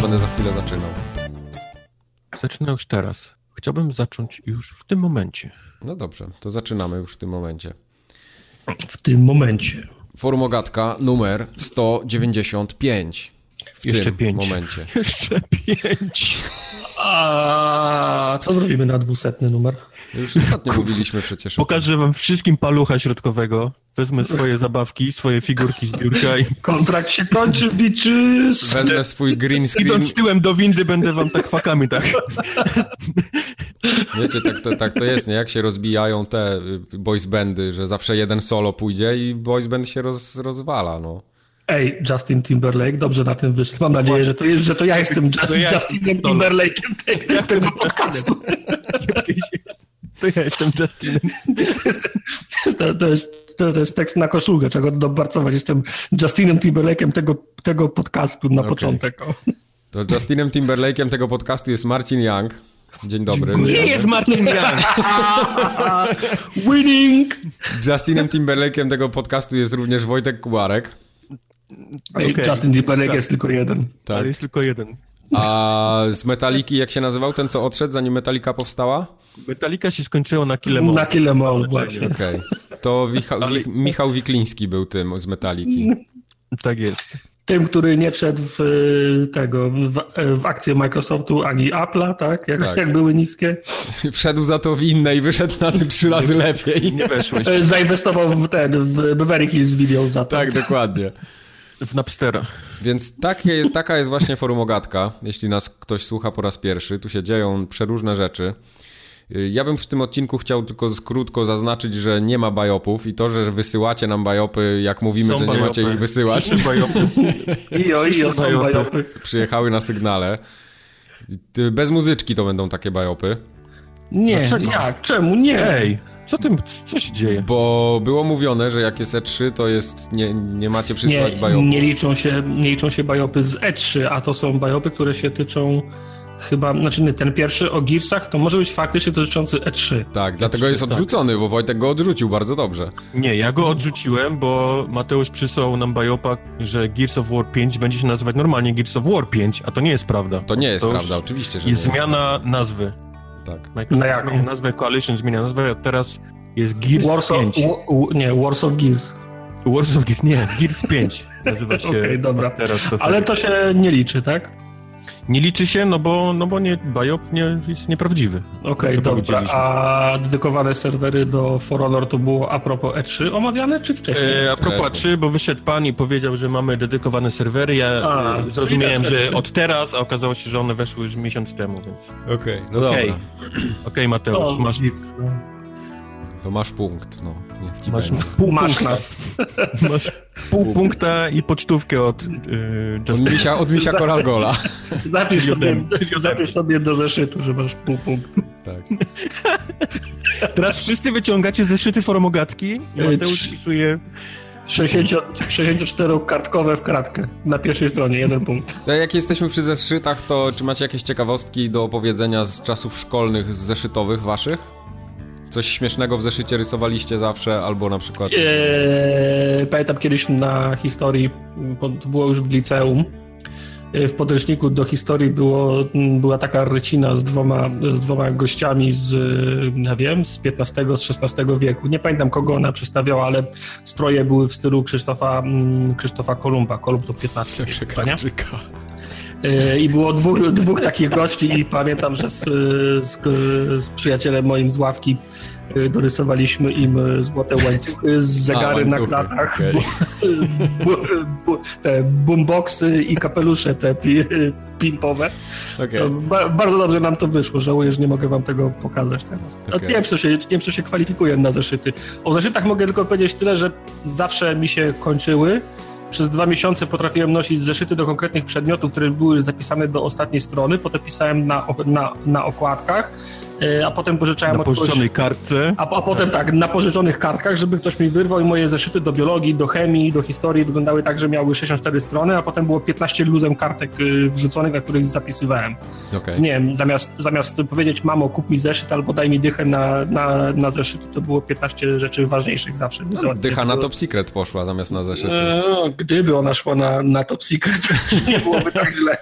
będę za chwilę zaczynał. Zaczynam już teraz. Chciałbym zacząć już w tym momencie. No dobrze, to zaczynamy już w tym momencie. W tym momencie. Forum Ogatka numer 195. Jeszcze 5. Momencie. Jeszcze 5. A co zrobimy na 200 numer? Już ostatnio mówiliśmy przecież. Pokażę wam wszystkim palucha środkowego. Wezmę swoje zabawki, swoje figurki z biurka i... Kontrakt się kończy, bitches! Wezmę swój green screen. Idąc tyłem do windy będę wam tak fakami, tak. Wiecie, tak to jest, nie? Jak się rozbijają te boys bandy, że zawsze jeden solo pójdzie i boys band się rozwala, no. Ej, Justin Timberlake, dobrze na tym wyszedł. Mam nadzieję, że to ja jestem Justinem Timberlake'em tego podcastu. To ja jestem Justinem. To jest tekst na koszulkę, czego dobarcować. Jestem Justinem Timberlake'em tego podcastu na początek. O. To Justinem Timberlake'em tego podcastu jest Marcin Young. Dzień dobry. Nie jest Marcin Young. Winning! Justinem Timberlake'em tego podcastu jest również Wojtek Kubarek. Okay. Justin Timberlake jest tylko jeden. Tak. Ale jest tylko jeden. A z Metaliki, jak się nazywał ten, co odszedł, zanim Metallica powstała? Metallica się skończyło na Kill 'Em All. Na Kill 'Em All, właśnie. Okej. To Michał Wikliński był tym z Metaliki. Tak jest. Tym, który nie wszedł w akcję Microsoftu ani Apple'a, tak? Jak były niskie. Wszedł za to w inne i wyszedł na tym 3 razy lepiej. Nie weszłeś. Zainwestował w Beverly Hills Video za to. Tak, dokładnie. W Napstera. Więc taka jest właśnie Forum Ogatka, jeśli nas ktoś słucha po raz pierwszy. Tu się dzieją przeróżne rzeczy. Ja bym w tym odcinku chciał tylko krótko zaznaczyć, że nie ma bajopów i to, że wysyłacie nam bajopy, jak mówimy, że nie macie ich wysyłać. Są bajopy. Przyjechały na sygnale. Bez muzyczki to będą takie bajopy. Nie, dlaczego? Jak? Czemu nie? Ej, co się dzieje? Bo było mówione, że jak jest E3, to jest nie macie przysłać bajopów. Nie liczą się bajopy z E3, a to są bajopy, które się tyczą chyba, ten pierwszy o Gearsach to może być faktycznie dotyczący E3. Tak, dlatego jest odrzucony, bo Wojtek go odrzucił bardzo dobrze. Nie, ja go odrzuciłem, bo Mateusz przysłał nam bajopa, że Gears of War 5 będzie się nazywać normalnie Gears of War 5, a to nie jest prawda. To nie jest prawda, oczywiście, że jest zmiana nazwy. Tak. Na jaką? Nazwę Coalition zmienia nazwę, a teraz jest Gears 5. Wars of Gears. Wars of Gears, nie, Gears 5 nazywa się. Okej, dobra. Teraz ale to się nie liczy, tak? Nie liczy się, no bo bajop jest nieprawdziwy. Okej, dobra. A dedykowane serwery do For Honor to było a propos E3 omawiane, czy wcześniej? A propos E3, bo wyszedł pan i powiedział, że mamy dedykowane serwery. Ja zrozumiałem, że od teraz, a okazało się, że one weszły już miesiąc temu, więc... Okej, no dobra. Okej, Mateusz, masz... To masz punkt, no. Niech ci masz będzie. Masz nas. Masz pół punkta i pocztówkę od od Misia Koralgola. Zapisz sobie do zeszytu, że masz pół punktu. Tak. Teraz wszyscy wyciągacie zeszyty Forum Ogatki i Mateusz pisuje... 64-kartkowe w kratkę. Na pierwszej stronie, 1 punkt. To jak jesteśmy przy zeszytach, to czy macie jakieś ciekawostki do opowiedzenia z czasów szkolnych, zeszytowych waszych? Coś śmiesznego w zeszycie rysowaliście zawsze, albo na przykład... Pamiętam kiedyś na historii, to było już w liceum, w podręczniku do historii była taka rycina z dwoma gościami z XV, z XVI wieku. Nie pamiętam, kogo ona przedstawiała, ale stroje były w stylu Krzysztofa Kolumba. Kolumb to XV wiek, i było dwóch takich gości i pamiętam, że z przyjacielem moim z ławki dorysowaliśmy im złote łańcuchy, zegary na klatach, okay. Te boomboxy i kapelusze te pimpowe. Okay. Bardzo dobrze nam to wyszło, żałuję, że nie mogę wam tego pokazać teraz. Okay. Nie wiem, czy się kwalifikuję na zeszyty. O zeszytach mogę tylko powiedzieć tyle, że zawsze mi się kończyły. Przez 2 miesiące potrafiłem nosić zeszyty do konkretnych przedmiotów, które były zapisane do ostatniej strony, potem pisałem na okładkach. a potem pożyczałem na pożyczonej kartce. A potem tak, na pożyczonych kartkach, żeby ktoś mi wyrwał i moje zeszyty do biologii, do chemii, do historii wyglądały tak, że miały 64 strony, a potem było 15 luzem kartek wrzuconych, na których zapisywałem. Okay. Nie wiem, zamiast powiedzieć mamo, kup mi zeszyt albo daj mi dychę na zeszyt, to było 15 rzeczy ważniejszych zawsze. Dycha na Top Secret poszła zamiast na zeszyty. Gdyby ona szła na Top Secret, nie byłoby tak źle.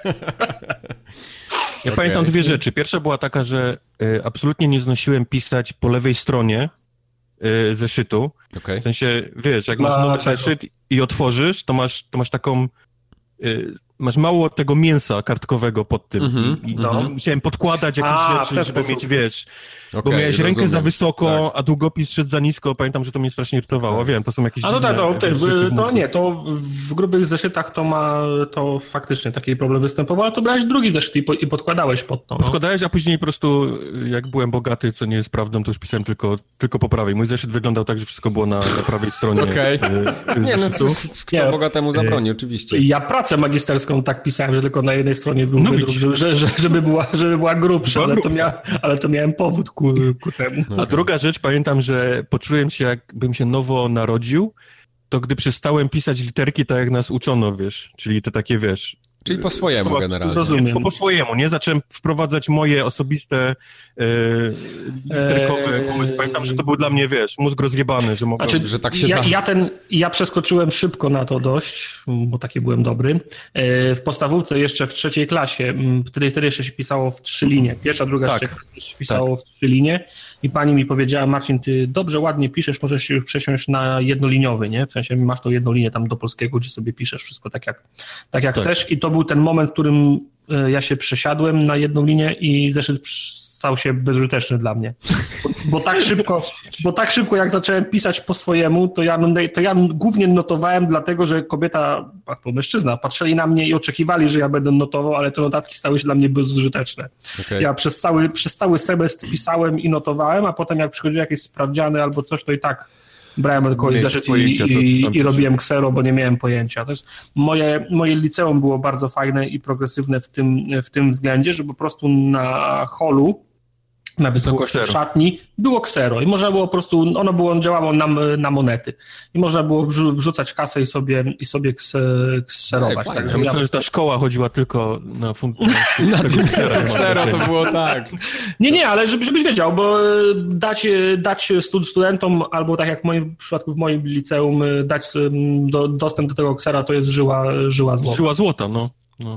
Ja pamiętam dwie rzeczy. Pierwsza była taka, że absolutnie nie znosiłem pisać po lewej stronie zeszytu. Okay. W sensie, wiesz, jak masz nowy zeszyt i otworzysz, to masz taką... Masz mało tego mięsa kartkowego pod tym. Musiałem podkładać jakieś rzeczy, żeby mieć, wiesz... bo miałeś rękę za wysoko, a długopis szedł za nisko. Pamiętam, że to mnie strasznie irytowało. Wiem, to są jakieś dziwne rzeczy. To w grubych zeszytach to faktycznie taki problem występował, ale to brałeś drugi zeszyt i podkładałeś pod to. Podkładałeś, a później po prostu, jak byłem bogaty, co nie jest prawdą, to już pisałem tylko po prawej. Mój zeszyt wyglądał tak, że wszystko było na prawej stronie zeszytu. Kto bogatemu zabroni, oczywiście. Ja pracę magisterską tak pisałem, że tylko na jednej stronie był wydruk, żeby była grubsza, ale to miałem powód ku temu. A druga rzecz, pamiętam, że poczułem się, jakbym się nowo narodził, to gdy przestałem pisać literki tak, jak nas uczono, wiesz, czyli te takie, wiesz... Czyli po swojemu generalnie. Rozumiem. Po swojemu, nie? Zacząłem wprowadzać moje osobiste literkowe pomysły. Pamiętam, że to był dla mnie, wiesz, mózg rozjebany, że mogłem... że tak się da. Ja przeskoczyłem szybko na to dość, bo taki byłem dobry. W podstawówce jeszcze w 3. klasie, wtedy jeszcze się pisało w 3 linie. Pierwsza, druga, trzecia się pisało w 3 linie i pani mi powiedziała: Marcin, ty dobrze, ładnie piszesz, możesz się już przesiąść na jednoliniowy, nie? W sensie masz tą jedną linię tam do polskiego, gdzie sobie piszesz wszystko tak jak chcesz, i to był ten moment, w którym ja się przesiadłem na jedną linię i zeszyt stał się bezużyteczny dla mnie. Bo tak szybko jak zacząłem pisać po swojemu, to ja głównie notowałem, dlatego że kobieta, albo mężczyzna, patrzyli na mnie i oczekiwali, że ja będę notował, ale te notatki stały się dla mnie bezużyteczne. Okay. Ja przez cały semestr pisałem i notowałem, a potem jak przychodziły jakieś sprawdziany albo coś, to i tak brałem od kogoś zeszyt i robiłem ksero, bo nie miałem pojęcia. To jest moje liceum było bardzo fajne i progresywne w tym względzie, że po prostu na holu, na wysokości szatni było ksero i można było po prostu, działało na monety i można było wrzucać kasę i sobie kserować. Tak, ja myślę, że ta szkoła chodziła tylko na ksero to było tak. Nie, ale żebyś wiedział, bo dać studentom, albo tak jak w moim przypadku w moim liceum, dać dostęp do tego ksera, to jest żyła złota. Żyła złota, no.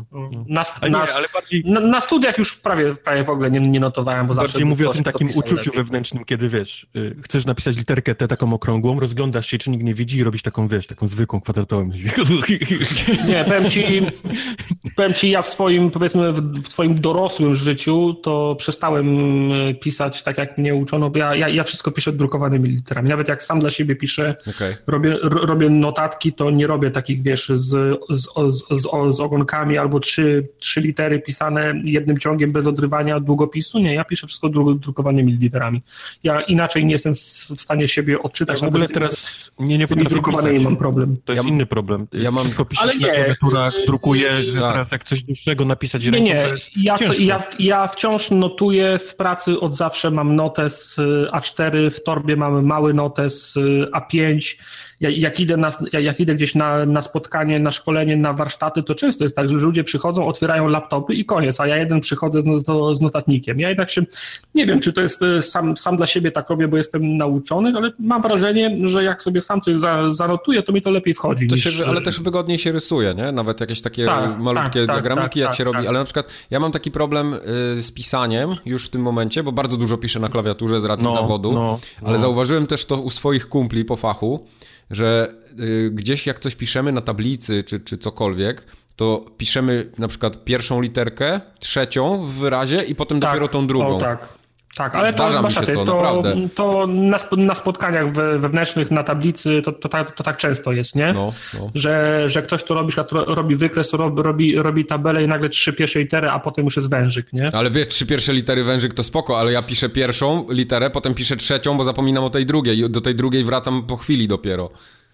Na studiach już prawie w ogóle nie notowałem, bo bardziej zawsze... mówię o tym takim uczuciu wewnętrznym, kiedy wiesz, chcesz napisać literkę T taką okrągłą, rozglądasz się, czy nikt nie widzi i robisz taką, wiesz, taką zwykłą, kwadratową. Nie, powiem ci, ja w swoim, powiedzmy, w swoim dorosłym życiu to przestałem pisać tak, jak mnie uczono, bo ja wszystko piszę drukowanymi literami. Nawet jak sam dla siebie piszę, robię notatki, to nie robię takich, wiesz, z ogonkami albo trzy litery pisane jednym ciągiem bez odrywania długopisu. Nie, ja piszę wszystko drukowanymi literami. Ja inaczej nie jestem w stanie siebie odczytać. W ogóle teraz nie potrafię pisać. Mam problem. To jest inny problem. Ja mam wszystko pisać na klawiaturach, drukuję, że teraz jak coś dłuższego napisać ręką, to jest ja wciąż notuję w pracy, od zawsze mam notes A4, w torbie mamy mały notes A5. Jak idę gdzieś na spotkanie, na szkolenie, na warsztaty, to często jest tak, że ludzie przychodzą, otwierają laptopy i koniec, a ja jeden przychodzę z notatnikiem. Ja jednak się, nie wiem, czy to jest sam dla siebie tak robię, bo jestem nauczony, ale mam wrażenie, że jak sobie sam coś zanotuję, to mi to lepiej wchodzi. Ale też wygodniej się rysuje, nie? Nawet jakieś takie malutkie diagramiki, jak się robi, ale na przykład ja mam taki problem z pisaniem już w tym momencie, bo bardzo dużo piszę na klawiaturze z racji zawodu, ale zauważyłem też to u swoich kumpli po fachu, że gdzieś jak coś piszemy na tablicy czy cokolwiek, to piszemy na przykład pierwszą literkę, trzecią w wyrazie i potem dopiero tą drugą. Tak, ale to masz rację, to na spotkaniach wewnętrznych na tablicy to tak często jest, nie? Że ktoś to robi wykres, robi tabelę i nagle 3 pierwsze litery, a potem już jest wężyk, nie? Ale wiesz, 3 pierwsze litery wężyk to spoko, ale ja piszę pierwszą literę, potem piszę trzecią, bo zapominam o tej drugiej. Do tej drugiej wracam po chwili dopiero.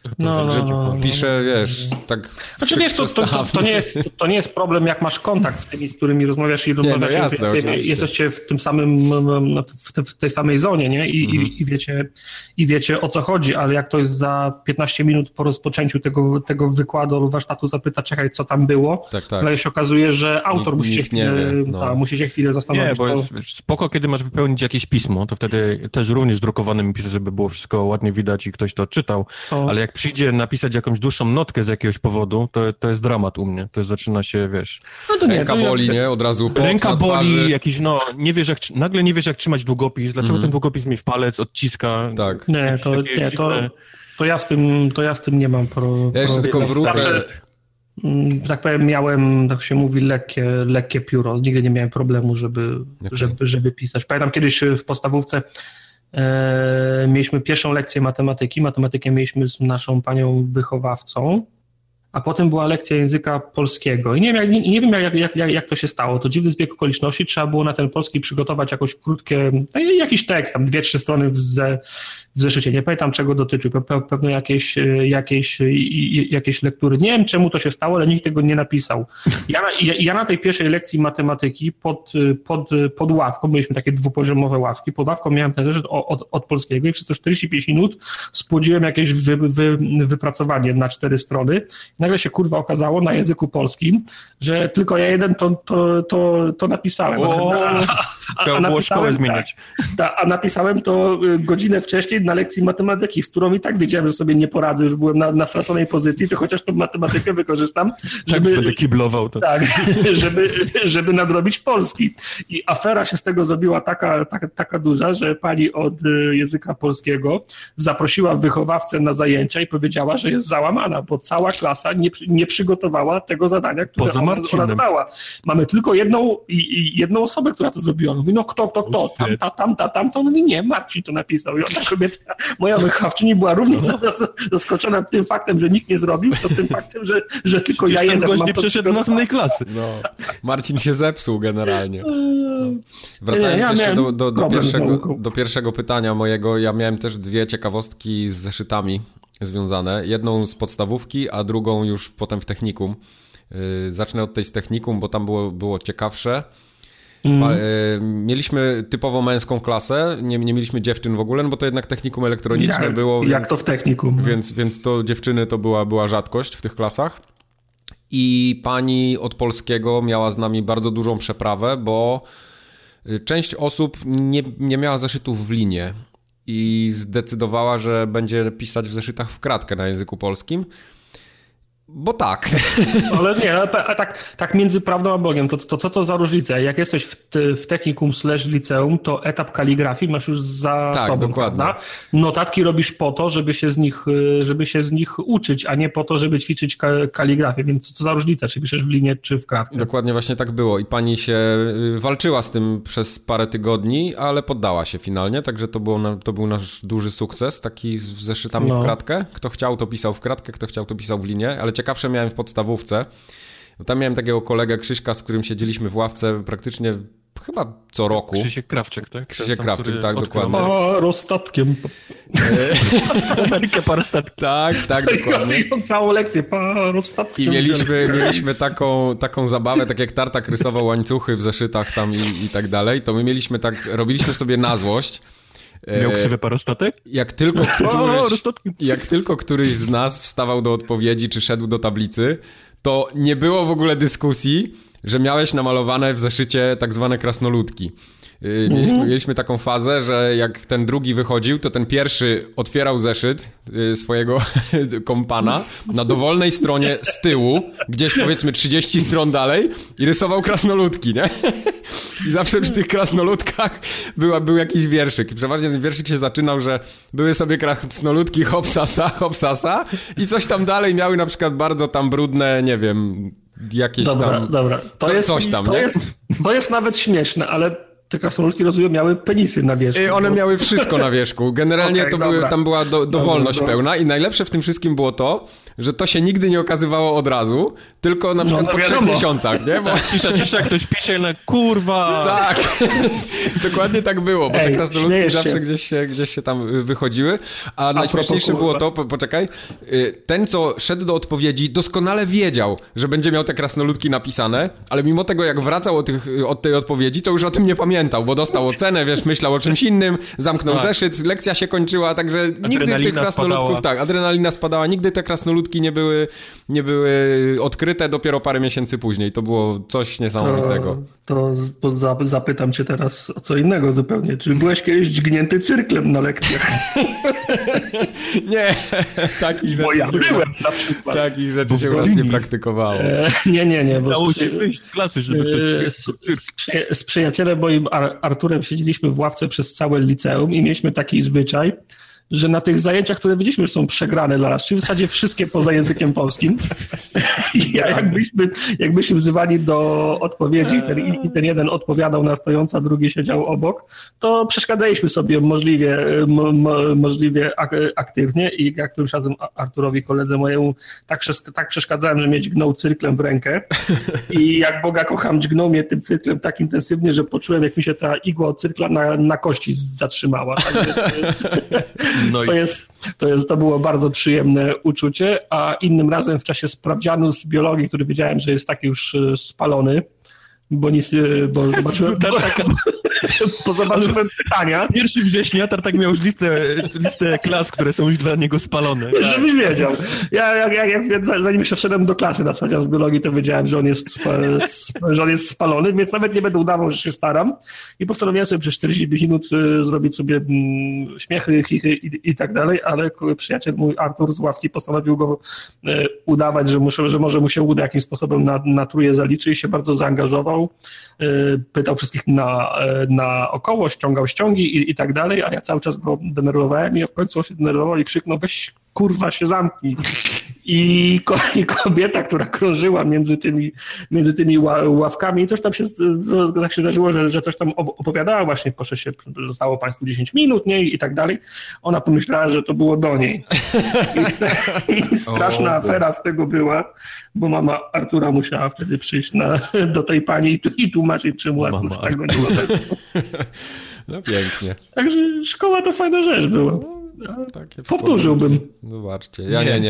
Pisze, wiesz, tak... Znaczy wiesz, to nie jest problem, jak masz kontakt z tymi, z którymi rozmawiasz i rozmawiacie, jesteście w tym samym, w tej samej zonie, nie? I wiecie, o co chodzi, ale jak ktoś za 15 minut po rozpoczęciu tego wykładu lub warsztatu zapyta, czekaj, co tam było, ale się okazuje, że autor musi się chwilę zastanowić. Nie, bo jest spoko, kiedy masz wypełnić jakieś pismo, to wtedy też również drukowanym pisze, żeby było wszystko ładnie widać i ktoś to czytał, ale jak przyjdzie napisać jakąś dłuższą notkę z jakiegoś powodu, to jest dramat u mnie. To zaczyna się, wiesz... Ręka boli, nie? Od razu ręka boli, jakiś, nagle nie wiesz, jak trzymać długopis, dlaczego ten długopis mi w palec odciska. Tak. To ja z tym nie mam Ja jeszcze tylko wrócę... Tak powiem, miałem, tak się mówi, lekkie pióro. Nigdy nie miałem problemu, żeby pisać. Pamiętam kiedyś w podstawówce mieliśmy pierwszą lekcję matematyki. Matematykę mieliśmy z naszą panią wychowawcą, a potem była lekcja języka polskiego. I nie wiem jak to się stało. To dziwny zbieg okoliczności. Trzeba było na ten polski przygotować jakiś tekst, tam 2-3 strony w zeszycie. Nie pamiętam, czego dotyczył. Pewno jakieś lektury. Nie wiem, czemu to się stało, ale nikt tego nie napisał. Ja na tej pierwszej lekcji matematyki pod ławką, mieliśmy takie dwupoziomowe ławki, pod ławką miałem ten zeszyt od polskiego i przez te 45 minut spłodziłem jakieś wypracowanie na 4 strony. Nagle się okazało na języku polskim, że tylko ja jeden to napisałem. Trzeba było szkołę zmieniać. A napisałem to godzinę wcześniej na lekcji matematyki, z którą i tak wiedziałem, że sobie nie poradzę, już byłem na straconej pozycji, to chociaż tą matematykę wykorzystam, żeby... będę kiblował to. Tak, żeby nadrobić polski. I afera się z tego zrobiła taka duża, że pani od języka polskiego zaprosiła wychowawcę na zajęcia i powiedziała, że jest załamana, bo cała klasa nie przygotowała tego zadania, które ona zadała. Mamy tylko jedną osobę, która to zrobiła. Mówi, kto? Tamta. Mówi, nie, Marcin to napisał. I ona kobieta, moja wychowawczyni była równie zaskoczona tym faktem, że nikt nie zrobił, co tym faktem, że tylko ja jeden gość nie przyszedł do następnej klasy. Marcin się zepsuł generalnie. Wracając jeszcze do pierwszego pytania mojego, ja miałem też 2 ciekawostki z zeszytami związane. Jedną z podstawówki, a drugą już potem w technikum. Zacznę od tej z technikum, bo tam było ciekawsze. Mieliśmy typowo męską klasę, nie mieliśmy dziewczyn w ogóle, no bo to jednak technikum elektroniczne było. Jak to w technikum. Więc to dziewczyny to była rzadkość w tych klasach. I pani od polskiego miała z nami bardzo dużą przeprawę, bo część osób nie miała zeszytów w linie i zdecydowała, że będzie pisać w zeszytach w kratkę na języku polskim. Bo tak. Ale nie, tak między prawdą a Bogiem, to co to za różnica? Jak jesteś w technikum / liceum, to etap kaligrafii masz już za sobą, dokładnie. Prawda? Notatki robisz po to, żeby się z nich uczyć, a nie po to, żeby ćwiczyć kaligrafię. Więc co za różnica, czy piszesz w linie, czy w kratkę? Dokładnie właśnie tak było. I pani się walczyła z tym przez parę tygodni, ale poddała się finalnie, także to był nasz duży sukces, taki z zeszytami w kratkę. Kto chciał, to pisał w kratkę, kto chciał, to pisał w linie, ale ciekawsze miałem w podstawówce. Tam miałem takiego kolegę Krzyśka, z którym siedzieliśmy w ławce praktycznie chyba co roku. Krzysiek Krawczyk, tak? Krzysiek Krawczyk, tak, dokładnie. Parostatkiem. Amerykę parostatkiem. Tak, dokładnie. I całą lekcję parostatkiem. I mieliśmy taką zabawę, tak jak Tartak rysował łańcuchy w zeszytach tam i tak dalej, to my mieliśmy robiliśmy sobie na złość. Miał krzywy parostatek? Jak tylko któryś z nas wstawał do odpowiedzi, czy szedł do tablicy, to nie było w ogóle dyskusji, że miałeś namalowane w zeszycie tak zwane krasnoludki. Mieliśmy taką fazę, że jak ten drugi wychodził, to ten pierwszy otwierał zeszyt swojego kompana na dowolnej stronie z tyłu, gdzieś powiedzmy 30 stron dalej i rysował krasnoludki, nie? I zawsze przy tych krasnoludkach był jakiś wierszyk. I przeważnie ten wierszyk się zaczynał, że były sobie krasnoludki hopsasa i coś tam dalej miały na przykład bardzo tam brudne, nie wiem, jakieś tam... Dobra. To jest nawet śmieszne, ale te krasnoludki, rozumiem, miały penisy na wierzchu. One miały wszystko na wierzchu. Generalnie tam była dowolność pełna i najlepsze w tym wszystkim było to, że to się nigdy nie okazywało od razu, tylko na przykład po 3 miesiącach, nie? Bo... Cisza, ktoś pisze, kurwa! Tak, dokładnie tak było, bo te krasnoludki zawsze gdzieś się tam wychodziły, a najśmieszniejsze było to, poczekaj, ten, co szedł do odpowiedzi, doskonale wiedział, że będzie miał te krasnoludki napisane, ale mimo tego, jak wracał od tej odpowiedzi, to już o tym nie pamiętał, bo dostał ocenę, wiesz, myślał o czymś innym, zamknął zeszyt, lekcja się kończyła, także nigdy tych krasnoludków, adrenalina spadała, nigdy te krasnoludki nie były odkryte, dopiero parę miesięcy później. To było coś niesamowitego. To zapytam cię teraz o co innego zupełnie. Czy byłeś kiedyś dźgnięty cyrklem na lekcjach? Nie, takich rzeczy. Bo ja byłem na przykład. Takich rzeczy się u nas nie praktykowało. Nie. Dało się wyjść z klasy, żeby z przyjacielem moim Arturem siedzieliśmy w ławce przez całe liceum i mieliśmy taki zwyczaj, że na tych zajęciach, które widzieliśmy, że są przegrane dla nas, czyli w zasadzie wszystkie poza językiem polskim, jakbyśmy wzywali do odpowiedzi i ten jeden odpowiadał na stojąco, a drugi siedział obok, to przeszkadzaliśmy sobie możliwie aktywnie i jak którymś razem Arturowi, koledze mojemu, tak przeszkadzałem, że mnie dźgnął cyrklem w rękę i jak Boga kocham, dźgnął mnie tym cyrklem tak intensywnie, że poczułem, jak mi się ta igła od cyrkla na kości zatrzymała. To było bardzo przyjemne uczucie, a innym razem w czasie sprawdzianu z biologii, który wiedziałem, że jest taki już spalony, bo zobaczyłem pytania. 1 września Tartak miał już listę klas, które są już dla niego spalone. Żebyś wiedział. Zanim jeszcze wszedłem do klasy na sprawdzian z biologii, to wiedziałem, że on jest spalony, więc nawet nie będę udawał, że się staram. I postanowiłem sobie przez 45 minut zrobić sobie śmiechy, chichy i tak dalej, ale przyjaciel mój Artur z ławki postanowił go udawać, że może mu się uda jakimś sposobem na trójkę zaliczy i się bardzo zaangażował. Pytał wszystkich naokoło, ściągał ściągi i tak dalej, a ja cały czas go denerwowałem i w końcu się denerwował i krzyknął: weź kurwa się zamknij. I kobieta, która krążyła między tymi ławkami i coś tam się tak się zdarzyło, że coś tam opowiadała, właśnie zostało państwu 10 minut, nie? I tak dalej. Ona pomyślała, że to było do niej. I straszna afera z tego była, bo mama Artura musiała wtedy przyjść do tej pani i tłumaczyć, czemu Artur tego nie było. No pięknie. Także szkoła to fajna rzecz była. Powtórzyłbym. Zobaczcie.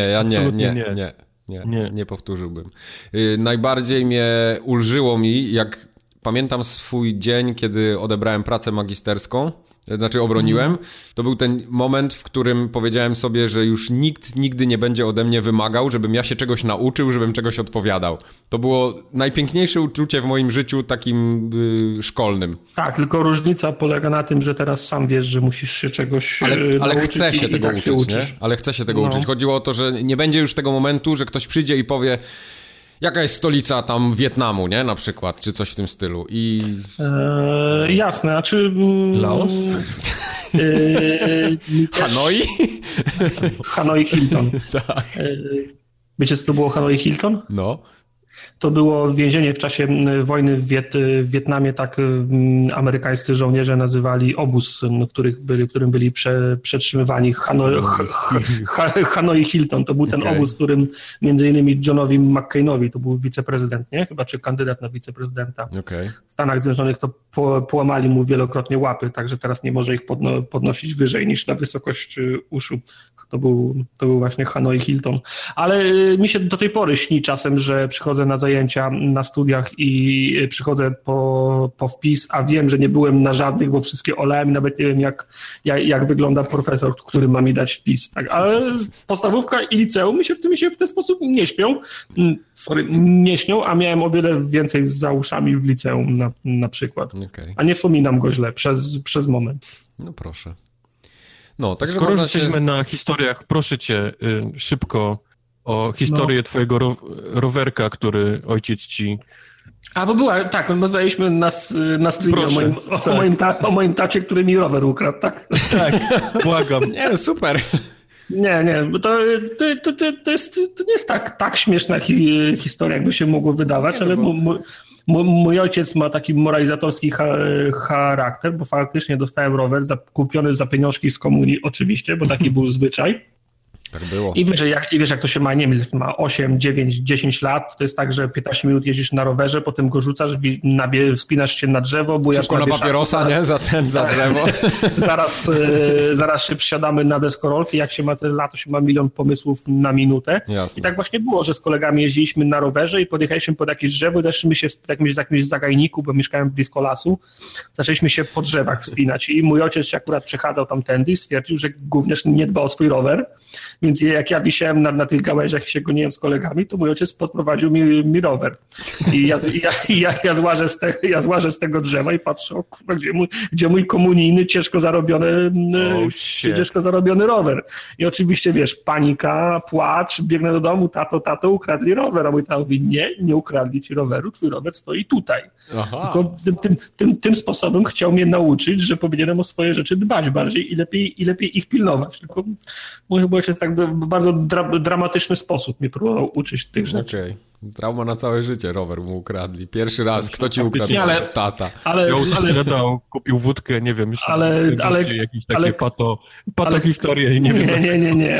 Nie powtórzyłbym. Najbardziej mnie ulżyło jak pamiętam swój dzień, kiedy odebrałem pracę magisterską, znaczy obroniłem, to był ten moment, w którym powiedziałem sobie, że już nikt nigdy nie będzie ode mnie wymagał, żebym ja się czegoś nauczył, żebym czegoś odpowiadał. To było najpiękniejsze uczucie w moim życiu takim szkolnym. Tak, tylko różnica polega na tym, że teraz sam wiesz, że musisz się czegoś ale chce się tego uczyć, nie? Ale chce się tego uczyć. Chodziło o to, że nie będzie już tego momentu, że ktoś przyjdzie i powie: jaka jest stolica tam Wietnamu, nie? Na przykład, czy coś w tym stylu. Jasne, a czy... Laos? Hanoi? Hanoi Hilton. Tak. Wiecie, co to było Hanoi Hilton? No. To było więzienie w czasie wojny w Wietnamie, tak amerykańscy żołnierze nazywali obóz, w którym byli przetrzymywani. Hanoi Hilton to był ten obóz, w którym między innymi Johnowi McCainowi, to był wiceprezydent, nie? Chyba czy kandydat na wiceprezydenta. W Stanach Zjednoczonych to połamali mu wielokrotnie łapy, także teraz nie może ich podnosić wyżej niż na wysokość uszu. To był właśnie Hanoi Hilton. Ale mi się do tej pory śni czasem, że przychodzę na zajęcia na studiach i przychodzę po wpis, a wiem, że nie byłem na żadnych, bo wszystkie olałem i nawet nie wiem, jak wygląda profesor, który ma mi dać wpis. Tak? Ale podstawówka i liceum mi się w ten sposób nie śnią, a miałem o wiele więcej za uszami w liceum na przykład. A nie wspominam go źle przez moment. No proszę. No, także skoro już jesteśmy na historiach, proszę cię szybko o historię twojego rowerka, który ojciec ci... Bo była, tak, rozmawialiśmy na streamie o moim tacie, który mi rower ukradł, tak? Tak, błagam. Nie, super. Nie, bo to nie jest tak śmieszna historia, jakby się mogło wydawać, ale mój ojciec ma taki moralizatorski charakter, bo faktycznie dostałem rower kupiony za pieniążki z komunii, oczywiście, bo taki był zwyczaj. Tak było. I wiesz, jak to się ma, nie wiem, ma 8, 9, 10 lat, to jest tak, że 15 minut jeździsz na rowerze, potem go rzucasz, wspinasz się na drzewo, bujasz na papierosa, nie? Za drzewo. zaraz się przysiadamy na deskorolki, jak się ma tyle lat, to się ma milion pomysłów na minutę. Jasne. I tak właśnie było, że z kolegami jeździliśmy na rowerze i podjechaliśmy pod jakieś drzewo i zaczęliśmy się w jakimś zagajniku, bo mieszkałem blisko lasu, zaczęliśmy się po drzewach wspinać i mój ojciec się akurat przechadzał tamtędy i stwierdził, że gówniarz nie dba o swój rower. Więc jak ja wisiałem na tych gałęziach i się goniłem z kolegami, to mój ojciec podprowadził mi rower. I ja złażę z tego drzewa i patrzę, o kurwa, gdzie mój komunijny, ciężko zarobiony rower. I oczywiście, wiesz, panika, płacz, biegnę do domu, tato, ukradli rower. A mój tato mówi, nie ukradli ci roweru, twój rower stoi tutaj. Aha. Tylko tym sposobem chciał mnie nauczyć, że powinienem o swoje rzeczy dbać bardziej i lepiej ich pilnować. Tylko mój ojciec tak w bardzo dramatyczny sposób mnie próbował uczyć tych rzeczy. Okej. Trauma na całe życie, rower mu ukradli. Pierwszy raz, kto ci ukradł? Tata. Kupił wódkę, nie wiem, jakieś takie historie. Nie,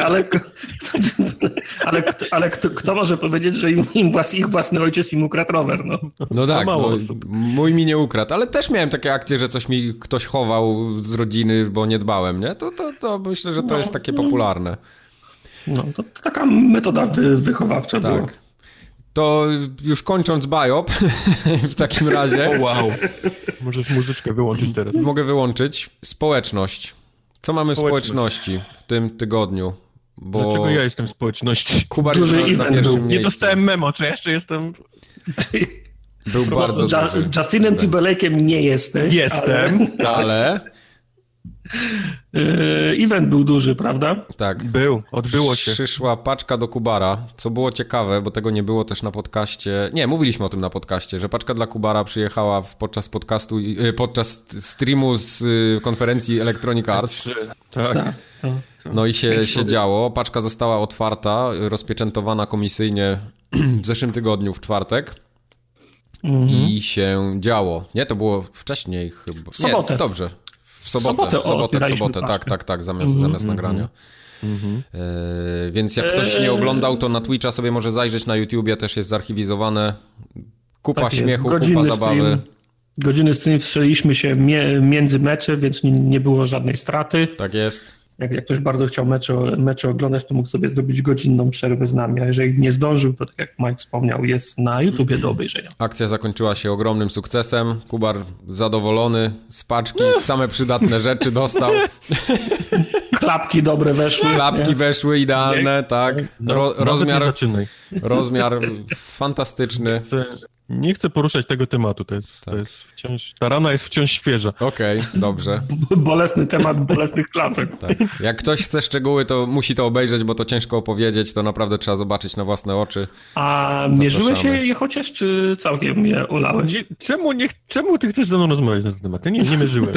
ale kto może powiedzieć, że ich własny ojciec im ukradł rower, no. No tak, mój mi nie ukradł, ale też miałem takie akcje, że coś mi ktoś chował z rodziny, bo nie dbałem, nie? To myślę, że to jest takie popularne. No, to taka metoda wychowawcza była. To już kończąc biop, w takim razie... O wow, możesz muzyczkę wyłączyć teraz. Mogę wyłączyć. Społeczność. Co mamy w społeczności w tym tygodniu? Bo... Dlaczego ja jestem w społeczności? Kubar jest na pierwszym miejscu. Nie dostałem memo, czy jeszcze jestem... Był bardzo duży. Justinem Timberlake'em nie jesteś. Jestem, ale... Event był duży, prawda? Tak. Odbyło się. Przyszła paczka do Kubara, co było ciekawe, bo tego nie było też na podcaście. Nie, mówiliśmy o tym na podcaście, że paczka dla Kubara przyjechała podczas streamu z konferencji Electronic Arts. Tak. No i się działo. Paczka została otwarta, rozpieczętowana komisyjnie w zeszłym tygodniu, w czwartek. I się działo. Nie, to było wcześniej chyba. W sobotę. Nie, dobrze. W sobotę, tak, zamiast nagrania. Więc jak ktoś nie oglądał, to na Twitcha sobie może zajrzeć, na YouTubie też jest zarchiwizowane. Kupa śmiechu, kupa zabawy. Godziny stream wstrzeliśmy się między mecze, więc nie było żadnej straty. Tak jest. Jak ktoś bardzo chciał mecze oglądać, to mógł sobie zrobić godzinną przerwę z nami, a jeżeli nie zdążył, to tak jak Mike wspomniał, jest na YouTubie do obejrzenia. Akcja zakończyła się ogromnym sukcesem. Kubar zadowolony, z paczki same przydatne rzeczy dostał. Klapki dobre weszły. Klapki weszły idealne, tak. Rozmiar fantastyczny. Nie chcę poruszać tego tematu, to jest wciąż, ta rana jest wciąż świeża. Okej, dobrze. Bolesny temat bolesnych klapek. Tak. Jak ktoś chce szczegóły, to musi to obejrzeć, bo to ciężko opowiedzieć, to naprawdę trzeba zobaczyć na własne oczy. A mierzyłeś je chociaż, czy całkiem je ulałeś? Czemu ty chcesz ze mną rozmawiać na ten temat? Ja nie mierzyłem.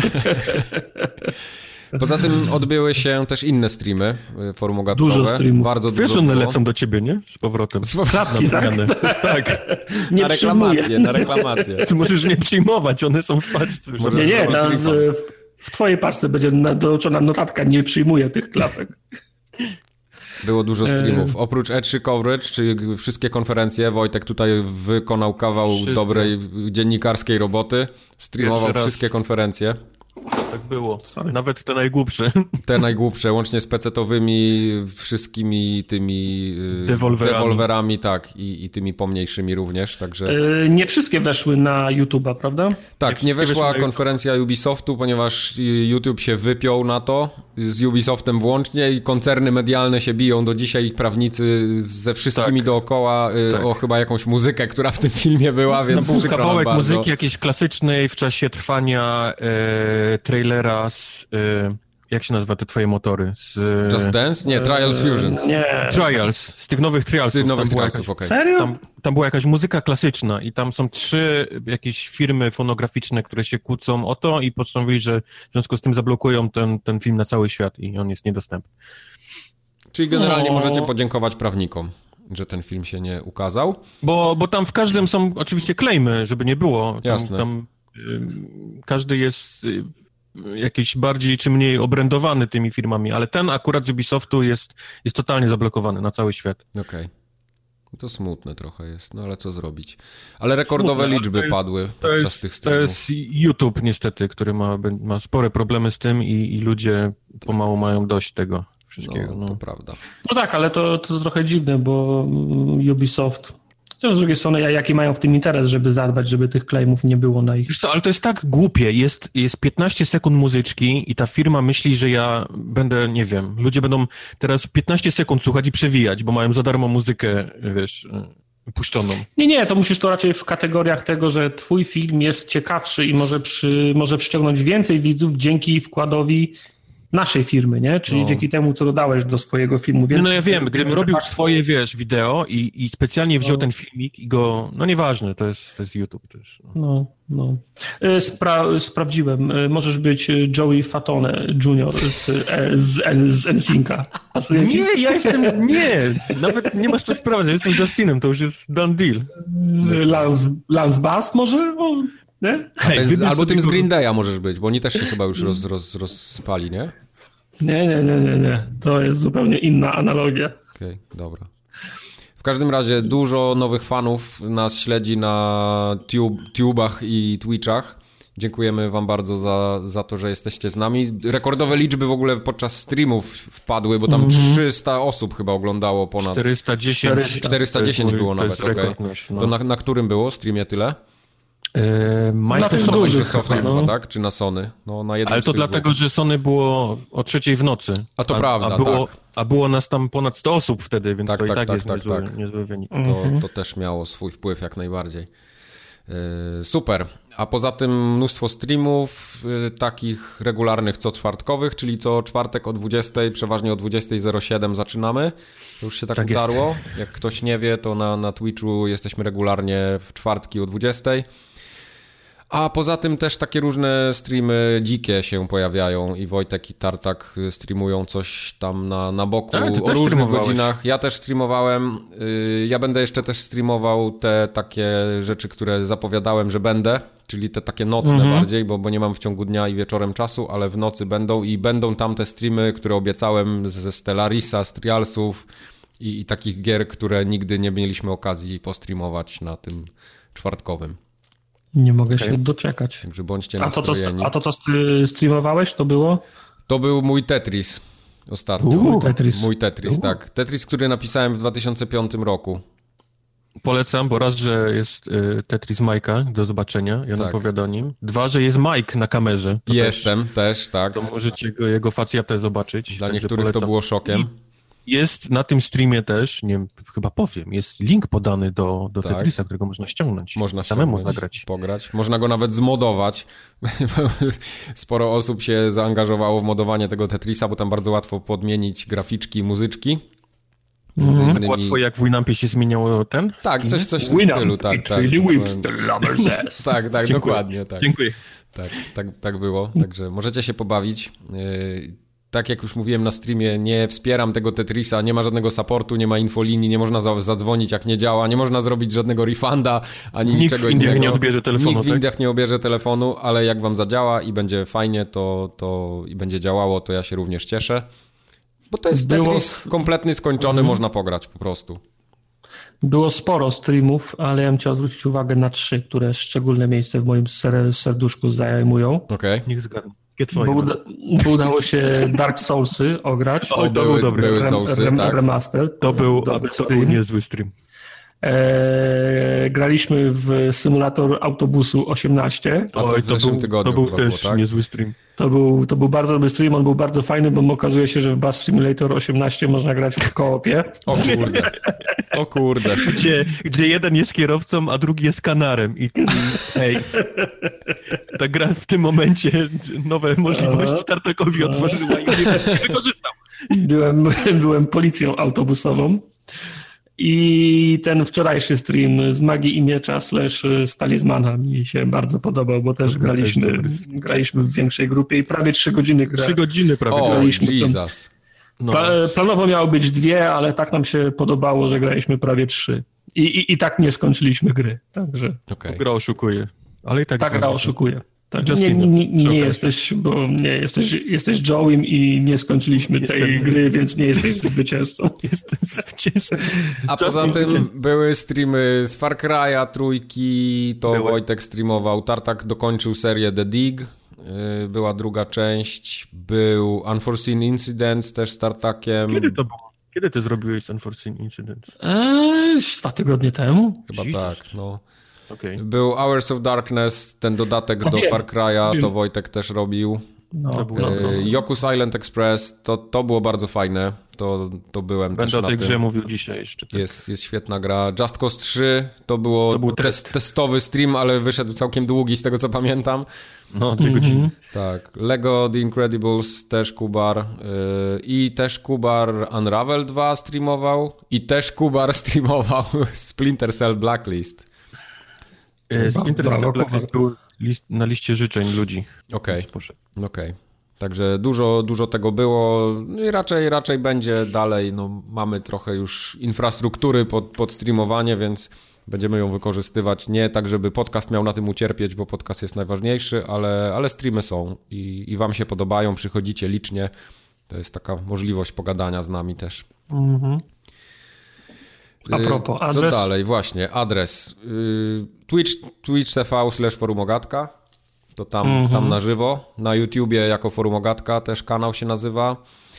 Poza tym odbyły się też inne streamy forumogatkowe. Dużo streamów. Bardzo wiesz, one lecą do ciebie, nie? Z powrotem. Klapki, tak? Nie na reklamację. Ty możesz nie przyjmować, one są w paczce. Nie, w twojej paczce będzie dołączona notatka, nie przyjmuję tych klapek. Było dużo streamów. Oprócz E3 Coverage, czyli wszystkie konferencje, Wojtek tutaj wykonał kawał dobrej dziennikarskiej roboty. Streamował wszystkie konferencje. Tak było. Nawet te najgłupsze. Te najgłupsze, łącznie z pecetowymi, wszystkimi tymi dewolwerami, tak, i tymi pomniejszymi również, także... Nie wszystkie weszły na YouTube'a, prawda? Tak, nie weszła konferencja Ubisoftu, ponieważ YouTube się wypiął na to, z Ubisoftem włącznie i koncerny medialne się biją do dzisiaj, ich prawnicy ze wszystkimi dookoła o chyba jakąś muzykę, która w tym filmie była, więc był kawałek muzyki jakiejś klasycznej w czasie trwania trailera z... jak się nazywa te twoje motory? Just Dance? Nie, Trials Fusion. Nie. Trials, z tych nowych Trialsów. Okay. Serio? Tam była jakaś muzyka klasyczna i tam są 3 jakieś firmy fonograficzne, które się kłócą o to i postanowili, że w związku z tym zablokują ten film na cały świat i on jest niedostępny. Czyli generalnie możecie podziękować prawnikom, że ten film się nie ukazał. Bo tam w każdym są oczywiście claimy, żeby nie było. Jasne. Każdy jest... jakiś bardziej czy mniej obrędowany tymi firmami, ale ten akurat z Ubisoftu jest totalnie zablokowany na cały świat. Okej. To smutne trochę jest, no ale co zrobić. Ale rekordowe liczby padły podczas tych streamów. To jest YouTube niestety, który ma spore problemy z tym i ludzie pomału mają dość tego wszystkiego. No, to prawda. No tak, ale to trochę dziwne, bo Ubisoft... To z drugiej strony, jaki mają w tym interes, żeby zadbać, żeby tych claimów nie było na ich... Wiesz co, ale to jest tak głupie. Jest 15 sekund muzyczki i ta firma myśli, że ja będę, nie wiem, ludzie będą teraz 15 sekund słuchać i przewijać, bo mają za darmo muzykę, wiesz, puszczoną. Nie, to musisz to raczej w kategoriach tego, że twój film jest ciekawszy i może przyciągnąć więcej widzów dzięki wkładowi naszej firmy, nie? Czyli dzięki temu, co dodałeś do swojego filmu. Więc no ja wiem, gdybym robił swoje, wiesz, wideo i specjalnie wziął ten filmik i go, no nieważne, to jest YouTube też. No. Sprawdziłem, możesz być Joey Fatone Jr. z NSYNC'a. Nie, ja jestem, nawet nie masz co sprawdzać, jestem Justinem, to już jest done deal. Lance Bass może? Nie? Albo tym z Green Day'a możesz być, bo oni też się chyba już rozspali, nie? Nie. To jest zupełnie inna analogia. Okej, dobra. W każdym razie dużo nowych fanów nas śledzi na tubach i Twitchach. Dziękujemy wam bardzo za to, że jesteście z nami. Rekordowe liczby w ogóle podczas streamów wpadły, bo tam 300 osób chyba oglądało ponad... 410 było nawet, okej. To na którym było streamie tyle? Microsoftie chyba, tak? Czy na Sony? No, na jednym. Ale to dlatego, że Sony było o 3:00 w nocy. A to prawda, tak. A było nas tam ponad 100 osób wtedy, więc to i tak jest niezły wynik. To też miało swój wpływ jak najbardziej. Super. A poza tym mnóstwo streamów takich regularnych co czwartkowych, czyli co czwartek o 20:00, przeważnie o 20:07 zaczynamy. To już się tak utarło. Jak ktoś nie wie, to na Twitchu jesteśmy regularnie w czwartki o 20:00. A poza tym też takie różne streamy dzikie się pojawiają i Wojtek i Tartak streamują coś tam na boku o różnych godzinach. Ja też streamowałem. Ja będę jeszcze też streamował te takie rzeczy, które zapowiadałem, że będę, czyli te takie nocne bardziej, bo nie mam w ciągu dnia i wieczorem czasu, ale w nocy będą tam te streamy, które obiecałem ze Stellarisa, z Trialsów i takich gier, które nigdy nie mieliśmy okazji postreamować na tym czwartkowym. Nie mogę się doczekać. Także bądźcie nastrojeni. A to, co streamowałeś, to było? To był mój Tetris ostatnio. Mój Tetris, tak. Tetris, który napisałem w 2005 roku. Polecam, bo raz, że jest Tetris Majka do zobaczenia i on opowiada o nim. 2, że jest Mike na kamerze. Jestem też, tak. To możecie jego facjatę zobaczyć. Dla niektórych polecam. To było szokiem. Jest na tym streamie też, nie wiem, chyba powiem, jest link podany do Tetrisa, którego można ściągnąć. Można samemu zagrać. Pograć. Można go nawet zmodować. Sporo osób się zaangażowało w modowanie tego Tetrisa, bo tam bardzo łatwo podmienić graficzki i muzyczki. Tak łatwo jak w Winampie się zmieniało ten? Tak, coś w tym stylu. Tak, dokładnie. Tak. Dziękuję. Tak było, także możecie się pobawić. Tak jak już mówiłem na streamie, nie wspieram tego Tetrisa, nie ma żadnego supportu, nie ma infolinii, nie można zadzwonić jak nie działa, nie można zrobić żadnego refunda, ani nikt niczego w Indiach innego. Nie odbierze telefonu. Nikt w Indiach nie odbierze telefonu, ale jak wam zadziała i będzie fajnie, to i będzie działało, to ja się również cieszę. Bo to jest Tetris kompletny, skończony, można pograć po prostu. Było sporo streamów, ale ja bym chciał zwrócić uwagę na 3, które szczególne miejsce w moim serduszku zajmują. Okej. Niech zgadnę. Bo udało się Dark Soulsy ograć. To był dobry remaster. To był niezły stream. Graliśmy w symulator autobusu 18. To był też niezły stream. To był bardzo dobry stream, on był bardzo fajny, bo okazuje się, że w Bus Simulator 18 można grać w koopie. O kurde. Gdzie jeden jest kierowcą, a drugi jest kanarem. I hej, ta gra w tym momencie nowe możliwości Tartakowi otworzyła i wykorzystał. Byłem policją autobusową. I ten wczorajszy stream z Magii i Miecza / z Talizmana mi się bardzo podobał, bo też graliśmy w większej grupie i prawie 3 godziny graliśmy. 3 godziny prawie graliśmy. Jesus. Planowo miało być 2, ale tak nam się podobało, że graliśmy prawie 3. I tak nie skończyliśmy gry. Także... Gra oszukuje. Ale i tak gra oszukuje. Tak, nie jesteś, bo jesteś Joe'em i nie skończyliśmy tej gry, więc nie jesteś zwycięzcą. Jestem zwycięzcą. A poza tym były streamy z Far Cry'a, trójki, Wojtek streamował, Tartak dokończył serię The Dig, była druga część, był Unforeseen Incidents też z Tartakiem. Kiedy to było? Kiedy ty zrobiłeś Unforeseen Incidents? 2 tygodnie temu. Chyba Jesus. Tak, no. Okay. Był Hours of Darkness, ten dodatek do Far Cry'a, to Wojtek też robił. Yoku's Island Express, to było bardzo fajne, to byłem Będę też o tej grze mówił dzisiaj jeszcze. Tak. Jest świetna gra. Just Cause 3 to był testowy stream, ale wyszedł całkiem długi z tego co pamiętam. No, 2 godziny. Tak. Lego The Incredibles też Kubar i też Kubar Unravel 2 streamował i też Kubar streamował Splinter Cell Blacklist. Splinter Cell Blacklist był na liście życzeń ludzi. Okej. Także dużo tego było i raczej będzie dalej. No, mamy trochę już infrastruktury pod streamowanie, więc będziemy ją wykorzystywać. Nie tak, żeby podcast miał na tym ucierpieć, bo podcast jest najważniejszy, ale streamy są i wam się podobają, przychodzicie licznie. To jest taka możliwość pogadania z nami też. A propos, adres? Co dalej? Właśnie, adres. Twitch.tv/forumogatka. To tam na żywo. Na YouTubie jako Forumogatka też kanał się nazywa.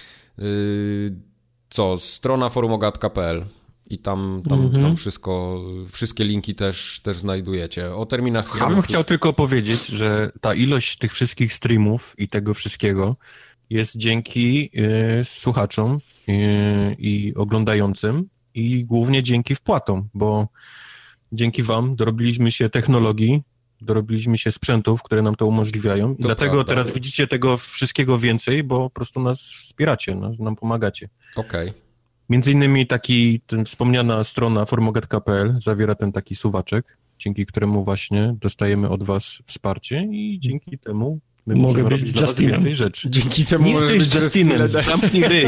Strona forumogatka.pl i tam wszystkie linki też znajdziecie. O terminach... Ja bym chciał tylko powiedzieć, że ta ilość tych wszystkich streamów i tego wszystkiego jest dzięki słuchaczom i oglądającym i głównie dzięki wpłatom, bo dzięki wam dorobiliśmy się technologii, dorobiliśmy się sprzętów, które nam to umożliwiają. I dlatego prawda. Teraz widzicie tego wszystkiego więcej, bo po prostu nas wspieracie, nam pomagacie. Okej. Między innymi ten wspomniana strona forumogatka.pl zawiera ten taki suwaczek, dzięki któremu właśnie dostajemy od was wsparcie i dzięki temu my mogę być Justinem. Dzięki temu nie jesteś Justinem, zamknij ryj.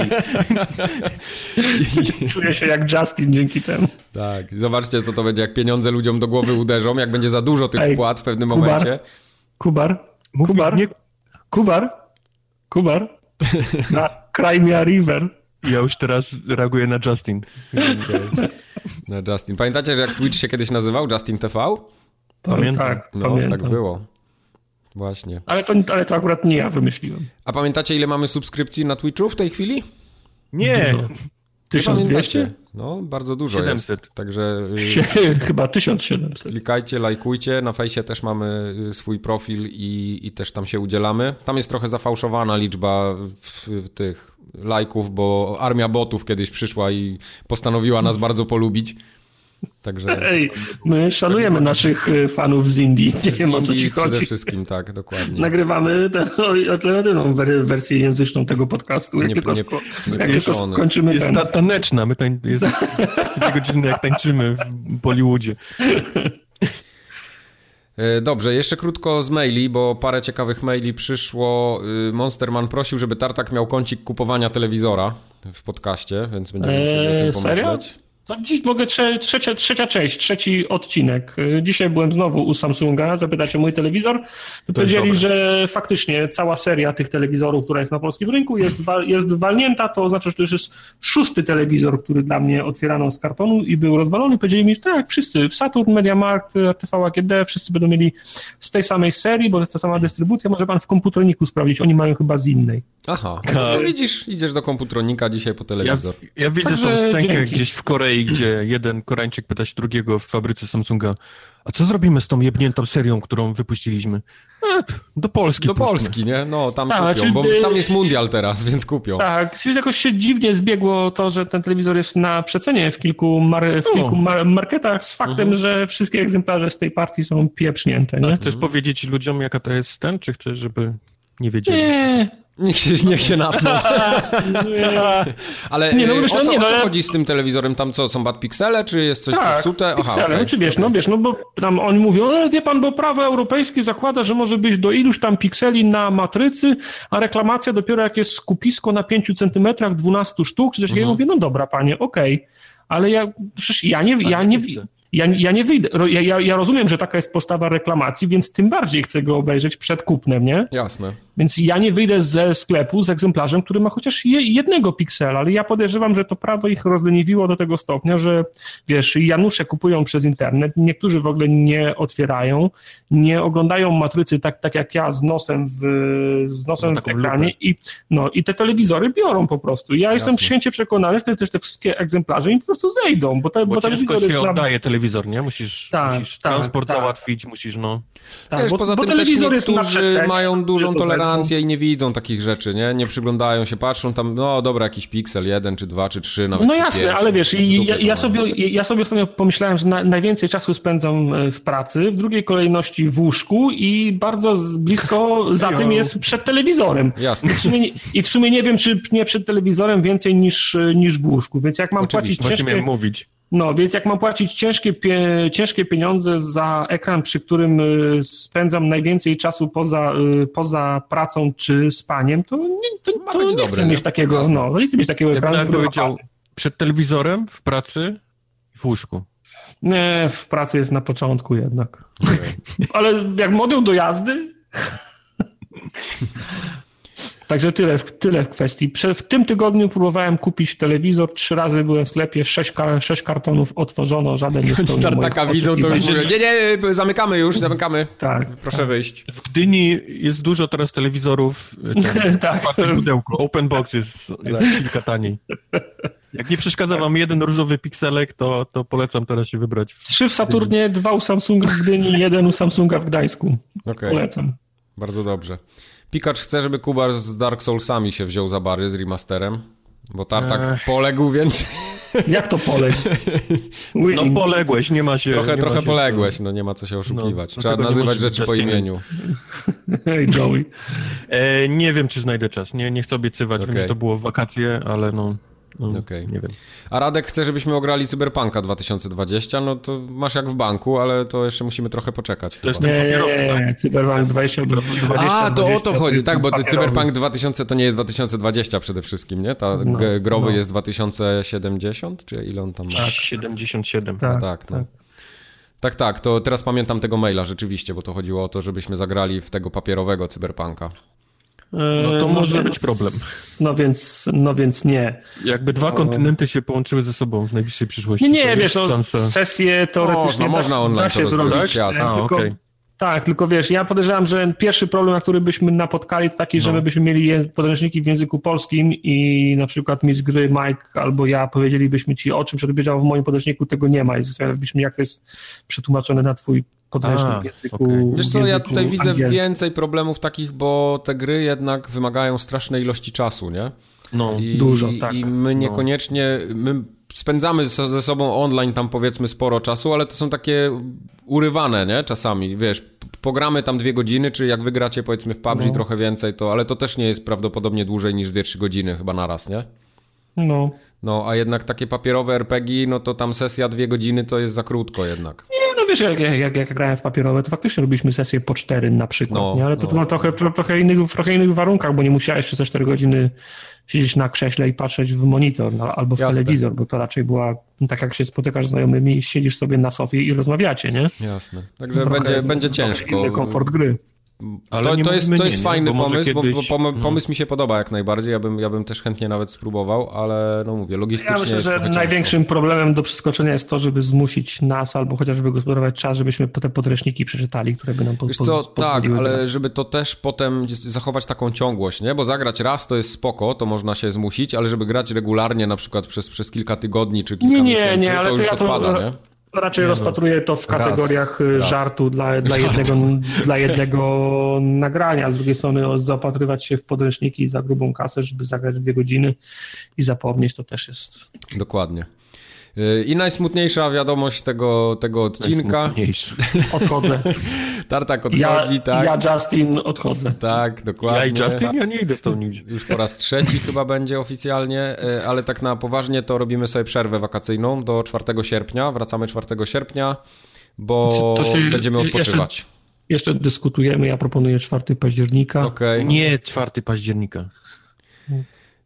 Czuję się jak Justin dzięki temu. Tak, zobaczcie co to będzie, jak pieniądze ludziom do głowy uderzą, jak będzie za dużo tych wpłat w pewnym momencie. Kubar. Cry me a river. Ja już teraz reaguję na Justin. Na Justin. Pamiętacie, że jak Twitch się kiedyś nazywał? Justin TV? Pamiętam. Tak było. Właśnie. Ale to akurat nie ja wymyśliłem. A pamiętacie, ile mamy subskrypcji na Twitchu w tej chwili? Nie. 1200? No, bardzo dużo 700. jest. Także... Chyba 1700. Klikajcie, lajkujcie. Na fejsie też mamy swój profil i też tam się udzielamy. Tam jest trochę zafałszowana liczba tych lajków, bo armia botów kiedyś przyszła i postanowiła nas bardzo polubić. Także... my szanujemy naszych fanów z Indii. Nie wiem, o co ci chodzi. Przede wszystkim, tak, dokładnie. Nagrywamy alternatywną wersję języczną tego podcastu. Jak tylko skończymy jest taneczna. Jest 2 godziny, jak tańczymy w Bollywoodzie. Dobrze, jeszcze krótko z maili, bo parę ciekawych maili przyszło. Monsterman prosił, żeby Tartak miał kącik kupowania telewizora w podcaście, więc będziemy musieli o tym pomyśleć. Serio? To dziś mogę trzecia część, 3 odcinek. Dzisiaj byłem znowu u Samsunga, zapytacie mój telewizor. Powiedzieli, że faktycznie cała seria tych telewizorów, która jest na polskim rynku, jest walnięta. To oznacza, że to już jest 6. telewizor, który dla mnie otwierano z kartonu i był rozwalony. Powiedzieli mi, tak, wszyscy w Saturn, MediaMarkt, RTV AGD, wszyscy będą mieli z tej samej serii, bo to jest ta sama dystrybucja. Może pan w komputroniku sprawdzić, oni mają chyba z innej. Aha, no widzisz, idziesz do komputronika dzisiaj po telewizor. Ja widzę tą scenkę gdzieś w Korei, gdzie jeden Koreańczyk pyta się drugiego w fabryce Samsunga, a co zrobimy z tą jebniętą serią, którą wypuściliśmy? Do Polski. Do Polski, nie? No, tam kupią, bo tam jest mundial teraz, więc kupią. Tak, czyli jakoś się dziwnie zbiegło to, że ten telewizor jest na przecenie w kilku marketach z faktem, że wszystkie egzemplarze z tej partii są pieprznięte. Nie? A chcesz powiedzieć ludziom, jaka to jest czy chcesz, żeby nie wiedzieli? Nie. Niech się natną. Ale o co chodzi z tym telewizorem? Tam co, są bad piksele, czy jest coś popsute? Piksele, czy wiesz, bo tam oni mówią, wie pan, bo prawo europejskie zakłada, że może być do iluś tam pikseli na matrycy, a reklamacja dopiero jak jest skupisko na 5 centymetrach, 12 sztuk, czy coś takiego. Ja mówię, no dobra, panie, okej. Ale ja nie wyjdę. Ja rozumiem, że taka jest postawa reklamacji, więc tym bardziej chcę go obejrzeć przed kupnem, nie? Jasne. Więc ja nie wyjdę ze sklepu z egzemplarzem, który ma chociaż jednego piksela, ale ja podejrzewam, że to prawo ich rozleniwiło do tego stopnia, że wiesz, Janusze kupują przez internet, niektórzy w ogóle nie otwierają, nie oglądają matrycy tak jak ja z nosem w ekranie i te telewizory biorą po prostu. Ja jestem święcie przekonany, że też te wszystkie egzemplarze im po prostu zejdą, bo ciężko się oddaje telewizor, nie? Musisz transport załatwić, musisz Tak, wiesz, poza tym telewizor też niektórzy mają dużą tolerancję i nie widzą takich rzeczy, nie przyglądają się, patrzą tam, no dobra, jakiś piksel, 1 czy 2 czy 3 nawet. No jasne, pierwszy, ale wiesz, ja sobie ostatnio pomyślałem, że najwięcej czasu spędzam w pracy, w drugiej kolejności w łóżku i bardzo blisko za tym jest przed telewizorem. Jasne. I w sumie nie wiem, czy nie przed telewizorem więcej niż w łóżku, więc jak mam płacić więc jak mam płacić ciężkie pieniądze za ekran, przy którym spędzam najwięcej czasu poza pracą czy spaniem, to nie chcę mieć takiego, nie chcę mieć takiego ekranu. Ja bym powiedział, przed telewizorem, w pracy i w łóżku. Nie, w pracy jest na początku jednak. Okay. Ale jak model do jazdy... Także tyle w kwestii. W tym tygodniu próbowałem kupić telewizor, 3 razy byłem w sklepie, 6 kartonów otworzono, żaden nie spełnił Startaka widzą, to już nie, zamykamy. Tak. Proszę wyjść. W Gdyni jest dużo teraz telewizorów, pudełko, open box jest kilka taniej. Jak nie przeszkadza wam jeden różowy pikselek, to polecam teraz się wybrać. 3 w Saturnie, 2 u Samsunga w Gdyni, 1 u Samsunga w Gdańsku. Okay. Polecam. Bardzo dobrze. Pikacz chce, żeby Kubar z Dark Soulsami się wziął za bary z remasterem, bo Tartak poległ, więc... Jak to poległ? No poległeś, nie ma się... Trochę poległeś, nie ma co się oszukiwać. Trzeba nazywać rzeczy po imieniu. Hej, Joey. Nie wiem, czy znajdę czas. Nie chcę obiecywać, wiem, że to było w wakacje, ale nie wiem. A Radek chce, żebyśmy ograli Cyberpunka 2020, no to masz jak w banku, ale to jeszcze musimy trochę poczekać. To jest nie, Cyberpunk 2020. A, to o to chodzi, tak, bo Cyberpunk 2000 to nie jest 2020 przede wszystkim, nie? Growy jest 2070, czy ile on tam ma? Tak, 77. Tak, to teraz pamiętam tego maila rzeczywiście, bo to chodziło o to, żebyśmy zagrali w tego papierowego Cyberpunka. No to może być problem. No więc nie. Jakby 2 kontynenty się połączyły ze sobą w najbliższej przyszłości. Nie, wiesz, sesje teoretycznie można online się zrobić. Tak, tylko wiesz, ja podejrzewam, że pierwszy problem, na który byśmy napotkali, to taki, że my byśmy mieli podręczniki w języku polskim i na przykład mieć gry Mike albo ja powiedzielibyśmy ci o czym, żeby w moim podręczniku tego nie ma i zastanawialibyśmy, jak to jest przetłumaczone na twój podręcznik w języku. Okay. Wiesz co, ja tutaj widzę więcej problemów takich, bo te gry jednak wymagają strasznej ilości czasu, nie? Dużo, tak. I my niekoniecznie... My spędzamy ze sobą online tam powiedzmy sporo czasu, ale to są takie urywane, nie? Czasami, wiesz, pogramy tam 2 godziny, czy jak wygracie powiedzmy w PUBG trochę więcej, ale to też nie jest prawdopodobnie dłużej niż 2-3 godziny chyba naraz, nie? No, a jednak takie papierowe RPG, no to tam sesja 2 godziny to jest za krótko jednak. Nie, no wiesz, jak grałem w papierowe, to faktycznie robiliśmy sesję po 4 na przykład, nie? Ale to było trochę innych warunkach, bo nie musiałeś przez te 4 godziny siedzieć na krześle i patrzeć w monitor albo w telewizor, bo to raczej była tak jak się spotykasz z znajomymi, siedzisz sobie na sofie i rozmawiacie, nie? Jasne. Także będzie ciężko. Inny komfort gry. Ale to jest fajny pomysł, bo pomysł mi się podoba jak najbardziej. Ja bym też chętnie nawet spróbował, ale no mówię, logistycznie ja myślę, że największym problemem do przeskoczenia jest to, żeby zmusić nas albo chociaż wygospodarować czas, żebyśmy te podręczniki przeczytali, które by nam pozwoliły. Tak, ale żeby to też potem zachować taką ciągłość, nie? Bo zagrać raz to jest spoko, to można się zmusić, ale żeby grać regularnie na przykład przez kilka tygodni czy kilka miesięcy, ale to już odpada, nie? Raczej rozpatruję to w kategoriach żartu dla jednego nagrania. Z drugiej strony zaopatrywać się w podręczniki za grubą kasę, żeby zagrać 2 godziny i zapomnieć, to też jest... Dokładnie. I najsmutniejsza wiadomość tego odcinka. Odchodzę. Tartak odchodzi, tak? Ja, Justin, odchodzę. Tak, dokładnie. Ja i Justin? Ja nie idę stąd nigdzie. Już po raz 3 chyba będzie oficjalnie, ale tak na poważnie to robimy sobie przerwę wakacyjną do 4 sierpnia. Wracamy 4 sierpnia, bo będziemy odpoczywać. Jeszcze dyskutujemy, ja proponuję 4 października. Okay. Nie 4 października.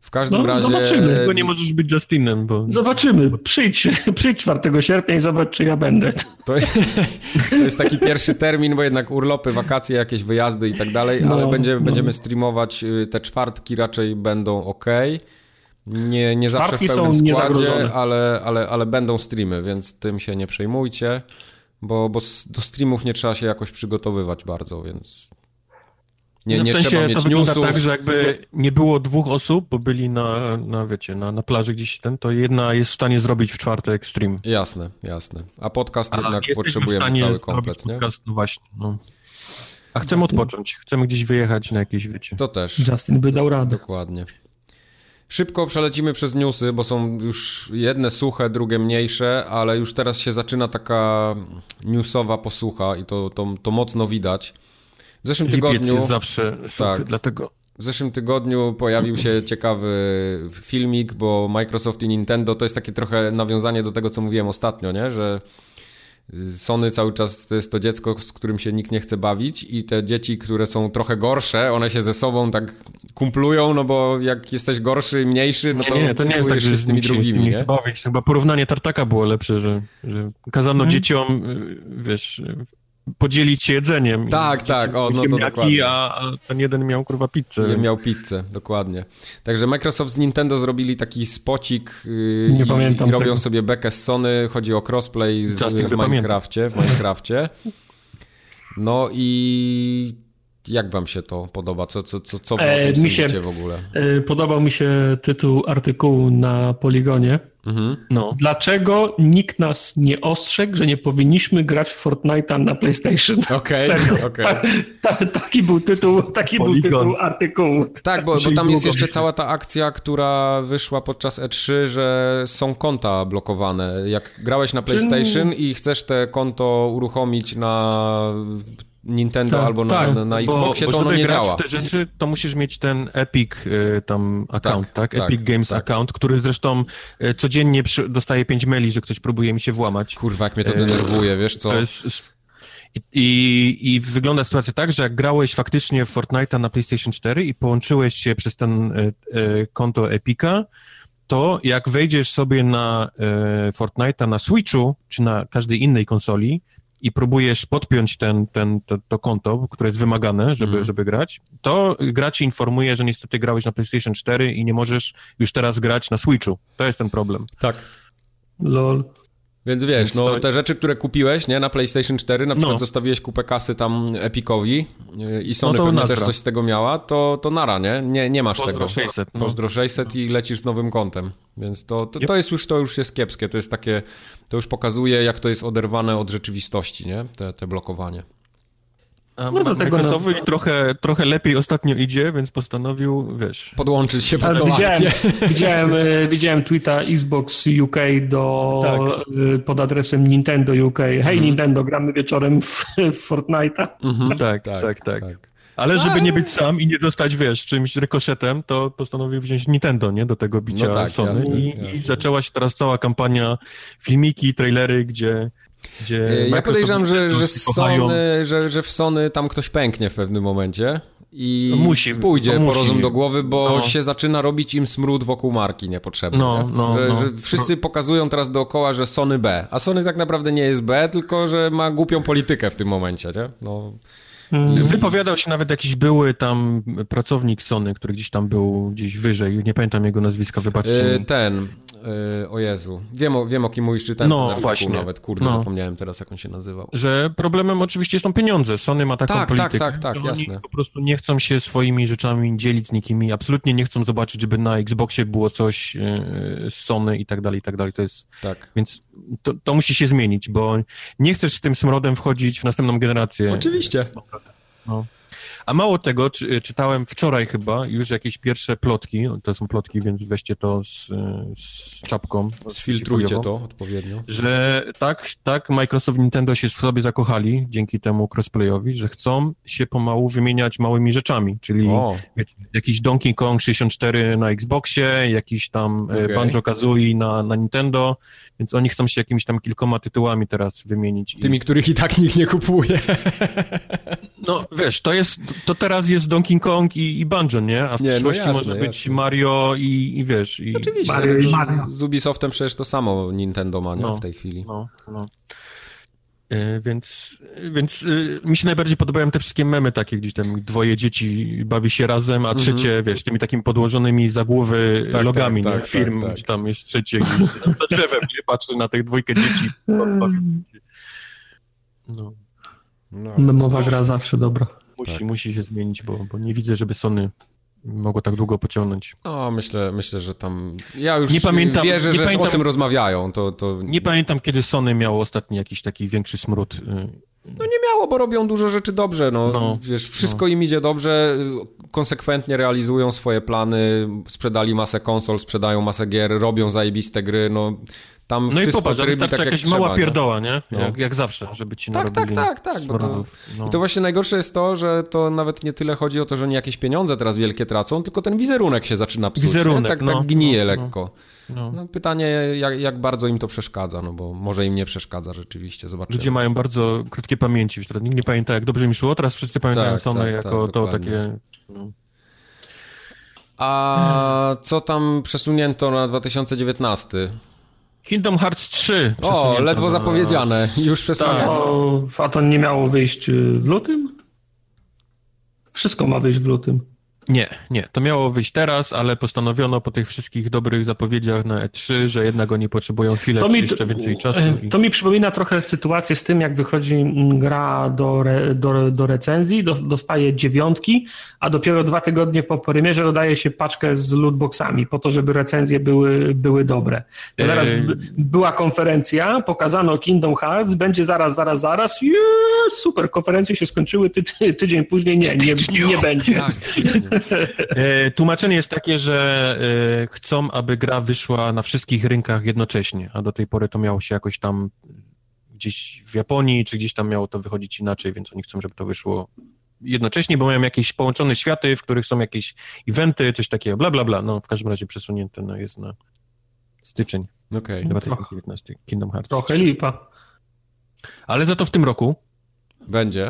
W każdym razie... Zobaczymy. Tylko nie możesz być Justinem, bo... Zobaczymy. Przyjdź 4 sierpnia i zobacz, czy ja będę. To jest taki pierwszy termin, bo jednak urlopy, wakacje, jakieś wyjazdy i tak dalej, ale będziemy streamować. Te czwartki raczej będą okej. Nie zawsze czwartki w pełnym są składzie, ale będą streamy, więc tym się nie przejmujcie, bo do streamów nie trzeba się jakoś przygotowywać bardzo, więc... Nie w sensie trzeba mieć to wygląda newsów. tak, że jakby nie było 2 osób, bo byli na plaży gdzieś to jedna jest w stanie zrobić w czwartek stream. Jasne. A podcast jednak potrzebujemy cały komplet, nie? Podcast, no właśnie, no. A chcemy odpocząć, chcemy gdzieś wyjechać na jakieś, To też. Justin by dał radę. Dokładnie. Szybko przelecimy przez newsy, bo są już jedne suche, drugie mniejsze, ale już teraz się zaczyna taka newsowa posłucha i to mocno widać. W zeszłym tygodniu... jest zawsze suchy, dlatego... W zeszłym tygodniu pojawił się ciekawy filmik, bo Microsoft i Nintendo to jest takie trochę nawiązanie do tego, co mówiłem ostatnio, nie? Że Sony cały czas to jest to dziecko, z którym się nikt nie chce bawić i te dzieci, które są trochę gorsze, one się ze sobą tak kumplują, no bo jak jesteś gorszy, mniejszy, no to nie jest tak, że z tymi drugimi, nie? Chce bawić. Chyba porównanie Tartaka było lepsze, że kazano dzieciom, wiesz... podzielić się jedzeniem. Tak, no to dokładnie. A ten jeden miał kurwa pizzę. Jeden miał pizzę, dokładnie. Także Microsoft z Nintendo zrobili taki spocik i robią sobie bekę z Sony. Chodzi o crossplay w Minecrafcie. No i jak wam się to podoba? Co wy o tym sądzicie w ogóle? Podobał mi się tytuł artykułu na Poligonie. No. Dlaczego nikt nas nie ostrzegł, że nie powinniśmy grać w Fortnite'a na PlayStation? Okej. Taki był tytuł artykułu. Tak, bo tam jest jeszcze cała ta akcja, która wyszła podczas E3, że są konta blokowane. Jak grałeś na PlayStation i chcesz te konto uruchomić na Nintendo albo na Xboxie, to ono nie działa. W te rzeczy to musisz mieć ten Epic tam account, tak? Epic Games account, który zresztą codziennie dostaje 5 maili, że ktoś próbuje mi się włamać. Kurwa, jak mnie to denerwuje, wiesz co? I wygląda sytuacja tak, że jak grałeś faktycznie w Fortnite'a na PlayStation 4 i połączyłeś się przez ten konto Epica, to jak wejdziesz sobie na Fortnite'a na Switchu, czy na każdej innej konsoli, i próbujesz podpiąć to konto, które jest wymagane, żeby grać, to gra ci informuje, że niestety grałeś na PlayStation 4 i nie możesz już teraz grać na Switchu. To jest ten problem. Tak. Lol. Więc wiesz, te rzeczy, które kupiłeś, nie, na PlayStation 4, na przykład zostawiłeś kupę kasy tam Epicowi i Sony pewnie też coś z tego miała, to nara, nie masz tego. 600, Pozdro 600 i lecisz z nowym kontem. Więc to już jest kiepskie, to jest takie, to już pokazuje, jak to jest oderwane od rzeczywistości, nie, te blokowanie. Microsoftowi trochę lepiej ostatnio idzie, więc postanowił, wiesz... podłączyć się pod tą akcję. Widziałem tweeta Xbox UK pod adresem Nintendo UK. Hej Nintendo, gramy wieczorem w Fortnite'a. Tak. Ale żeby nie być sam i nie dostać, wiesz, czymś rykoszetem, to postanowił wziąć Nintendo, nie? Do tego bicia Sony. Jasne. I zaczęła się teraz cała kampania, filmiki, trailery, gdzie ja podejrzewam, że w Sony tam ktoś pęknie w pewnym momencie i pójdzie po rozum do głowy, bo się zaczyna robić im smród wokół marki niepotrzebny. Że wszyscy pokazują teraz dookoła, że Sony B, a Sony tak naprawdę nie jest B, tylko że ma głupią politykę w tym momencie, nie? Wypowiadał się nawet jakiś były tam pracownik Sony, który gdzieś tam był gdzieś wyżej, nie pamiętam jego nazwiska, wybaczcie. O Jezu, wiem o kim mówisz, czytałem ten artykuł właśnie. Nawet, zapomniałem teraz, jak on się nazywał. Że problemem oczywiście są pieniądze, Sony ma taką politykę, tak, oni jasne. Po prostu nie chcą się swoimi rzeczami dzielić z nikimi, absolutnie nie chcą zobaczyć, żeby na Xboxie było coś z Sony i tak dalej, to jest... Tak. Więc to musi się zmienić, bo nie chcesz z tym smrodem wchodzić w następną generację. Oczywiście. A mało tego, czytałem wczoraj chyba już jakieś pierwsze plotki, to są plotki, więc weźcie to z czapką. Sfiltrujcie to odpowiednio. Że tak, Microsoft i Nintendo się w sobie zakochali dzięki temu crossplayowi, że chcą się pomału wymieniać małymi rzeczami, czyli jakiś Donkey Kong 64 na Xboxie, jakiś tam Banjo-Kazooie na Nintendo, więc oni chcą się jakimiś tam kilkoma tytułami teraz wymienić. Tymi, których i tak nikt nie kupuje. No wiesz, to To teraz jest Donkey Kong i Banjo, nie? A w przyszłości jasne, może być Mario i wiesz... Oczywiście, Mario. Z Ubisoftem przecież to samo Nintendo ma, nie? W tej chwili. Więc mi się najbardziej podobają te wszystkie memy takie, gdzieś tam dwoje dzieci bawi się razem, a trzecie, wiesz, tymi takimi podłożonymi za głowy logami firm, gdzie tam jest trzecie gdzieś za drzewem, nie patrzy na tych dwójkę dzieci. Memowa gra zawsze dobra. Musi się zmienić, bo nie widzę, żeby Sony mogło tak długo pociągnąć. No, myślę, że tam... Ja już wierzę, że o tym rozmawiają. To... Nie pamiętam, kiedy Sony miało ostatni jakiś taki większy smród. No nie miało, bo robią dużo rzeczy dobrze. Wiesz, wszystko im idzie dobrze, konsekwentnie realizują swoje plany, sprzedali masę konsol, sprzedają masę gier, robią zajebiste gry, tam no wszystko i popatrz, trybi wystarczy tak jakaś mała pierdoła, nie? Jak zawsze, żeby ci narobili Tak. I to właśnie najgorsze jest to, że to nawet nie tyle chodzi o to, że oni jakieś pieniądze teraz wielkie tracą, tylko ten wizerunek się zaczyna psuć. Tak gnije lekko. Pytanie, jak bardzo im to przeszkadza, bo może im nie przeszkadza rzeczywiście, zobaczymy. Ludzie mają bardzo krótkie pamięci, teraz nikt nie pamięta, jak dobrze mi szło, teraz wszyscy pamiętają Sony jako to takie... A co tam przesunięto na 2019? Kingdom Hearts 3. Ledwo zapowiedziane. Już przesunięte. A to nie miało wyjść w lutym? Wszystko ma wyjść w lutym. Nie. To miało wyjść teraz, ale postanowiono po tych wszystkich dobrych zapowiedziach na E3, że jednak oni potrzebują chwilę czy jeszcze więcej czasu. To mi przypomina trochę sytuację z tym, jak wychodzi gra do recenzji, dostaje 9, a dopiero 2 tygodnie po premierze dodaje się paczkę z lootboxami po to, żeby recenzje były dobre. Teraz była konferencja, pokazano Kingdom Hearts, będzie zaraz. Super, konferencje się skończyły, tydzień później nie będzie. Tłumaczenie jest takie, że chcą, aby gra wyszła na wszystkich rynkach jednocześnie, a do tej pory to miało się jakoś tam gdzieś w Japonii, czy gdzieś tam miało to wychodzić inaczej, więc oni chcą, żeby to wyszło jednocześnie, bo mają jakieś połączone światy, w których są jakieś eventy, coś takiego, bla, bla, bla. W każdym razie przesunięte jest na styczeń 2019 Kingdom Hearts. Trochę lipa. Ale za to w tym roku będzie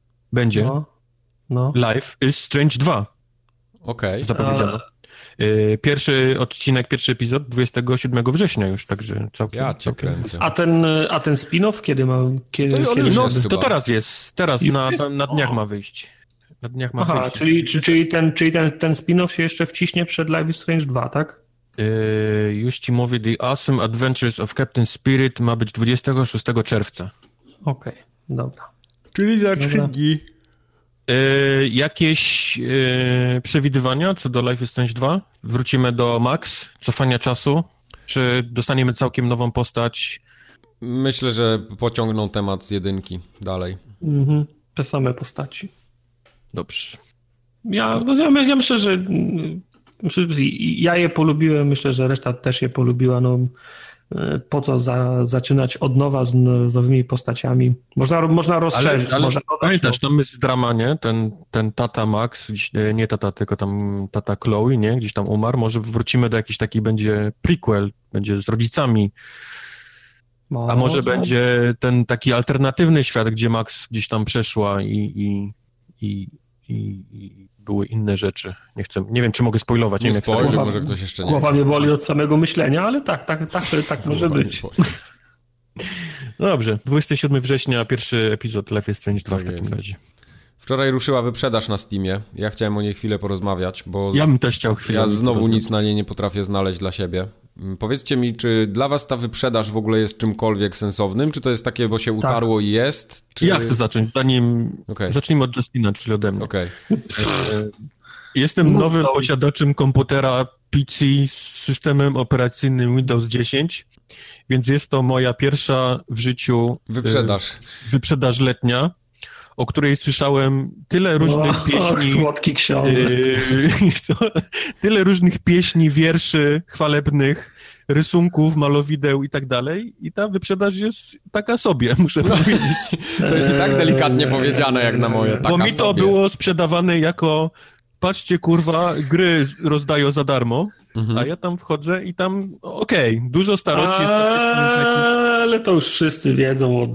Life is Strange 2. Zapowiedziano. Pierwszy odcinek, pierwszy epizod 27 września już, także całkiem. Ja cię kręcę. A ten spin-off kiedy ma? To teraz jest. Teraz na dniach ma wyjść. Na dniach ma wyjść. Czyli ten spin-off się jeszcze wciśnie przed Life is Strange 2, tak? Już ci mówię, The Awesome Adventures of Captain Spirit ma być 26 czerwca. Okej, dobra. Czyli za 3 dni. Jakieś przewidywania co do Life is Strange 2? Wrócimy do Max, cofania czasu? Czy dostaniemy całkiem nową postać? Myślę, że pociągną temat z 1 dalej. Te same postaci. Dobrze. Ja myślę, że ja je polubiłem, myślę, że reszta też je polubiła. Po co zaczynać od nowa z nowymi postaciami? Można rozszerzyć. Ale pamiętasz, tam jest drama, nie? Ten tata Max, nie tata, tylko tam tata Chloe, nie? Gdzieś tam umarł. Może wrócimy do jakiś taki, będzie prequel, będzie z rodzicami. A może będzie ten taki alternatywny świat, gdzie Max gdzieś tam przeszła i były inne rzeczy. Nie wiem, czy mogę spoilować. Nie spoiluj, może ktoś jeszcze nie. Głowa mnie boli od samego myślenia, ale tak może być. No dobrze, 27 września, pierwszy epizod Life is Strange 2 w takim razie. Wczoraj ruszyła wyprzedaż na Steamie. Ja chciałem o niej chwilę porozmawiać, bo ja bym też chciał chwilę. Ja znowu nic na niej nie potrafię znaleźć dla siebie. Powiedzcie mi, czy dla was ta wyprzedaż w ogóle jest czymkolwiek sensownym? Czy to jest takie, bo się utarło i jest? Czy... Ja chcę zacząć, zacznijmy od Justina, czyli ode mnie. Jestem nowym posiadaczem komputera PC z systemem operacyjnym Windows 10, więc jest to moja pierwsza w życiu wyprzedaż letnia, o której słyszałem tyle różnych pieśni. Słodki książek. Tyle różnych pieśni, wierszy chwalebnych, rysunków, malowideł i tak dalej. I ta wyprzedaż jest taka sobie, muszę powiedzieć. To jest i tak delikatnie powiedziane, jak na moje. Bo mi to było sprzedawane jako patrzcie, kurwa, gry rozdają za darmo, a ja tam wchodzę i tam, dużo staroci jest. Ale to już wszyscy wiedzą od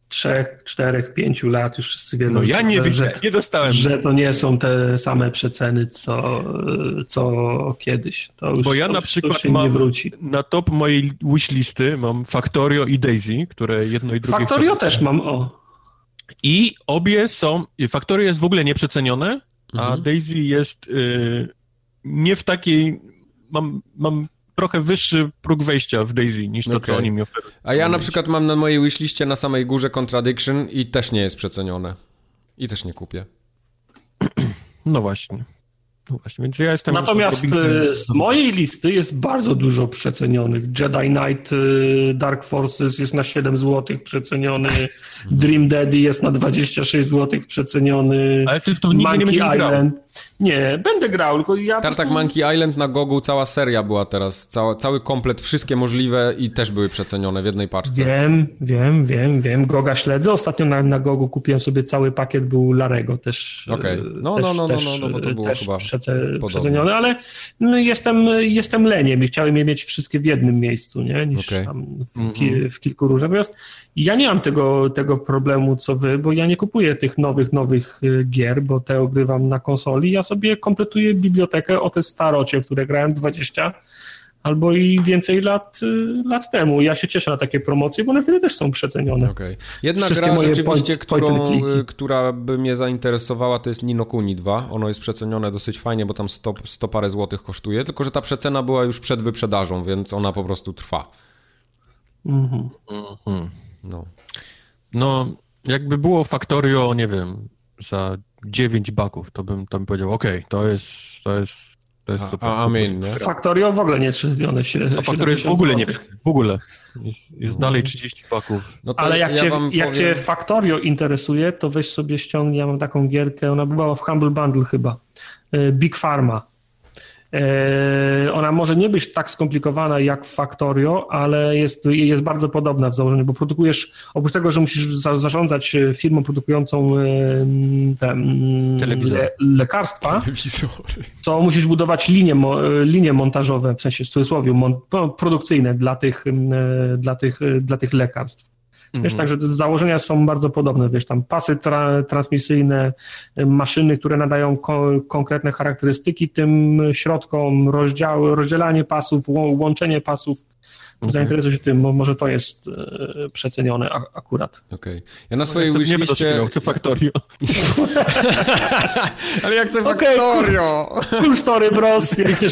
3, 4, 5 lat już wszyscy wiedzą, ja nie dostałem. Że to nie są te same przeceny, co kiedyś. To już, bo ja na przykład mam nie wróci. Na top mojej wishlisty mam Factorio i Daisy, które jedno i drugie... Factorio też mam, I obie są... Factorio jest w ogóle nieprzecenione, a Daisy jest nie w takiej... Mam trochę wyższy próg wejścia w Daisy niż to, co oni mi oferują. A ja na przykład mam na mojej wishliście na samej górze Contradiction i też nie jest przecenione. I też nie kupię. No właśnie, więc ja jestem... Natomiast z mojej listy jest bardzo dużo przecenionych. Jedi Knight Dark Forces jest na 7 zł przeceniony, Dream Daddy jest na 26 zł przeceniony. Ale ty w to nigdy nie będziesz grał. Nie, będę grał, tylko ja... Tartak Monkey Island na Gogu cała seria była teraz, cały komplet, wszystkie możliwe i też były przecenione w jednej paczce. Wiem. Goga śledzę. Ostatnio na Gogu kupiłem sobie cały pakiet, był Larego też. Okej, no, bo to było chyba przecenione, ale jestem leniem i chciałem je mieć wszystkie w jednym miejscu, nie? Niż tam w kilku różnych. Natomiast ja nie mam tego problemu, co wy, bo ja nie kupuję tych nowych gier, bo te ogrywam na konsoli. Ja sobie kompletuję bibliotekę o te starocie, w które grałem 20 albo i więcej lat temu. Ja się cieszę na takie promocje, bo one wtedy też są przecenione. Jedna wszystkie gra rzeczywiście, która by mnie zainteresowała, to jest Ni no Kuni 2. Ono jest przecenione dosyć fajnie, bo tam 100 parę złotych kosztuje, tylko że ta przecena była już przed wyprzedażą, więc ona po prostu trwa. No, jakby było Factorio, nie wiem, za 9 baków, to bym tam powiedział, to jest super. Amen, nie? Factorio w ogóle nie jest przecenione. A Factorio jest w ogóle jest dalej 30 baków. No ale jak cię Factorio interesuje, to weź sobie ściągnij, ja mam taką gierkę, ona była w Humble Bundle chyba, Big Pharma. Ona może nie być tak skomplikowana jak Factorio, ale jest bardzo podobna w założeniu, bo produkujesz, oprócz tego, że musisz zarządzać firmą produkującą lekarstwa, to musisz budować linie montażowe, w sensie w cudzysłowie, produkcyjne dla tych lekarstw. Wiesz, także te założenia są bardzo podobne, wiesz, tam pasy transmisyjne, maszyny, które nadają konkretne charakterystyki tym środkom, rozdzielanie pasów, łączenie pasów. Zainteresuj się tym, bo może to jest przecenione akurat. Ja na swojej wishliście... chcę Factorio. Ale ja chcę Factorio! Cool story, bros.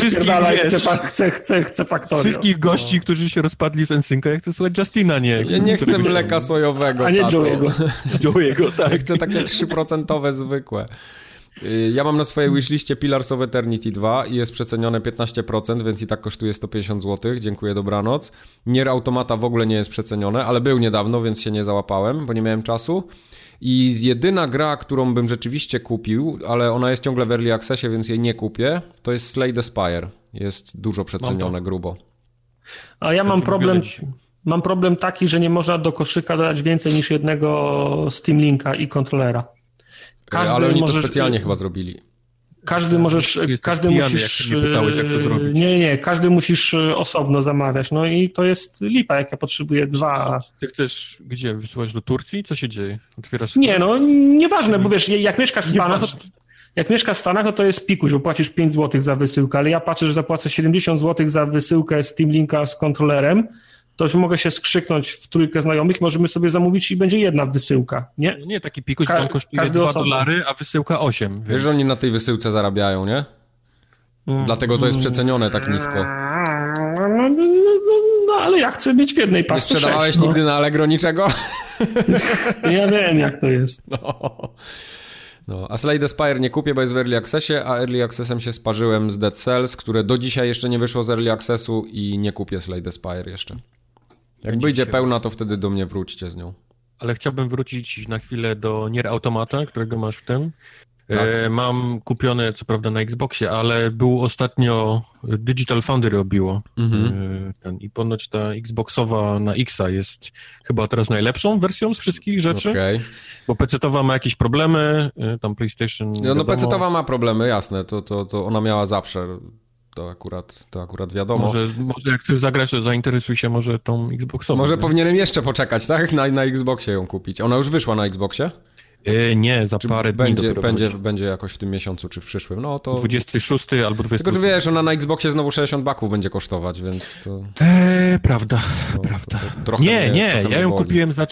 Chcę Factorio. Wszystkich gości, którzy się rozpadli z NSYNC'a, ja chcę słuchać Justina, nie. Ja nie chcę mleka sojowego, a nie Joey'ego. Tak. Ja chcę takie 3% zwykłe. Ja mam na swojej wishliście Pillars of Eternity 2 i jest przecenione 15%, więc i tak kosztuje 150 zł. Dziękuję, dobranoc. Nier Automata w ogóle nie jest przecenione, ale był niedawno, więc się nie załapałem, bo nie miałem czasu. I jedyna gra, którą bym rzeczywiście kupił, ale ona jest ciągle w Early Accessie, więc jej nie kupię, to jest Slay the Spire. Jest dużo przecenione, grubo. A ja mam problem taki, że nie można do koszyka dodać więcej niż jednego Steam Linka i kontrolera. Ale oni to specjalnie chyba zrobili. Każdy musisz... Jak mnie pytałeś, jak to zrobić. Nie, każdy musisz osobno zamawiać. No i to jest lipa, jak ja potrzebuję 2. Ty chcesz gdzie? Wysyłać do Turcji? Co się dzieje? Otwierasz... Nie, nieważne, bo wiesz, jak mieszkasz w Stanach... Jak mieszkasz w Stanach, to jest pikuś, bo płacisz 5 zł za wysyłkę, ale ja patrzę, że zapłacę 70 zł za wysyłkę Steam Linka z kontrolerem, to mogę się skrzyknąć w trójkę znajomych, możemy sobie zamówić i będzie jedna wysyłka, nie? Nie, taki pikuś tam kosztuje $2, a wysyłka 8. Wiesz, że oni na tej wysyłce zarabiają, nie? Dlatego to jest przecenione tak nisko. No, ale ja chcę mieć w jednej paczce. Nie sprzedawałeś nigdy na Allegro niczego? Ja wiem, jak to jest. No, a Slay the Spire nie kupię, bo jest w Early Accessie, a Early Accessem się sparzyłem z Dead Cells, które do dzisiaj jeszcze nie wyszło z Early Accessu i nie kupię Slay the Spire jeszcze. Jak wyjdzie pełna, to wtedy do mnie wróćcie z nią. Ale chciałbym wrócić na chwilę do Nier Automata, którego masz w tym. Tak. Mam kupione, co prawda na Xboxie, ale był ostatnio Digital Foundry robiło. I ponoć ta Xboxowa na Xa jest chyba teraz najlepszą wersją z wszystkich rzeczy. Bo PC-towa ma jakieś problemy, tam PlayStation... No PC-towa ma problemy, jasne, to ona miała zawsze. To akurat wiadomo. Może jak chcesz zagrać, to zainteresuj się może tą Xboxową. Może powinienem jeszcze poczekać, tak? Na Xboxie ją kupić. Ona już wyszła na Xboxie? Nie, za parę dni będzie jakoś w tym miesiącu, czy w przyszłym. No to... 26 albo 28. Tylko, że wiesz, ona na Xboxie znowu $60 będzie kosztować, więc to... Prawda, no, prawda. To trochę ja ją kupiłem za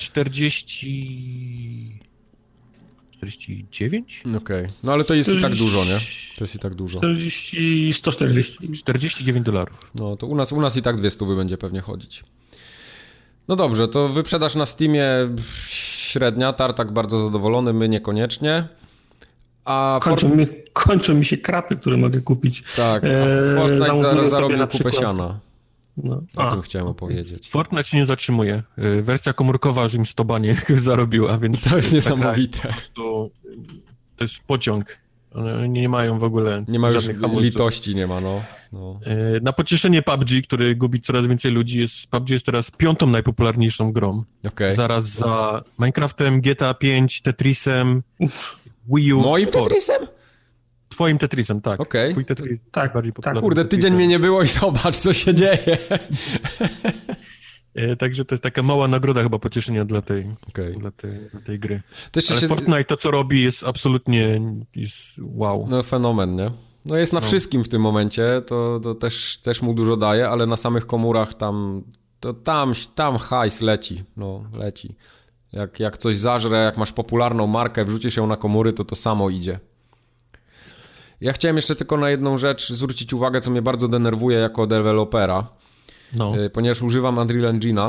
49? Okej. No ale to jest i tak dużo, nie? To jest i tak dużo. 140. $49. No to u nas i tak 200 będzie pewnie chodzić. No dobrze, to wyprzedaż na Steamie średnia, Tartak bardzo zadowolony, my niekoniecznie. A kończą mi się krapy, które mogę kupić. Tak, a Fortnite zarobił kupę siana. No. O tym chciałem opowiedzieć. Fortnite się nie zatrzymuje. Wersja komórkowa już im 100 baniek zarobiła, więc... To jest niesamowite. To jest pociąg. One nie mają w ogóle nie ma już hamulców. litości, nie ma, no. Na pocieszenie PUBG, który gubi coraz więcej ludzi, PUBG jest teraz 5. najpopularniejszą grą. Okay. Zaraz za Minecraftem, GTA 5, Tetrisem, Wii U. Moim Tetrisem? Twoim Tetrisem, tak. Okej. Twój Tetris, tak, bardziej popularny. Kurde, tydzień mnie nie było i zobacz, co się dzieje. Także to jest taka mała nagroda chyba pocieszenia dla tej gry. Ale Fortnite to, co robi, jest absolutnie wow. No fenomen, nie? No jest na wszystkim w tym momencie, to też mu dużo daje, ale na samych komórach tam hajs leci, leci. Jak coś zażre, jak masz popularną markę, wrzucisz ją na komóry, to samo idzie. Ja chciałem jeszcze tylko na jedną rzecz zwrócić uwagę, co mnie bardzo denerwuje jako dewelopera. Ponieważ używam Unreal Engine'a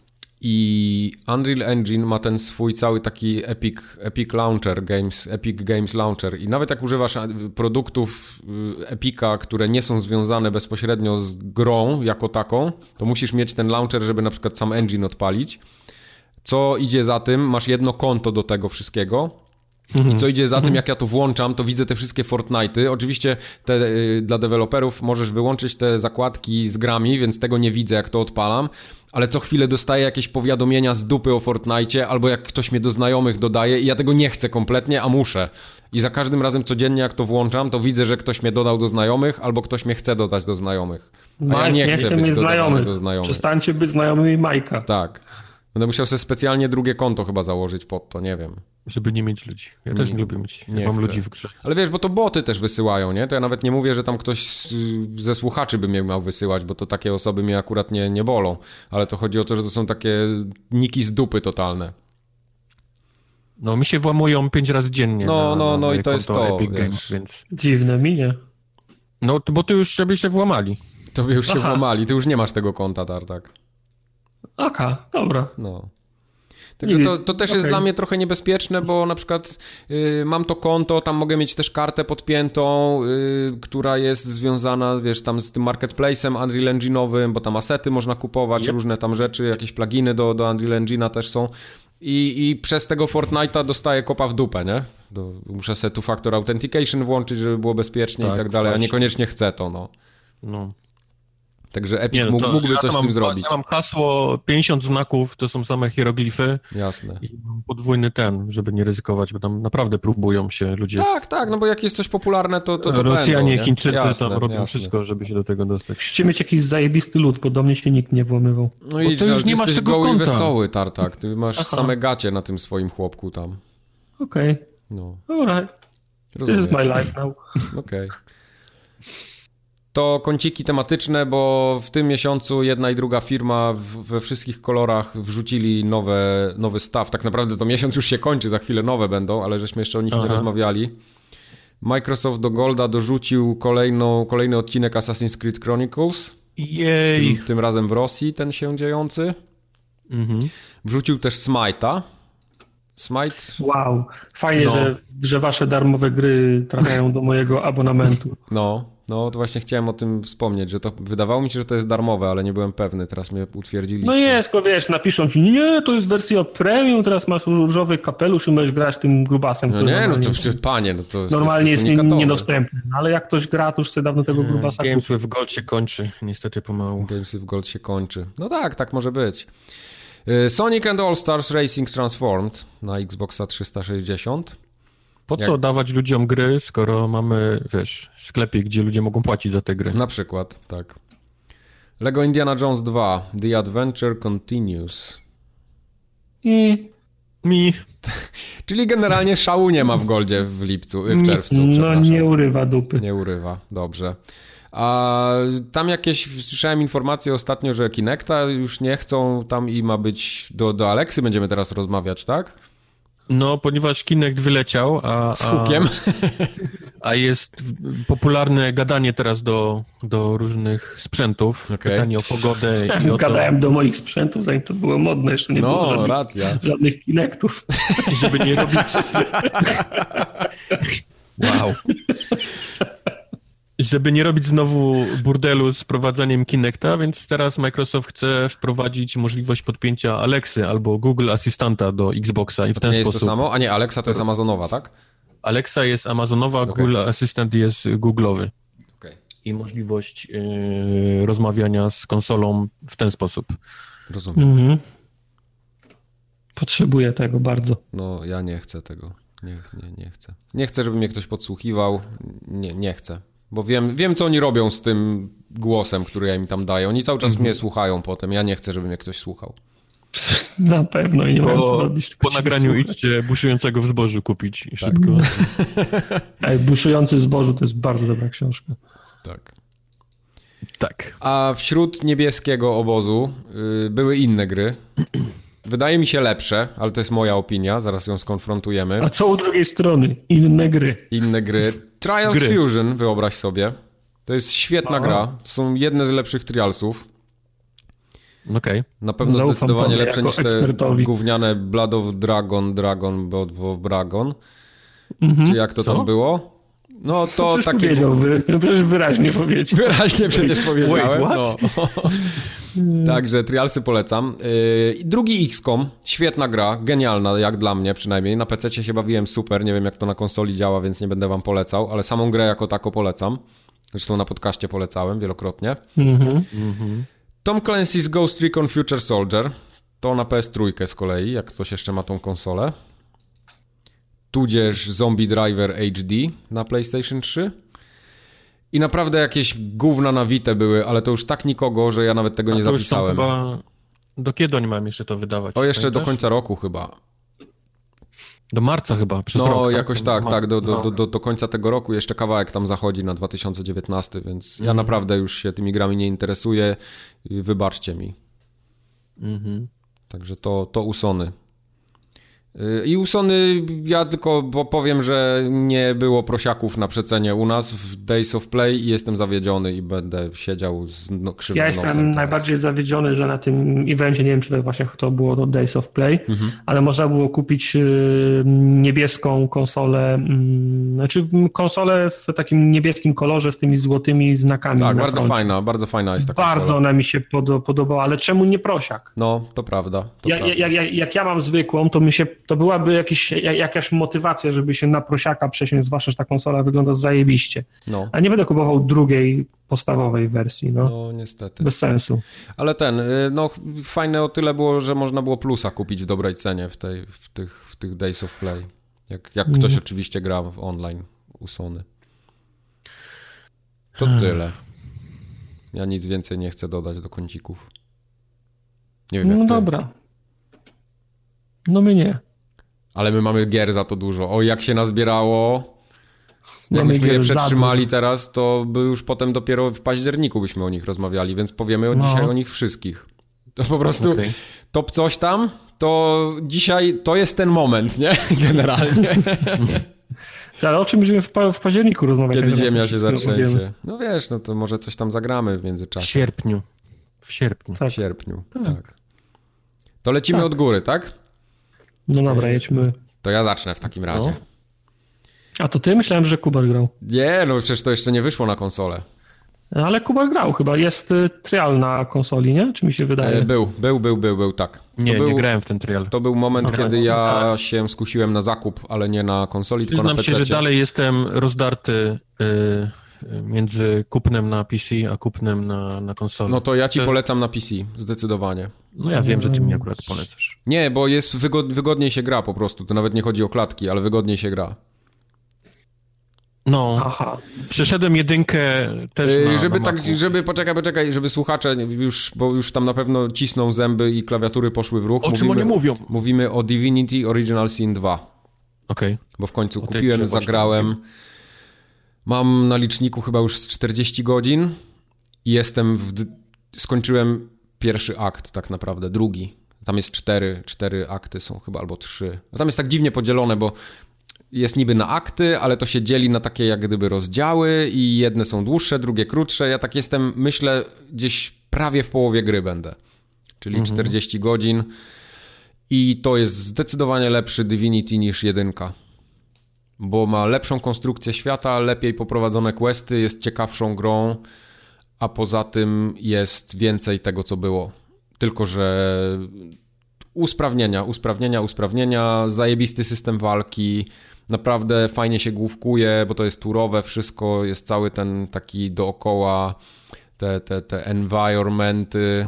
i Unreal Engine ma ten swój cały taki Epic Launcher, Epic Games Launcher i nawet jak używasz produktów Epica, które nie są związane bezpośrednio z grą jako taką, to musisz mieć ten launcher, żeby na przykład sam engine odpalić. Co idzie za tym? Masz jedno konto do tego wszystkiego. I co idzie za tym, jak ja to włączam, to widzę te wszystkie Fortnite'y. Oczywiście dla deweloperów możesz wyłączyć te zakładki z grami, więc tego nie widzę, jak to odpalam, ale co chwilę dostaję jakieś powiadomienia z dupy o Fortnite'cie, albo jak ktoś mnie do znajomych dodaje i ja tego nie chcę kompletnie, a muszę. I za każdym razem codziennie, jak to włączam, to widzę, że ktoś mnie dodał do znajomych, albo ktoś mnie chce dodać do znajomych. A ja nie chcę być dodany do znajomych. Przestańcie być znajomymi Majka. Tak. Będę musiał sobie specjalnie drugie konto chyba założyć pod to, nie wiem. Żeby nie mieć ludzi. Ja też nie lubię mieć. Ja mam ludzi w grze. Ale wiesz, bo to boty też wysyłają, nie? To ja nawet nie mówię, że tam ktoś ze słuchaczy by mnie miał wysyłać, bo to takie osoby mnie akurat nie bolą. Ale to chodzi o to, że to są takie niki z dupy totalne. No mi się włamują 5 razy dziennie. No i to jest to, Epic Games, więc... Dziwne mi, nie? No, bo ty już sobie się włamali. Tobie już się włamali. Ty już nie masz tego konta, Tartak. Dobra. No. Także to też jest dla mnie trochę niebezpieczne, bo na przykład mam to konto, tam mogę mieć też kartę podpiętą, która jest związana, wiesz, tam z tym marketplace'em Unreal Engine'owym, bo tam asety można kupować, różne tam rzeczy, jakieś pluginy do Unreal Engine'a też są i przez tego Fortnite'a dostaję kopa w dupę, nie? Muszę sobie two-factor authentication włączyć, żeby było bezpiecznie i tak dalej, a niekoniecznie chcę to, no. Także Epic mógłby coś z tym zrobić. Ja mam hasło 50 znaków, to są same hieroglify. Jasne. I mam podwójny żeby nie ryzykować, bo tam naprawdę próbują się ludzie... Tak, no bo jak jest coś popularne, to Rosjanie, będą, Chińczycy tam robią wszystko, żeby się do tego dostać. Musicie mieć jakiś zajebisty lud, bo do mnie się nikt nie włamywał. No i to już nie masz tego goły konta. Wesoły, Tartak. Ty masz same gacie na tym swoim chłopku tam. Okej. No. Alright. This is my life now. Okej. To kąciki tematyczne, bo w tym miesiącu jedna i druga firma we wszystkich kolorach wrzucili nowy staw. Tak naprawdę to miesiąc już się kończy, za chwilę nowe będą, ale żeśmy jeszcze o nich nie rozmawiali. Microsoft do Golda dorzucił kolejny odcinek Assassin's Creed Chronicles. Jej! Tym razem w Rosji, ten się dziejący. Wrzucił też Smite'a. Smite? Wow, fajnie, że wasze darmowe gry trafiają do mojego abonamentu. No, to właśnie chciałem o tym wspomnieć, że to wydawało mi się, że to jest darmowe, ale nie byłem pewny, teraz mnie utwierdziliście. No jest, wiesz, napiszą ci, nie, to jest wersja premium, teraz masz różowy kapelusz i możesz grać tym grubasem. No nie, no to panie, no to normalnie jest niedostępny, no, ale jak ktoś gra, to już sobie dawno tego grubasa Games with Gold się kończy, niestety pomału. Games with Gold się kończy. No tak może być. Sonic and All Stars Racing Transformed na Xboxa 360. Po co dawać ludziom gry, skoro mamy, sklepik, gdzie ludzie mogą płacić za te gry? Na przykład, tak. Lego Indiana Jones 2. The Adventure Continues. Czyli generalnie szału nie ma w Goldzie w czerwcu. No nie urywa dupy. Nie urywa, dobrze. A tam jakieś, słyszałem informacje ostatnio, że Kinecta już nie chcą tam i ma być, do Alexy będziemy teraz rozmawiać, tak? No, ponieważ Kinect wyleciał, z hukiem. A jest popularne gadanie teraz do różnych sprzętów. Okay. Gadanie o pogodę i o Gadałem do moich sprzętów, zanim to było modne, jeszcze nie było żadnych Kinectów. Żeby nie robić... Wow. Żeby nie robić znowu burdelu z wprowadzaniem Kinecta, więc teraz Microsoft chce wprowadzić możliwość podpięcia Alexy albo Google Asystanta do Xboxa i w ten sposób... Nie jest to samo? A nie, Alexa to jest Amazonowa, tak? Alexa jest Amazonowa, okay. Google Assistant jest Google'owy. Okay. I możliwość rozmawiania z konsolą w ten sposób. Rozumiem. Potrzebuję tego bardzo. No, ja nie chcę tego. Nie chcę. Nie chcę, żeby mnie ktoś podsłuchiwał. Nie chcę. Bo wiem, co oni robią z tym głosem, który ja im tam daję. Oni cały czas mnie słuchają potem. Ja nie chcę, żeby mnie ktoś słuchał. Na pewno i nie mam co robić. Po nagraniu idźcie buszującego w zbożu kupić i szybko. Buszujący w zbożu to jest bardzo dobra książka. Tak. A wśród niebieskiego obozu były inne gry. Wydaje mi się lepsze, ale to jest moja opinia, zaraz ją skonfrontujemy. A co u drugiej strony? Inne gry. Trials Fusion, wyobraź sobie. To jest świetna gra. To są jedne z lepszych Trialsów. Okej. Na pewno zdecydowanie lepsze niż te gówniane Blood of Blood of Dragon. Czy jak to tam było? No to takie... Przecież wyraźnie powiedział. Wyraźnie przecież powiedziałem. Wait, Także Trialsy polecam. Drugi XCOM, świetna gra, genialna jak dla mnie przynajmniej. Na PC się bawiłem super, nie wiem jak to na konsoli działa, więc nie będę wam polecał, ale samą grę jako tako polecam. Zresztą na podcaście polecałem wielokrotnie. Tom Clancy's Ghost Recon Future Soldier, to na PS3 z kolei, jak ktoś jeszcze ma tą konsolę. Tudzież Zombie Driver HD na PlayStation 3. I naprawdę jakieś gówna na Vita były, ale to już tak nikogo, że ja nawet tego nie zapisałem. Chyba... Do kiedy oni mają jeszcze to wydawać? O, jeszcze do końca roku chyba. Do marca chyba, przez rok. No, jakoś tak, do końca tego roku jeszcze kawałek tam zachodzi na 2019, więc ja naprawdę już się tymi grami nie interesuję. Wybaczcie mi. Także to u Sony. I u Sony ja tylko powiem, że nie było prosiaków na przecenie u nas w Days of Play i jestem zawiedziony i będę siedział z krzywym nosem. Ja jestem najbardziej zawiedziony, że na tym evencie, nie wiem czy to właśnie to było do Days of Play, ale można było kupić niebieską konsolę, znaczy konsolę w takim niebieskim kolorze z tymi złotymi znakami. Tak, bardzo fajna jest ta konsola. Bardzo ona mi się podobała, ale czemu nie prosiak? No, to prawda. Jak ja mam zwykłą, to byłaby jakaś motywacja, żeby się na prosiaka przesiąść, zwłaszcza, że ta konsola wygląda zajebiście. No. A nie będę kupował drugiej podstawowej wersji. No niestety. Bez sensu. Ale fajne o tyle było, że można było plusa kupić w dobrej cenie w tych Days of Play. Jak ktoś oczywiście gra w online u Sony. To tyle. Ja nic więcej nie chcę dodać do kącików. Nie wiem jak ty. Dobra. No my nie. Ale my mamy gier za to dużo. O, jak się nazbierało. Jakbyśmy je przetrzymali teraz, to by już potem dopiero w październiku byśmy o nich rozmawiali, więc powiemy dzisiaj o nich wszystkich. To po prostu top coś tam, to dzisiaj to jest ten moment, nie? Generalnie. Ale o czym będziemy w październiku rozmawiać? Kiedy ziemia się zatrzęsie. No wiesz, no to może coś tam zagramy w międzyczasie. W sierpniu. Tak. W sierpniu, tak. To lecimy od góry, tak? No dobra, jedźmy. To ja zacznę w takim razie. A to ty? Myślałem, że Kubar grał. Nie, no przecież to jeszcze nie wyszło na konsolę. Ale Kubar grał chyba. Jest trial na konsoli, nie? Czy mi się wydaje? Był, tak. Nie grałem w ten trial. To był moment, kiedy ja się skusiłem na zakup, ale nie na konsoli, tylko na PC. Przyznam się, że dalej jestem rozdarty między kupnem na PC, a kupnem na konsoli. No to ja ci polecam na PC, zdecydowanie. No ja wiem, że ty mi akurat polecasz. Nie, bo jest wygodniej się gra po prostu. To nawet nie chodzi o klatki, ale wygodniej się gra. No, aha. Przeszedłem 1 też poczekaj, żeby słuchacze bo już tam na pewno cisną zęby i klawiatury poszły w ruch. O czym oni mówią? Mówimy o Divinity Original Sin 2. Okej. Bo w końcu kupiłem, zagrałem. Mam na liczniku chyba już z 40 godzin i skończyłem pierwszy akt tak naprawdę, drugi. Tam jest 4 akty są chyba, albo 3. No tam jest tak dziwnie podzielone, bo jest niby na akty, ale to się dzieli na takie jak gdyby rozdziały i jedne są dłuższe, drugie krótsze. Ja tak jestem, myślę, gdzieś prawie w połowie gry będę. Czyli 40 godzin. I to jest zdecydowanie lepszy Divinity niż 1. Bo ma lepszą konstrukcję świata, lepiej poprowadzone questy, jest ciekawszą grą, a poza tym jest więcej tego, co było. Tylko że usprawnienia, zajebisty system walki, naprawdę fajnie się główkuje, bo to jest turowe wszystko, jest cały ten taki dookoła, te environmenty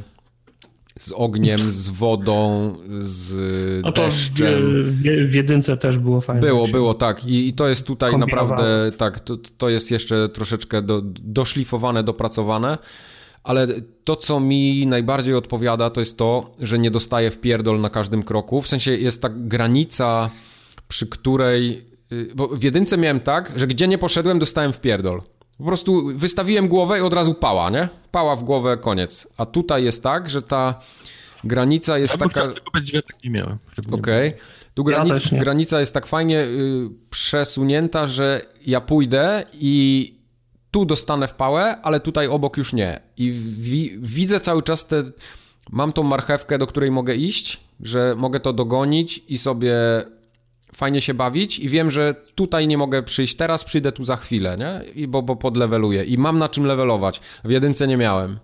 z ogniem, z wodą, z deszczem. W 1 też było fajnie. Było, tak. I to jest tutaj naprawdę, tak, to jest jeszcze troszeczkę doszlifowane, dopracowane. Ale to, co mi najbardziej odpowiada, to jest to, że nie dostaję wpierdol na każdym kroku. W sensie jest ta granica, przy której... Bo w 1 miałem tak, że gdzie nie poszedłem, dostałem wpierdol. Po prostu wystawiłem głowę i od razu pała, nie? Pała w głowę, koniec. A tutaj jest tak, że ta granica jest taka... Ja tylko powiedzieć, że tak nie miałem. Okej. Tu granica jest tak fajnie przesunięta, że ja pójdę i tu dostanę w pałę, ale tutaj obok już nie. I widzę cały czas mam tą marchewkę, do której mogę iść, że mogę to dogonić i sobie fajnie się bawić i wiem, że tutaj nie mogę przyjść teraz, przyjdę tu za chwilę, nie? Bo podleweluję i mam na czym levelować. W 1 nie miałem.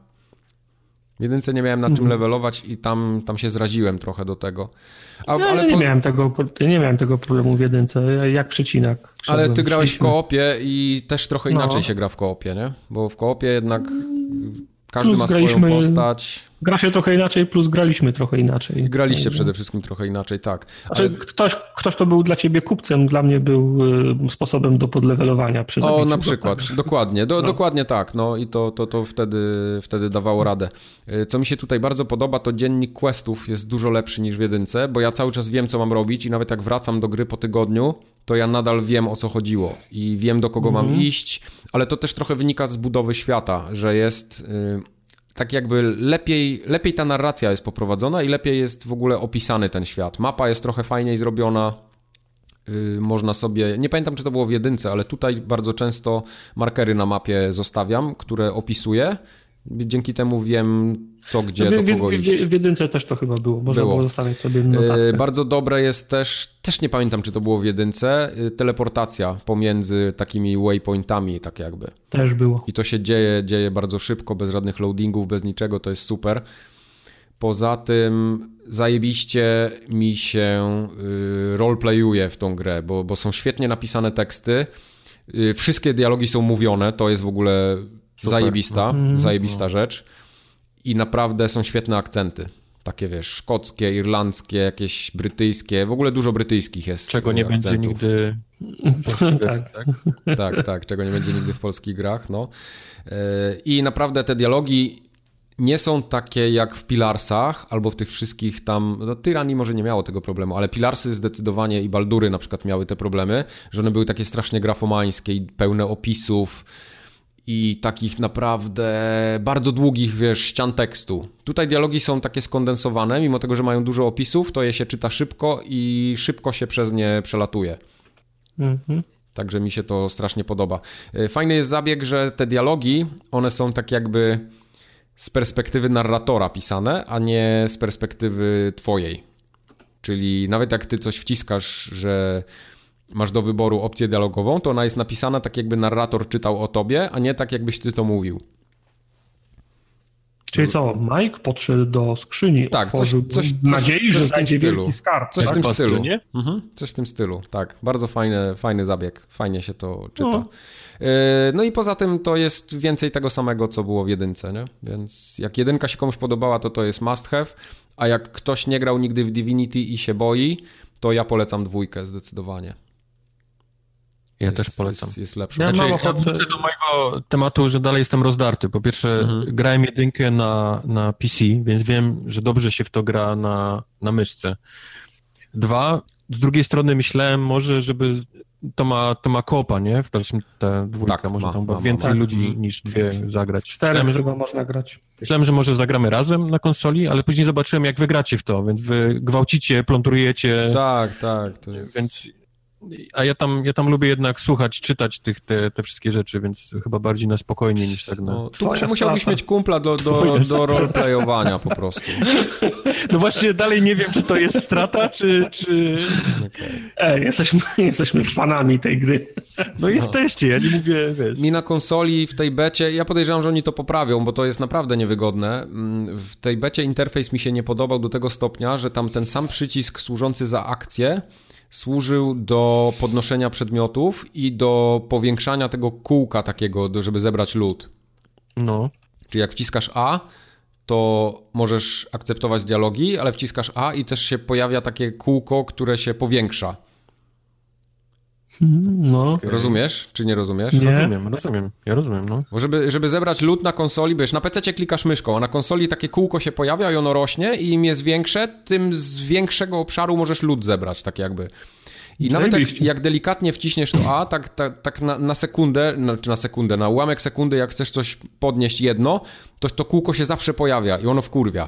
W 1 nie miałem na czym levelować i tam się zraziłem trochę do tego. Ale nie miałem tego problemu w 1, jak przecinak. Ale ty grałeś w koopie i też trochę inaczej się gra w koopie, nie? Bo w koopie jednak każdy ma swoją postać. Gra się trochę inaczej, plus graliśmy trochę inaczej. Graliście przede wszystkim trochę inaczej, tak. Znaczy, ktoś, kto był dla ciebie kupcem, dla mnie był sposobem do podlewelowania przy zabiciu. Na przykład, dokładnie, dokładnie tak. No i to wtedy dawało radę. Co mi się tutaj bardzo podoba, to dziennik questów jest dużo lepszy niż w 1, bo ja cały czas wiem, co mam robić i nawet jak wracam do gry po tygodniu, to ja nadal wiem, o co chodziło i wiem, do kogo mam iść, ale to też trochę wynika z budowy świata, że jest... tak jakby lepiej ta narracja jest poprowadzona i lepiej jest w ogóle opisany ten świat. Mapa jest trochę fajniej zrobiona, można sobie... Nie pamiętam, czy to było w 1, ale tutaj bardzo często markery na mapie zostawiam, które opisuję. Dzięki temu wiem, co, gdzie, do kogo iść. W 1 też to chyba było. Można było zostawiać sobie notatkę. Bardzo dobre jest też nie pamiętam, czy to było w 1, teleportacja pomiędzy takimi waypointami, tak jakby. Też było. I to się dzieje bardzo szybko, bez żadnych loadingów, bez niczego, to jest super. Poza tym zajebiście mi się roleplayuje w tą grę, bo są świetnie napisane teksty. Wszystkie dialogi są mówione, to jest w ogóle... Zajebista rzecz i naprawdę są świetne akcenty. Takie wiesz, szkockie, irlandzkie, jakieś brytyjskie, w ogóle dużo brytyjskich jest. Czego nie będzie nigdy tak, czego nie będzie nigdy w polskich grach, no. I naprawdę te dialogi nie są takie jak w Pilarsach, albo w tych wszystkich tam, no Tyranny może nie miało tego problemu, ale Pilarsy zdecydowanie i Baldury na przykład miały te problemy, że one były takie strasznie grafomańskie i pełne opisów, i takich naprawdę bardzo długich, wiesz, ścian tekstu. Tutaj dialogi są takie skondensowane, mimo tego, że mają dużo opisów, to je się czyta szybko i szybko się przez nie przelatuje. Także mi się to strasznie podoba. Fajny jest zabieg, że te dialogi, one są tak jakby z perspektywy narratora pisane, a nie z perspektywy twojej. Czyli nawet jak ty coś wciskasz, że... masz do wyboru opcję dialogową, to ona jest napisana tak, jakby narrator czytał o tobie, a nie tak, jakbyś ty to mówił. Czyli co, Mike podszedł do skrzyni, tak, coś nadziei, że znajdzie wielki skarb. Coś w tym stylu, nie? Coś w tym stylu, tak. Bardzo fajny zabieg. Fajnie się to czyta. No i poza tym to jest więcej tego samego, co było w 1, nie? Więc jak 1 się komuś podobała, to jest must have, a jak ktoś nie grał nigdy w Divinity i się boi, to ja polecam 2 zdecydowanie. Ja też polecam. Jest lepszy. Ja wrócę do mojego tematu, że dalej jestem rozdarty. Po pierwsze, grałem jedynkę na PC, więc wiem, że dobrze się w to gra na myszce. 2, z drugiej strony myślałem może, żeby to ma koopa, nie? W dalszym ta dwójka, tak, może tam więcej ludzi niż 2 zagrać. 4 chyba można grać. Myślałem, że może zagramy razem na konsoli, ale później zobaczyłem, jak wy gracie w to, więc wy gwałcicie, plądrujecie. Tak. To jest... Więc, a ja tam lubię jednak słuchać, czytać te wszystkie rzeczy, więc chyba bardziej na spokojnie niż tak na... No, tu musiałbyś mieć kumpla do roleplayowania po prostu. No właśnie dalej nie wiem, czy to jest strata, czy... Okay. Jesteśmy fanami tej gry. No jesteście, ja nie mówię, wiesz. Mi na konsoli w tej becie, ja podejrzewam, że oni to poprawią, bo to jest naprawdę niewygodne. W tej becie interfejs mi się nie podobał do tego stopnia, że tam ten sam przycisk służący za akcję służył do podnoszenia przedmiotów i do powiększania tego kółka takiego, żeby zebrać loot. No. Czyli jak wciskasz A, to możesz akceptować dialogi, ale wciskasz A i też się pojawia takie kółko, które się powiększa. No. Okay. Rozumiesz, czy nie rozumiesz? Nie. Rozumiem. Ja rozumiem, no. Bo żeby zebrać loot na konsoli, wiesz, na PC klikasz myszką, a na konsoli takie kółko się pojawia i ono rośnie i im jest większe, tym z większego obszaru możesz loot zebrać, tak jakby. I nawet jak delikatnie wciśniesz to A, tak na sekundę, na ułamek sekundy, jak chcesz coś podnieść jedno, to kółko się zawsze pojawia i ono wkurwia.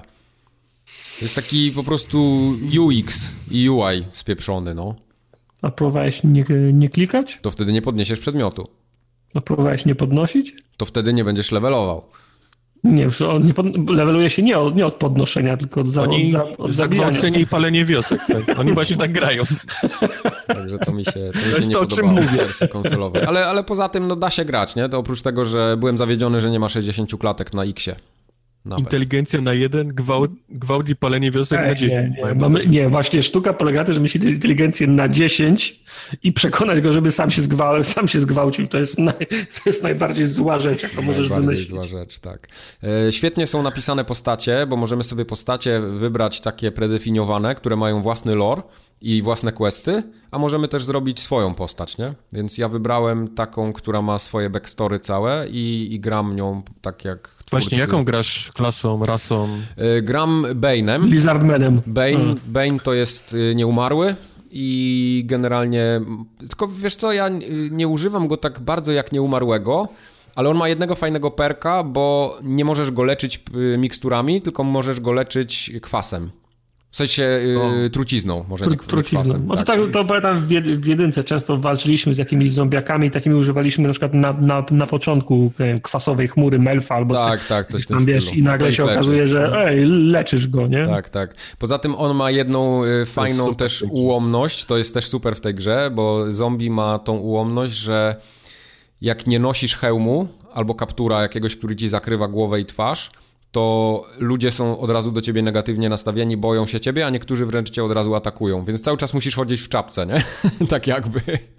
To jest taki po prostu UX i UI spieprzony, no. A próbowałeś nie klikać? To wtedy nie podniesiesz przedmiotu. A próbowałeś nie podnosić? To wtedy nie będziesz levelował. Nie, leveluje się nie od podnoszenia, tylko od zagwałcenie i palenie wiosek. Tak. Oni właśnie tak grają. Także to mi się nie podobało w wersji konsolowej. Ale poza tym da się grać, nie? To oprócz tego, że byłem zawiedziony, że nie ma 60 klatek na X-ie. Nawet. Inteligencja na 1, gwałt i palenie wiosek na 10. Nie, właśnie sztuka polega na tym, że mieć inteligencję na 10 i przekonać go, żeby sam się zgwałcił. To jest najbardziej zła rzecz, jaką możesz wymyślić. Zła rzecz, tak. Świetnie są napisane postacie, bo możemy sobie postacie wybrać takie predefiniowane, które mają własny lore i własne questy, a możemy też zrobić swoją postać, nie? Więc ja wybrałem taką, która ma swoje backstory całe i gram nią tak jak twórcy. Właśnie, jaką grasz klasą, rasą? Gram Bane'em. Blizzardmanem. Bane to jest nieumarły i generalnie... Tylko wiesz co, ja nie używam go tak bardzo jak nieumarłego, ale on ma jednego fajnego perka, bo nie możesz go leczyć miksturami, tylko możesz go leczyć kwasem. W sensie trucizną, może nie trucizną. No to pamiętam w jedynce często walczyliśmy z jakimiś zombiakami, takimi używaliśmy na przykład na początku kwasowej chmury Melfa albo coś w tym stylu. I nagle się okazuje, że leczysz go, nie? Tak. Poza tym on ma jedną fajną też ułomność, to jest też super w tej grze, bo zombie ma tą ułomność, że jak nie nosisz hełmu albo kaptura jakiegoś, który ci zakrywa głowę i twarz, to ludzie są od razu do ciebie negatywnie nastawieni, boją się ciebie, a niektórzy wręcz cię od razu atakują, więc cały czas musisz chodzić w czapce, nie? Tak jakby.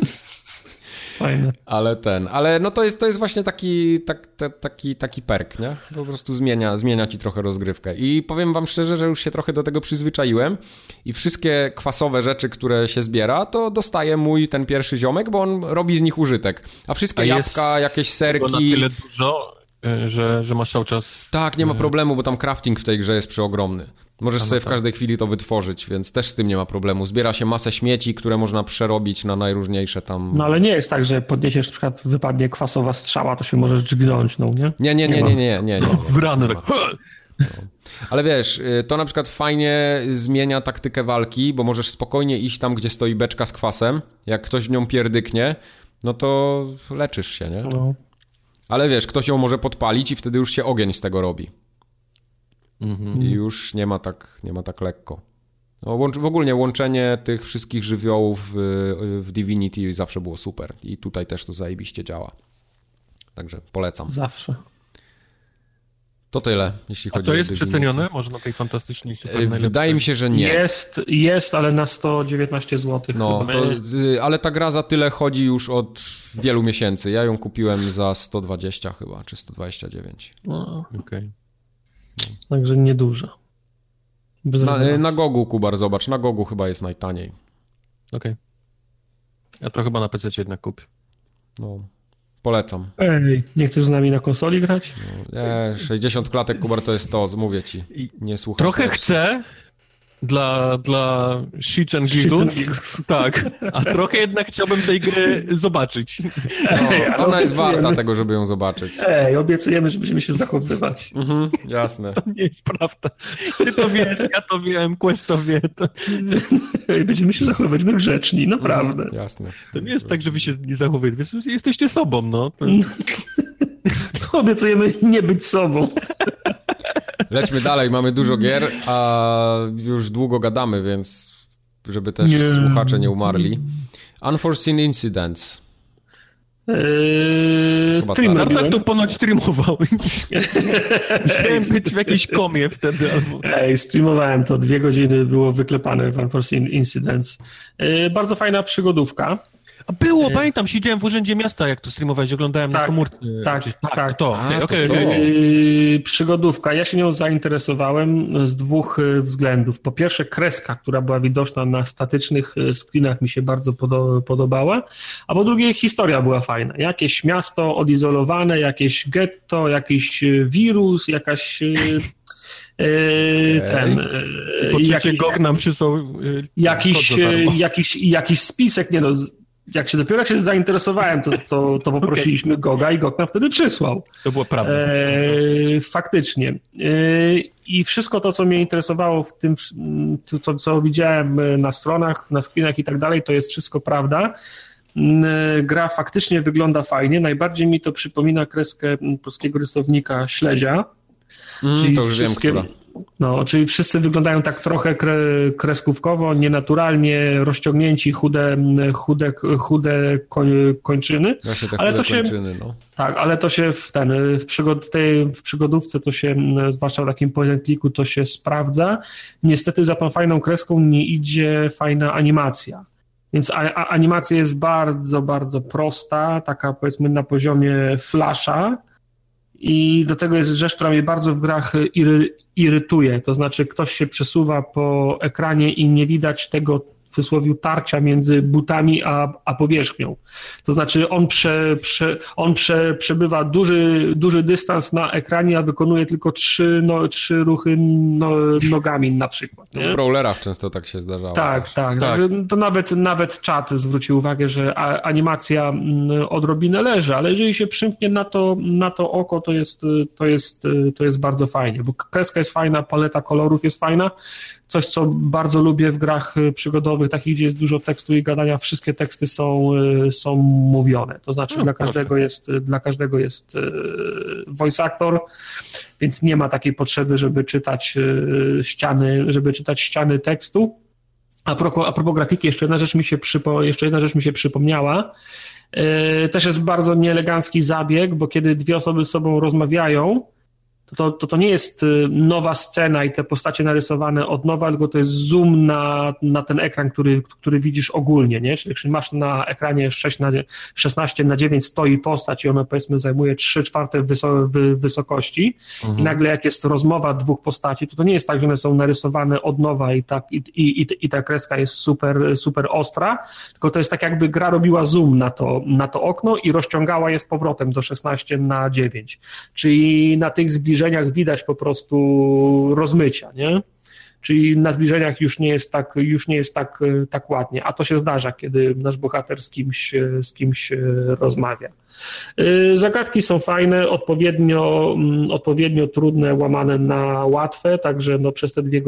Fajne. Ale no to jest właśnie taki perk, nie? Po prostu zmienia ci trochę rozgrywkę. I powiem wam szczerze, że już się trochę do tego przyzwyczaiłem i wszystkie kwasowe rzeczy, które się zbiera, to dostaje mój ten pierwszy ziomek, bo on robi z nich użytek. A wszystkie jabłka, jakieś serki... na tyle dużo, że masz cały czas... Tak, nie ma problemu, bo tam crafting w tej grze jest przeogromny. Możesz sobie w każdej chwili to wytworzyć, więc też z tym nie ma problemu. Zbiera się masę śmieci, które można przerobić na najróżniejsze tam... No ale nie jest tak, że podniesiesz, na przykład wypadnie kwasowa strzała, to się możesz dźgnąć, no nie? Nie. W ranę tak... No. Ale wiesz, to na przykład fajnie zmienia taktykę walki, bo możesz spokojnie iść tam, gdzie stoi beczka z kwasem. Jak ktoś w nią pierdyknie, no to leczysz się, nie? No. Ale wiesz, ktoś ją może podpalić i wtedy już się ogień z tego robi. I już nie ma tak lekko. No, w ogóle łączenie tych wszystkich żywiołów w Divinity zawsze było super. I tutaj też to zajebiście działa. Także polecam. Zawsze. To tyle, jeśli chodzi o to jest przecenione? Może na tej fantastycznej super wydaje mi się, że nie. Jest, ale na 119 zł. No, ale ta gra za tyle chodzi już od wielu miesięcy. Ja ją kupiłem za 120 chyba, czy 129. No. Okej. Także niedużo. Na Gogu, Kubar, zobacz. Na Gogu chyba jest najtaniej. Okej. Ja to chyba na PC jednak kupię. No, polecam. Ej, nie chcesz z nami na konsoli grać? No, nie, 60 klatek, Kubar, to jest to, mówię ci. Nie słucham. Trochę chcę dla shits and giggles, tak, a trochę jednak chciałbym tej gry zobaczyć. No, ona jest warta tego, żeby ją zobaczyć. Obiecujemy, że będziemy się zachowywać. Jasne. To nie jest prawda. Ty to wiesz, ja to wiem, Quest to wie. To... Będziemy się zachowywać, my grzeczni, naprawdę. Jasne. To nie jest tak, że wy się nie zachowujecie, jesteście sobą, no. To... Obiecujemy nie być sobą. Lećmy dalej, mamy dużo gier, a już długo gadamy, więc żeby też słuchacze nie umarli. Unforeseen Incidents. Streamer. Tak to ponoć streamował. Musiałem być w jakiejś komie wtedy. Albo... Streamowałem to, 2 godziny było wyklepane w Unforeseen Incidents. Bardzo fajna przygodówka. A było, pamiętam, siedziałem w Urzędzie Miasta, jak to streamowałeś, oglądałem na komórce. Tak. Przygodówka. Ja się nią zainteresowałem z 2 względów. Po pierwsze, kreska, która była widoczna na statycznych screenach, mi się bardzo podobała, a po drugie, historia była fajna. Jakieś miasto odizolowane, jakieś getto, jakiś wirus, jakaś... Po trzecie GOG nam przysłał jakiś spisek, jak się zainteresowałem, to poprosiliśmy GOG-a i GOG nam wtedy przysłał. To było prawda. Faktycznie. I wszystko to, co mnie interesowało w tym, to co widziałem na stronach, na screenach i tak dalej, to jest wszystko prawda. Gra faktycznie wygląda fajnie. Najbardziej mi to przypomina kreskę polskiego rysownika Śledzia. Czyli to już wiem, która. No, czyli wszyscy wyglądają tak trochę kreskówkowo, nienaturalnie rozciągnięci, chude kończyny. Właśnie te chude kończyny, no. Tak, ale to się w przygodówce to się, zwłaszcza w takim point and clicku, to się sprawdza. Niestety za tą fajną kreską nie idzie fajna animacja. Więc animacja jest bardzo, bardzo prosta, taka powiedzmy na poziomie Flasha. I do tego jest rzecz, która mnie bardzo w grach irytuje, to znaczy ktoś się przesuwa po ekranie i nie widać tego w cudzysłowie tarcia między butami a powierzchnią. To znaczy on przebywa duży dystans na ekranie, a wykonuje tylko 3 ruchy nogami na przykład. Nie? W brawlerach często tak się zdarzało. Tak. To nawet czat zwrócił uwagę, że animacja odrobinę leży, ale jeżeli się przymknie na to oko, to jest bardzo fajnie, bo kreska jest fajna, paleta kolorów jest fajna. Coś, co bardzo lubię w grach przygodowych, takich, gdzie jest dużo tekstu i gadania, wszystkie teksty są mówione. To znaczy dla każdego jest voice actor, więc nie ma takiej potrzeby, żeby czytać ściany tekstu. A propos grafiki, jeszcze jedna rzecz mi się przypomniała. Też jest bardzo nieelegancki zabieg, bo kiedy 2 osoby z sobą rozmawiają, to nie jest nowa scena i te postacie narysowane od nowa, tylko to jest zoom na ten ekran, który widzisz ogólnie, nie? Czyli jeśli masz na ekranie 16:9 stoi postać i ona powiedzmy zajmuje 3/4 wysokości i nagle jak jest rozmowa 2 postaci, to nie jest tak, że one są narysowane od nowa i ta kreska jest super ostra, tylko to jest tak jakby gra robiła zoom na to okno i rozciągała je z powrotem do 16:9. Czyli na tych zbliżeniach widać po prostu rozmycia, nie? Czyli na zbliżeniach już nie jest tak ładnie, a to się zdarza, kiedy nasz bohater z kimś rozmawia. Zagadki są fajne, odpowiednio trudne, łamane na łatwe, także przez te 2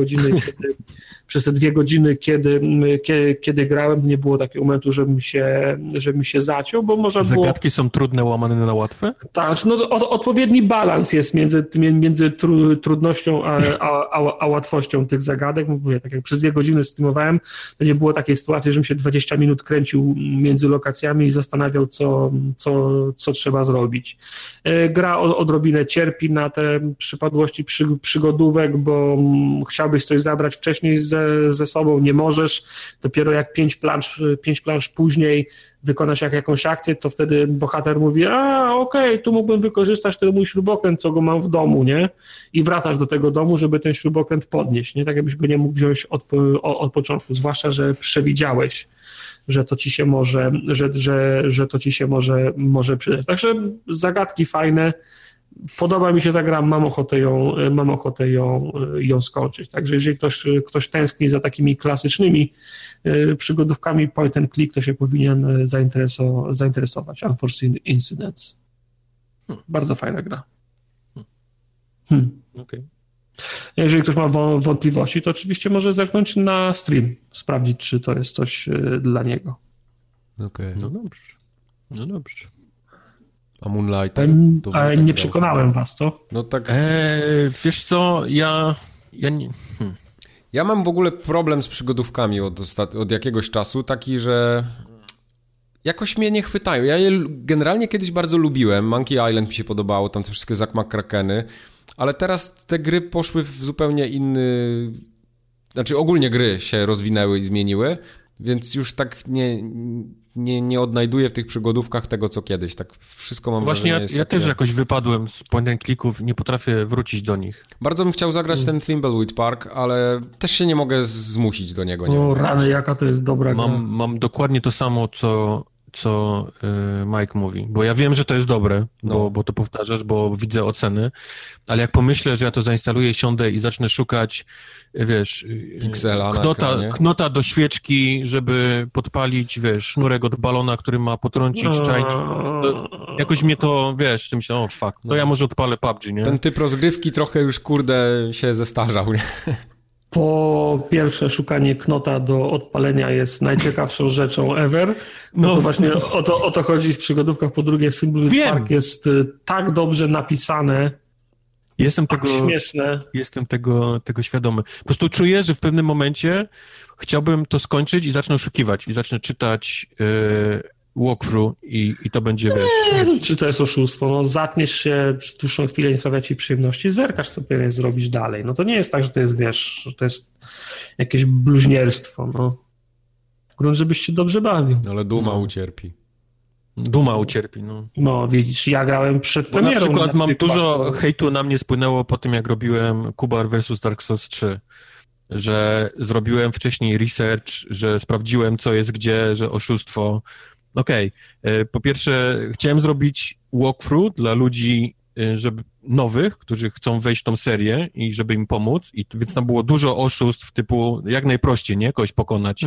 godziny, kiedy grałem, nie było takiego momentu, żebym się zaciął, bo można było... Zagadki są trudne, łamane na łatwe? Tak, odpowiedni balans jest między trudnością a łatwością tych zagadek. Mówię, tak jak przez 2 godziny streamowałem, to nie było takiej sytuacji, żebym się 20 minut kręcił między lokacjami i zastanawiał, co trzeba zrobić. Gra odrobinę cierpi na te przypadłości przygodówek, bo chciałbyś coś zabrać wcześniej ze sobą, nie możesz. Dopiero jak 5 plansz później wykonasz jakąś akcję, to wtedy bohater mówi, okej, tu mógłbym wykorzystać ten mój śrubokręt, co go mam w domu, nie? I wracasz do tego domu, żeby ten śrubokręt podnieść, nie? Tak jakbyś go nie mógł wziąć od początku, zwłaszcza, że przewidziałeś, że to ci się może, że to ci się może przydać. Także zagadki fajne, podoba mi się ta gra, mam ochotę ją skończyć. Także jeżeli ktoś tęskni za takimi klasycznymi przygodówkami point and click, to się powinien zainteresować. Unforeseen Incidents. Bardzo fajna gra. Okay. Jeżeli ktoś ma wątpliwości, to oczywiście może zerknąć na stream, sprawdzić, czy to jest coś dla niego. Okej. No dobrze. A Moonlight? Ale nie przekonałem was, co? No tak. Wiesz co, ja nie... Ja mam w ogóle problem z przygodówkami od jakiegoś czasu, taki, że jakoś mnie nie chwytają. Ja je generalnie kiedyś bardzo lubiłem. Monkey Island mi się podobało, tam te wszystkie Zack McCrakeny, ale teraz te gry poszły w zupełnie inny... Znaczy ogólnie gry się rozwinęły i zmieniły, więc już tak nie odnajduję w tych przygodówkach tego, co kiedyś. Tak wszystko mam Właśnie wrażenie, ja też jakoś wypadłem z point and clicków, nie potrafię wrócić do nich. Bardzo bym chciał zagrać ten Thimbleweed Park, ale też się nie mogę zmusić do niego. O rany, jaka to jest dobra gra. Mam dokładnie to samo, co Mike mówi, bo ja wiem, że to jest dobre, bo to powtarzasz, bo widzę oceny, ale jak pomyślę, że ja to zainstaluję, siądę i zacznę szukać, wiesz, piksela knota do świeczki, żeby podpalić, wiesz, sznurek od balona, który ma potrącić czajnik, jakoś mnie to, wiesz, myślę, fuck, to ja może odpalę PUBG, nie? Ten typ rozgrywki trochę już, się zestarzał, nie? Po pierwsze, szukanie knota do odpalenia jest najciekawszą rzeczą ever. No to właśnie o to chodzi w przygodówkach. Po drugie, Thimbleweed Park jest tak dobrze napisane, jestem śmieszne. Jestem tego świadomy. Po prostu czuję, że w pewnym momencie chciałbym to skończyć i zacznę oszukiwać. I zacznę czytać walkthrough i to będzie, wiesz... Czy to jest oszustwo? No zatniesz się przez dłuższą chwilę, nie sprawia ci przyjemności, zerkasz, co pewnie zrobisz dalej. No to nie jest tak, że to jest, wiesz, że to jest jakieś bluźnierstwo, no. Grunt, żebyś się dobrze bawił. Ale duma ucierpi. Duma ucierpi, no. No, widzisz, ja grałem przed premierą. Na przykład mam dużo hejtu na mnie spłynęło po tym, jak robiłem Kubar vs. Dark Souls 3. Że zrobiłem wcześniej research, że sprawdziłem, co jest gdzie, że oszustwo. Okej. Po pierwsze, chciałem zrobić walkthrough dla ludzi nowych, którzy chcą wejść w tą serię i żeby im pomóc, więc tam było dużo oszustw typu jak najprościej, nie? Kogoś pokonać.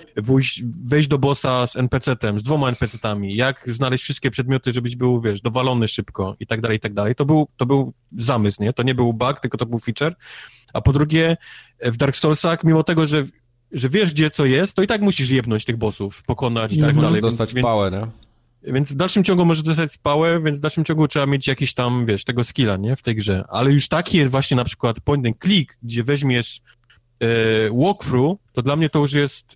Wejść do bossa z NPC-tem, z 2 NPC-tami, jak znaleźć wszystkie przedmioty, żebyś był, wiesz, dowalony szybko i tak dalej, i tak dalej. To był zamysł, nie? To nie był bug, tylko to był feature. A po drugie, w Dark Soulsach, mimo tego, że wiesz, gdzie co jest, to i tak musisz jebnąć tych bossów, pokonać i tak dalej. Dostać pałę, nie? Więc w dalszym ciągu możesz dostać pałę, więc w dalszym ciągu trzeba mieć jakiś tam, wiesz, tego skilla, nie? W tej grze. Ale już taki właśnie na przykład point and click, gdzie weźmiesz walkthrough, to dla mnie to już jest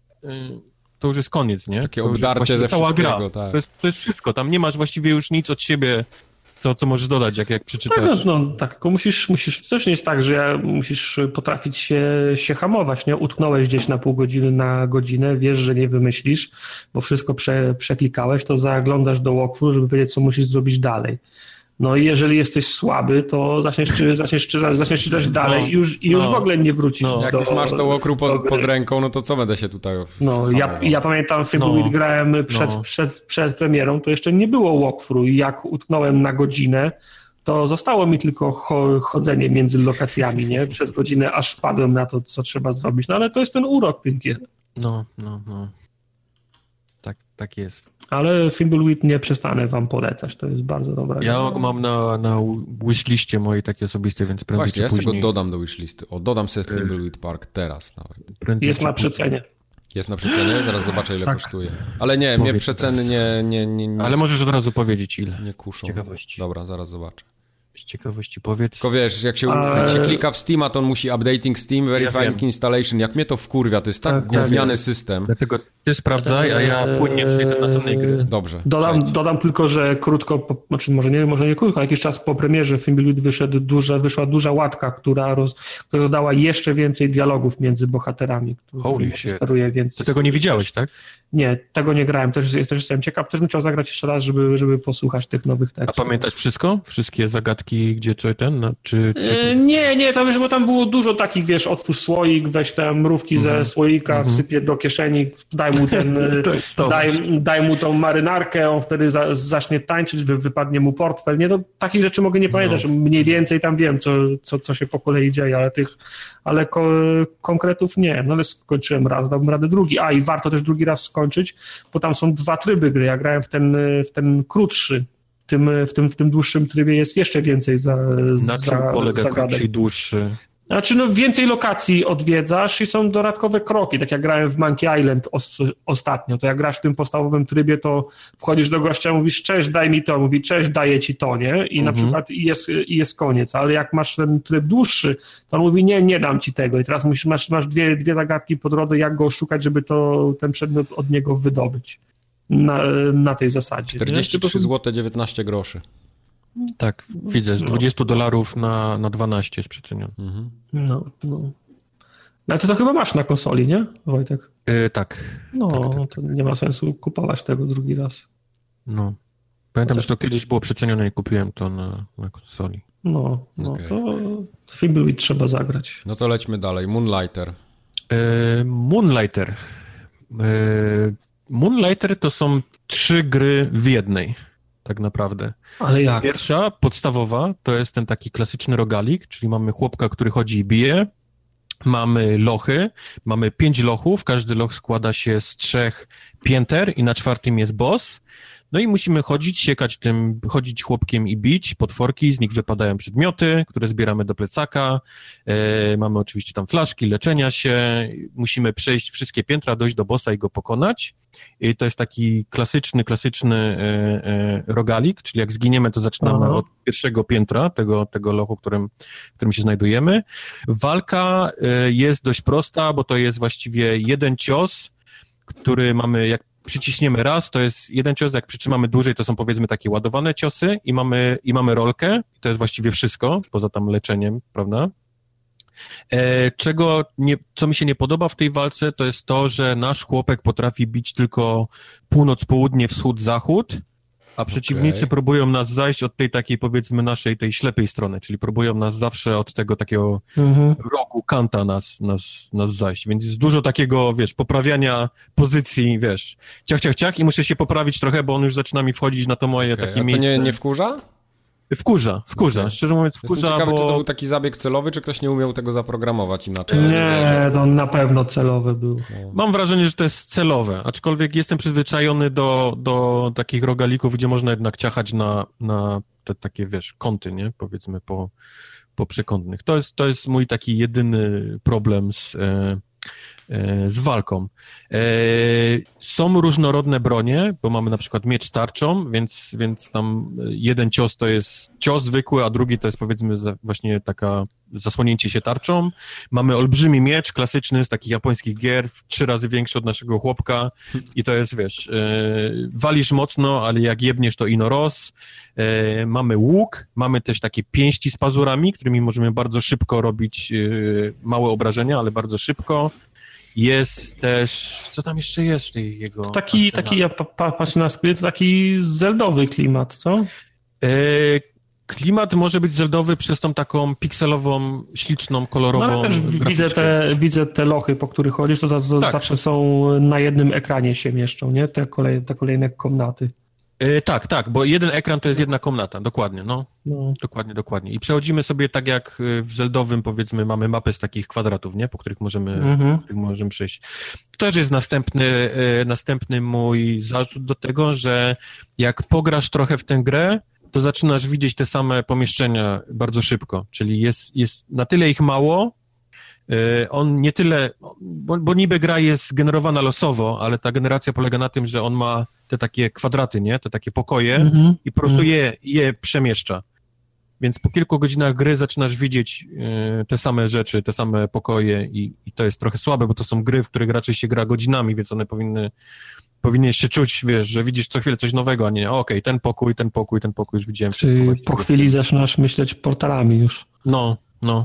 koniec, nie? Takie obdarcie ze wszystkiego, gra. Tak. To jest wszystko. Tam nie masz właściwie już nic od siebie, co możesz dodać, jak przeczytasz. No tak, tylko musisz, to też nie jest tak, że musisz potrafić się hamować, nie? Utknąłeś gdzieś na pół godziny, na godzinę, wiesz, że nie wymyślisz, bo wszystko przeklikałeś, to zaglądasz do walkthrough, żeby wiedzieć, co musisz zrobić dalej. No i jeżeli jesteś słaby, to zaczniesz czytać dalej i już w ogóle nie wrócisz. Jak już masz to walkthrough pod ręką, no to co będę się tutaj... No, ja pamiętam, Thimbleweed grałem przed premierą, to jeszcze nie było walkthrough i jak utknąłem na godzinę, to zostało mi tylko chodzenie między lokacjami, nie? Przez godzinę, aż wpadłem na to, co trzeba zrobić. No ale to jest ten urok tych gier. No. Tak jest. Ale Thimbleweed nie przestanę wam polecać, to jest bardzo dobra gra. Ja mam na wishliście mojej takiej osobistej, więc prędzej Właśnie, czy później... ja sobie go dodam do wishlisty. Dodam sobie Thimbleweed Park teraz nawet. Prędzej jest na przecenie. Jest na przecenie? Zaraz zobaczę, ile kosztuje. Ale nie, mnie przeceny nie... Ale możesz od razu powiedzieć, ile. Nie kuszą. Z ciekawości. Dobra, zaraz zobaczę. Z ciekawości powiedz. Tylko wiesz, jak się klika w Steama, to on musi updating Steam, verifying installation. Jak mnie to wkurwia, to jest tak gówniany system. Ty sprawdzaj, a ja płynnie przejdę do następnej gry. Dobrze. Dodam tylko, że krótko, może nie krótko, jakiś czas po premierze w Thimbleweed wyszła duża łatka, która dodała jeszcze więcej dialogów między bohaterami. Holy shit. Więc... Ty tego nie widziałeś, tak? Nie, tego nie grałem, też jestem ciekaw, też bym chciał zagrać jeszcze raz, żeby posłuchać tych nowych tekstów. A pamiętasz wszystko? Wszystkie zagadki, gdzie co czy... Nie, bo tam było dużo takich, wiesz, otwórz słoik, weź te mrówki ze słoika, wsypie do kieszeni, daj mu daj mu tą marynarkę, on wtedy zacznie tańczyć, wypadnie mu portfel. Nie, takich rzeczy mogę nie pamiętać, mniej więcej tam wiem, co się po kolei dzieje, ale konkretów nie. No ale skończyłem raz, dałbym radę drugi. I warto też drugi raz skończyć, bo tam są 2 tryby gry. Ja grałem w ten krótszy. W tym dłuższym trybie jest jeszcze więcej Na czym polega krótszy i dłuższy? Znaczy, więcej lokacji odwiedzasz i są dodatkowe kroki. Tak jak grałem w Monkey Island ostatnio, to jak grasz w tym podstawowym trybie, to wchodzisz do gościa, mówisz cześć, daj mi to, mówi cześć, daję ci to, nie? I na przykład jest koniec. Ale jak masz ten tryb dłuższy, to on mówi nie dam ci tego. I teraz masz dwie zagadki po drodze, jak go szukać, żeby ten przedmiot od niego wydobyć. Na tej zasadzie. 43 zł 19 groszy. Tak, widzę, z $20 na 12 jest przeceniony. No. No to chyba masz na konsoli, nie, Wojtek? Tak. Tak. To nie ma sensu kupować tego drugi raz. No. Pamiętam, że to kiedyś było przecenione i kupiłem to na konsoli. Okay. To Thimbleweed trzeba zagrać. No to lećmy dalej. Moonlighter to są 3 gry w jednej, tak naprawdę. Ale jak? Pierwsza, podstawowa, to jest ten taki klasyczny rogalik, czyli mamy chłopka, który chodzi i bije, mamy lochy, mamy 5 lochów, każdy loch składa się z 3 pięter i na 4 jest boss. No i musimy chodzić chłopkiem i bić potworki, z nich wypadają przedmioty, które zbieramy do plecaka, mamy oczywiście tam flaszki, leczenia się, musimy przejść wszystkie piętra, dojść do bossa i go pokonać. I to jest taki klasyczny rogalik, czyli jak zginiemy, to zaczynamy od pierwszego piętra, tego lochu, którym się znajdujemy. Walka jest dość prosta, bo to jest właściwie jeden cios, który mamy, jak przyciśniemy raz, to jest jeden cios, jak przytrzymamy dłużej, to są powiedzmy takie ładowane ciosy i mamy rolkę, i to jest właściwie wszystko, poza tam leczeniem, prawda? Co mi się nie podoba w tej walce, to jest to, że nasz chłopek potrafi bić tylko północ, południe, wschód, zachód, a przeciwnicy próbują nas zajść od tej takiej, powiedzmy, naszej, tej ślepej strony, czyli próbują nas zawsze od tego takiego rogu, kanta nas zajść, więc jest dużo takiego, wiesz, poprawiania pozycji, wiesz, ciach i muszę się poprawić trochę, bo on już zaczyna mi wchodzić na to moje takie miejsce. A to nie wkurza? Wkurza. Okay. Szczerze mówiąc wkurza, Jestem ciekawy, bo... czy to był taki zabieg celowy, czy ktoś nie umiał tego zaprogramować inaczej. Nie, to na pewno celowy był. Mam wrażenie, że to jest celowe, aczkolwiek jestem przyzwyczajony do takich rogalików, gdzie można jednak ciachać na te takie, wiesz, kąty, nie? Powiedzmy po przekątnych. To jest mój taki jedyny problem z walką. Są różnorodne bronie, bo mamy na przykład miecz z tarczą, więc tam jeden cios to jest cios zwykły, a drugi to jest powiedzmy właśnie taka zasłonięcie się tarczą. Mamy olbrzymi miecz klasyczny z takich japońskich gier, 3 razy większy od naszego chłopka i to jest, wiesz, walisz mocno, ale jak jebniesz to ino roz. Mamy łuk, mamy też takie pięści z pazurami, którymi możemy bardzo szybko robić małe obrażenia, ale bardzo szybko. Jest też... Co tam jeszcze jest w tej jego... To taki ja patrzę na screen, to taki zeldowy klimat, co? Klimat może być zeldowy przez tą taką pikselową, śliczną, kolorową... No ale też widzę te lochy, po których chodzisz, to zawsze są na jednym ekranie się mieszczą, nie? Te kolejne komnaty. Tak, bo jeden ekran to jest jedna komnata, dokładnie, no. Dokładnie. I przechodzimy sobie tak jak w zeldowym, powiedzmy, mamy mapę z takich kwadratów, nie? Po których możemy przejść. To też jest następny mój zarzut do tego, że jak pograsz trochę w tę grę, to zaczynasz widzieć te same pomieszczenia bardzo szybko, czyli jest na tyle ich mało, on nie tyle, bo niby gra jest generowana losowo, ale ta generacja polega na tym, że on ma te takie kwadraty, nie? Te takie pokoje i po prostu je przemieszcza. więc po kilku godzinach gry zaczynasz widzieć te same rzeczy, te same pokoje i to jest trochę słabe, bo to są gry, w których raczej się gra godzinami, więc one powinieneś się czuć, wiesz, że widzisz co chwilę coś nowego, a nie, okej, ten pokój, już widziałem wszystko. Czyli po chwili zaczynasz myśleć portalami już. No.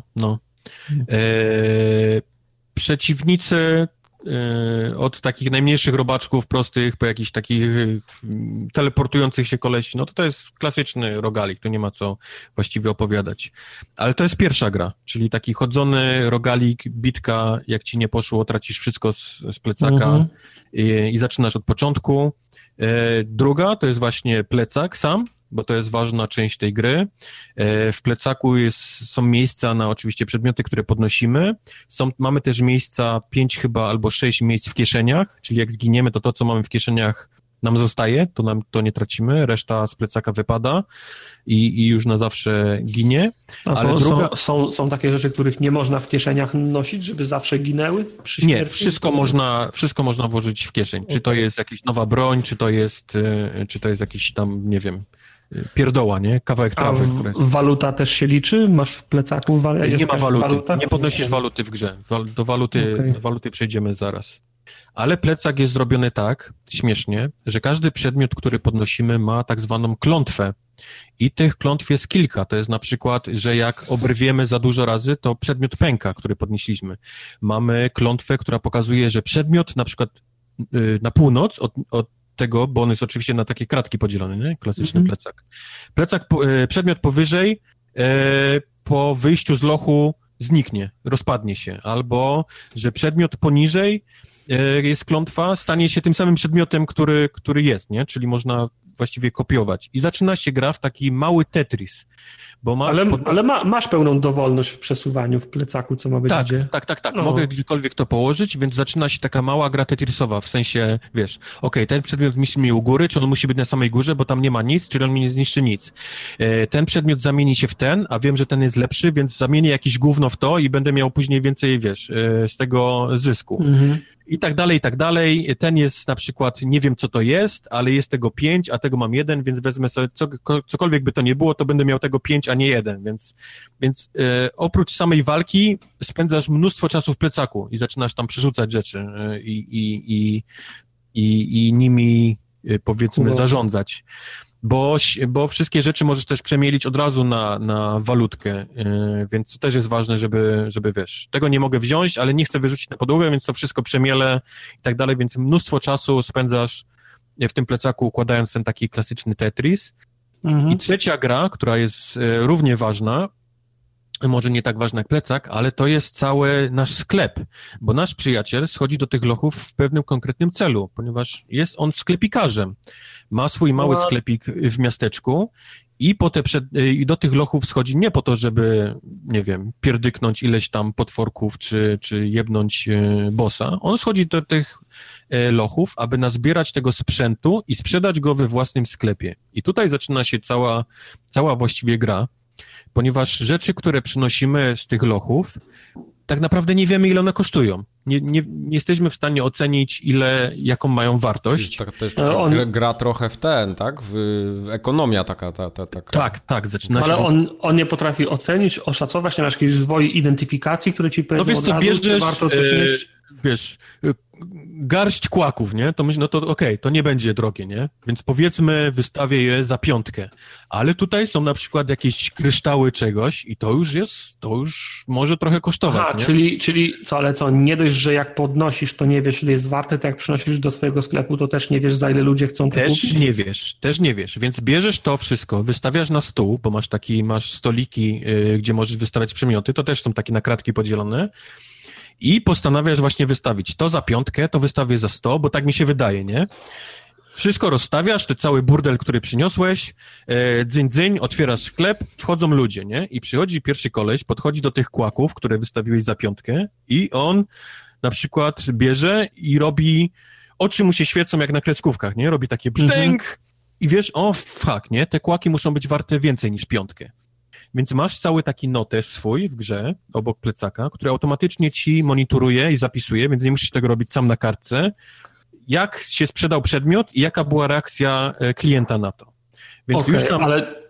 Przeciwnicy od takich najmniejszych robaczków prostych po jakichś takich teleportujących się kolesi, no to jest klasyczny rogalik, tu nie ma co właściwie opowiadać. Ale to jest pierwsza gra, czyli taki chodzony rogalik, bitka, jak ci nie poszło, tracisz wszystko z plecaka i zaczynasz od początku. Druga to jest właśnie plecak sam, bo to jest ważna część tej gry. W plecaku są miejsca na oczywiście przedmioty, które podnosimy. Mamy też miejsca 5 chyba albo 6 miejsc w kieszeniach, czyli jak zginiemy, to co mamy w kieszeniach nam zostaje, to nie tracimy, reszta z plecaka wypada i już na zawsze ginie. Ale są takie rzeczy, których nie można w kieszeniach nosić, żeby zawsze ginęły przy śmierci? Nie, wszystko można włożyć w kieszeń. Czy to jest jakaś nowa broń, czy to jest jakiś tam, nie wiem, pierdoła, nie? Kawałek trawy. Waluta też się liczy? Masz w plecaku nie ma waluty. Waluta? Nie podnosisz waluty w grze. Do waluty przejdziemy zaraz. Ale plecak jest zrobiony tak, śmiesznie, że każdy przedmiot, który podnosimy, ma tak zwaną klątwę. I tych klątw jest kilka. To jest na przykład, że jak obrwiemy za dużo razy, to przedmiot pęka, który podnieśliśmy. Mamy klątwę, która pokazuje, że przedmiot na przykład na północ od tego, bo on jest oczywiście na takie kratki podzielony, nie? Klasyczny plecak. Przedmiot powyżej po wyjściu z lochu zniknie, rozpadnie się. Albo, że przedmiot poniżej jest klątwa, stanie się tym samym przedmiotem, który jest, nie? Czyli można właściwie kopiować. I zaczyna się gra w taki mały Tetris. Ale masz pełną dowolność w przesuwaniu w plecaku, co ma być gdzie? Tak. No. Mogę gdziekolwiek to położyć, więc zaczyna się taka mała gra Tetrisowa, w sensie, wiesz, ten przedmiot musi mi u góry, czy on musi być na samej górze, bo tam nie ma nic, czyli on mi nie zniszczy nic. Ten przedmiot zamieni się w ten, a wiem, że ten jest lepszy, więc zamienię jakieś gówno w to i będę miał później więcej, wiesz, z tego zysku. I tak dalej. Ten jest na przykład, nie wiem co to jest, ale jest tego 5, a tego mam 1, więc wezmę sobie, cokolwiek by to nie było, to będę miał tego 5, a nie 1, więc oprócz samej walki spędzasz mnóstwo czasu w plecaku i zaczynasz tam przerzucać rzeczy i nimi, powiedzmy, zarządzać. Bo wszystkie rzeczy możesz też przemielić od razu na walutkę, więc to też jest ważne, żeby wiesz, tego nie mogę wziąć, ale nie chcę wyrzucić na podłogę, więc to wszystko przemielę i tak dalej, więc mnóstwo czasu spędzasz w tym plecaku układając ten taki klasyczny Tetris. I trzecia gra, która jest równie ważna, może nie tak ważna jak plecak, ale to jest cały nasz sklep, bo nasz przyjaciel schodzi do tych lochów w pewnym konkretnym celu, ponieważ jest on sklepikarzem. Ma swój mały sklepik w miasteczku i do tych lochów schodzi nie po to, żeby, nie wiem, pierdyknąć ileś tam potworków, czy jebnąć bossa. On schodzi do tych lochów, aby nazbierać tego sprzętu i sprzedać go we własnym sklepie. I tutaj zaczyna się cała właściwie gra, ponieważ rzeczy, które przynosimy z tych lochów, tak naprawdę nie wiemy, ile one kosztują. Nie jesteśmy w stanie ocenić, jaką mają wartość. To jest gra trochę w tak? Ekonomia taka. Tak, zaczyna się. Ale on nie potrafi ocenić, oszacować, nie masz jakiejś zwoi identyfikacji, które ci powiedzą od razu, czy warto coś mieć? Wiesz, garść kłaków, nie? To myślę, no to okej, to nie będzie drogie, nie? Więc powiedzmy, wystawię je za 5. Ale tutaj są na przykład jakieś kryształy czegoś i to już może trochę kosztować, nie? Czyli nie dość, że jak podnosisz, to nie wiesz, ile jest warte, to jak przynosisz do swojego sklepu, to też nie wiesz, za ile ludzie chcą to kupić? Też nie wiesz, więc bierzesz to wszystko, wystawiasz na stół, bo masz stoliki, gdzie możesz wystawiać przedmioty, to też są takie na kratki podzielone, i postanawiasz właśnie wystawić to za 5, to wystawię za 100, bo tak mi się wydaje, nie? Wszystko rozstawiasz, ten cały burdel, który przyniosłeś, dzyń, otwierasz sklep, wchodzą ludzie, nie? I przychodzi pierwszy koleś, podchodzi do tych kłaków, które wystawiłeś za 5 i on na przykład bierze i robi, oczy mu się świecą jak na kreskówkach, nie? Robi takie brzdęk i wiesz, nie? Te kłaki muszą być warte więcej niż 5. Więc masz cały taki notes swój w grze, obok plecaka, który automatycznie ci monitoruje i zapisuje, więc nie musisz tego robić sam na kartce, jak się sprzedał przedmiot i jaka była reakcja klienta na to. Więc już tam...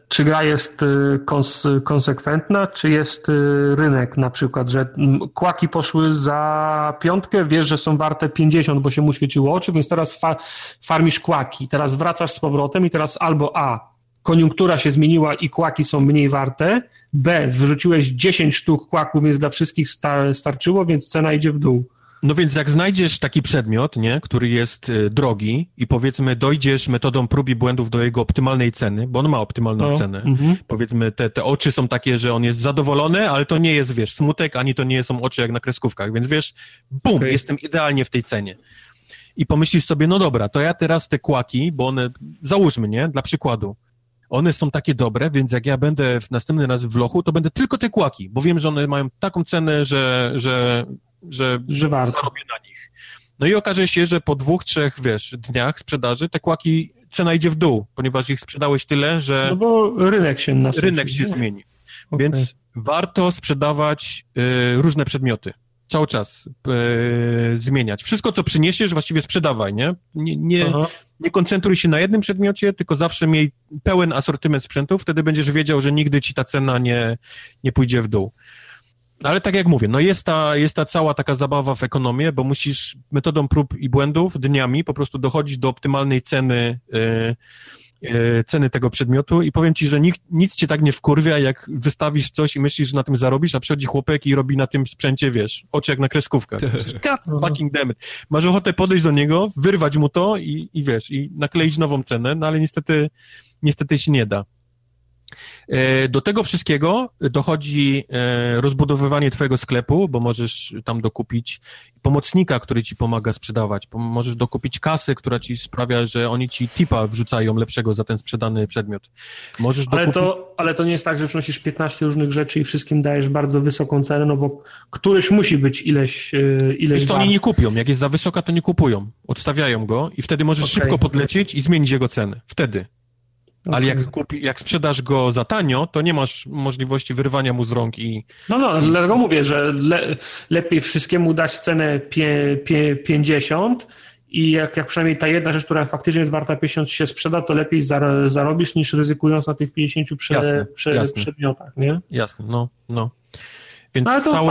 czy gra jest konsekwentna, czy jest rynek na przykład, że kłaki poszły za 5, wiesz, że są warte 50, bo się mu świeciło oczy, więc teraz farmisz kłaki, teraz wracasz z powrotem i teraz albo A, koniunktura się zmieniła i kłaki są mniej warte, B, wyrzuciłeś 10 sztuk kłaków, więc dla wszystkich starczyło, więc cena idzie w dół. No więc jak znajdziesz taki przedmiot, nie, który jest drogi i powiedzmy dojdziesz metodą prób i błędów do jego optymalnej ceny, bo on ma optymalną cenę. Powiedzmy te oczy są takie, że on jest zadowolony, ale to nie jest, wiesz, smutek, ani to nie są oczy jak na kreskówkach, więc wiesz, bum, jestem idealnie w tej cenie. I pomyślisz sobie, no dobra, to ja teraz te kłaki, bo one, załóżmy, nie, dla przykładu, one są takie dobre, więc jak ja będę następny raz w lochu, to będę tylko te kłaki, bo wiem, że one mają taką cenę, że zarobię na nich. No i okaże się, że po 2-3, wiesz, dniach sprzedaży te kłaki, cena idzie w dół, ponieważ ich sprzedałeś tyle, że... No bo rynek się zmieni. Okay. Więc warto sprzedawać różne przedmioty. Cały czas zmieniać. Wszystko, co przyniesiesz, właściwie sprzedawaj, nie? Nie koncentruj się na jednym przedmiocie, tylko zawsze miej pełen asortyment sprzętów, wtedy będziesz wiedział, że nigdy ci ta cena nie pójdzie w dół. Ale tak jak mówię, no jest ta cała taka zabawa w ekonomię, bo musisz metodą prób i błędów dniami po prostu dochodzić do optymalnej ceny tego przedmiotu i powiem ci, że nic cię tak nie wkurwia, jak wystawisz coś i myślisz, że na tym zarobisz, a przychodzi chłopek i robi na tym sprzęcie, wiesz, oczy jak na kreskówkach. God fucking damn it. Masz ochotę podejść do niego, wyrwać mu to i wiesz, i nakleić nową cenę, no ale niestety się nie da. Do tego wszystkiego dochodzi rozbudowywanie twojego sklepu, bo możesz tam dokupić pomocnika, który ci pomaga sprzedawać. Możesz dokupić kasę, która ci sprawia, że oni ci tipa wrzucają lepszego za ten sprzedany przedmiot. Możesz ale to nie jest tak, że przynosisz 15 różnych rzeczy i wszystkim dajesz bardzo wysoką cenę, no bo któryś musi być ileś to oni nie kupią. Jak jest za wysoka, to nie kupują. Odstawiają go i wtedy możesz szybko podlecieć i zmienić jego cenę. Wtedy. Ale jak sprzedasz go za tanio, to nie masz możliwości wyrwania mu z rąk i... No, dlatego mówię, że lepiej wszystkiemu dać cenę 50 i jak przynajmniej ta jedna rzecz, która faktycznie jest warta 50 się sprzeda, to lepiej zarobisz niż ryzykując na tych 50 przedmiotach, nie? Jasne, no. Więc ale to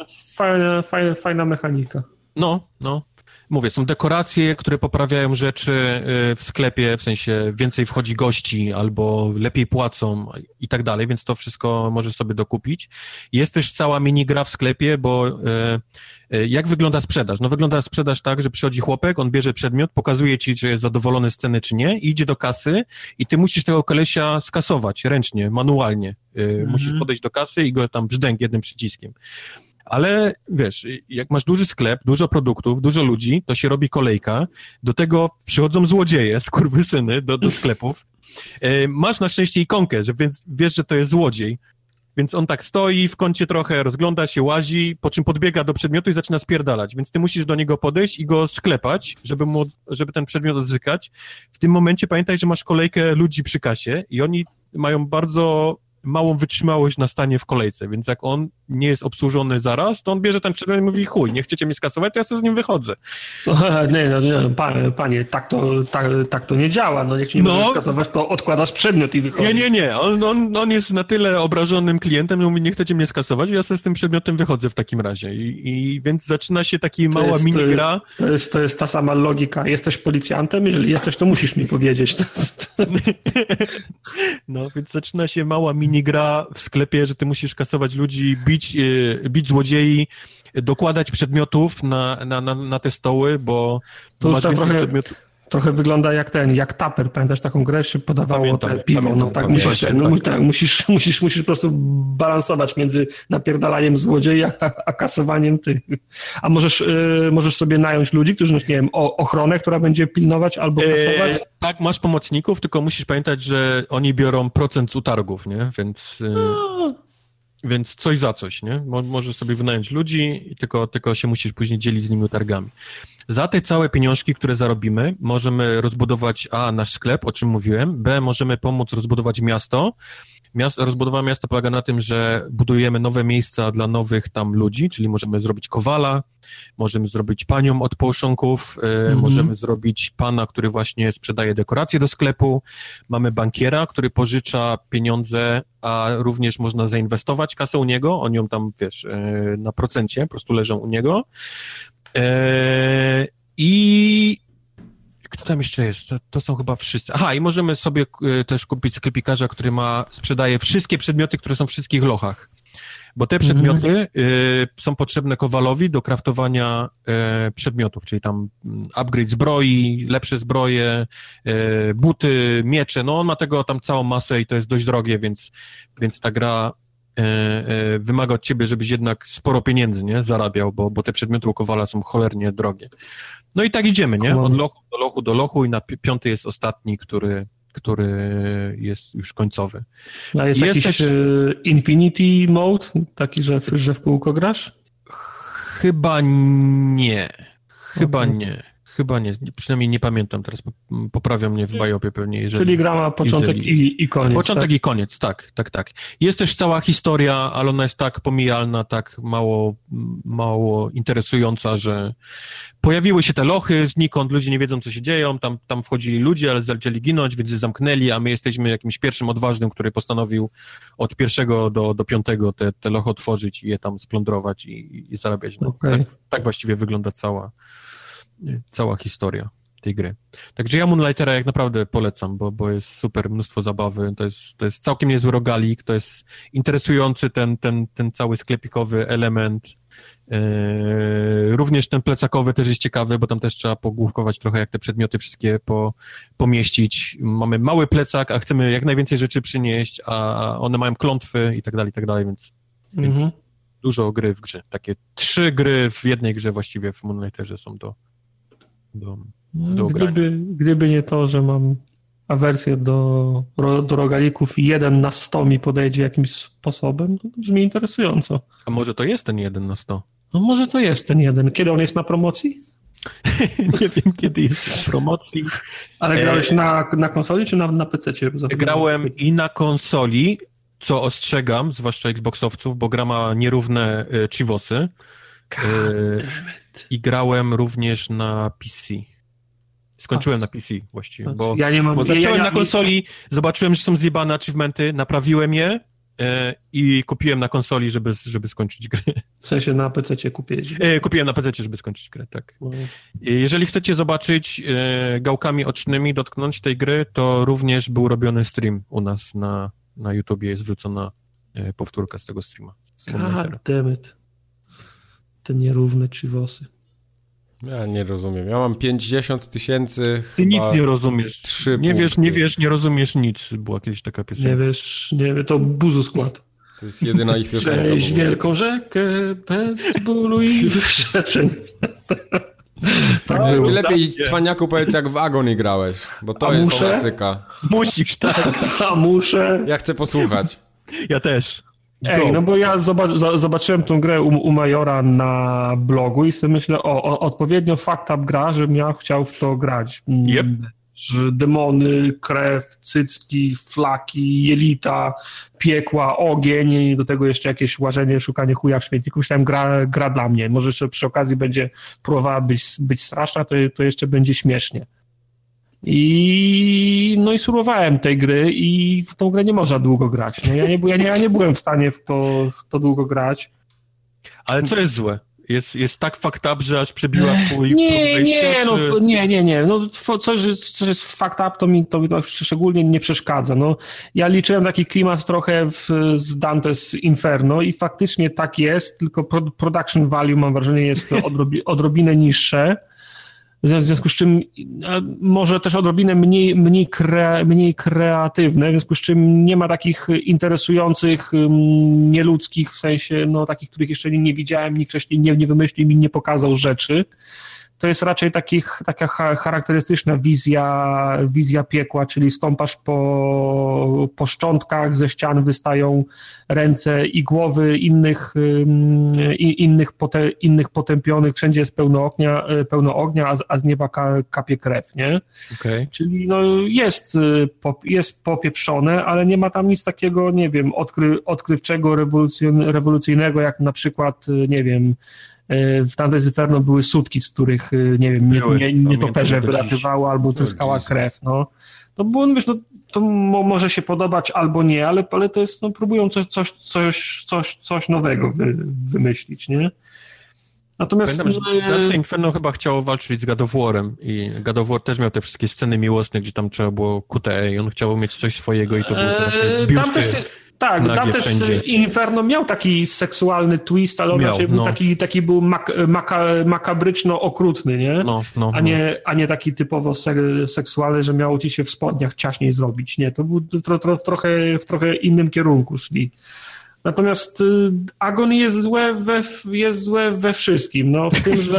fajna mechanika. No. Mówię, są dekoracje, które poprawiają rzeczy w sklepie, w sensie więcej wchodzi gości albo lepiej płacą i tak dalej, więc to wszystko możesz sobie dokupić. Jest też cała minigra w sklepie, bo jak wygląda sprzedaż? No wygląda sprzedaż tak, że przychodzi chłopek, on bierze przedmiot, pokazuje ci, czy jest zadowolony z ceny, czy nie, i idzie do kasy i ty musisz tego kolesia skasować ręcznie, manualnie. Musisz podejść do kasy i go tam brzdęk jednym przyciskiem. Ale wiesz, jak masz duży sklep, dużo produktów, dużo ludzi, to się robi kolejka, do tego przychodzą złodzieje, skurwysyny do sklepów. Masz na szczęście ikonkę, więc wiesz, że to jest złodziej, więc on tak stoi w kącie trochę, rozgląda się, łazi, po czym podbiega do przedmiotu i zaczyna spierdalać, więc ty musisz do niego podejść i go sklepać, żeby ten przedmiot odzyskać. W tym momencie pamiętaj, że masz kolejkę ludzi przy kasie i oni mają bardzo małą wytrzymałość na stanie w kolejce, więc jak on nie jest obsłużony zaraz, to on bierze ten przedmiot i mówi, chuj, nie chcecie mnie skasować, to ja sobie z nim wychodzę. Nie, panie, tak to nie działa, no jak się nie możesz skasować, to odkładasz przedmiot i wychodzisz. Nie, on jest na tyle obrażonym klientem, że mówi, nie chcecie mnie skasować, ja sobie z tym przedmiotem wychodzę w takim razie i więc zaczyna się taka mała minigra. To jest ta sama logika, jesteś policjantem, jeżeli jesteś, to musisz mi powiedzieć. No, więc zaczyna się mała minigra w sklepie, że ty musisz kasować ludzi, bić złodziei, dokładać przedmiotów na te stoły, bo to masz więcej przedmiotów. Trochę wygląda jak Tupper, pamiętasz taką grę, się podawało piwo, musisz po prostu balansować między napierdalaniem złodziei a kasowaniem tych. A możesz sobie nająć ludzi, którzy, nie wiem, ochronę, która będzie pilnować albo kasować? Tak, masz pomocników, tylko musisz pamiętać, że oni biorą procent z utargów, nie? Więc coś za coś, nie? Możesz sobie wynająć ludzi, tylko się musisz później dzielić z nimi utargami. Za te całe pieniążki, które zarobimy, możemy rozbudować nasz sklep, o czym mówiłem, B, możemy pomóc rozbudować miasto. rozbudowa miasta polega na tym, że budujemy nowe miejsca dla nowych tam ludzi, czyli możemy zrobić kowala, możemy zrobić panią od połszonków, możemy zrobić pana, który właśnie sprzedaje dekoracje do sklepu, mamy bankiera, który pożycza pieniądze, a również można zainwestować kasę u niego, on ją tam, wiesz, na procencie po prostu leżą u niego. I kto tam jeszcze jest? To są chyba wszyscy. Aha, i możemy sobie też kupić sklepikarza, który sprzedaje wszystkie przedmioty, które są w wszystkich lochach. Bo te przedmioty są potrzebne kowalowi do craftowania przedmiotów, czyli tam upgrade zbroi, lepsze zbroje, buty, miecze. No on ma tego tam całą masę i to jest dość drogie, więc ta gra wymaga od ciebie, żebyś jednak sporo pieniędzy, nie, zarabiał, bo te przedmioty u kowala są cholernie drogie. No i tak idziemy, nie? Od lochu do lochu i na 5 jest ostatni, który jest już końcowy. A jest jakiś też Infinity Mode, taki, że w kółko grasz? Chyba nie. Chyba nie. Przynajmniej nie pamiętam teraz. Poprawią mnie w Biopie pewnie. Jeżeli, czyli gra ma początek i koniec. Początek tak? i koniec, tak. Jest też cała historia, ale ona jest tak pomijalna, tak mało interesująca, że pojawiły się te lochy znikąd, ludzie nie wiedzą, co się dzieją, tam wchodzili ludzie, ale zaczęli ginąć, więc je zamknęli, a my jesteśmy jakimś pierwszym odważnym, który postanowił od 1 do 5 te lochy otworzyć i je tam splądrować i zarabiać. No, okay. Tak właściwie wygląda cała historia tej gry. Także ja Moonlightera jak naprawdę polecam, bo jest super, mnóstwo zabawy, to jest całkiem niezły rogalik, to jest interesujący ten cały sklepikowy element. Również ten plecakowy też jest ciekawy, bo tam też trzeba pogłówkować trochę, jak te przedmioty wszystkie pomieścić. Mamy mały plecak, a chcemy jak najwięcej rzeczy przynieść, a one mają klątwy i tak dalej, więc dużo gry w grze. Takie 3 gry w jednej grze właściwie w Moonlighterze są do Gdyby nie to, że mam awersję do rogalików i 1 na 100 mi podejdzie jakimś sposobem, to brzmi interesująco. A może to jest ten 1 na 100? No może to jest ten 1. Kiedy on jest na promocji? Nie wiem, kiedy jest na promocji. Ale grałeś na konsoli czy na PC-cie? Grałem i na konsoli, co ostrzegam, zwłaszcza Xboxowców, bo gra ma nierówne chivosy. I grałem również na PC. Skończyłem na PC właściwie, bo zacząłem na konsoli, zobaczyłem, że są zjebane achievementy, naprawiłem je i kupiłem na konsoli, żeby skończyć grę. W sensie na PC-cie kupiłeś? Kupiłem na PC-cie, żeby skończyć grę, tak. Jeżeli chcecie zobaczyć gałkami ocznymi, dotknąć tej gry, to również był robiony stream u nas na YouTubie, jest wrzucona powtórka z tego streama. God damn it. Te nierówne chivosy. Ja nie rozumiem. Ja mam 50 000. Ty nic nie rozumiesz. 3 nie rozumiesz nic. Była kiedyś taka piosenka. Nie wiesz, to Buzu Skład. To jest jedyna ich piosenka. Przejdź wielką rzekę bez bólu i wyrzeczeń. Ty lepiej cwaniaku powiedz, jak w Agony grałeś, bo to jest klasyka. Musisz, tak. A muszę. Ja chcę posłuchać. Ja też. No bo ja zobaczyłem tą grę u Majora na blogu i sobie myślę, odpowiednio fucked up gra, żebym ja chciał w to grać. Yep. Że demony, krew, cycki, flaki, jelita, piekła, ogień, do tego jeszcze jakieś łażenie, szukanie chuja w śmietniku. Myślałem, gra dla mnie. Może jeszcze przy okazji będzie próbowała być straszna, to jeszcze będzie śmiesznie. I spróbowałem tej gry i w tą grę nie można długo grać. No, ja nie byłem w stanie w to długo grać. Ale co jest złe? Jest tak fucked up, że aż przebiła twój wejście, nie. No, coś jest fucked up, to mi szczególnie nie przeszkadza. No, ja liczyłem taki klimat trochę z Dante's Inferno i faktycznie tak jest, tylko production value, mam wrażenie, jest odrobinę niższe. W związku z czym może też odrobinę mniej kreatywne, w związku z czym nie ma takich interesujących, nieludzkich, w sensie takich, których jeszcze nie widziałem, nikt wcześniej nie wymyślił i mi nie pokazał rzeczy. to jest raczej taka charakterystyczna wizja piekła, czyli stąpasz po szczątkach, ze ścian wystają ręce i głowy innych potępionych, wszędzie jest pełno ognia, a z nieba kapie krew, nie? Okay. Czyli no jest popieprzone, ale nie ma tam nic takiego, nie wiem, odkrywczego, rewolucyjnego, jak na przykład, nie wiem, w Dante's Inferno były sutki, z których, nie wiem, nietoperze wylatywało albo tryskała krew, no. To było, wiesz, no, to może się podobać albo nie, ale to jest, no, próbują coś nowego wymyślić, nie? Natomiast... Dante Inferno chyba chciało walczyć z God of War'em i God of War też miał te wszystkie sceny miłosne, gdzie tam trzeba było QTE i on chciał mieć coś swojego i to było właśnie biusty. Tak, Dante's Inferno miał taki seksualny twist, ale on był taki był makabryczno-okrutny, nie? A nie taki typowo seksualny, że miało ci się w spodniach ciaśniej zrobić. Nie, to był w trochę innym kierunku szli. Natomiast Agon jest złe we wszystkim. No,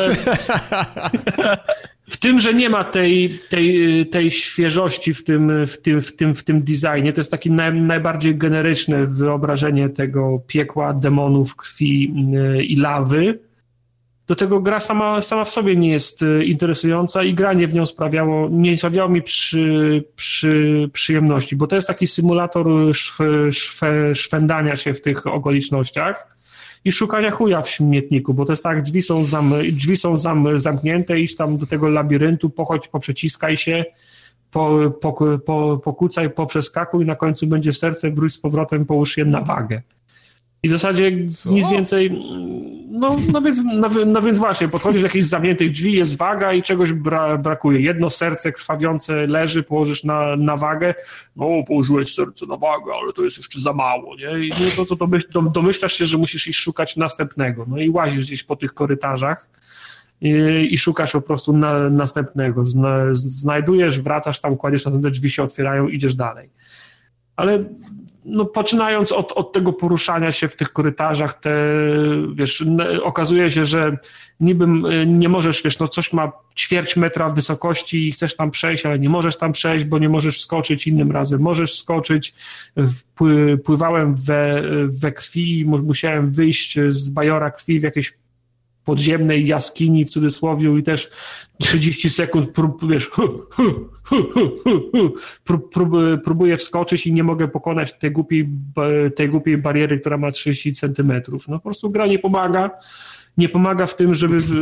w tym, że nie ma tej świeżości w tym designie. To jest takie najbardziej generyczne wyobrażenie tego piekła, demonów, krwi i lawy. Do tego gra sama w sobie nie jest interesująca i granie w nią nie sprawiało mi przyjemności, bo to jest taki symulator szwendania się w tych okolicznościach i szukania chuja w śmietniku, bo to jest tak, drzwi są zamknięte, idź tam do tego labiryntu, pochodź, poprzeciskaj się, pokucaj, poprzeskakuj i na końcu będzie serce, wróć z powrotem, połóż je na wagę. I w zasadzie nic więcej, no więc właśnie, podchodzisz do jakichś zamkniętych drzwi, jest waga i czegoś brakuje. Jedno serce krwawiące leży, położysz na wagę, no położyłeś serce na wagę, ale to jest jeszcze za mało, nie? I to co domyślasz się, że musisz iść szukać następnego, no i łazisz gdzieś po tych korytarzach i szukasz po prostu następnego. Znajdujesz, wracasz tam, kładziesz na te drzwi, się otwierają, idziesz dalej. Ale no, poczynając od tego poruszania się w tych korytarzach, wiesz, okazuje się, że niby nie możesz, wiesz, no coś ma ćwierć metra wysokości i chcesz tam przejść, ale nie możesz tam przejść, bo nie możesz wskoczyć, innym razem możesz wskoczyć. Pływałem we krwi, musiałem wyjść z bajora krwi w jakieś podziemnej jaskini, w cudzysłowie, i też 30 sekund próbuję wskoczyć i nie mogę pokonać tej głupiej bariery, która ma 30 centymetrów. No po prostu gra nie pomaga w tym,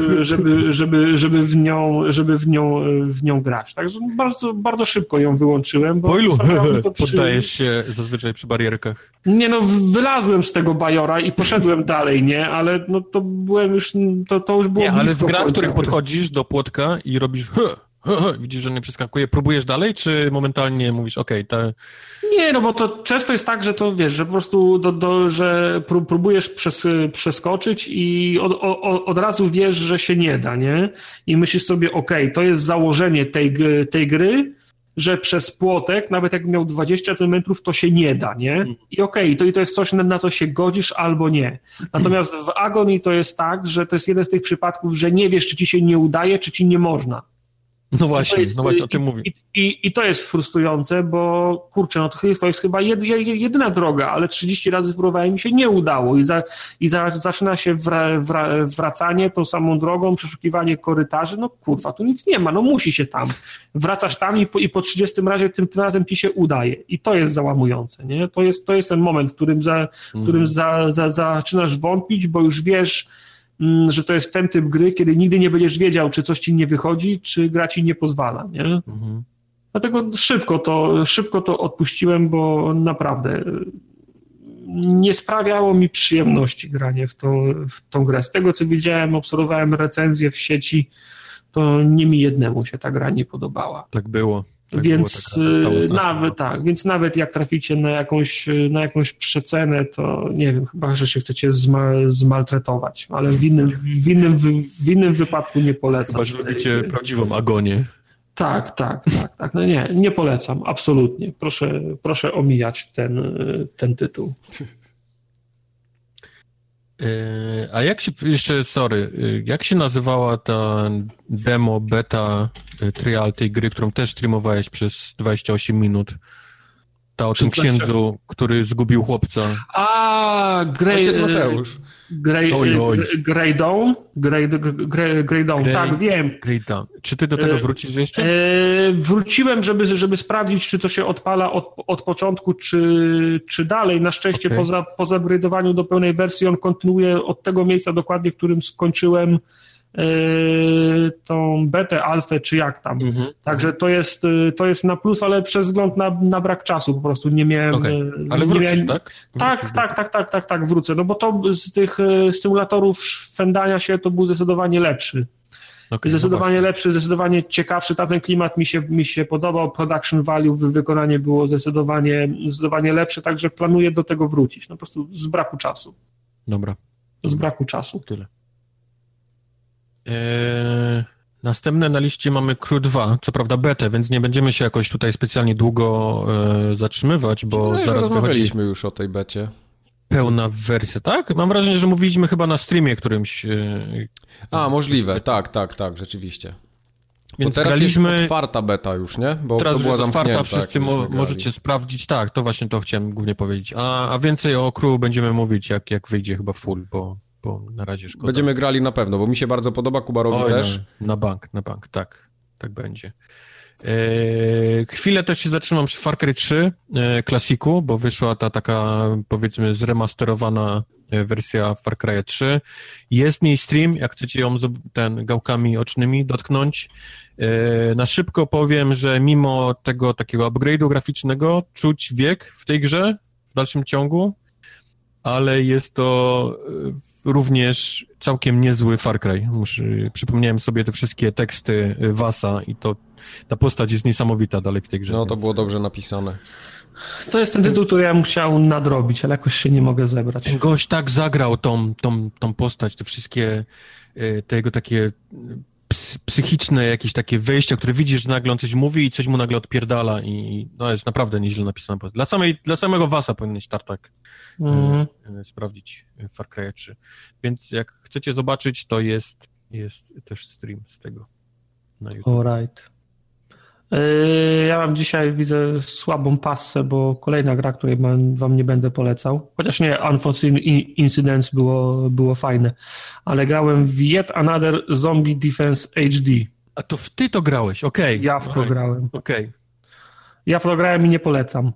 żeby w nią grać. Także bardzo, bardzo szybko ją wyłączyłem. Bo ilu poddajesz się zazwyczaj przy barierkach? Nie no, wylazłem z tego bajora i poszedłem dalej, nie? Ale no to byłem już, to już było nie, ale w grach, w których podchodzisz do płotka i robisz widzisz, że nie przeskakuje, próbujesz dalej, czy momentalnie mówisz Nie, no bo to często jest tak, że to wiesz, że po prostu że próbujesz przeskoczyć i od razu wiesz, że się nie da, nie? I myślisz sobie, to jest założenie tej gry, że przez płotek, nawet jak miał 20 centymetrów, to się nie da, nie? I to jest coś, na co się godzisz albo nie. Natomiast w Agonii to jest tak, że to jest jeden z tych przypadków, że nie wiesz, czy ci się nie udaje, czy ci nie można. No właśnie, o tym mówię. I to jest frustrujące, bo kurczę, no to jest chyba jedyna droga, ale 30 razy próbowałem, mi się nie udało i zaczyna się wracanie tą samą drogą, przeszukiwanie korytarzy, no kurwa, tu nic nie ma, no musi się tam. Wracasz tam i po 30 razie tym razem ci się udaje i to jest załamujące, nie? To jest ten moment, w którym zaczynasz wątpić, bo już wiesz, że to jest ten typ gry, kiedy nigdy nie będziesz wiedział, czy coś ci nie wychodzi, czy gra ci nie pozwala, nie? Mhm. Dlatego szybko to odpuściłem, bo naprawdę nie sprawiało mi przyjemności granie w tą grę. Z tego, co widziałem, obserwowałem recenzje w sieci, to nie mi jednemu się ta gra nie podobała. Tak było. Więc nawet jak traficie na jakąś przecenę, to nie wiem, chyba, że się chcecie zmaltretować, ale w innym wypadku nie polecam. Chyba, że lubicie prawdziwą agonię. Tak. No nie polecam, absolutnie. Proszę omijać ten tytuł. A jak się, jeszcze, jak się nazywała ta demo, beta, trial tej gry, którą też streamowałeś przez 28 minut? Ta o tym księdzu, który zgubił chłopca. Grey Dawn? Grey Dawn, tak, wiem. Grey Dawn. Czy ty do tego wrócisz jeszcze? Wróciłem, żeby sprawdzić, czy to się odpala od początku, czy dalej. Na szczęście po zupgrade'owaniu do pełnej wersji on kontynuuje od tego miejsca dokładnie, w którym skończyłem tą betę, alfę, czy jak tam. Także to jest na plus, ale przez wzgląd na brak czasu po prostu nie miałem... Ale wrócisz, tak? Tak, wrócę. No bo to z tych symulatorów szwendania się to był zdecydowanie lepszy. Zdecydowanie lepszy, zdecydowanie ciekawszy. Tamten klimat mi się podobał. Production value, wykonanie było zdecydowanie lepsze, także planuję do tego wrócić. No po prostu z braku czasu. Dobra. Z braku czasu. Tyle. Następne na liście mamy Crew 2, co prawda betę, więc nie będziemy się jakoś tutaj specjalnie długo zatrzymywać, bo zaraz rozmawialiśmy już o tej becie. Pełna wersja, tak? Mam wrażenie, że mówiliśmy chyba na streamie którymś. Możliwe, tak, rzeczywiście. Więc bo teraz graliśmy... jest otwarta beta już, nie? Bo teraz to była już jest otwarta, wszyscy możecie sprawdzić. Tak, to właśnie to chciałem głównie powiedzieć. A więcej o Crew będziemy mówić, jak wyjdzie chyba full, bo na razie szkoda. Będziemy grali na pewno, bo mi się bardzo podoba, Kubarowi też. Na bank, tak będzie. Chwilę też się zatrzymam przy Far Cry 3 klasiku, bo wyszła ta taka, powiedzmy, zremasterowana wersja Far Cry 3. Jest w niej stream, jak chcecie ją gałkami ocznymi dotknąć. Na szybko powiem, że mimo tego takiego upgrade'u graficznego czuć wiek w tej grze w dalszym ciągu, ale jest to również całkiem niezły Far Cry. Przypomniałem sobie te wszystkie teksty Vasa i ta postać jest niesamowita dalej w tej grze. No to było dobrze napisane. To jest ten tytuł, który ja bym chciał nadrobić, ale jakoś się nie mogę zebrać. Ten gość tak zagrał tą postać, te wszystkie tego takie psychiczne jakieś takie wejścia, które widzisz, że nagle on coś mówi i coś mu nagle odpierdala i no jest naprawdę nieźle napisane. Dla samego Vasa powinieneś tartak sprawdzić Far Cry 3. Więc jak chcecie zobaczyć, to jest też stream z tego na YouTube. Alright. Ja mam dzisiaj, widzę, słabą passę, bo kolejna gra, której wam nie będę polecał. Chociaż nie, Unforeseen Incidents było fajne. Ale grałem w Yet Another Zombie Defense HD. A to ty to grałeś, okej. Ja w to grałem. Okej. Ja w to grałem i nie polecam.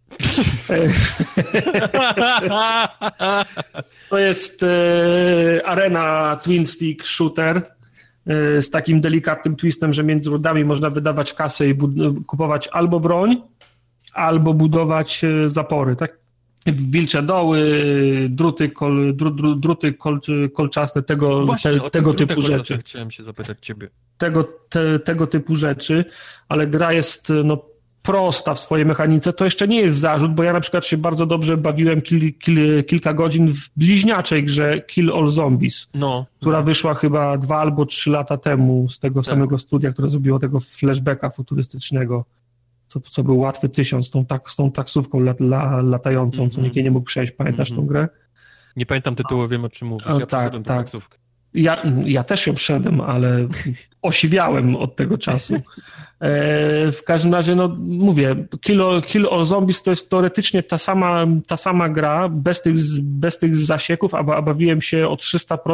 To jest arena twin stick shooter z takim delikatnym twistem, że między rundami można wydawać kasę i kupować albo broń, albo budować zapory, tak? Wilcze doły, druty kolczaste, tego typu rzeczy. Chciałem się zapytać ciebie. Tego typu rzeczy, ale gra jest prosta w swojej mechanice. To jeszcze nie jest zarzut, bo ja na przykład się bardzo dobrze bawiłem kilka godzin w bliźniaczej grze Kill All Zombies, która wyszła chyba 2 albo 3 lata temu z tego samego studia, które zrobiło tego flashbacka futurystycznego, co był Łatwy 1000 z tą taksówką latającą, co nikt nie mógł przejść. Pamiętasz tą grę? Nie pamiętam tytułu, wiem o czym mówisz. Ja przeszedłem tę taksówkę. Ja też ją przeszedłem, ale osiwiałem od tego czasu. W każdym razie, mówię, Kill All Zombies to jest teoretycznie ta sama gra, bez tych zasieków, a bawiłem się o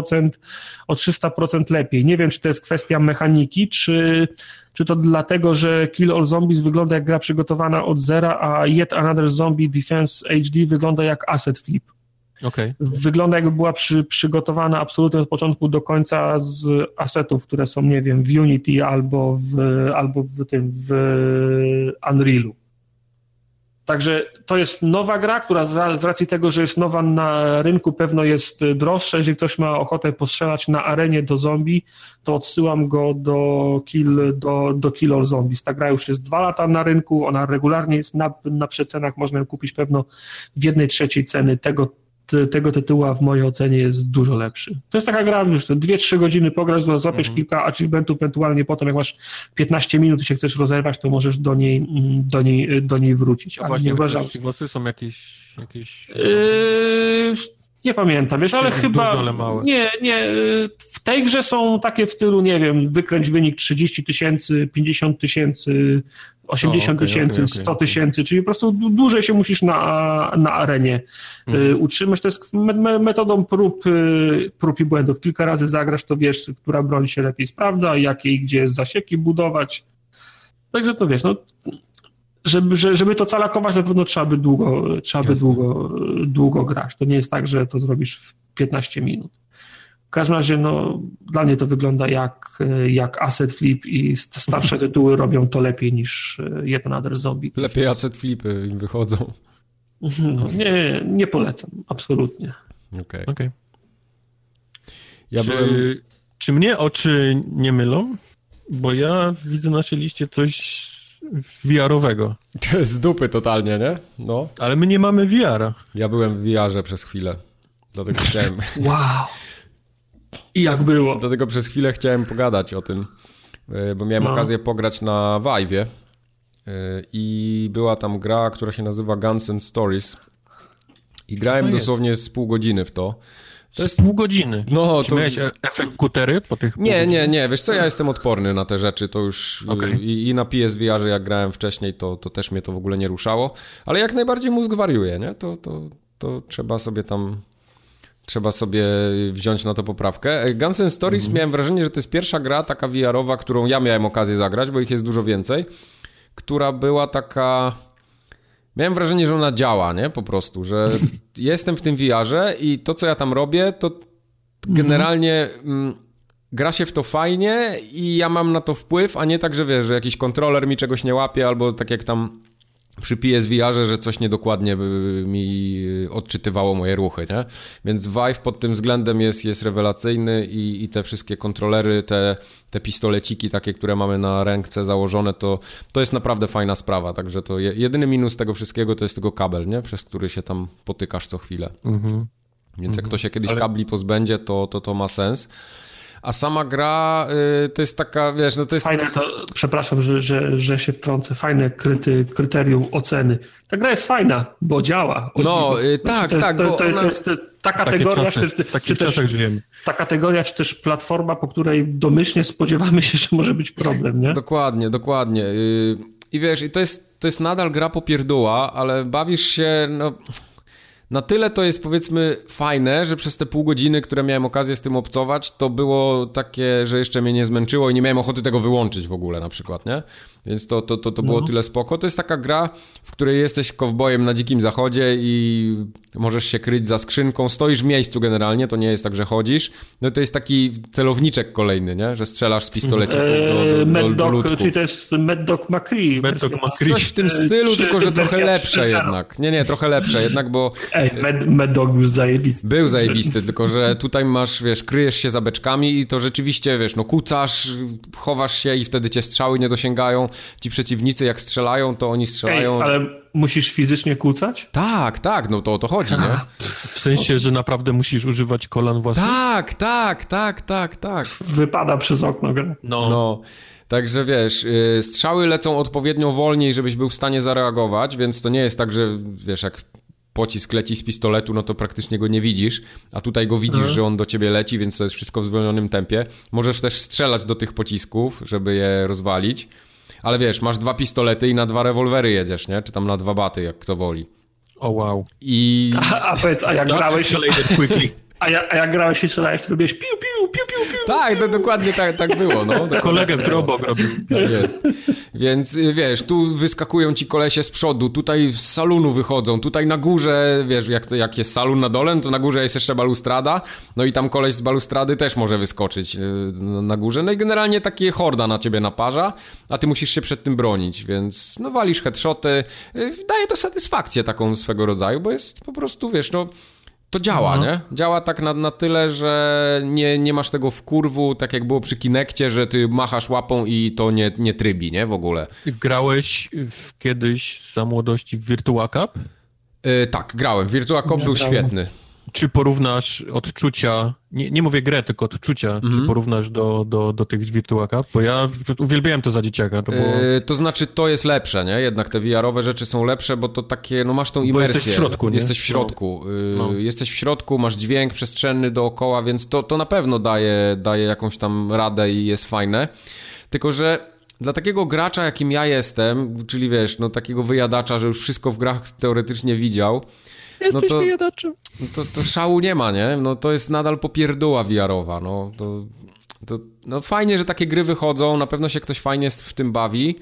300% lepiej. Nie wiem, czy to jest kwestia mechaniki, czy to dlatego, że Kill All Zombies wygląda jak gra przygotowana od zera, a Yet Another Zombie Defense HD wygląda jak asset flip. Okay. Wygląda jakby była przygotowana absolutnie od początku do końca z asetów, które są, nie wiem, w Unity albo w Unrealu. Także to jest nowa gra, która z racji tego, że jest nowa na rynku, pewno jest droższa. Jeżeli ktoś ma ochotę postrzelać na arenie do zombie, to odsyłam go do Kill All Zombies. Ta gra już jest 2 lata na rynku, ona regularnie jest na przecenach, można ją kupić pewno w 1/3 ceny tego tytułu, a w mojej ocenie jest dużo lepszy. To jest taka gra, już 2-3 godziny pograsz, złapiesz kilka achievementów, ewentualnie potem jak masz 15 minut i się chcesz rozerwać, to możesz do niej wrócić. A właśnie, głosy są jakieś... Nie pamiętam, wiesz, ale chyba... Duże, ale małe. Nie, w tej grze są takie w stylu, nie wiem, wykręć wynik 30 000, 50 000, 80 000, 100 000, czyli po prostu dłużej się musisz na arenie utrzymać. To jest metodą prób i błędów. Kilka razy zagrasz, to wiesz, która broń się lepiej sprawdza, jakie i gdzie zasieki budować. Także to wiesz, no... Żeby to calakować, na pewno trzeba by długo grać. To nie jest tak, że to zrobisz w 15 minut. W każdym razie, no, dla mnie to wygląda jak Asset Flip i starsze tytuły robią to lepiej niż Yet Another Zombie. Lepiej Asset Flipy im wychodzą. No, nie polecam, absolutnie. Okej. Czy mnie oczy nie mylą? Bo ja widzę na naszej liście coś VR-owego. To jest z dupy totalnie, nie? No. Ale my nie mamy VR-a. Ja byłem w VR-ze przez chwilę. Dlatego chciałem... Wow! I jak było? Dlatego przez chwilę chciałem pogadać o tym, bo miałem okazję pograć na Vive'ie i była tam gra, która się nazywa Guns and Stories i grałem dosłownie z pół godziny w to. To jest pół godziny. No, to miałeś efekt kutery po tych... Nie. Wiesz co, ja jestem odporny na te rzeczy. To już i na PSVR-ze jak grałem wcześniej, to też mnie to w ogóle nie ruszało. Ale jak najbardziej mózg wariuje, nie? To trzeba sobie wziąć na to poprawkę. Guns N' Stories miałem wrażenie, że to jest pierwsza gra taka VR-owa, którą ja miałem okazję zagrać, bo ich jest dużo więcej, która była taka... Miałem wrażenie, że ona działa, nie? Po prostu, że jestem w tym VR-ze i to, co ja tam robię, to generalnie gra się w to fajnie i ja mam na to wpływ, a nie tak, że wiesz, że jakiś kontroler mi czegoś nie łapie, albo tak jak tam przy PSVR-ze, że coś niedokładnie mi odczytywało moje ruchy, nie? Więc Vive pod tym względem jest rewelacyjny i te wszystkie kontrolery, te pistoleciki takie, które mamy na ręce założone, to jest naprawdę fajna sprawa, także to jedyny minus tego wszystkiego to jest tylko kabel, nie? Przez który się tam potykasz co chwilę. Więc jak to się kiedyś kabli pozbędzie, to ma sens. A sama gra to jest taka, wiesz, no to jest... Fajne to, przepraszam, że się wtrącę, fajne kryterium oceny. Ta gra jest fajna, bo działa. No, tak. To jest ta kategoria, ta kategoria, czy też platforma, po której domyślnie spodziewamy się, że może być problem, nie? Dokładnie. I wiesz, to jest nadal gra popierdóła, ale bawisz się, no... Na tyle to jest, powiedzmy, fajne, że przez te pół godziny, które miałem okazję z tym obcować, to było takie, że jeszcze mnie nie zmęczyło i nie miałem ochoty tego wyłączyć w ogóle na przykład, nie? Więc to było tyle spoko. To jest taka gra, w której jesteś kowbojem na dzikim zachodzie i możesz się kryć za skrzynką, stoisz w miejscu generalnie, to nie jest tak, że chodzisz. No to jest taki celowniczek kolejny, nie? Że strzelasz z pistolecików do ludków. Czyli to jest Mad Dog McCree. Coś w tym stylu, tylko że trochę lepsze jednak. Nie, trochę lepsze jednak, bo... Mad Dog był zajebisty. Był zajebisty, tylko że tutaj masz, wiesz, kryjesz się za beczkami i to rzeczywiście, wiesz, no kucasz, chowasz się i wtedy cię strzały nie dosięgają. Ci przeciwnicy jak strzelają, to oni strzelają... ale musisz fizycznie kucać? Tak, no to o to chodzi, nie? W sensie, że naprawdę musisz używać kolan własnych? Tak. Wypada przez okno gra. No. Także wiesz, strzały lecą odpowiednio wolniej, żebyś był w stanie zareagować, więc to nie jest tak, że wiesz, jak pocisk leci z pistoletu, no to praktycznie go nie widzisz, a tutaj go widzisz, że on do ciebie leci, więc to jest wszystko w zwolnionym tempie. Możesz też strzelać do tych pocisków, żeby je rozwalić, ale wiesz, masz 2 pistolety i na 2 rewolwery jedziesz, nie? Czy tam na 2 baty, jak kto woli. O wow. A powiedz, a jak grałeś... A jak grałeś i strzelałeś, to robiłeś piu. Tak, to dokładnie tak było, no. Kolegę w grobok robił. Tak jest. Więc wiesz, tu wyskakują ci kolesie z przodu, tutaj z salonu wychodzą, tutaj na górze, wiesz, jak jest salon na dole, to na górze jest jeszcze balustrada, no i tam koleś z balustrady też może wyskoczyć na górze, no i generalnie takie horda na ciebie naparza, a ty musisz się przed tym bronić, więc no walisz headshoty, daje to satysfakcję taką swego rodzaju, bo jest po prostu, wiesz, no to działa, nie? Działa tak na tyle, że nie masz tego wkurwu, tak jak było przy Kinekcie, że ty machasz łapą i to nie trybi, nie? W ogóle. Grałeś kiedyś za młodości w Virtua Cop? Tak, grałem. Virtua Cop był świetny. czy porównasz odczucia, nie mówię grę, tylko odczucia, czy porównasz do tych wirtuaka? Bo ja uwielbiałem to za dzieciaka. To, było... to znaczy, to jest lepsze, nie? Jednak te VR-owe rzeczy są lepsze, bo to takie, no masz tą imersję. Bo jesteś w środku, nie? Jesteś w środku. Jesteś w środku, masz dźwięk przestrzenny dookoła, więc to na pewno daje jakąś tam radę i jest fajne. Tylko że dla takiego gracza, jakim ja jestem, czyli wiesz, no takiego wyjadacza, że już wszystko w grach teoretycznie widział, Jesteś wyjadaczem. To szału nie ma, nie? No to jest nadal popierduła VR-owa, no no fajnie, że takie gry wychodzą, na pewno się ktoś fajnie w tym bawi,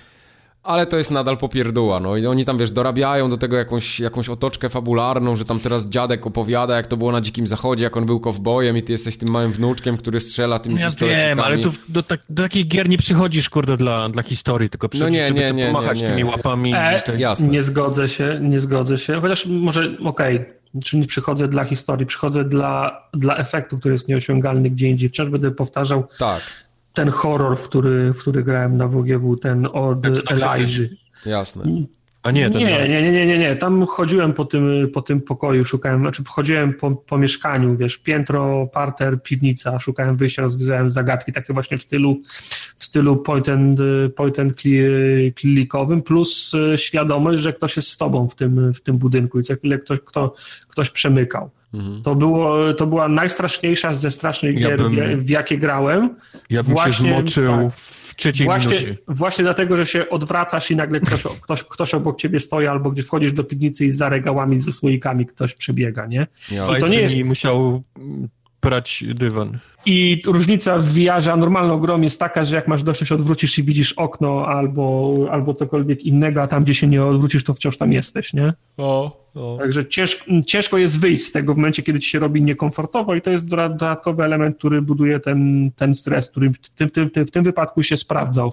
ale to jest nadal popierduła, no i oni tam, wiesz, dorabiają do tego jakąś otoczkę fabularną, że tam teraz dziadek opowiada, jak to było na Dzikim Zachodzie, jak on był kowbojem i ty jesteś tym małym wnuczkiem, który strzela tymi pistolecikami. Ja wiem, ale do takich gier nie przychodzisz, kurde, dla historii, tylko przychodzisz, żeby pomachać tymi łapami. Jasne. Nie zgodzę się, chociaż może, czy nie przychodzę dla historii, przychodzę dla efektu, który jest nieosiągalny gdzie indziej. Wciąż będę powtarzał ten horror, w który grałem na WGW, ten od Elijah. Jasne. A nie, nie. Tam chodziłem po tym pokoju, chodziłem po mieszkaniu, wiesz, piętro, parter, piwnica, szukałem wyjścia, rozwiązałem zagadki takie właśnie w stylu point and clickowym, plus świadomość, że ktoś jest z tobą w tym budynku i co chwilę ktoś przemykał. Mhm. To była najstraszniejsza ze strasznych gier, w jakie grałem. Ja bym się zmoczył w trzeciej minucie. Właśnie dlatego, że się odwracasz i nagle ktoś obok ciebie stoi, albo gdzie wchodzisz do piwnicy i za regałami ze słoikami ktoś przebiega, nie? I to nie jest... musiał prać dywan. I różnica w VR-ze, a normalną grą jest taka, że jak masz dość, się odwrócisz i widzisz okno albo cokolwiek innego, a tam, gdzie się nie odwrócisz, to wciąż tam jesteś, nie? Także ciężko jest wyjść z tego w momencie, kiedy ci się robi niekomfortowo i to jest dodatkowy element, który buduje ten stres, który w tym wypadku się sprawdzał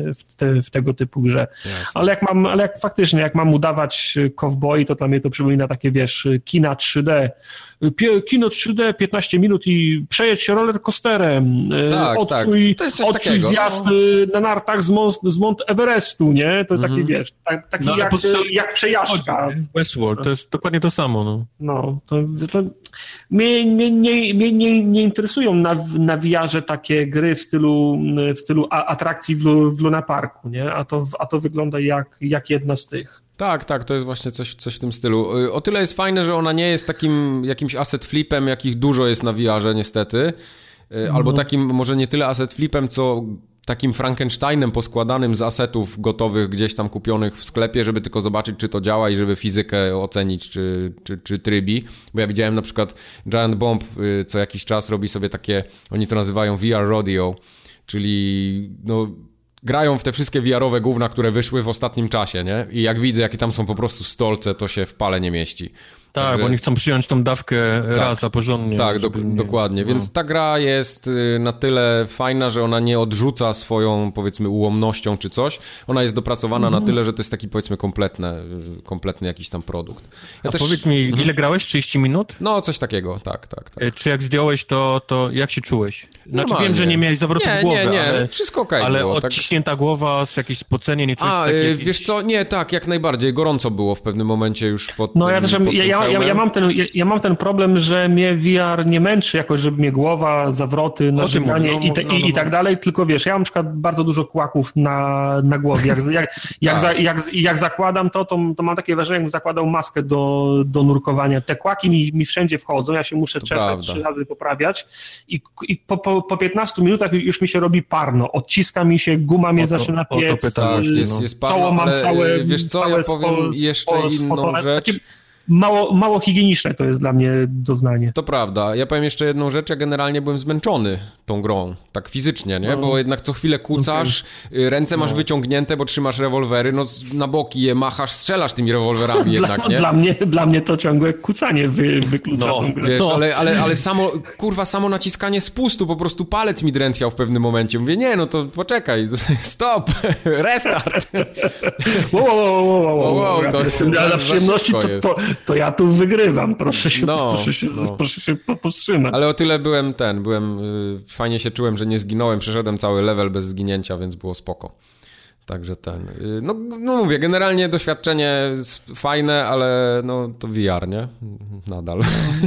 w tego typu grze. Ale jak mam udawać cowboy, to dla mnie to przypomina takie, wiesz, kina 3D. Kino 3D, 15 minut i przejedź się rollercoasterem, odczuj zjazd na nartach z Mount Everestu, nie? To jest taki, wiesz, taki jak przejażdżka. Westworld, to jest dokładnie to samo, to mnie nie interesują na VR-ze takie gry w stylu atrakcji w Luna Parku, nie? A to wygląda jak jedna z tych. Tak, to jest właśnie coś w tym stylu. O tyle jest fajne, że ona nie jest takim jakimś asset flipem, jakich dużo jest na VR-ze niestety, albo takim może nie tyle asset flipem, co takim Frankensteinem poskładanym z asetów gotowych gdzieś tam kupionych w sklepie, żeby tylko zobaczyć, czy to działa i żeby fizykę ocenić, czy trybi. Bo ja widziałem na przykład Giant Bomb co jakiś czas robi sobie takie, oni to nazywają VR Rodeo, czyli grają w te wszystkie VR-owe gówna, które wyszły w ostatnim czasie, nie? I jak widzę, jakie tam są po prostu stolce, to się w pale nie mieści. Tak, także... bo oni chcą przyjąć tą dawkę raz, a porządnie. Tak, dokładnie. Więc ta gra jest na tyle fajna, że ona nie odrzuca swoją, powiedzmy, ułomnością czy coś. Ona jest dopracowana na tyle, że to jest taki, powiedzmy, kompletny jakiś tam produkt. Powiedz mi, ile grałeś? 30 minut? No, coś takiego, tak. Czy jak zdjąłeś, to jak się czułeś? Znaczy wiem, że nie miałeś zawrotów głowy, ale wszystko okej ale było, odciśnięta głowa, jakieś spocenie, nie czułeś wiesz co, nie, tak, jak najbardziej. Gorąco było w pewnym momencie już pod ja mam ten problem, że mnie VR nie męczy jakoś, żeby mnie głowa, zawroty, narzekanie i tak dalej, tylko wiesz, ja mam na przykład bardzo dużo kłaków na głowie. Jak zakładam to mam takie wrażenie, jakbym zakładał maskę do nurkowania. Te kłaki mi wszędzie wchodzą, ja się muszę czesać 3 razy poprawiać i po 15 minutach już mi się robi parno. Odciska mi się, guma mnie zaczyna piec. Jest parno, mam całe, wiesz co, ja powiem jeszcze inną rzecz. Mało higieniczne to jest dla mnie doznanie. To prawda. Ja powiem jeszcze jedną rzecz. Ja generalnie byłem zmęczony tą grą. Tak fizycznie, nie? Bo jednak co chwilę kucasz, ręce masz wyciągnięte, bo trzymasz rewolwery, na boki je machasz, strzelasz tymi rewolwerami jednak, nie? Dla mnie to ciągłe kucanie wyklucza tą grę. Wiesz, ale samo naciskanie spustu, po prostu palec mi drętwiał w pewnym momencie. Mówię, nie, to poczekaj, stop, restart. Wow, dla przyjemności to ja tu wygrywam, proszę się powstrzymać. Ale o tyle fajnie się czułem, że nie zginąłem, przeszedłem cały level bez zginięcia, więc było spoko. Także no mówię, generalnie doświadczenie jest fajne, ale no to VR, nie? Nadal.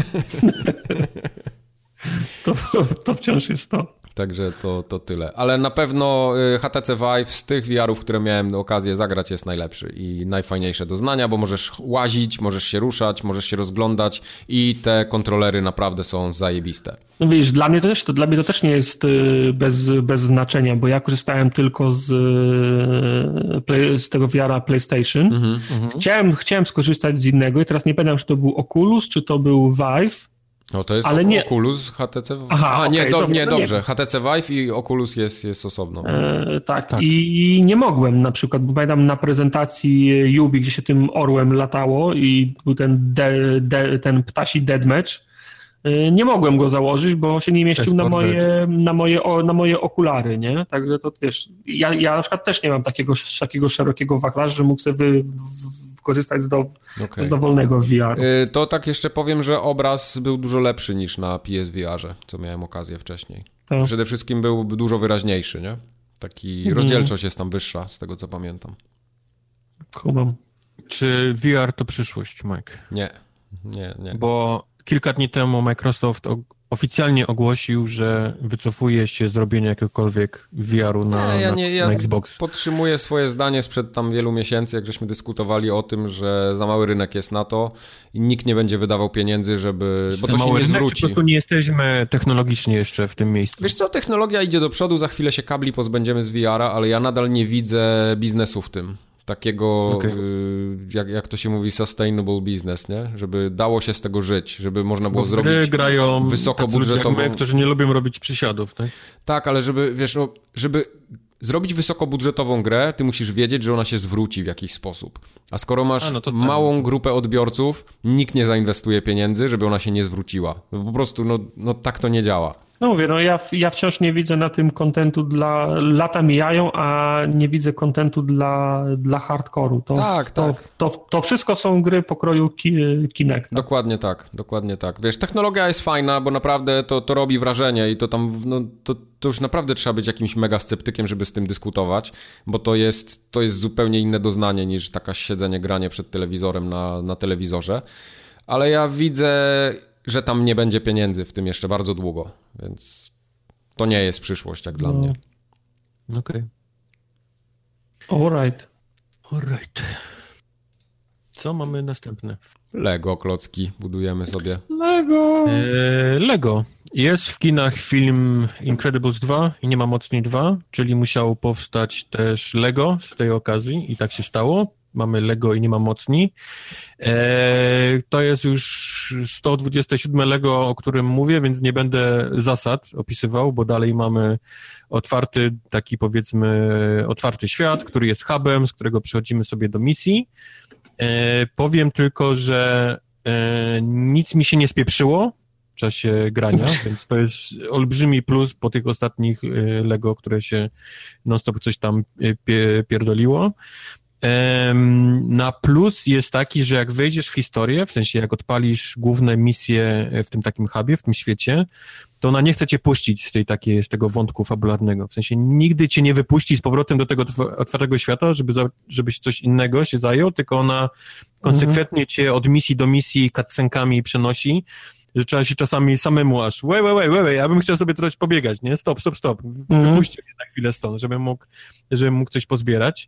To wciąż jest to. Także to tyle. Ale na pewno HTC Vive z tych VR-ów, które miałem okazję zagrać, jest najlepszy i najfajniejsze doznania, bo możesz łazić, możesz się ruszać, możesz się rozglądać i te kontrolery naprawdę są zajebiste. No widzisz, dla mnie to też nie jest bez znaczenia, bo ja korzystałem tylko z tego VR-a PlayStation. Chciałem skorzystać z innego i teraz nie pamiętam, czy to był Oculus, czy to był Vive. No to jest Oculus, HTC... Dobrze. HTC Vive i Oculus jest osobno. Tak, i nie mogłem na przykład, bo pamiętam na prezentacji Yubi, gdzie się tym orłem latało i był ten ptasi deathmatch, nie mogłem go założyć, bo się nie mieścił na moje okulary, nie? Także to wiesz, ja na przykład też nie mam takiego szerokiego wachlarza, że mógł sobie korzystać z dowolnego VR. To tak jeszcze powiem, że obraz był dużo lepszy niż na PSVR-ze, co miałem okazję wcześniej. Tak. Przede wszystkim był dużo wyraźniejszy, nie? Rozdzielczość jest tam wyższa, z tego co pamiętam. Kumam. Czy VR to przyszłość, Mike? Nie. Bo kilka dni temu Microsoft oficjalnie ogłosił, że wycofuje się z robienia jakiegokolwiek VR-u na Xbox. Ja podtrzymuję swoje zdanie sprzed tam wielu miesięcy, jak żeśmy dyskutowali o tym, że za mały rynek jest na to i nikt nie będzie wydawał pieniędzy, bo to się nie zwróci. Po prostu nie jesteśmy technologicznie jeszcze w tym miejscu. Wiesz co, technologia idzie do przodu, za chwilę się kabli pozbędziemy z VR-a, ale ja nadal nie widzę biznesu w tym. Takiego, jak to się mówi, sustainable business, nie? Żeby dało się z tego żyć, żeby można było zrobić wysokobudżetową... my, którzy nie lubią robić przysiadów, tak? Tak, ale żeby zrobić wysokobudżetową grę, ty musisz wiedzieć, że ona się zwróci w jakiś sposób. A skoro masz małą grupę odbiorców, nikt nie zainwestuje pieniędzy, żeby ona się nie zwróciła. Po prostu, tak to nie działa. No mówię, ja wciąż nie widzę na tym kontentu lata mijają, a nie widzę kontentu dla hardkoru. To wszystko są gry pokroju Kinecta. Dokładnie tak. Wiesz, technologia jest fajna, bo naprawdę to robi wrażenie i to tam, to już naprawdę trzeba być jakimś mega sceptykiem, żeby z tym dyskutować, bo to jest zupełnie inne doznanie niż taka siedzenie, granie przed telewizorem na telewizorze. Ale ja widzę, że tam nie będzie pieniędzy w tym jeszcze bardzo długo, więc to nie jest przyszłość jak dla mnie. Okej. Alright. Co mamy następne? Lego klocki budujemy sobie. Lego. Jest w kinach film Incredibles 2 i nie ma mocniej 2, czyli musiało powstać też Lego z tej okazji i tak się stało. Mamy Lego i nie ma mocni. To jest już 127 Lego, o którym mówię, więc nie będę zasad opisywał, bo dalej mamy otwarty świat, który jest hubem, z którego przechodzimy sobie do misji. Powiem tylko, że nic mi się nie spieprzyło w czasie grania, więc to jest olbrzymi plus po tych ostatnich Lego, które się non-stop coś tam pierdoliło. Na plus jest taki, że jak wejdziesz w historię, w sensie jak odpalisz główne misje w tym takim hubie, w tym świecie, to ona nie chce cię puścić z tego wątku fabularnego. W sensie nigdy cię nie wypuści z powrotem do tego otwartego świata, żebyś coś innego się zajął, tylko ona konsekwentnie cię od misji do misji cutscenkami przenosi, że trzeba się czasami samemu aż wait, ja bym chciał sobie trochę pobiegać, nie? Stop. Wypuśćcie mnie na chwilę stąd, żebym mógł coś pozbierać.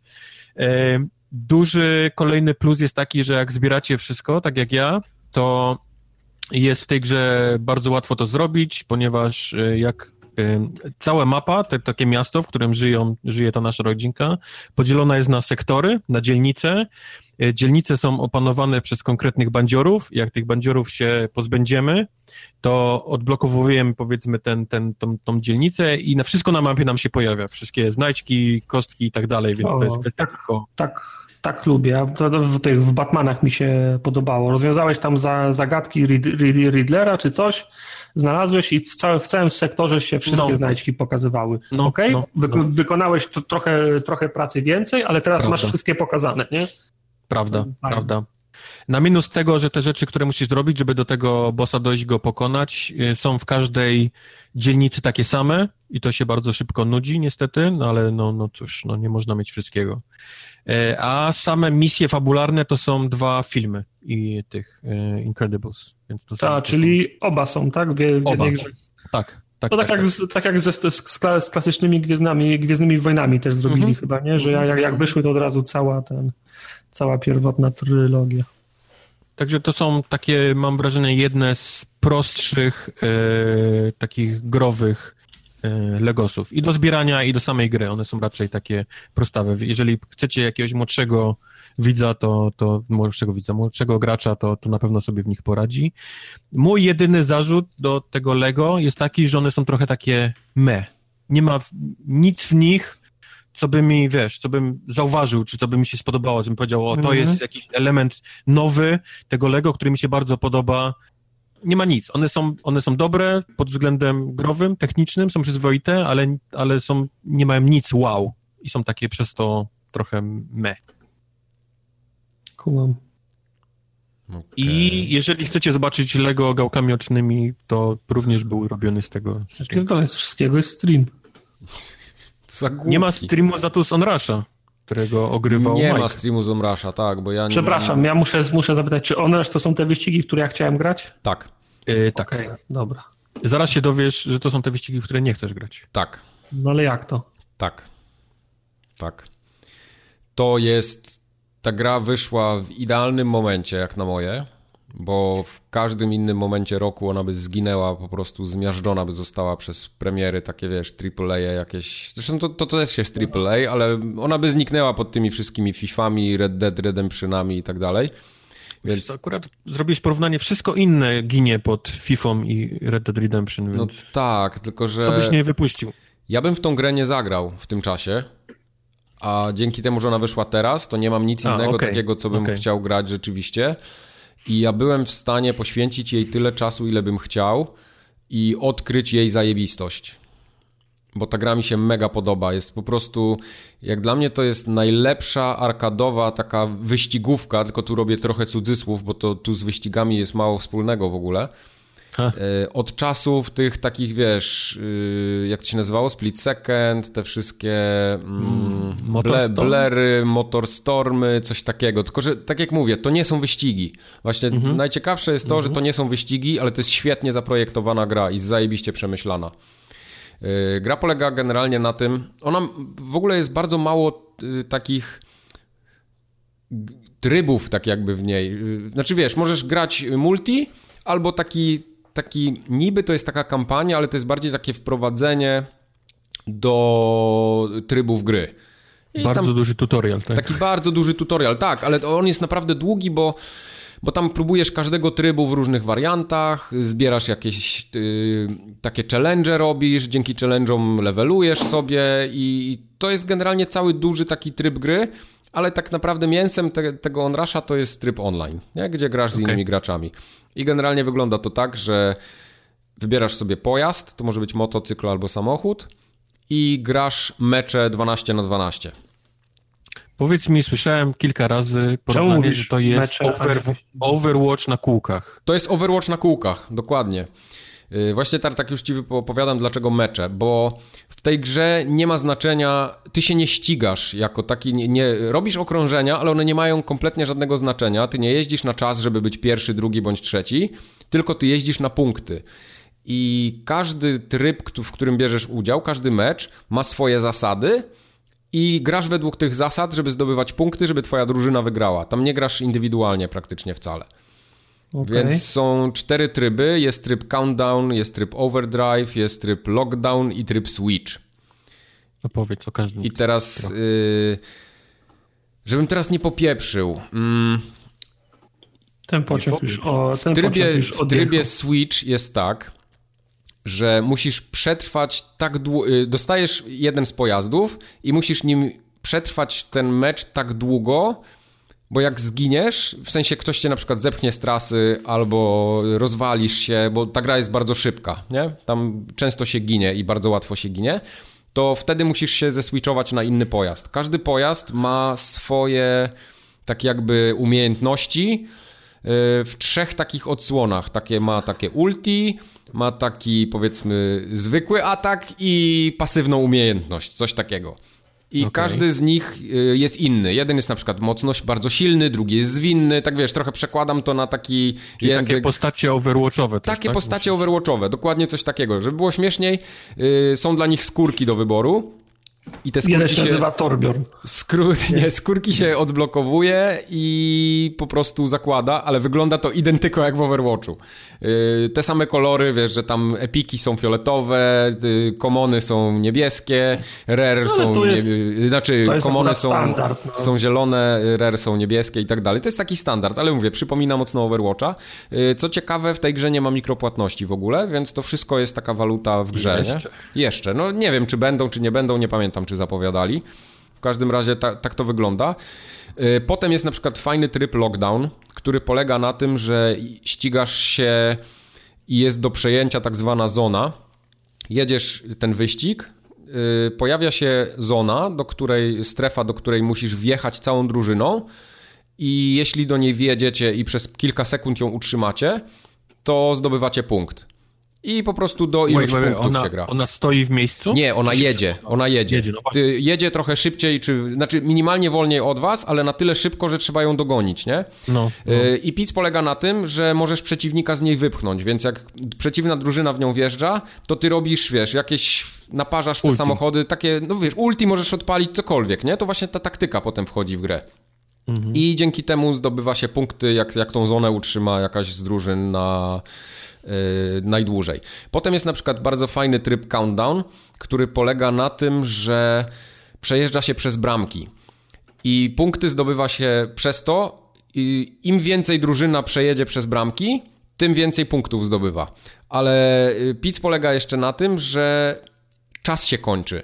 Duży kolejny plus jest taki, że jak zbieracie wszystko, tak jak ja, to jest w tej grze bardzo łatwo to zrobić, ponieważ cała mapa, takie miasto, w którym żyje ta nasza rodzinka, podzielona jest na sektory, na dzielnice. Dzielnice są opanowane przez konkretnych bandziorów. Jak tych bandziorów się pozbędziemy, to odblokowujemy, powiedzmy, tą dzielnicę i wszystko na mapie nam się pojawia. Wszystkie znajdźki, kostki i tak dalej, więc to jest kwestia tylko... Tak lubię. W Batmanach mi się podobało. Rozwiązałeś tam zagadki Riddlera czy coś, znalazłeś i w całym sektorze się wszystkie znajdźki pokazywały. Wykonałeś trochę pracy więcej, ale teraz masz wszystkie pokazane, nie? Prawda. Na minus tego, że te rzeczy, które musisz zrobić, żeby do tego bossa dojść, go pokonać, są w każdej dzielnicy takie same, i to się bardzo szybko nudzi niestety, no ale no cóż, no nie można mieć wszystkiego. A same misje fabularne to są 2 filmy i tych Incredibles. Więc to czyli oba są, tak? Oba. Tak. To tak jak z klasycznymi Gwiezdnymi Wojnami też zrobili chyba, nie? Że jak wyszły, to od razu cała pierwotna trylogia. Także to są takie, mam wrażenie, jedne z prostszych takich growych Legosów. I do zbierania, i do samej gry. One są raczej takie prostawe. Jeżeli chcecie jakiegoś młodszego widza, młodszego gracza, to na pewno sobie w nich poradzi. Mój jedyny zarzut do tego Lego jest taki, że one są trochę takie Nie ma nic w nich, co by mi, co bym zauważył, czy co by mi się spodobało, co bym powiedział, to jest jakiś element nowy tego Lego, który mi się bardzo podoba. Nie ma nic. One są dobre pod względem growym, technicznym, są przyzwoite, ale nie mają nic wow. I są takie przez to trochę Kumam. Okay. I jeżeli chcecie zobaczyć Lego gałkami ocznymi, to również był robiony z tego. Z wszystkiego jest stream. Nie ma streamu za to z Onrusha, którego ogrywał Nie Mike. ma streamu z Onrusha, tak, bo ja nie Przepraszam, ja muszę zapytać, czy Onrush to są te wyścigi, w które ja chciałem grać? Tak. Tak. Okay, dobra. Zaraz się dowiesz, że to są te wyścigi, w które nie chcesz grać. Tak. No ale jak to? Tak. Ta gra wyszła w idealnym momencie, jak na moje, bo w każdym innym momencie roku ona by zginęła, po prostu zmiażdżona by została przez premiery takie, AAA jakieś. Zresztą to też jest AAA, ale ona by zniknęła pod tymi wszystkimi Fifami, Red Dead Redemptionami i tak dalej. Więc akurat zrobiłeś porównanie, wszystko inne ginie pod Fifą i Red Dead Redemption, więc... No tak, tylko że... Co byś nie wypuścił? Ja bym w tą grę nie zagrał w tym czasie, a dzięki temu, że ona wyszła teraz, to nie mam nic innego takiego, co bym chciał grać rzeczywiście. I ja byłem w stanie poświęcić jej tyle czasu, ile bym chciał i odkryć jej zajebistość. Bo ta gra mi się mega podoba. Jest po prostu, jak dla mnie to jest najlepsza arkadowa taka wyścigówka, tylko tu robię trochę cudzysłów, bo to tu z wyścigami jest mało wspólnego w ogóle. Od czasów tych takich, jak to się nazywało? Split Second, te wszystkie Blurry, Motorstormy, coś takiego. Tylko, że tak jak mówię, to nie są wyścigi. Właśnie najciekawsze jest to, że to nie są wyścigi, ale to jest świetnie zaprojektowana gra i zajebiście przemyślana. Gra polega generalnie na tym, ona w ogóle jest bardzo mało takich trybów tak jakby w niej. Znaczy możesz grać multi albo taki niby to jest taka kampania, ale to jest bardziej takie wprowadzenie do trybów gry. I bardzo duży tutorial, tak? Taki bardzo duży tutorial, tak, ale on jest naprawdę długi, bo tam próbujesz każdego trybu w różnych wariantach, zbierasz jakieś takie challenge robisz, dzięki challenge'om levelujesz sobie i to jest generalnie cały duży taki tryb gry, ale tak naprawdę mięsem tego Onrusha to jest tryb online, nie? Gdzie grasz z innymi graczami. I generalnie wygląda to tak, że wybierasz sobie pojazd, to może być motocykl albo samochód i grasz mecze 12-12. Powiedz mi, słyszałem kilka razy porównanie, że to jest Overwatch na kółkach. To jest Overwatch na kółkach, dokładnie. Właśnie tak już ci opowiadam, dlaczego mecze, bo w tej grze nie ma znaczenia, ty się nie ścigasz jako taki, nie robisz okrążenia, ale one nie mają kompletnie żadnego znaczenia, ty nie jeździsz na czas, żeby być pierwszy, drugi bądź trzeci, tylko ty jeździsz na punkty. I każdy tryb, w którym bierzesz udział, każdy mecz ma swoje zasady i grasz według tych zasad, żeby zdobywać punkty, żeby twoja drużyna wygrała. Tam nie grasz indywidualnie praktycznie wcale. Więc są 4 tryby. Jest tryb countdown, jest tryb overdrive, jest tryb lockdown i tryb switch. Opowiedz o każdym. I teraz, żebym teraz nie popieprzył. W trybie switch jest tak, że musisz przetrwać tak długo. Dostajesz jeden z pojazdów i musisz nim przetrwać ten mecz tak długo, bo jak zginiesz, w sensie ktoś cię na przykład zepchnie z trasy albo rozwalisz się, bo ta gra jest bardzo szybka, nie? Tam często się ginie i bardzo łatwo się ginie, to wtedy musisz się zeswitchować na inny pojazd. Każdy pojazd ma swoje tak jakby umiejętności w 3 takich odsłonach. Ma takie ulti, ma taki, powiedzmy, zwykły atak i pasywną umiejętność, coś takiego. I każdy z nich jest inny. Jeden jest na przykład mocno bardzo silny, drugi jest zwinny. Tak wiesz, trochę przekładam to na taki język. Takie postacie overwatchowe też, takie postacie overwatchowe, dokładnie coś takiego. Żeby było śmieszniej, są dla nich skórki do wyboru. I te skórki się nazywa Torbjorn. Skórki się odblokowuje i po prostu zakłada, ale wygląda to identyko jak w Overwatchu. Te same kolory, wiesz, że tam epiki są fioletowe, komony są niebieskie, rare są... komony są zielone, rare są niebieskie i tak dalej. To jest taki standard, ale mówię, przypomina mocno Overwatcha. Co ciekawe, w tej grze nie ma mikropłatności w ogóle, więc to wszystko jest taka waluta w grze. Jeszcze. No nie wiem, czy będą, czy nie będą, nie pamiętam, czy zapowiadali. W każdym razie tak to wygląda. Potem jest na przykład fajny tryb Lockdown, który polega na tym, że ścigasz się i jest do przejęcia tak zwana zona. Jedziesz ten wyścig, pojawia się zona, strefa, do której musisz wjechać całą drużyną i jeśli do niej wjedziecie i przez kilka sekund ją utrzymacie, to zdobywacie punkt. I po prostu do iluś punktów się gra. Ona stoi w miejscu? Nie, ona jedzie. Jedzie trochę szybciej, znaczy minimalnie wolniej od was, ale na tyle szybko, że trzeba ją dogonić, nie? I pic polega na tym, że możesz przeciwnika z niej wypchnąć, więc jak przeciwna drużyna w nią wjeżdża, to ty robisz, wiesz, jakieś naparzasz w te samochody, takie, no wiesz, ulti możesz odpalić cokolwiek, nie? To właśnie ta taktyka potem wchodzi w grę. I dzięki temu zdobywa się punkty, jak tą zonę utrzyma jakaś z drużyn na najdłużej. Potem jest na przykład bardzo fajny tryb Countdown, który polega na tym, że przejeżdża się przez bramki i punkty zdobywa się przez to, im więcej drużyna przejedzie przez bramki, tym więcej punktów zdobywa. Ale pic polega jeszcze na tym, że czas się kończy.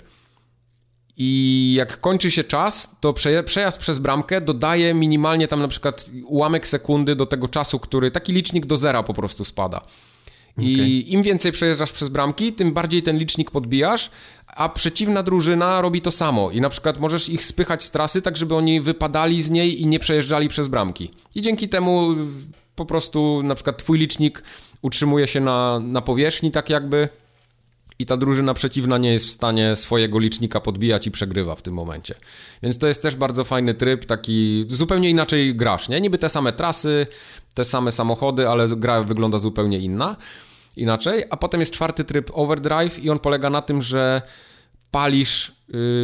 I jak kończy się czas, to przejazd przez bramkę dodaje minimalnie tam na przykład ułamek sekundy do tego czasu, który taki licznik do zera po prostu spada. I im więcej przejeżdżasz przez bramki, tym bardziej ten licznik podbijasz, a przeciwna drużyna robi to samo. I na przykład możesz ich spychać z trasy, tak żeby oni wypadali z niej i nie przejeżdżali przez bramki. I dzięki temu po prostu na przykład twój licznik utrzymuje się na powierzchni tak jakby i ta drużyna przeciwna nie jest w stanie swojego licznika podbijać i przegrywa w tym momencie. Więc to jest też bardzo fajny tryb, taki zupełnie inaczej grasz, nie? Niby te same trasy, te same samochody, ale gra wygląda zupełnie inaczej. A potem jest czwarty tryb Overdrive i on polega na tym, że palisz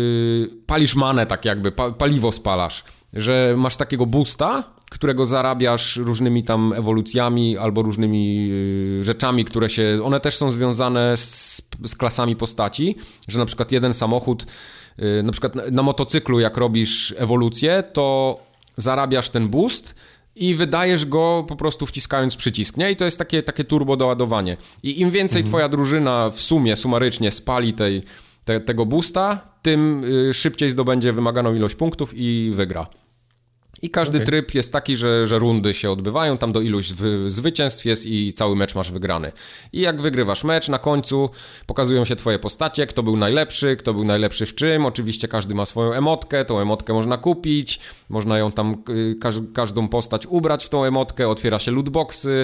manę tak jakby, paliwo spalasz, że masz takiego boosta, którego zarabiasz różnymi tam ewolucjami albo różnymi rzeczami, one też są związane z klasami postaci, że na przykład jeden samochód, na przykład na motocyklu jak robisz ewolucję, to zarabiasz ten boost i wydajesz go po prostu wciskając przycisk, nie? I to jest takie turbo doładowanie. I im więcej twoja drużyna sumarycznie spali tego boosta, tym szybciej zdobędzie wymaganą ilość punktów i wygra. I każdy tryb jest taki, że rundy się odbywają, tam do iluś zwycięstw jest i cały mecz masz wygrany. I jak wygrywasz mecz, na końcu pokazują się twoje postacie, kto był najlepszy w czym. Oczywiście każdy ma swoją emotkę, tą emotkę można kupić, można ją tam, każdą postać ubrać w tą emotkę, otwiera się lootboxy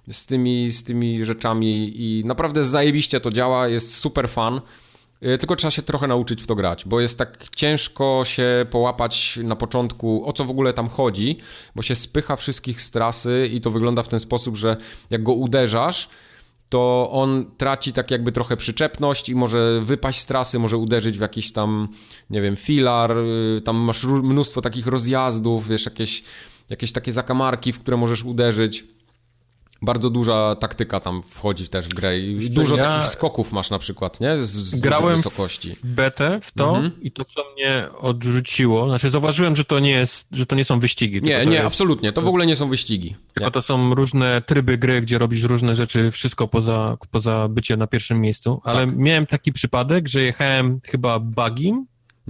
z tymi rzeczami i naprawdę zajebiście to działa, jest super fun. Tylko trzeba się trochę nauczyć w to grać, bo jest tak ciężko się połapać na początku, o co w ogóle tam chodzi, bo się spycha wszystkich z trasy i to wygląda w ten sposób, że jak go uderzasz, to on traci tak jakby trochę przyczepność i może wypaść z trasy, może uderzyć w jakiś tam, nie wiem, filar, tam masz mnóstwo takich rozjazdów, wiesz, jakieś takie zakamarki, w które możesz uderzyć. Bardzo duża taktyka tam wchodzi też w grę i dużo takich skoków masz na przykład, nie? Z grałem wysokości. W betę w to i to, co mnie odrzuciło, znaczy zauważyłem, że to nie są wyścigi. Nie, absolutnie, to w ogóle nie są wyścigi. Tylko to są różne tryby gry, gdzie robisz różne rzeczy, wszystko poza byciem na pierwszym miejscu, ale miałem taki przypadek, że jechałem chyba bugim,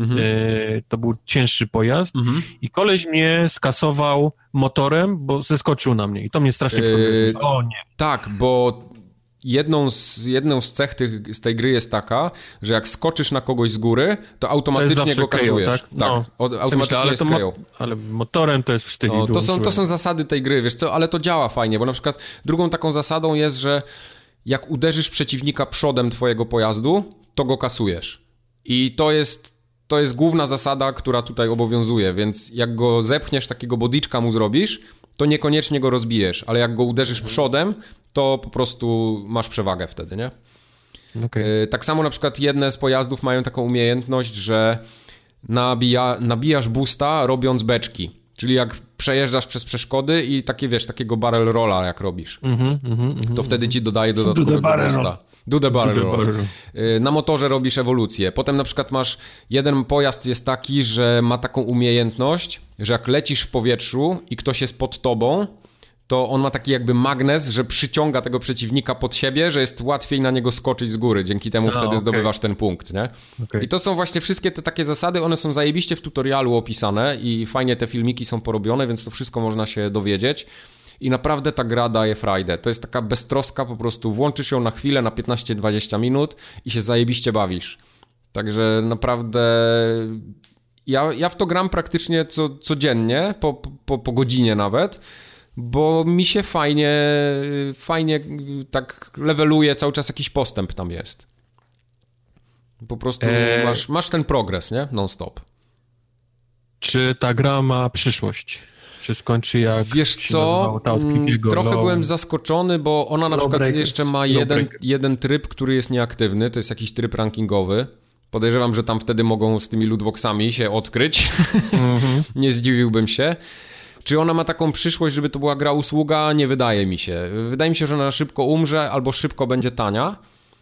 to był cięższy pojazd i koleś mnie skasował motorem, bo zeskoczył na mnie i to mnie strasznie wkurzyło. O nie. Tak, bo jedną z cech z tej gry jest taka, że jak skoczysz na kogoś z góry, to automatycznie go kasujesz. Tak? No. Automatycznie jest KO. Ale motorem to jest wstyd. To są zasady tej gry, wiesz co, ale to działa fajnie, bo na przykład drugą taką zasadą jest, że jak uderzysz przeciwnika przodem twojego pojazdu, to go kasujesz. I to jest główna zasada, która tutaj obowiązuje, więc jak go zepchniesz, takiego bodyczka mu zrobisz, to niekoniecznie go rozbijesz, ale jak go uderzysz przodem, to po prostu masz przewagę wtedy, nie? Okay. Tak samo na przykład jedne z pojazdów mają taką umiejętność, że nabijasz boosta robiąc beczki, czyli jak przejeżdżasz przez przeszkody i takie, wiesz, takiego barrel rolla jak robisz, to wtedy ci dodaje dodatkowego boosta. Do the barrel roll. Na motorze robisz ewolucję. Potem na przykład masz, jeden pojazd jest taki, że ma taką umiejętność, że jak lecisz w powietrzu i ktoś jest pod tobą, to on ma taki jakby magnes, że przyciąga tego przeciwnika pod siebie, że jest łatwiej na niego skoczyć z góry. Dzięki temu wtedy zdobywasz ten punkt, nie? I to są właśnie wszystkie te takie zasady, one są zajebiście w tutorialu opisane i fajnie te filmiki są porobione, więc to wszystko można się dowiedzieć. I naprawdę ta gra daje frajdę. To jest taka beztroska, po prostu włączysz ją na chwilę, na 15-20 minut i się zajebiście bawisz. Także naprawdę ja w to gram praktycznie codziennie, po godzinie nawet, bo mi się fajnie tak leveluje, cały czas jakiś postęp tam jest. Po prostu masz ten progres, nie? Non-stop. Czy ta gra ma przyszłość? Czy skończy jak... Wiesz co, trochę byłem zaskoczony, bo ona na przykład jeszcze ma jeden tryb, który jest nieaktywny, to jest jakiś tryb rankingowy. Podejrzewam, że tam wtedy mogą z tymi lootboxami się odkryć. Nie zdziwiłbym się. Czy ona ma taką przyszłość, żeby to była gra usługa? Nie wydaje mi się. Wydaje mi się, że ona szybko umrze albo szybko będzie tania.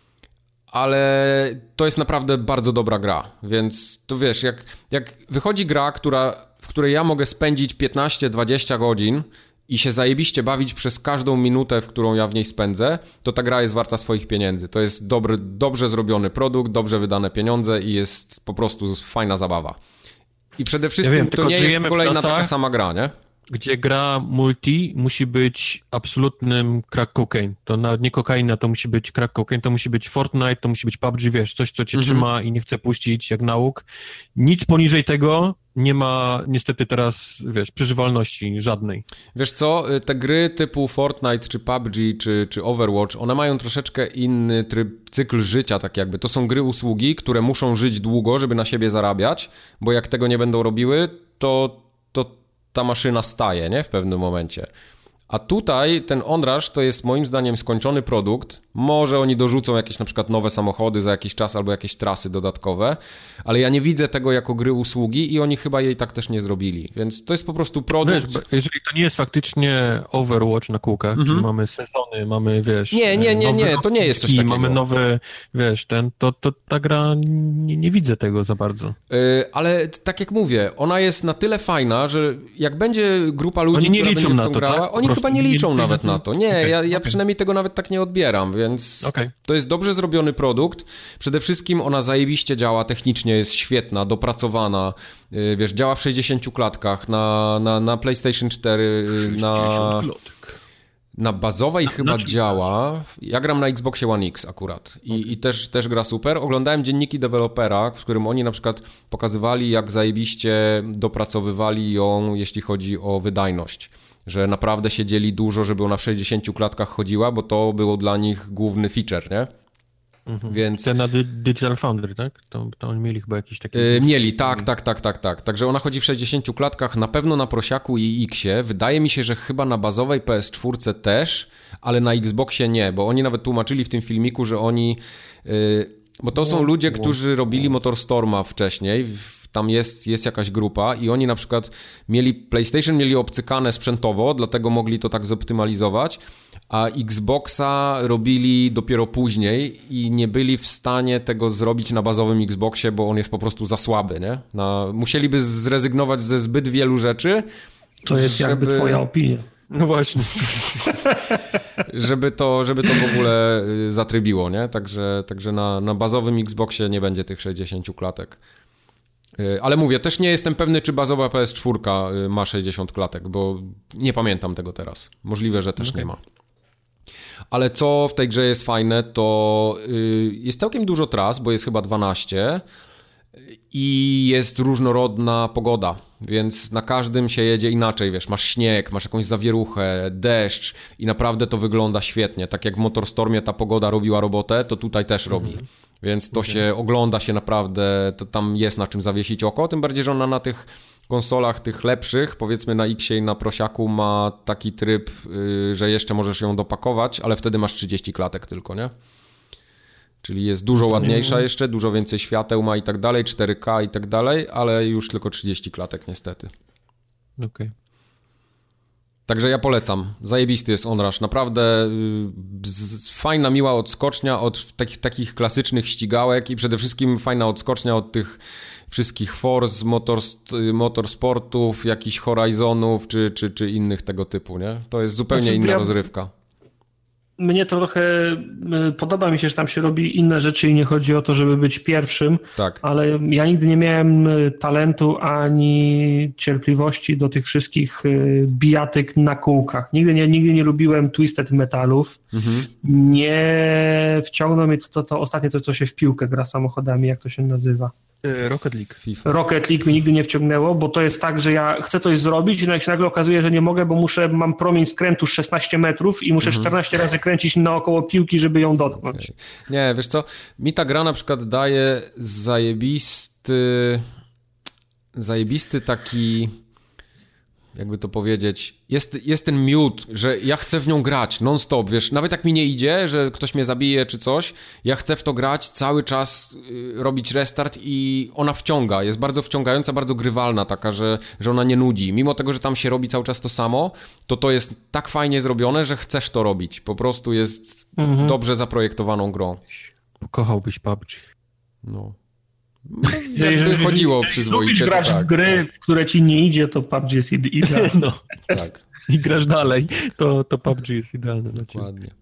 Ale to jest naprawdę bardzo dobra gra, więc to wiesz, jak wychodzi gra, w której ja mogę spędzić 15-20 godzin i się zajebiście bawić przez każdą minutę, w którą ja w niej spędzę, to ta gra jest warta swoich pieniędzy. To jest dobrze zrobiony produkt, dobrze wydane pieniądze i jest po prostu fajna zabawa. I przede wszystkim to nie jest kolejna taka sama gra, nie? Gdzie gra multi musi być absolutnym crack cocaine. To nawet nie kokaina, to musi być crack cocaine, to musi być Fortnite, to musi być PUBG, wiesz, coś, co cię trzyma i nie chce puścić jak nauk. Nic poniżej tego nie ma niestety teraz, wiesz, przeżywalności żadnej. Wiesz co, te gry typu Fortnite, czy PUBG, czy Overwatch, one mają troszeczkę inny cykl życia, tak jakby. To są gry usługi, które muszą żyć długo, żeby na siebie zarabiać, bo jak tego nie będą robiły, to ta maszyna staje, nie? W pewnym momencie. A tutaj ten Onrush to jest moim zdaniem skończony produkt. Może oni dorzucą jakieś na przykład nowe samochody za jakiś czas albo jakieś trasy dodatkowe, ale ja nie widzę tego jako gry usługi i oni chyba jej tak też nie zrobili. Więc to jest po prostu produkt. Wiesz, jeżeli to nie jest faktycznie Overwatch na kółkach, czyli mamy sezony, mamy, wiesz... Nie, to nie jest coś takiego. Mamy nowe, wiesz, to ta gra, nie widzę tego za bardzo. Ale tak jak mówię, ona jest na tyle fajna, że jak będzie grupa ludzi, oni nie która liczą będzie w na tą to, grała, tak? Oni chyba nie liczą nawet na to. Nie, ja przynajmniej tego nawet tak nie odbieram, więc to jest dobrze zrobiony produkt. Przede wszystkim ona zajebiście działa, technicznie jest świetna, dopracowana, wiesz, działa w 60 klatkach, na PlayStation 4, na bazowej chyba działa. Ja gram na Xboxie One X akurat i też gra super. Oglądałem dzienniki dewelopera, w którym oni na przykład pokazywali, jak zajebiście dopracowywali ją, jeśli chodzi o wydajność. Że naprawdę siedzieli dużo, żeby ona w 60 klatkach chodziła, bo to było dla nich główny feature, nie? Więc... Te na Digital Foundry, tak? To oni mieli chyba jakiś taki... Mieli, tak. Także ona chodzi w 60 klatkach, na pewno na Prosiaku i Xie. Wydaje mi się, że chyba na bazowej PS4 też, ale na Xboxie nie, bo oni nawet tłumaczyli w tym filmiku, że oni... Bo to są ludzie, którzy robili MotorStorma wcześniej, tam jest jakaś grupa i oni na przykład PlayStation mieli obcykane sprzętowo, dlatego mogli to tak zoptymalizować, a Xboxa robili dopiero później i nie byli w stanie tego zrobić na bazowym Xboxie, bo on jest po prostu za słaby, nie? Musieliby zrezygnować ze zbyt wielu rzeczy. To jest jakby twoja opinia. No właśnie. żeby to w ogóle zatrybiło, nie? Także na bazowym Xboxie nie będzie tych 60 klatek. Ale mówię, też nie jestem pewny, czy bazowa PS4 ma 60 klatek, bo nie pamiętam tego teraz. Możliwe, że też nie ma. Ale co w tej grze jest fajne, to jest całkiem dużo tras, bo jest chyba 12 i jest różnorodna pogoda, więc na każdym się jedzie inaczej, wiesz, masz śnieg, masz jakąś zawieruchę, deszcz i naprawdę to wygląda świetnie. Tak jak w Motorstormie ta pogoda robiła robotę, to tutaj też robi. Więc to się ogląda się naprawdę, to tam jest na czym zawiesić oko, tym bardziej, że ona na tych konsolach tych lepszych, powiedzmy na Xie i na Prosiaku ma taki tryb, że jeszcze możesz ją dopakować, ale wtedy masz 30 klatek tylko, nie? Czyli jest dużo ładniejsza jeszcze, dużo więcej świateł ma i tak dalej, 4K i tak dalej, ale już tylko 30 klatek niestety. Okej. Także ja polecam. Zajebisty jest Onrush. Naprawdę fajna, miła odskocznia od takich klasycznych ścigałek i przede wszystkim fajna odskocznia od tych wszystkich Force, motorsportów, jakichś Horizonów czy innych tego typu, nie? To jest zupełnie inna rozrywka. Mnie to trochę podoba mi się, że tam się robi inne rzeczy i nie chodzi o to, żeby być pierwszym, tak. Ale ja nigdy nie miałem talentu ani cierpliwości do tych wszystkich bijatyk na kółkach. Nigdy nie lubiłem twisted metalów. Nie wciągnął mnie to ostatnie to, co się w piłkę gra samochodami, jak to się nazywa. Rocket League. FIFA. Rocket League mnie nigdy nie wciągnęło, bo to jest tak, że ja chcę coś zrobić i jak się nagle okazuje, że nie mogę, bo mam promień skrętu 16 metrów i muszę 14 razy kręcić naokoło piłki, żeby ją dotknąć. Okay. Nie, wiesz co, mi ta gra na przykład daje zajebisty taki, jakby to powiedzieć, jest ten miód, że ja chcę w nią grać non-stop, wiesz, nawet jak mi nie idzie, że ktoś mnie zabije czy coś, ja chcę w to grać, cały czas robić restart i ona wciąga, jest bardzo wciągająca, bardzo grywalna taka, że ona nie nudzi, mimo tego, że tam się robi cały czas to samo, to jest tak fajnie zrobione, że chcesz to robić, po prostu jest dobrze zaprojektowaną grą. Pokochałbyś PUBG. No. Jakby chodziło przyzwoicie. Lubisz grać w gry, w które ci nie idzie, to PUBG jest idealne. No, tak. I grasz dalej, to PUBG jest idealne dla ciebie. Dokładnie.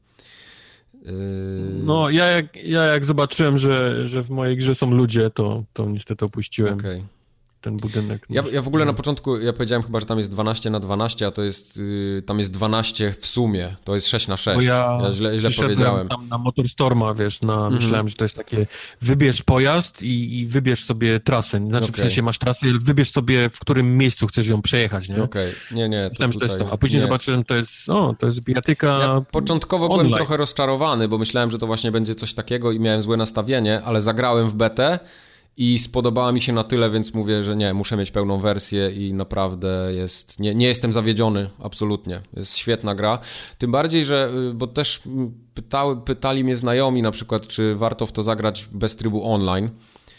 No, ja jak zobaczyłem, że w mojej grze są ludzie, to niestety opuściłem. Okay. Ten budynek. Ja w ogóle na początku, ja powiedziałem chyba, że tam jest 12x12, a to jest, tam jest 12 w sumie, to jest 6x6. Bo ja źle powiedziałem. Tam na Motorstorma, wiesz, myślałem, że to jest takie, wybierz pojazd i wybierz sobie trasę, znaczy w sensie masz trasę, wybierz sobie, w którym miejscu chcesz ją przejechać, nie? Okej. Nie. Myślałem, że to jest to, a później zobaczyłem, to jest bijatyka. Ja początkowo byłem trochę rozczarowany, bo myślałem, że to właśnie będzie coś takiego i miałem złe nastawienie, ale zagrałem w betę i spodobała mi się na tyle, więc mówię, że nie, muszę mieć pełną wersję i naprawdę nie jestem zawiedziony, absolutnie. Jest świetna gra. Tym bardziej, że, bo też pytali mnie znajomi na przykład, czy warto w to zagrać bez trybu online,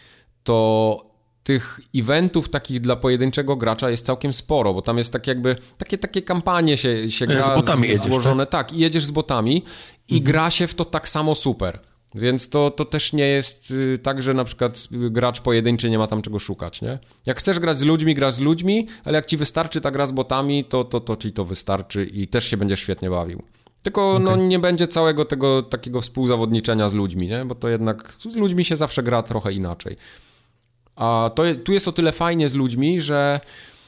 to tych eventów takich dla pojedynczego gracza jest całkiem sporo, bo tam jest tak jakby, takie kampanie się gra z botami złożone. jedziesz, tak, i jedziesz z botami i gra się w to tak samo super. Więc to też nie jest tak, że na przykład gracz pojedynczy nie ma tam czego szukać, nie? Jak chcesz grać z ludźmi, grasz z ludźmi, ale jak ci wystarczy ta gra z botami, to ci to wystarczy i też się będziesz świetnie bawił. Tylko no, nie będzie całego tego takiego współzawodniczenia z ludźmi, nie? Bo to jednak z ludźmi się zawsze gra trochę inaczej. A tu jest o tyle fajnie z ludźmi, że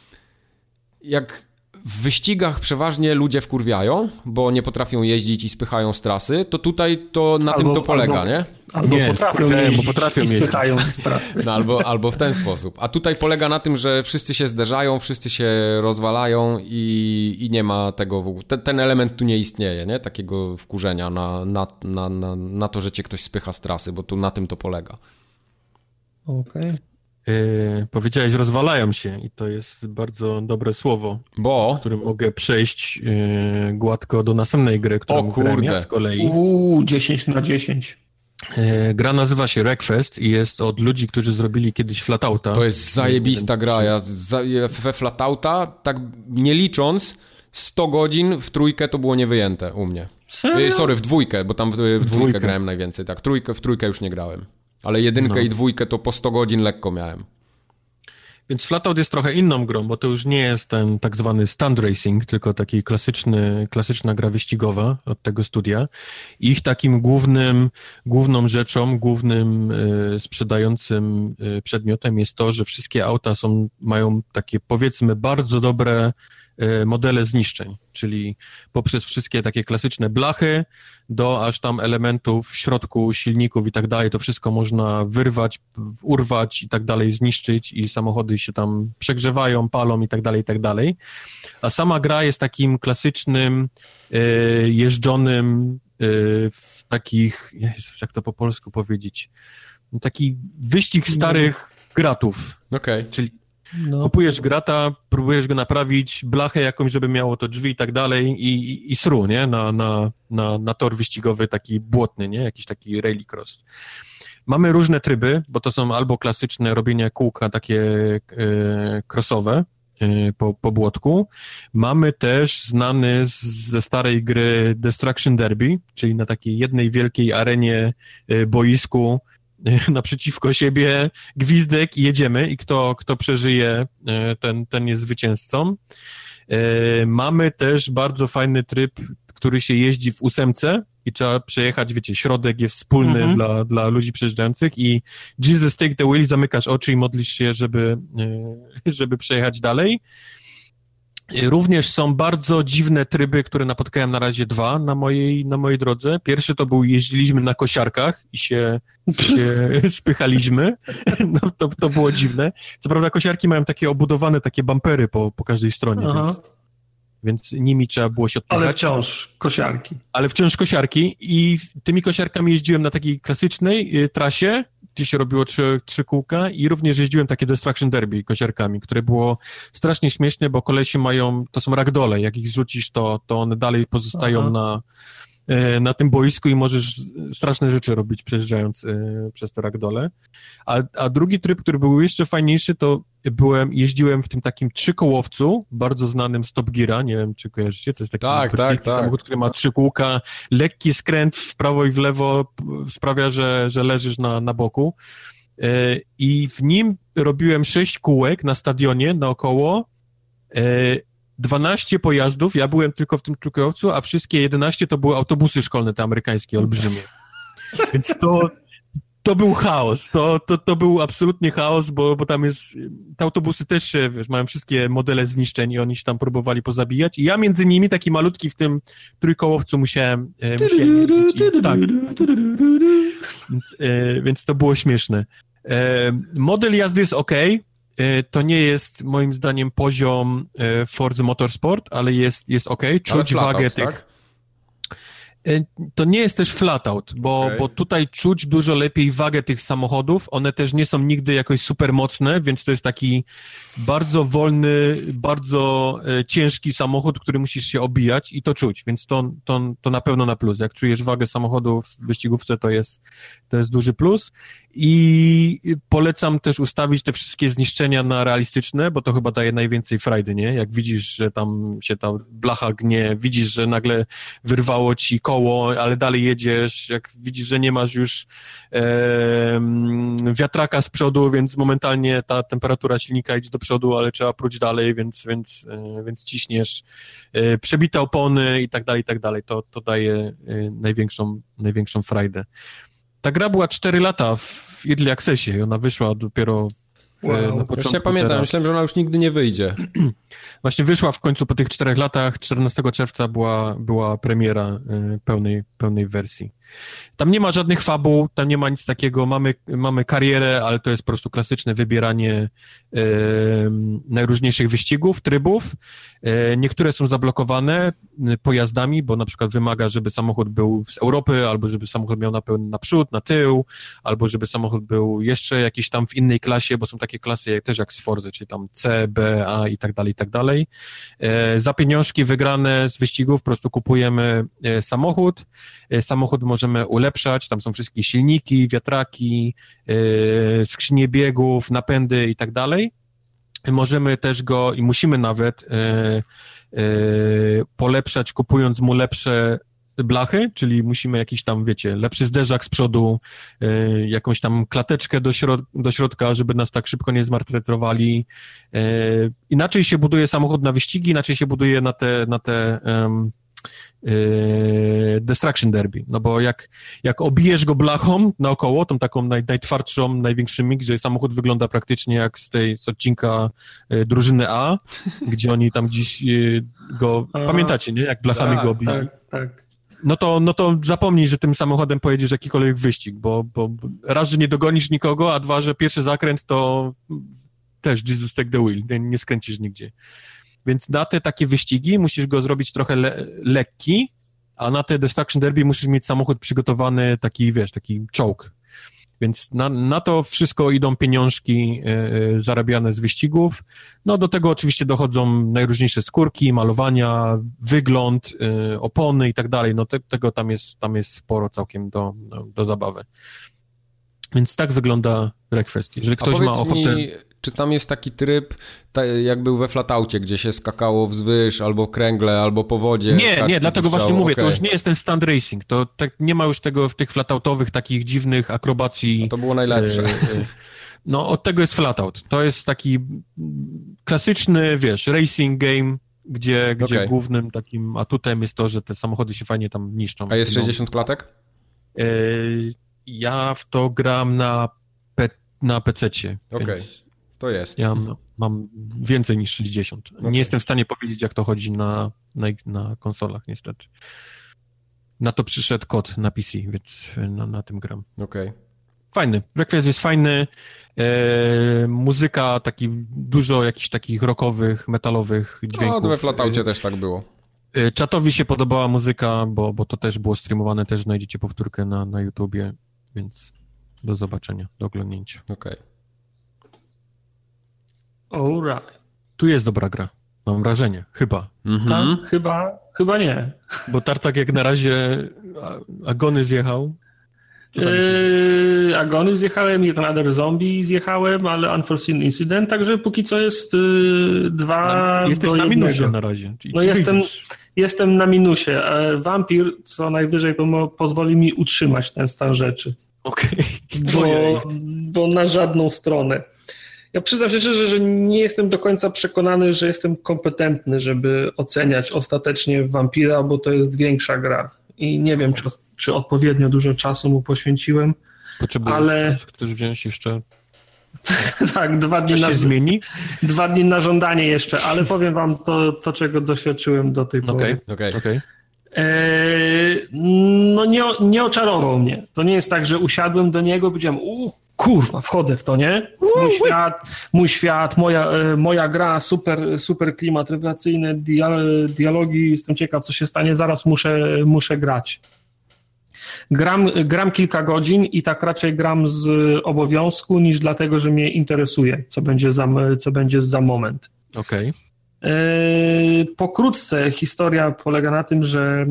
jak w wyścigach przeważnie ludzie wkurwiają, bo nie potrafią jeździć i spychają z trasy, to tutaj to na tym to polega, nie? Albo nie, potrafią jeździć bo potrafią i spychają z trasy. No, albo w ten sposób. A tutaj polega na tym, że wszyscy się zderzają, wszyscy się rozwalają i nie ma tego w ogóle. Ten element tu nie istnieje, nie? Takiego wkurzenia na to, że cię ktoś spycha z trasy, bo tu na tym to polega. Okej. Powiedziałeś, rozwalają się i to jest bardzo dobre słowo, którym mogę przejść gładko do następnej gry, którą grałem ja z kolei. 10/10. Gra nazywa się Wreckfest i jest od ludzi, którzy zrobili kiedyś Flatouta. To jest zajebista gra. Ja we Flatouta, tak nie licząc, 100 godzin w trójkę to było niewyjęte u mnie. Sorry, w dwójkę, bo tam w dwójkę grałem najwięcej. Tak, w trójkę już nie grałem. Ale jedynkę i dwójkę to po 100 godzin lekko miałem. Więc Flatout jest trochę inną grą, bo to już nie jest ten tak zwany stunt racing, tylko taki klasyczna gra wyścigowa od tego studia. Ich takim główną rzeczą, głównym sprzedającym przedmiotem jest to, że wszystkie auta mają takie, powiedzmy, bardzo dobre modele zniszczeń, czyli poprzez wszystkie takie klasyczne blachy do aż tam elementów w środku, silników i tak dalej, to wszystko można wyrwać, urwać i tak dalej, zniszczyć i samochody się tam przegrzewają, palą i tak dalej, a sama gra jest takim klasycznym, jeżdżonym w takich, jak to po polsku powiedzieć, taki wyścig starych gratów. Okej. Czyli kupujesz grata, próbujesz go naprawić, blachę jakąś, żeby miało to drzwi i tak dalej i sru, nie? Na tor wyścigowy taki błotny, nie? Jakiś taki rallycross. Mamy różne tryby, bo to są albo klasyczne robienie kółka takie crossowe po błotku. Mamy też znany ze starej gry Destruction Derby, czyli na takiej jednej wielkiej arenie boisku naprzeciwko siebie, gwizdek i jedziemy i kto przeżyje, ten jest zwycięzcą. Mamy też bardzo fajny tryb, który się jeździ w 8 i trzeba przejechać, wiecie, środek jest wspólny dla ludzi przejeżdżających i Jesus take the wheel, zamykasz oczy i modlisz się, żeby przejechać dalej. Również są bardzo dziwne tryby, które napotkałem na razie 2 na mojej drodze. Pierwszy to był, jeździliśmy na kosiarkach i się spychaliśmy. No, to było dziwne. Co prawda kosiarki mają takie obudowane, takie bampery po każdej stronie, więc nimi trzeba było się odpychać. Ale wciąż kosiarki i tymi kosiarkami jeździłem na takiej klasycznej trasie, gdzie się robiło 3 kółka i również jeździłem takie Destruction Derby kosiarkami, które było strasznie śmieszne, bo kolesi mają, to są ragdole, jak ich zrzucisz, to one dalej pozostają na tym boisku i możesz straszne rzeczy robić przejeżdżając przez te ragdole. A drugi tryb, który był jeszcze fajniejszy, to jeździłem w tym takim 3-kołowcu, bardzo znanym Top Geara, nie wiem, czy kojarzycie, to jest taki samochód, który ma 3 kółka, lekki skręt w prawo i w lewo sprawia, że leżysz na boku i w nim robiłem 6 kółek na stadionie naokoło, 12 pojazdów, ja byłem tylko w tym trójkołowcu, a wszystkie 11 to były autobusy szkolne, te amerykańskie, olbrzymie. Więc to był chaos, to był absolutnie chaos, bo tam jest, te autobusy też, wiesz, mają wszystkie modele zniszczeń i oni się tam próbowali pozabijać i ja między nimi, taki malutki w tym trójkołowcu musiałem jeździć więc to było śmieszne. Model jazdy jest okej. To nie jest moim zdaniem poziom Forza Motorsport, ale jest okej. Czuć wagę tych... Tak? To nie jest też flatout, bo tutaj czuć dużo lepiej wagę tych samochodów. One też nie są nigdy jakoś super mocne, więc to jest taki bardzo wolny, bardzo ciężki samochód, który musisz się obijać i to czuć, więc to na pewno na plus. Jak czujesz wagę samochodu w wyścigówce, to jest duży plus. I polecam też ustawić te wszystkie zniszczenia na realistyczne, bo to chyba daje najwięcej frajdy, nie? Jak widzisz, że tam się ta blacha gnie, widzisz, że nagle wyrwało ci koło, ale dalej jedziesz, jak widzisz, że nie masz już wiatraka z przodu, więc momentalnie ta temperatura silnika idzie do przodu, ale trzeba próć dalej, więc ciśniesz, przebite opony i tak dalej, to daje największą frajdę. Ta gra była 4 lata w Early Accessie i ona wyszła dopiero na początku. Ja pamiętam, myślałem, że ona już nigdy nie wyjdzie. Właśnie wyszła w końcu po tych 4 latach, 14 czerwca była premiera pełnej wersji. Tam nie ma żadnych fabuł, tam nie ma nic takiego, mamy karierę, ale to jest po prostu klasyczne wybieranie najróżniejszych wyścigów, trybów. Niektóre są zablokowane pojazdami, bo na przykład wymaga, żeby samochód był z Europy, albo żeby samochód miał na przód, na tył, albo żeby samochód był jeszcze jakiś tam w innej klasie, bo są takie klasy też jak z Forzy, czyli tam C, B, A i tak dalej. Za pieniążki wygrane z wyścigów po prostu kupujemy samochód. Samochód możemy ulepszać, tam są wszystkie silniki, wiatraki, skrzynie biegów, napędy i tak dalej. Możemy też go i musimy nawet polepszać, kupując mu lepsze blachy, czyli musimy jakiś tam, wiecie, lepszy zderzak z przodu, jakąś tam klateczkę do środka, żeby nas tak szybko nie zmartretowali. Inaczej się buduje samochód na wyścigi, inaczej się buduje na te Destruction Derby, no bo jak obijesz go blachą naokoło, tą taką najtwardszą, największymi, gdzie samochód wygląda praktycznie jak z odcinka drużyny A, gdzie oni tam dziś go, pamiętacie, nie? Jak blachami go obijają. Tak. No to zapomnij, że tym samochodem pojedziesz jakikolwiek wyścig, bo raz, że nie dogonisz nikogo, a dwa, że pierwszy zakręt to też Jesus take the wheel, nie skręcisz nigdzie. Więc na te takie wyścigi musisz go zrobić trochę lekki, a na te Destruction Derby musisz mieć samochód przygotowany taki, wiesz, taki czołg. Więc na to wszystko idą pieniążki zarabiane z wyścigów. No do tego oczywiście dochodzą najróżniejsze skórki, malowania, wygląd, opony i tak dalej. No tego tam jest sporo całkiem do zabawy. Więc tak wygląda Wreckfest. Jeżeli ktoś ma ochotę... Czy tam jest taki tryb, jak był we Flataucie, gdzie się skakało wzwyż, albo kręgle, albo po wodzie? Nie, dlatego właśnie mówię, to już nie jest ten stunt racing, to tak nie ma już tego w tych flatautowych takich dziwnych akrobacji. No to było najlepsze. No od tego jest Flatout. To jest taki klasyczny, wiesz, racing game, gdzie głównym takim atutem jest to, że te samochody się fajnie tam niszczą. A jest 60 klatek? Ja w to gram na PC-cie. Okej. To jest. Ja mam więcej niż 60. Okay. Nie jestem w stanie powiedzieć, jak to chodzi na konsolach, niestety. Na to przyszedł kod na PC, więc na tym gram. Okej. Fajny. Wreckfest jest fajny. Muzyka, dużo jakichś takich rockowych, metalowych dźwięków. No, we Flataucie też tak było. Czatowi się podobała muzyka, bo to też było streamowane, też znajdziecie powtórkę na YouTubie, więc do zobaczenia, do oglądnięcia. Okej. Alright. Tu jest dobra gra, mam wrażenie, chyba. Tam? Chyba nie. Bo Tartak jak na razie Agony zjechał. Agony zjechałem, Yet Another Zombie zjechałem, ale Unforeseen Incident, także póki co jest 2 Jesteś do 1. na minusie na razie. No jestem na minusie. Vampir co najwyżej pozwoli mi utrzymać ten stan rzeczy. Okej. Bo na żadną stronę. Ja przyznam się szczerze, że nie jestem do końca przekonany, że jestem kompetentny, żeby oceniać ostatecznie Vampira, bo to jest większa gra. I nie wiem, czy odpowiednio dużo czasu mu poświęciłem. Potrzebujesz chcesz wziąć jeszcze... Tak, 2 dni się zmieni? 2 dni na żądanie jeszcze, ale powiem wam to czego doświadczyłem do tej pory. Okej. No nie oczarował mnie. To nie jest tak, że usiadłem do niego i powiedziałem, kurwa, wchodzę w to, nie? Mój świat, moja gra, super klimat rewelacyjny, dialogi, jestem ciekaw, co się stanie, zaraz muszę grać. Gram kilka godzin i tak raczej gram z obowiązku, niż dlatego, że mnie interesuje, co będzie za moment. Okej. Pokrótce historia polega na tym, że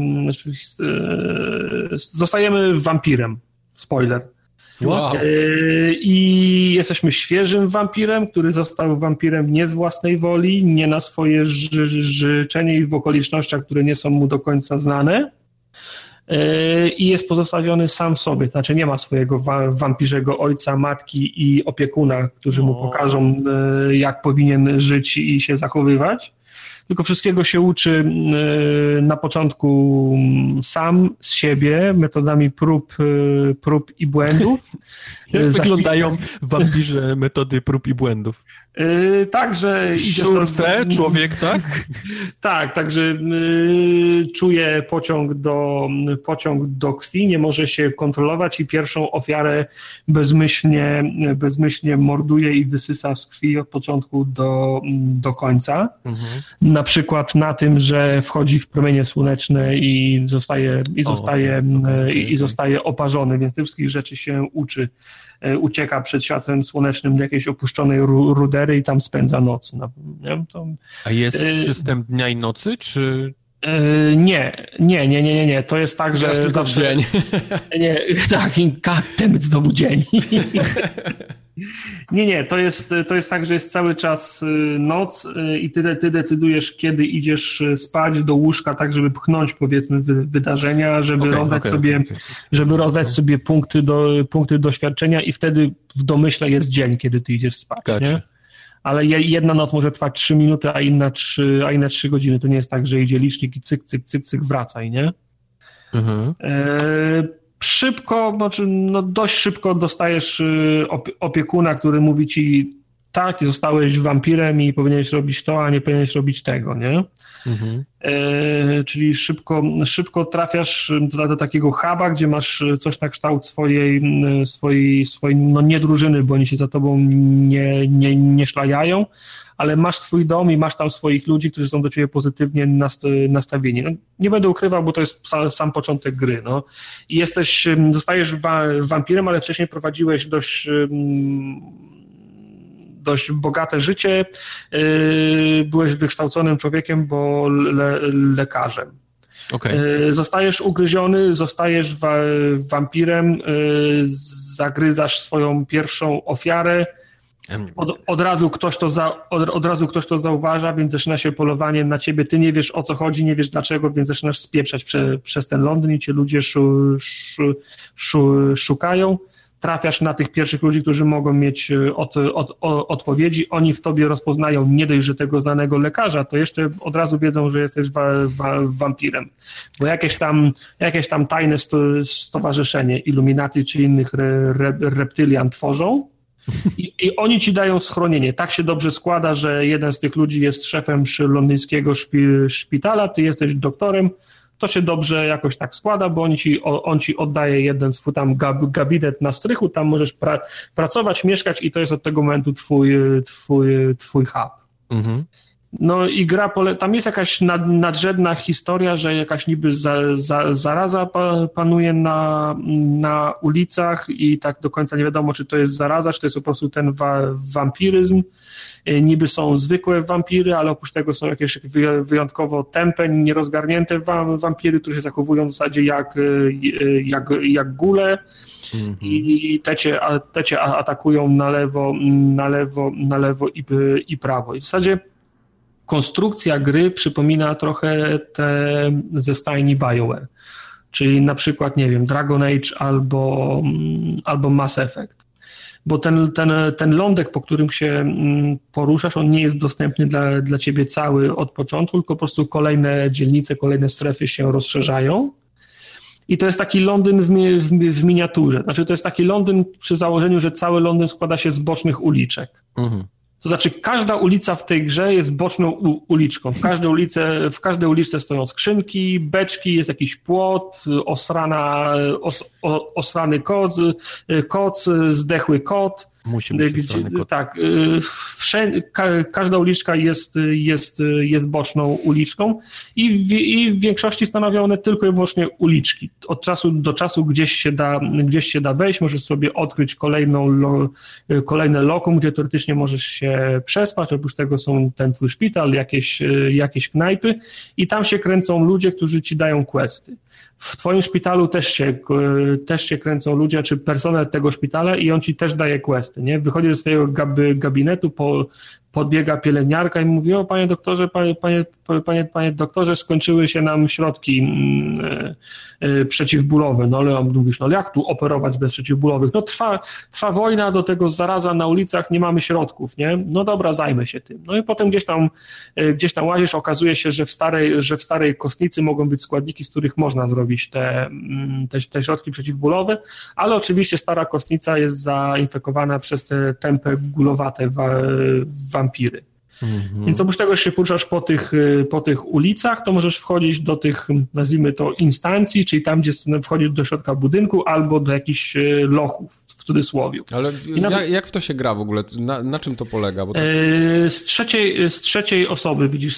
zostajemy wampirem. Spoiler. Wow. I jesteśmy świeżym wampirem, który został wampirem nie z własnej woli, nie na swoje życzenie i w okolicznościach, które nie są mu do końca znane. I jest pozostawiony sam w sobie, znaczy nie ma swojego wampirzego ojca, matki i opiekuna, którzy mu pokażą, jak powinien żyć i się zachowywać, tylko wszystkiego się uczy na początku sam z siebie, metodami prób i błędów. Jak wyglądają wampirze metody prób i błędów? Także szurfę, człowiek, tak? Tak, także czuje pociąg do krwi, nie może się kontrolować i pierwszą ofiarę bezmyślnie morduje i wysysa z krwi od początku do końca. Mhm. Na przykład na tym, że wchodzi w promienie słoneczne i zostaje oparzony, więc tych wszystkich rzeczy się uczy. Ucieka przed światłem słonecznym do jakiejś opuszczonej rudery i tam spędza noc. Nie? A jest system dnia i nocy, czy... Nie. To jest tak, że zawsze... dzień. Nie, tak, znowu dzień. Nie, to jest tak, że jest cały czas noc i ty decydujesz, kiedy idziesz spać do łóżka, tak żeby pchnąć, powiedzmy, wydarzenia, żeby rozdać sobie punkty doświadczenia i wtedy w domyśle jest dzień, kiedy ty idziesz spać. Nie? ale jedna noc może trwać 3 minuty, a inna 3 godziny. To nie jest tak, że idzie licznik i cyk, cyk, cyk, cyk, wracaj, nie? Szybko, dość szybko dostajesz opiekuna, który mówi ci, tak, zostałeś wampirem i powinieneś robić to, a nie powinieneś robić tego, nie? Czyli szybko trafiasz do takiego huba, gdzie masz coś na kształt swojej nie drużyny, bo oni się za tobą nie szlajają, ale masz swój dom i masz tam swoich ludzi, którzy są do ciebie pozytywnie nastawieni. No, nie będę ukrywał, bo to jest sam początek gry. No. I zostajesz wampirem, ale wcześniej prowadziłeś dość bogate życie, byłeś wykształconym człowiekiem, bo lekarzem. Okay. Zostajesz ugryziony, zostajesz wampirem, zagryzasz swoją pierwszą ofiarę, od razu ktoś to zauważa, więc zaczyna się polowanie na ciebie, ty nie wiesz o co chodzi, nie wiesz dlaczego, więc zaczynasz spieprzać przez ten Londyn i cię ludzie szukają. Trafiasz na tych pierwszych ludzi, którzy mogą mieć odpowiedzi, oni w tobie rozpoznają nie dość, że tego znanego lekarza, to jeszcze od razu wiedzą, że jesteś wampirem, bo jakieś tam tajne stowarzyszenie Illuminati czy innych reptylian tworzą i oni ci dają schronienie. Tak się dobrze składa, że jeden z tych ludzi jest szefem londyńskiego szpitala, ty jesteś doktorem, to się dobrze jakoś tak składa, bo on ci oddaje jeden swój tam gabinet na strychu, tam możesz pracować, mieszkać i to jest od tego momentu twój hub. No i gra, tam jest jakaś nadrzędna historia, że jakaś niby zaraza panuje na ulicach i tak do końca nie wiadomo, czy to jest zaraza, czy to jest po prostu ten wampiryzm. Niby są zwykłe wampiry, ale oprócz tego są jakieś wyjątkowo tępe, nierozgarnięte wampiry, które się zachowują w zasadzie jak gule i te cię atakują na lewo i prawo. I w zasadzie konstrukcja gry przypomina trochę te ze stajni BioWare, czyli na przykład, nie wiem, Dragon Age albo Mass Effect. Bo ten lądek, po którym się poruszasz, on nie jest dostępny dla ciebie cały od początku, tylko po prostu kolejne dzielnice, kolejne strefy się rozszerzają. I to jest taki Londyn w miniaturze. Znaczy to jest taki Londyn przy założeniu, że cały Londyn składa się z bocznych uliczek. To znaczy każda ulica w tej grze jest boczną uliczką. W każdej uliczce stoją skrzynki, beczki, jest jakiś płot, osrany koc, zdechły kot. Musi być kot. Tak, każda uliczka jest boczną uliczką i w większości stanowią one tylko i wyłącznie uliczki. Od czasu do czasu gdzieś się da wejść, możesz sobie odkryć kolejne lokum, gdzie teoretycznie możesz się przespać, oprócz tego są ten twój szpital, jakieś knajpy i tam się kręcą ludzie, którzy ci dają questy. W twoim szpitalu też się kręcą ludzie, czy personel tego szpitala i on ci też daje questy, nie? Wychodzi do swojego gabinetu, podbiega pielęgniarka i mówi: o, panie doktorze, doktorze, skończyły się nam środki przeciwbólowe. No ale mówisz, no jak tu operować bez przeciwbólowych? No trwa wojna, do tego zaraza na ulicach, nie mamy środków, nie? No dobra, zajmę się tym. No i potem gdzieś tam łazisz, okazuje się, że w starej kostnicy mogą być składniki, z których można zrobić te środki przeciwbólowe, ale oczywiście stara kostnica jest zainfekowana przez te tępe, gulowate wampiry. Więc oprócz tego, że się poruszasz po tych ulicach, to możesz wchodzić do tych, nazwijmy to, instancji, czyli tam, gdzie wchodzisz do środka budynku albo do jakichś lochów, w cudzysłowie. Ale jak w to się gra w ogóle? Na czym to polega? Bo to... Z trzeciej osoby widzisz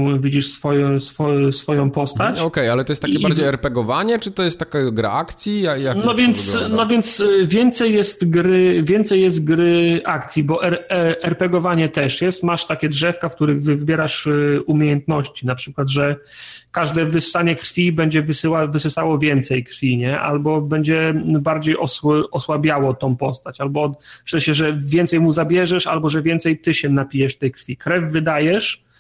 swoją postać. Okej, ale to jest takie bardziej RPGowanie, czy to jest taka gra akcji? No więc więcej jest gry akcji, bo RPGowanie też jest. Masz takie drzewka, w których wybierasz umiejętności, na przykład, że każde wyssanie krwi będzie wysysało więcej krwi, nie? Albo będzie bardziej osłabiało tą postać, albo w sensie, że więcej mu zabierzesz, albo że więcej ty się napijesz tej krwi. Krew wydajesz,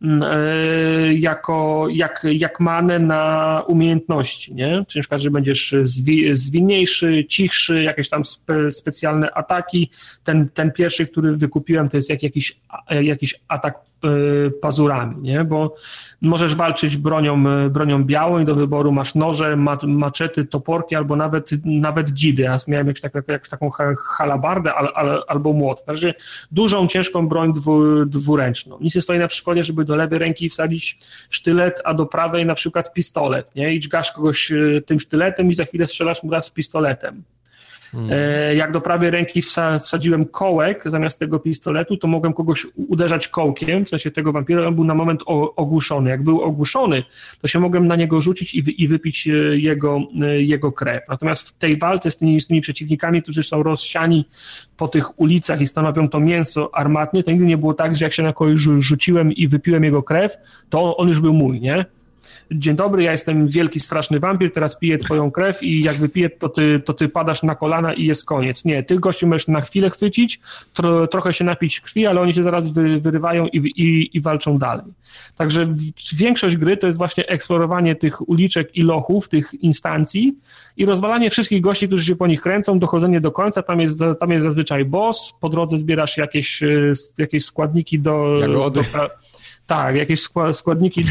jak manę na umiejętności, nie? Czyli na przykład, że będziesz zwinniejszy, cichszy, jakieś tam specjalne ataki. Ten pierwszy, który wykupiłem, to jest jakiś atak pazurami, nie? Bo możesz walczyć bronią białą i do wyboru masz noże, maczety, toporki albo nawet dzidy. Ja miałem jakąś taką halabardę albo młot. Znaczy dużą, ciężką broń dwuręczną. Nic nie stoi na przykładzie, żeby do lewej ręki wsadzić sztylet, a do prawej na przykład pistolet, nie? I dźgasz kogoś tym sztyletem i za chwilę strzelasz mu raz z pistoletem. Jak do prawej ręki wsadziłem kołek zamiast tego pistoletu, to mogłem kogoś uderzać kołkiem, w sensie tego wampira, on był na moment ogłuszony. Jak był ogłuszony, to się mogłem na niego rzucić i wypić jego krew. Natomiast w tej walce z tymi przeciwnikami, którzy są rozsiani po tych ulicach i stanowią to mięso armatnie, to nigdy nie było tak, że jak się na kogoś rzuciłem i wypiłem jego krew, to on już był mój, nie? Dzień dobry, ja jestem wielki, straszny wampir, teraz piję twoją krew i jak wypiję, to ty padasz na kolana i jest koniec. Nie, tych gości możesz na chwilę chwycić, trochę się napić krwi, ale oni się zaraz wyrywają i walczą dalej. Także większość gry to jest właśnie eksplorowanie tych uliczek i lochów, tych instancji i rozwalanie wszystkich gości, którzy się po nich kręcą, dochodzenie do końca, tam jest zazwyczaj boss, po drodze zbierasz jakieś składniki jakieś składniki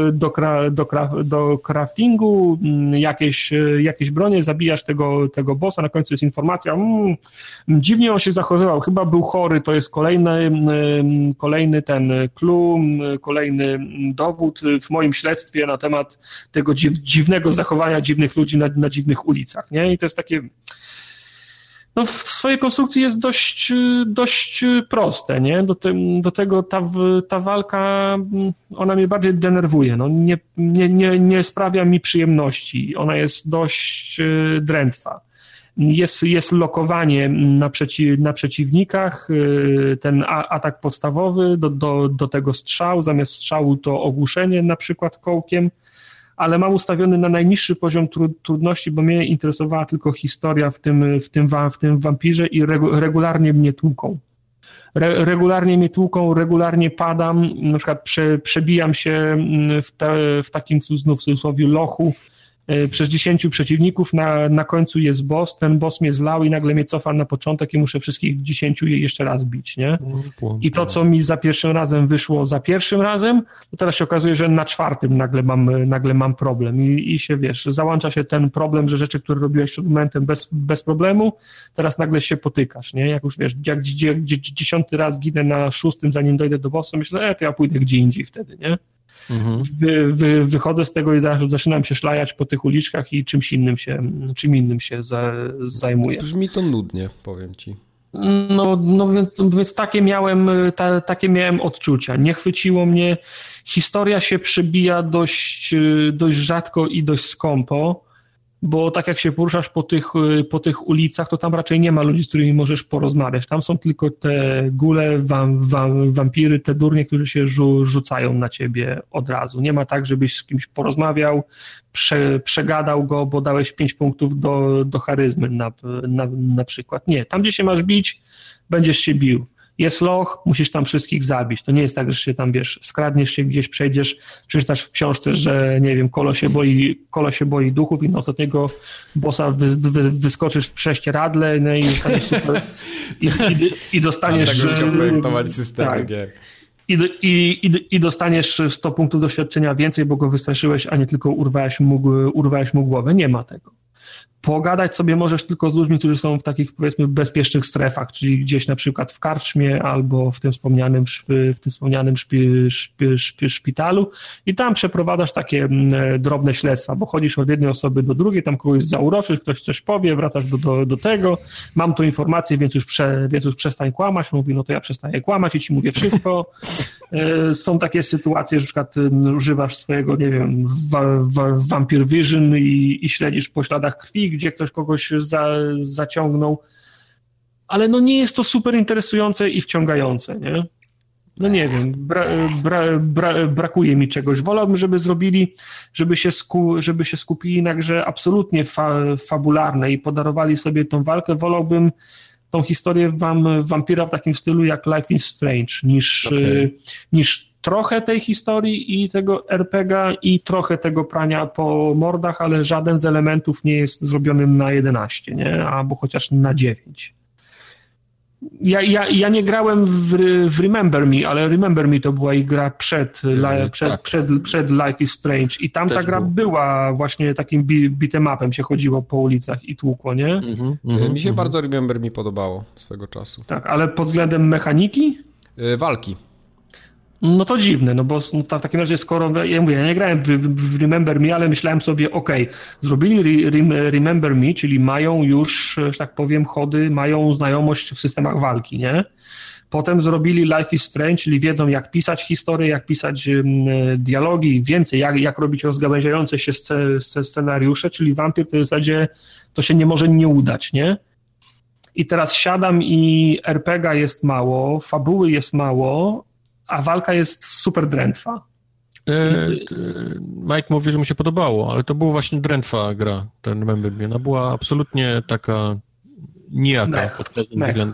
do craftingu, jakieś bronie, zabijasz tego bossa, na końcu jest informacja, dziwnie on się zachowywał, chyba był chory, to jest kolejny ten clue, kolejny dowód w moim śledztwie na temat tego dziwnego zachowania dziwnych ludzi na dziwnych ulicach, nie? I to jest takie... No w swojej konstrukcji jest dość proste, nie? Do tego ta walka, ona mnie bardziej denerwuje, no nie sprawia mi przyjemności, ona jest dość drętwa. Jest lokowanie na przeciwnikach, ten atak podstawowy, do tego strzał, zamiast strzału to ogłuszenie na przykład kołkiem, ale mam ustawiony na najniższy poziom trudności, bo mnie interesowała tylko historia w tym wampirze i regularnie mnie tłuką. Regularnie mnie tłuką, regularnie padam, na przykład przebijam się w takim znów w cudzysłowie lochu, przez 10 przeciwników, na końcu jest boss, ten boss mnie zlał i nagle mnie cofa na początek i muszę wszystkich 10 jeszcze raz bić, nie? I to, co mi za pierwszym razem wyszło za pierwszym razem, to teraz się okazuje, że na czwartym nagle mam problem i się, wiesz, załącza się ten problem, że rzeczy, które robiłeś przed momentem bez problemu, teraz nagle się potykasz, nie? Jak już, wiesz, jak 10 raz ginę na 6, zanim dojdę do bossa, myślę, to ja pójdę gdzie indziej wtedy, nie? Mhm. Wychodzę z tego i zaczynam się szlajać po tych uliczkach i czym innym się zajmuję. Brzmi to nudnie, powiem ci. No więc takie miałem odczucia. Nie chwyciło mnie. Historia się przebija dość rzadko i dość skąpo, bo tak jak się poruszasz po tych ulicach, to tam raczej nie ma ludzi, z którymi możesz porozmawiać. Tam są tylko te gule, wampiry, te durnie, którzy się rzucają na ciebie od razu. Nie ma tak, żebyś z kimś porozmawiał, przegadał go, bo dałeś 5 punktów do charyzmy na przykład. Nie, tam gdzie się masz bić, będziesz się bił. Jest loch, musisz tam wszystkich zabić. To nie jest tak, że się tam, wiesz, skradniesz się gdzieś, przejdziesz, przeczytasz w książce, że, nie wiem, kolo się boi duchów i na ostatniego bossa wyskoczysz w prześcieradle, no i dostaniesz super... I dostaniesz... Tak bym projektować systemy gier. I dostaniesz 100 punktów doświadczenia więcej, bo go wystraszyłeś, a nie tylko urwałeś mu głowę. Nie ma tego. Pogadać sobie możesz tylko z ludźmi, którzy są w takich, powiedzmy, bezpiecznych strefach, czyli gdzieś na przykład w karczmie albo w tym wspomnianym szpitalu i tam przeprowadzasz takie drobne śledztwa, bo chodzisz od jednej osoby do drugiej, tam kogoś zauroczysz, ktoś coś powie, wracasz do tego, mam tu informację, więc już przestań kłamać, mówi, no to ja przestaję kłamać i ci mówię wszystko. Są takie sytuacje, że na przykład używasz swojego, nie wiem, Vampire Vision i śledzisz po śladach krwi, gdzie ktoś kogoś zaciągnął, ale no nie jest to super interesujące i wciągające, nie? No nie wiem, brakuje mi czegoś. Wolałbym, żeby zrobili, żeby się skupili na grze absolutnie fabularnej i podarowali sobie tą walkę. Wolałbym tą historię wampira w takim stylu jak Life is Strange, niż trochę tej historii i tego RPG i trochę tego prania po mordach, ale żaden z elementów nie jest zrobiony na 11, nie? Albo chociaż na 9. Ja nie grałem w Remember Me, ale Remember Me to była ich gra przed Life is Strange i tam ta gra była właśnie takim beat'em upem, się chodziło po ulicach i tłukło, nie? Mi się bardzo Remember Me podobało swego czasu. Tak, ale pod względem mechaniki? Walki. No to dziwne, no bo w takim razie skoro, ja mówię, ja nie grałem w Remember Me, ale myślałem sobie, zrobili Remember Me, czyli mają już, że tak powiem, chody, mają znajomość w systemach walki, nie? Potem zrobili Life is Strange, czyli wiedzą jak pisać historię, jak pisać dialogi, więcej, jak robić rozgałęziające się scenariusze, czyli Vampir to w zasadzie to się nie może nie udać, nie? I teraz siadam i RPG jest mało, fabuły jest mało, a walka jest super drętwa. Mike mówi, że mu się podobało, ale to była właśnie drętwa gra, ten Remember Me. Ona była absolutnie taka nijaka pod każdym względem.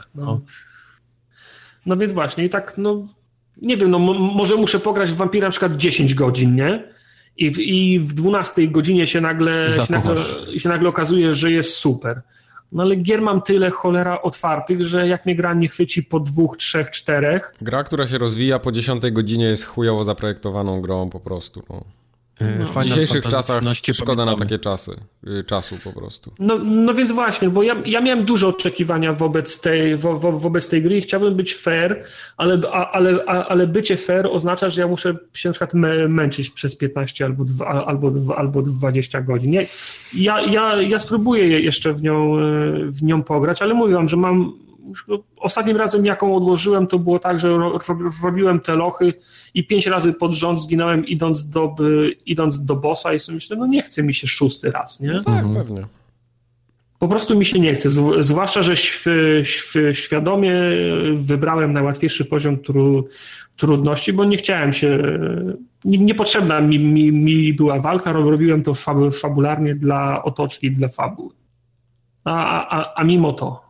No więc właśnie, i tak, nie wiem, może muszę pograć w Vampira na przykład 10 godzin, nie? I w 12 godzinie się nagle okazuje, że jest super. No ale gier mam tyle cholera otwartych, że jak mnie gra nie chwyci po 2, 3, 4. Gra, która się rozwija po 10 godzinie jest chujowo zaprojektowaną grą po prostu. W dzisiejszych czasach szkoda na takie czasu po prostu. No więc właśnie, bo ja miałem duże oczekiwania wobec tej gry i chciałbym być fair, ale bycie fair oznacza, że ja muszę się na przykład męczyć przez 15 albo 20 godzin. Ja spróbuję jeszcze w nią pograć, ale mówiłam, że ostatnim razem jaką odłożyłem, to było tak, że robiłem te lochy i 5 razy pod rząd zginąłem idąc do bossa i sobie myślę, nie chce mi się 6. raz, nie? No tak, pewnie. Po prostu mi się nie chce, zwłaszcza, że świadomie wybrałem najłatwiejszy poziom trudności, bo nie chciałem się, niepotrzebna mi była walka, robiłem to fabularnie dla otoczni, dla fabuły. A mimo to.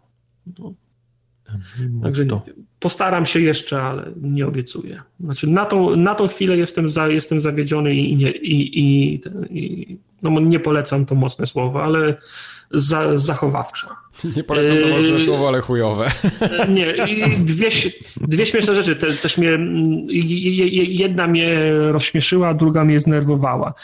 Także postaram się jeszcze, ale nie obiecuję. Znaczy na tą chwilę jestem zawiedziony i nie polecam, to mocne słowo, ale zachowawcze. Nie polecam to mocne słowo, ale chujowe. Nie, i dwie śmieszne rzeczy też mnie, jedna mnie rozśmieszyła, a druga mnie znerwowała.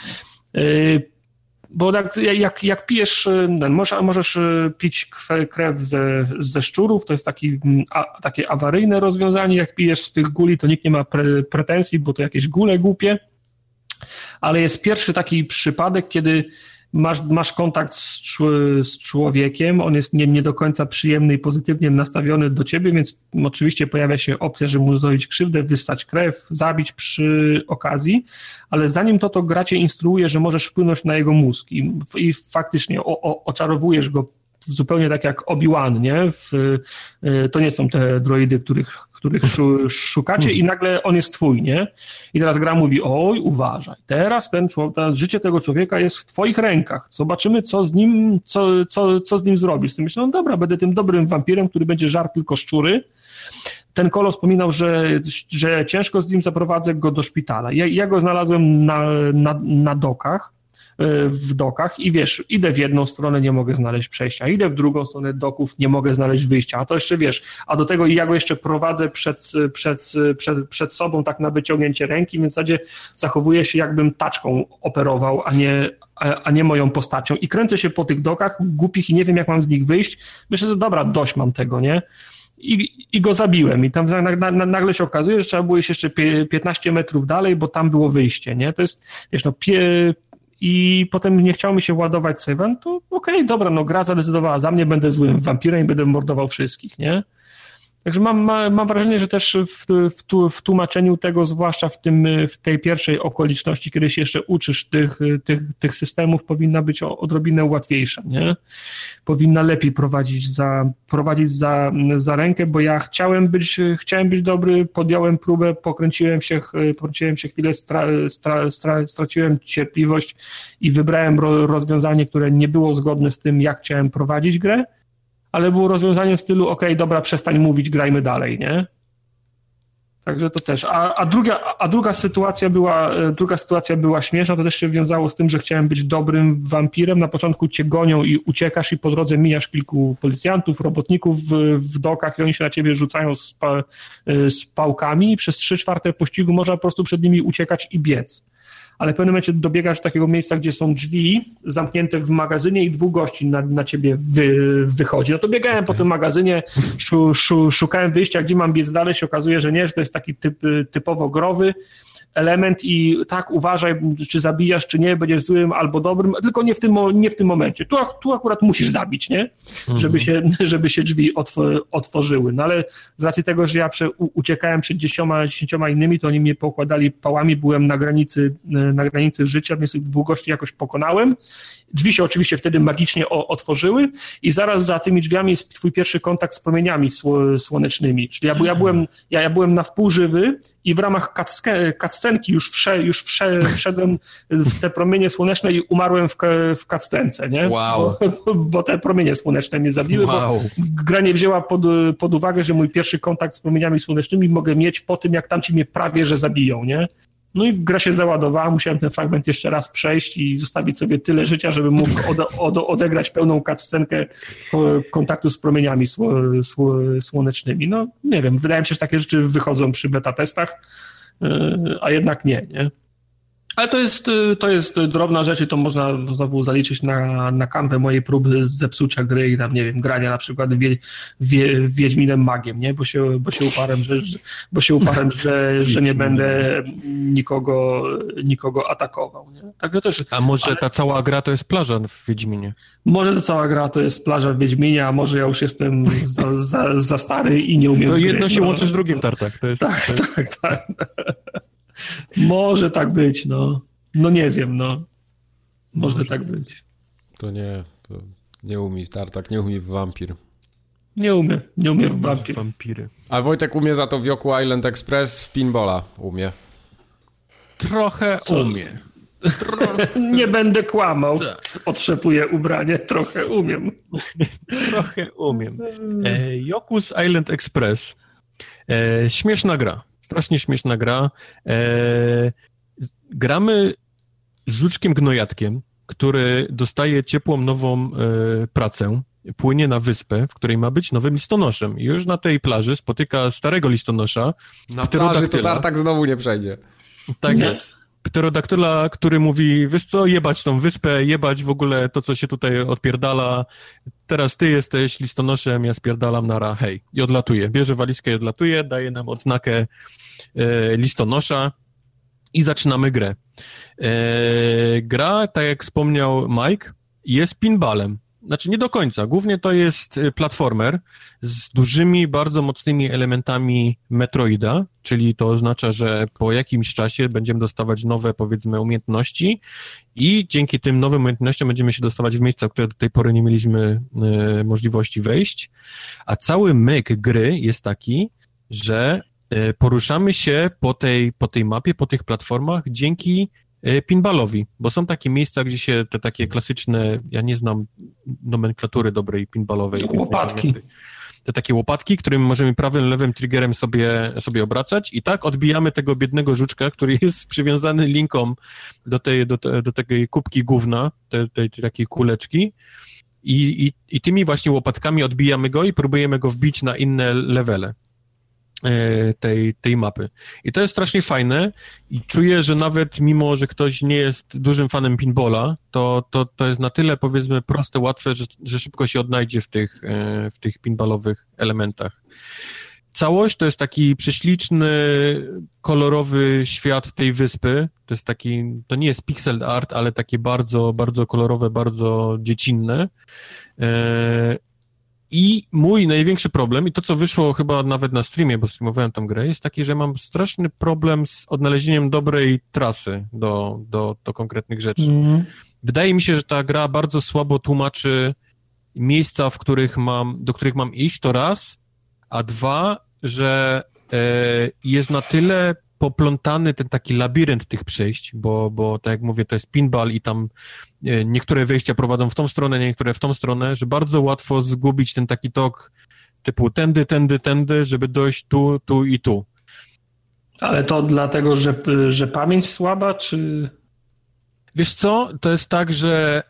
Bo jak pijesz, możesz pić krew ze szczurów, to jest takie awaryjne rozwiązanie, jak pijesz z tych guli, to nikt nie ma pretensji, bo to jakieś gule głupie, ale jest pierwszy taki przypadek, kiedy masz kontakt z człowiekiem, on jest nie do końca przyjemny i pozytywnie nastawiony do ciebie, więc oczywiście pojawia się opcja, żeby mu zrobić krzywdę, wyssać krew, zabić przy okazji, ale zanim to gra cię instruuje, że możesz wpłynąć na jego mózg i faktycznie oczarowujesz go zupełnie tak jak Obi-Wan, nie? To nie są te droidy, których szukacie i nagle on jest twój, nie? I teraz gra mówi, oj, uważaj, teraz życie tego człowieka jest w twoich rękach, zobaczymy, co z nim zrobisz. I myślę, dobra, będę tym dobrym wampirem, który będzie żarł tylko szczury. Ten kolos wspominał, że ciężko z nim zaprowadzę go do szpitala. Ja go znalazłem na dokach, w dokach i wiesz, idę w jedną stronę, nie mogę znaleźć przejścia, idę w drugą stronę doków, nie mogę znaleźć wyjścia, a to jeszcze wiesz, a do tego ja go jeszcze prowadzę przed sobą tak na wyciągnięcie ręki, więc w zasadzie zachowuję się jakbym taczką operował, a nie moją postacią i kręcę się po tych dokach głupich i nie wiem jak mam z nich wyjść, myślę, że dobra, dość mam tego, nie? I go zabiłem i tam nagle się okazuje, że trzeba było iść jeszcze 15 metrów dalej, bo tam było wyjście, nie? To jest, wiesz, i potem nie chciało mi się ładować save'em, to okej, dobra, gra zadecydowała za mnie, będę złym wampirem i będę mordował wszystkich, nie? Także mam wrażenie, że też w tłumaczeniu tego, zwłaszcza w tej pierwszej okoliczności, kiedy się jeszcze uczysz tych systemów, powinna być odrobinę łatwiejsza, nie? Powinna lepiej prowadzić za rękę, bo ja chciałem być dobry, podjąłem próbę, pokręciłem się chwilę, straciłem cierpliwość i wybrałem rozwiązanie, które nie było zgodne z tym, jak chciałem prowadzić grę, ale było rozwiązaniem w stylu, okej, dobra, przestań mówić, grajmy dalej, nie? Także to też. A druga sytuacja była śmieszna, to też się wiązało z tym, że chciałem być dobrym wampirem. Na początku cię gonią i uciekasz i po drodze mijasz kilku policjantów, robotników w dokach i oni się na ciebie rzucają z pałkami i przez 3/4 pościgu można po prostu przed nimi uciekać i biec. Ale w pewnym momencie dobiegasz do takiego miejsca, gdzie są drzwi zamknięte w magazynie i 2 gości na ciebie wychodzi. No to biegałem po tym magazynie, szukałem wyjścia, gdzie mam biec dalej, się okazuje, że nie, że to jest taki typowo growy element i tak uważaj, czy zabijasz, czy nie, będziesz złym albo dobrym, tylko nie w tym momencie. Tu akurat musisz zabić, nie? Żeby się drzwi otworzyły. No ale z racji tego, że ja uciekałem przed 10 innymi, to oni mnie pokładali pałami, byłem na granicy życia, więc tych 2 gości jakoś pokonałem. Drzwi się oczywiście wtedy magicznie otworzyły i zaraz za tymi drzwiami jest twój pierwszy kontakt z promieniami słonecznymi. Czyli ja byłem na wpół żywy i w ramach cutscenki już wszedłem w te promienie słoneczne i umarłem w cutscence, nie? Wow. Bo te promienie słoneczne mnie zabiły, bo gra nie wzięła pod uwagę, że mój pierwszy kontakt z promieniami słonecznymi mogę mieć po tym, jak tamci mnie prawie że zabiją, nie? No i gra się załadowała, musiałem ten fragment jeszcze raz przejść i zostawić sobie tyle życia, żeby mógł odegrać pełną cutscenkę kontaktu z promieniami słonecznymi. No nie wiem, wydaje mi się, że takie rzeczy wychodzą przy beta testach, a jednak nie? Ale to jest drobna rzecz i to można znowu zaliczyć na kanwę mojej próby zepsucia gry i tam, nie wiem, grania na przykład Wiedźminem Magiem, nie? Bo się uparłem, że nie będę nikogo atakował, nie? Także też, a może ta cała gra to jest plaża w Wiedźminie? Może ta cała gra to jest plaża w Wiedźminie, a może ja już jestem za stary i nie umiem to jedno się łączy z drugim, Tartak. To jest, tak. Może tak być, no. No nie wiem, no. Może tak być. To nie umie Tartak, nie umie w wampir. Nie umie w wampiry. A Wojtek umie za to w Yoku Island Express w pinballa umie. Trochę umie. Nie będę kłamał. Tak. Otrzepuję ubranie, trochę umiem. Trochę umiem. Yoku's Island Express. Śmieszna gra. Strasznie śmieszna gra. Gramy żuczkiem gnojatkiem, który dostaje ciepłą, nową pracę. Płynie na wyspę, w której ma być nowym listonoszem. I już na tej plaży spotyka starego listonosza. Na plaży to Tartak znowu nie przejdzie. Tak jest. Pterodaktyla, który mówi, wiesz co, jebać tą wyspę, jebać w ogóle to, co się tutaj odpierdala. Teraz ty jesteś listonoszem, ja spierdalam, nara, hej. I odlatuje. Bierze walizkę i odlatuje, daje nam odznakę listonosza i zaczynamy grę. Gra, tak jak wspomniał Mike, jest pinballem. Znaczy nie do końca. Głównie to jest platformer z dużymi, bardzo mocnymi elementami Metroida, czyli to oznacza, że po jakimś czasie będziemy dostawać nowe, powiedzmy, umiejętności i dzięki tym nowym umiejętnościom będziemy się dostawać w miejsca, w które do tej pory nie mieliśmy możliwości wejść. A cały myk gry jest taki, że poruszamy się po tej mapie, po tych platformach dzięki pinballowi, bo są takie miejsca, gdzie się te takie klasyczne, ja nie znam nomenklatury dobrej pinballowej. Łopatki. Te takie łopatki, którymi możemy prawym, lewym triggerem sobie obracać i tak odbijamy tego biednego żuczka, który jest przywiązany linką do tej kubki gówna, tej takiej kuleczki i tymi właśnie łopatkami odbijamy go i próbujemy go wbić na inne levele tej mapy. I to jest strasznie fajne i czuję, że nawet mimo, że ktoś nie jest dużym fanem pinballa, to jest na tyle, powiedzmy, proste, łatwe, że szybko się odnajdzie w tych pinballowych elementach. Całość to jest taki prześliczny, kolorowy świat tej wyspy. To nie jest pixel art, ale takie bardzo, bardzo kolorowe, bardzo dziecinne. I mój największy problem, i to co wyszło chyba nawet na streamie, bo streamowałem tam grę, jest taki, że mam straszny problem z odnalezieniem dobrej trasy do konkretnych rzeczy. Wydaje mi się, że ta gra bardzo słabo tłumaczy miejsca, do których mam iść, to raz, a dwa, że jest na tyle poplątany ten taki labirynt tych przejść, bo tak jak mówię, to jest pinball i tam niektóre wejścia prowadzą w tą stronę, niektóre w tą stronę, że bardzo łatwo zgubić ten taki tok typu tędy, żeby dojść tu i tu. Ale to dlatego, że pamięć słaba, czy... Wiesz co, to jest tak, że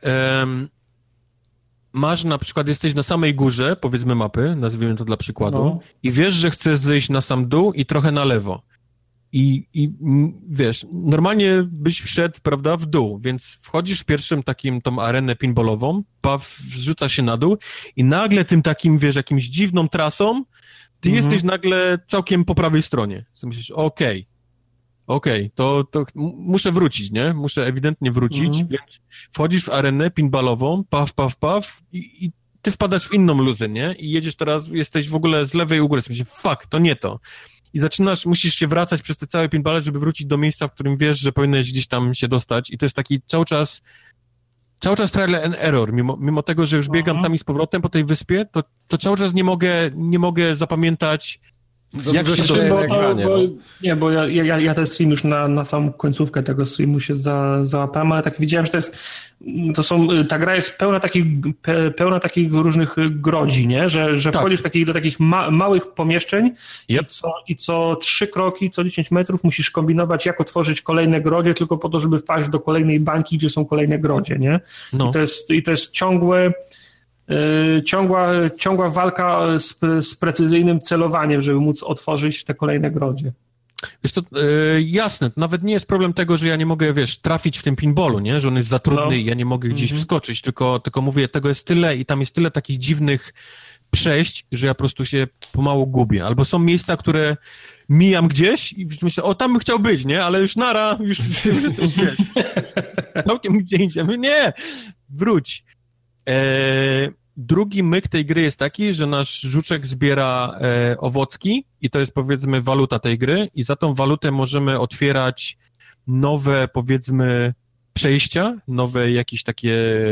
masz na przykład, jesteś na samej górze, powiedzmy mapy, nazwijmy to dla przykładu, i wiesz, że chcesz zejść na sam dół i trochę na lewo. I wiesz, normalnie byś wszedł, prawda, w dół, więc wchodzisz w pierwszym tą arenę pinballową, wrzuca się na dół i nagle tym takim, wiesz, jakimś dziwną trasą ty jesteś nagle całkiem po prawej stronie. Co myślisz, okej, to muszę wrócić, nie? Muszę ewidentnie wrócić, więc wchodzisz w arenę pinballową, paf i ty wpadasz w inną luzę, nie? I jedziesz teraz, jesteś w ogóle z lewej u góry, myślisz, fuck, to nie to. I musisz się wracać przez te całe pinballe, żeby wrócić do miejsca, w którym wiesz, że powinieneś gdzieś tam się dostać i to jest taki cały czas trial and error, mimo tego, że już biegam tam i z powrotem po tej wyspie, to cały czas nie mogę zapamiętać, jak się bo ja ten stream już na samą końcówkę tego streamu się załapałem, ale tak widziałem, że ta gra jest pełna takich różnych grodzi, nie? Że wchodzisz do takich małych pomieszczeń i co 3 kroki, co 10 metrów musisz kombinować, jak otworzyć kolejne grodzie, tylko po to, żeby wpaść do kolejnej bańki, gdzie są kolejne grodzie, nie? No. I to jest ciągła walka z precyzyjnym celowaniem, żeby móc otworzyć te kolejne grodzie. Wiesz to, jasne, nawet nie jest problem tego, że ja nie mogę, wiesz, trafić w tym pinballu, nie? Że on jest za trudny i ja nie mogę gdzieś wskoczyć, tylko mówię, tego jest tyle i tam jest tyle takich dziwnych przejść, że ja po prostu się pomału gubię. Albo są miejsca, które mijam gdzieś i myślę, tam bym chciał być, nie? Ale już już jesteś, wiesz, całkiem gdzie indziej. Nie, wróć. Drugi myk tej gry jest taki, że nasz żuczek zbiera owocki i to jest, powiedzmy, waluta tej gry i za tą walutę możemy otwierać nowe, powiedzmy, przejścia, nowe jakieś takie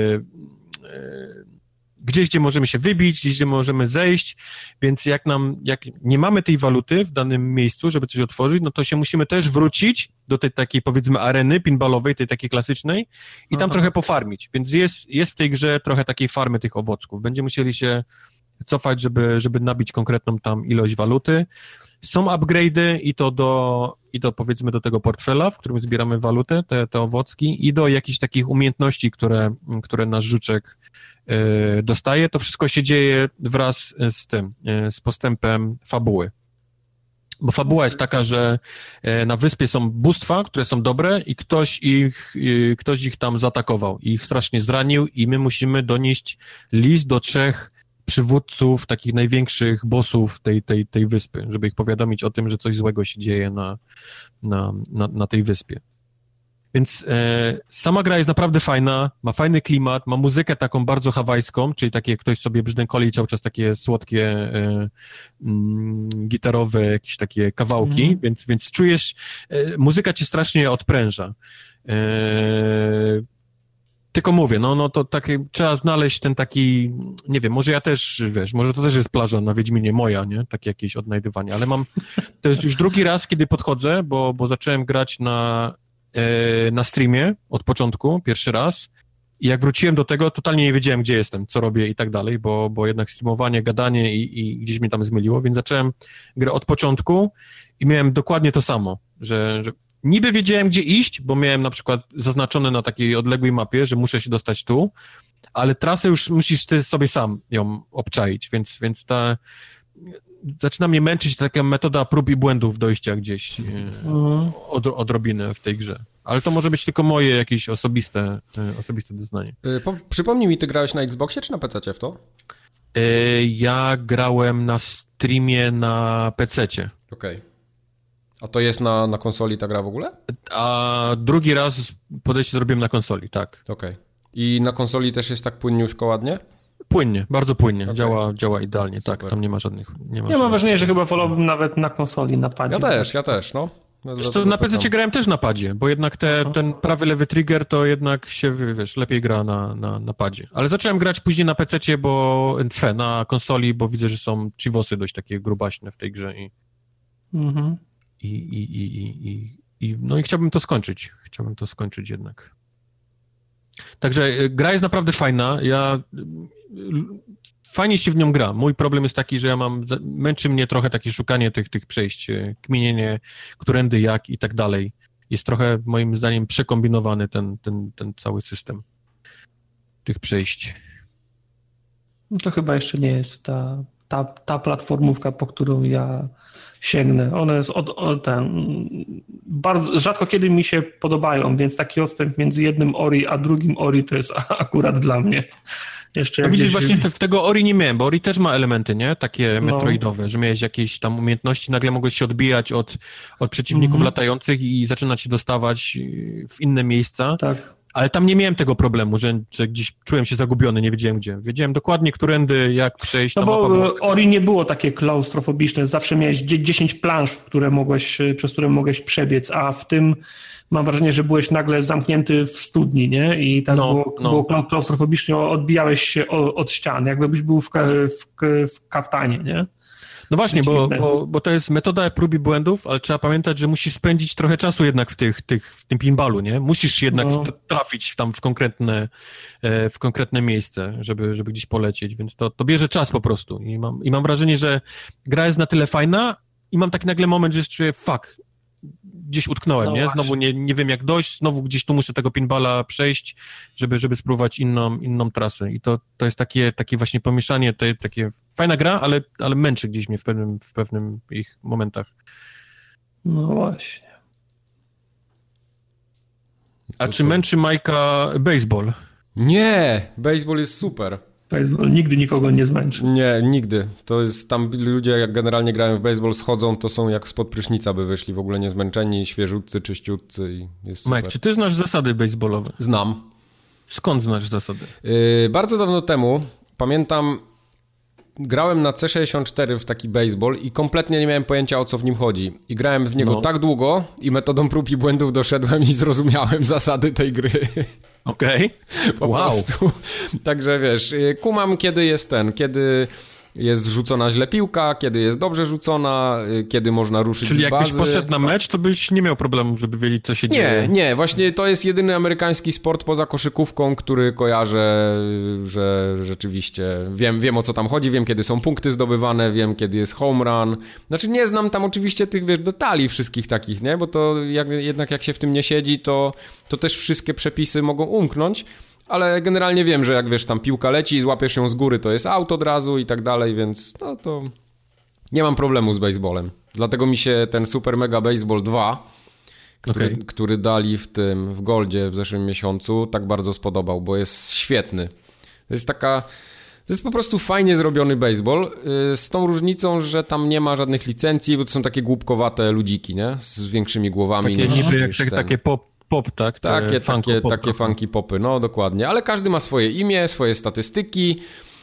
gdzieś, gdzie możemy się wybić, gdzieś, gdzie możemy zejść, więc jak nie mamy tej waluty w danym miejscu, żeby coś otworzyć, no to się musimy też wrócić do tej takiej, powiedzmy, areny pinballowej, tej takiej klasycznej i tam trochę pofarmić, więc jest w tej grze trochę takiej farmy tych owocków. Będziemy musieli się cofać, żeby nabić konkretną tam ilość waluty. Są upgrade'y i do powiedzmy do tego portfela, w którym zbieramy walutę, te owocki i do jakichś takich umiejętności, które nasz żuczek dostaje. To wszystko się dzieje wraz z postępem fabuły. Bo fabuła jest taka, że na wyspie są bóstwa, które są dobre i ktoś ich tam zaatakował i ich strasznie zranił i my musimy donieść list do 3 przywódców, takich największych bossów tej wyspy, żeby ich powiadomić o tym, że coś złego się dzieje na tej wyspie. Więc sama gra jest naprawdę fajna, ma fajny klimat, ma muzykę taką bardzo hawajską, czyli takie ktoś sobie brzdękoli cały czas takie słodkie gitarowe jakieś takie kawałki, więc czujesz, muzyka cię strasznie odpręża. Tylko mówię, no to takie, trzeba znaleźć ten taki, nie wiem, może ja też, wiesz, może to też jest plaża na Wiedźminie moja, nie? Takie jakieś odnajdywanie, ale to jest już drugi raz, kiedy podchodzę, bo zacząłem grać na streamie od początku, pierwszy raz i jak wróciłem do tego, totalnie nie wiedziałem, gdzie jestem, co robię i tak dalej, bo jednak streamowanie, gadanie i gdzieś mnie tam zmyliło, więc zacząłem grę od początku i miałem dokładnie to samo, że niby wiedziałem, gdzie iść, bo miałem na przykład zaznaczone na takiej odległej mapie, że muszę się dostać tu, ale trasę już musisz ty sobie sam ją obczaić, więc zaczyna mnie męczyć taka metoda prób i błędów dojścia gdzieś odrobinę w tej grze. Ale to może być tylko moje jakieś osobiste doznanie. Przypomnij mi, ty grałeś na Xboxie czy na PC-cie w to? Ja grałem na streamie na PC-cie. Okej. A to jest na konsoli ta gra w ogóle? A drugi raz podejście zrobiłem na konsoli, tak. Okej. I na konsoli też jest tak płynniuszko ładnie? Płynnie, bardzo płynnie. Okay. Działa idealnie, super. Tak, tam nie ma żadnych... Ja mam wrażenie, że chyba wolałbym nawet na konsoli, na padzie. Ja też, no. Zresztą na PC grałem też na padzie, bo jednak ten prawy, lewy trigger to jednak się, wiesz, lepiej gra na padzie. Ale zacząłem grać później na PC-cie, na konsoli, bo widzę, że są chivosy dość takie grubaśne w tej grze no i chciałbym to skończyć. Także gra jest naprawdę fajna. Ja fajnie się w nią gra. Mój problem jest taki, że męczy mnie trochę takie szukanie tych przejść, kminienie, którędy, jak i tak dalej. Jest trochę, moim zdaniem, przekombinowany ten cały system tych przejść. No to chyba jeszcze nie jest ta platformówka, po którą ja sięgnę. One jest bardzo rzadko kiedy mi się podobają, więc taki odstęp między jednym Ori a drugim Ori to jest akurat dla mnie. Jeszcze no widzisz, właśnie w tego Ori nie miałem, bo Ori też ma elementy, nie? Takie metroidowe, że miałeś jakieś tam umiejętności, nagle mogłeś się odbijać od przeciwników latających i zaczynać się dostawać w inne miejsca. Tak. Ale tam nie miałem tego problemu, że gdzieś czułem się zagubiony, nie wiedziałem gdzie. Wiedziałem dokładnie, którędy, jak przejść. No bo Ori nie było takie klaustrofobiczne, zawsze miałeś 10 planż, przez które mogłeś przebiec, a w tym mam wrażenie, że byłeś nagle zamknięty w studni, nie? I tak było klaustrofobicznie, odbijałeś się od ścian, jakbyś był w kaftanie, nie? No właśnie, bo to jest metoda prób i błędów, ale trzeba pamiętać, że musisz spędzić trochę czasu jednak w tym pinballu, nie? Musisz jednak trafić tam w konkretne miejsce, żeby gdzieś polecieć, więc to bierze czas po prostu. I mam wrażenie, że gra jest na tyle fajna i mam taki nagle moment, że czuję, gdzieś utknąłem, nie? Znowu nie wiem jak dojść, znowu gdzieś tu muszę tego pinballa przejść, żeby spróbować inną trasę. I to jest takie właśnie pomieszanie, takie fajna gra, ale męczy gdzieś mnie w pewnym ich momentach. No właśnie. A czy męczy Majka baseball? Nie! Baseball jest super. Baseball nigdy nikogo nie zmęczy. Nie, nigdy. To jest tam ludzie, jak generalnie grają w baseball, schodzą, to są jak spod prysznica by wyszli, w ogóle niezmęczeni, świeżutcy, czyściutcy i jest super. Mike, czy ty znasz zasady baseballowe? Znam. Skąd znasz zasady? Bardzo dawno temu, pamiętam, grałem na C64 w taki baseball i kompletnie nie miałem pojęcia, o co w nim chodzi. I grałem w niego tak długo i metodą prób i błędów doszedłem i zrozumiałem zasady tej gry. Okej. Po prostu. Także wiesz, kumam kiedy jest rzucona źle piłka, kiedy jest dobrze rzucona, kiedy można ruszyć Czyli z bazy. Czyli jakbyś poszedł na mecz, to byś nie miał problemu, żeby wiedzieć, co się dzieje. Nie, właśnie to jest jedyny amerykański sport poza koszykówką, który kojarzę, że rzeczywiście wiem o co tam chodzi, wiem kiedy są punkty zdobywane, wiem kiedy jest home run. Znaczy nie znam tam oczywiście tych detali wszystkich takich, nie? Bo to jednak jak się w tym nie siedzi, to też wszystkie przepisy mogą umknąć. Ale generalnie wiem, że jak wiesz, tam piłka leci i złapiesz ją z góry, to jest out od razu i tak dalej, więc no to nie mam problemu z baseballem. Dlatego mi się ten Super Mega Baseball 2, który dali w Goldzie w zeszłym miesiącu, tak bardzo spodobał, bo jest świetny. To jest po prostu fajnie zrobiony baseball, z tą różnicą, że tam nie ma żadnych licencji, bo to są takie głupkowate ludziki, nie? Z większymi głowami. Takie niby jak takie pop, tak? Takie funky popy, no dokładnie. Ale każdy ma swoje imię, swoje statystyki.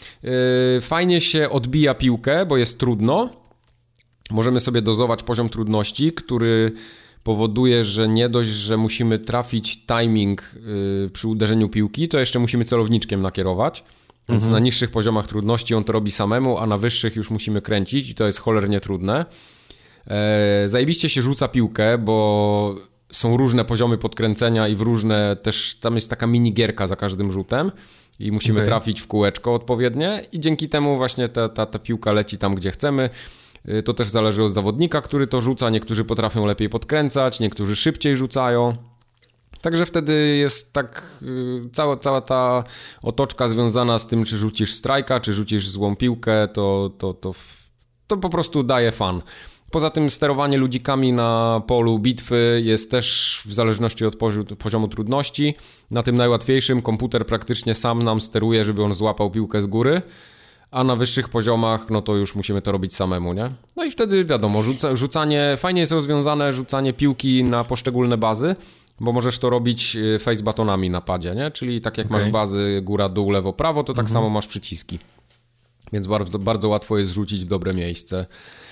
Fajnie się odbija piłkę, bo jest trudno. Możemy sobie dozować poziom trudności, który powoduje, że nie dość, że musimy trafić timing przy uderzeniu piłki, to jeszcze musimy celowniczkiem nakierować. Więc na niższych poziomach trudności on to robi samemu, a na wyższych już musimy kręcić i to jest cholernie trudne. Zajebiście się rzuca piłkę, bo są różne poziomy podkręcenia i w różne też, tam jest taka minigierka za każdym rzutem i musimy trafić w kółeczko odpowiednie i dzięki temu właśnie ta piłka leci tam, gdzie chcemy. To też zależy od zawodnika, który to rzuca. Niektórzy potrafią lepiej podkręcać, niektórzy szybciej rzucają. Także wtedy jest tak cała ta otoczka związana z tym, czy rzucisz strajka, czy rzucisz złą piłkę, to po prostu daje fan. Poza tym sterowanie ludzikami na polu bitwy jest też w zależności od poziomu trudności. Na tym najłatwiejszym komputer praktycznie sam nam steruje, żeby on złapał piłkę z góry, a na wyższych poziomach no to już musimy to robić samemu, nie? No i wtedy wiadomo, rzucanie, fajnie jest rozwiązane rzucanie piłki na poszczególne bazy, bo możesz to robić face batonami na padzie, nie? Czyli tak jak masz bazy góra, dół, lewo, prawo, to tak samo masz przyciski. Więc bardzo, bardzo łatwo jest rzucić w dobre miejsce.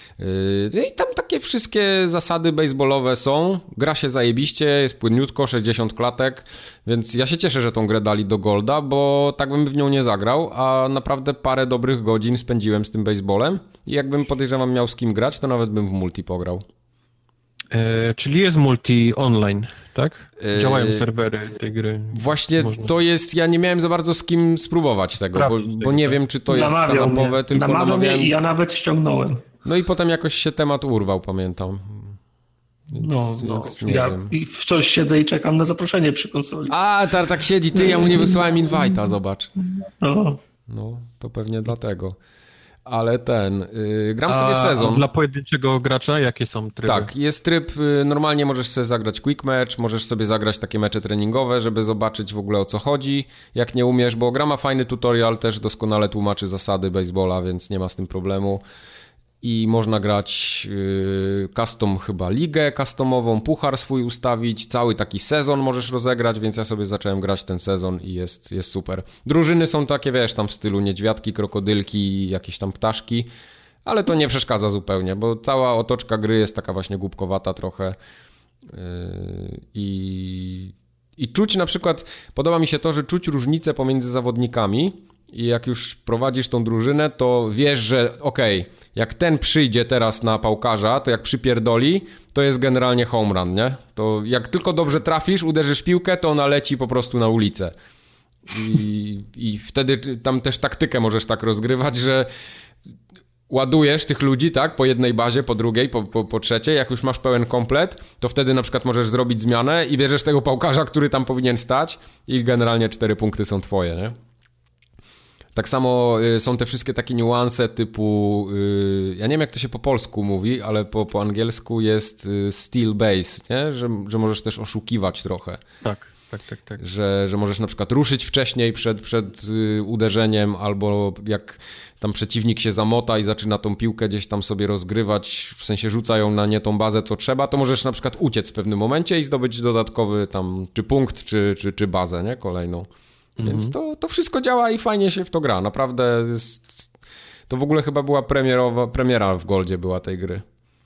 I tam takie wszystkie zasady baseballowe są. Gra się zajebiście, jest płynniutko, 60 klatek, więc ja się cieszę, że tą grę dali do Golda, bo tak bym w nią nie zagrał, a naprawdę parę dobrych godzin spędziłem z tym baseballem i jakbym, podejrzewam, miał z kim grać, to nawet bym w multi pograł. Czyli jest multi online, tak? Działają serwery tej gry. Właśnie to jest, ja nie miałem za bardzo z kim spróbować tego, bo nie wiem, czy to jest kanapowe, tylko namawiałem. I ja nawet ściągnąłem. No i potem jakoś się temat urwał, pamiętam. Ja wciąż siedzę i czekam na zaproszenie przy konsoli. A, tak siedzi, ja mu nie wysłałem invite'a, zobacz. No, to pewnie dlatego. Ale gram sobie sezon. A dla pojedynczego gracza jakie są tryby? Tak, jest tryb, normalnie możesz sobie zagrać quick match, możesz sobie zagrać takie mecze treningowe, żeby zobaczyć w ogóle o co chodzi, jak nie umiesz, bo gra ma fajny tutorial, też doskonale tłumaczy zasady baseballa, więc nie ma z tym problemu. I można grać custom chyba ligę customową, puchar swój ustawić, cały taki sezon możesz rozegrać, więc ja sobie zacząłem grać ten sezon i jest super. Drużyny są takie, wiesz, tam w stylu niedźwiadki, krokodylki, jakieś tam ptaszki, ale to nie przeszkadza zupełnie, bo cała otoczka gry jest taka właśnie głupkowata trochę i czuć na przykład, podoba mi się to, że czuć różnicę pomiędzy zawodnikami. I jak już prowadzisz tą drużynę, to wiesz, że jak ten przyjdzie teraz na pałkarza, to jak przypierdoli, to jest generalnie home run, nie? To jak tylko dobrze trafisz, uderzysz piłkę, to ona leci po prostu na ulicę. I wtedy tam też taktykę możesz tak rozgrywać, że ładujesz tych ludzi, tak? Po jednej bazie, po drugiej, po trzeciej. Jak już masz pełen komplet, to wtedy na przykład możesz zrobić zmianę i bierzesz tego pałkarza, który tam powinien stać i generalnie 4 punkty są twoje, nie? Tak samo są te wszystkie takie niuanse typu, ja nie wiem jak to się po polsku mówi, ale po angielsku jest steal base, nie? Że możesz też oszukiwać trochę. Tak. Że możesz na przykład ruszyć wcześniej przed uderzeniem, albo jak tam przeciwnik się zamota i zaczyna tą piłkę gdzieś tam sobie rozgrywać, w sensie rzuca ją na nie tą bazę, co trzeba, to możesz na przykład uciec w pewnym momencie i zdobyć dodatkowy tam czy punkt, czy bazę, nie? Kolejną. Więc to wszystko działa i fajnie się w to gra. Naprawdę to w ogóle chyba była premiera w Goldzie była tej gry.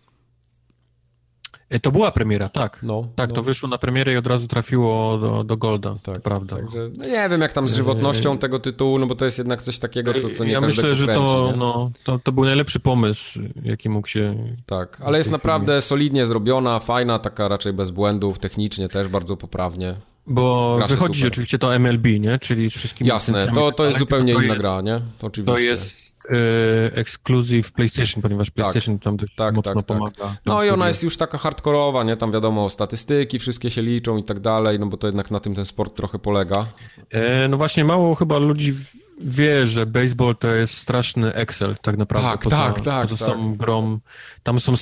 To była premiera, tak. To wyszło na premierę i od razu trafiło do Golda, tak, prawda. Także nie wiem jak tam z żywotnością tego tytułu, no bo to jest jednak coś takiego, co nie ja każdego myślę, że kręci, to był najlepszy pomysł, jaki mógł się... Tak, ale jest naprawdę solidnie zrobiona, fajna, taka raczej bez błędów, technicznie też bardzo poprawnie. Bo wychodzi oczywiście to MLB, nie? Czyli z wszystkimi... Jasne, to jest zupełnie inna gra, nie? Oczywiście. To jest exclusive PlayStation, ponieważ PlayStation tam dość mocno pomaga. No i ona jest już taka hardkorowa, nie? Tam wiadomo, statystyki, wszystkie się liczą i tak dalej, no bo to jednak na tym ten sport trochę polega. No właśnie mało chyba ludzi wie, że baseball to jest straszny Excel tak naprawdę. Poza samą grą. Tam są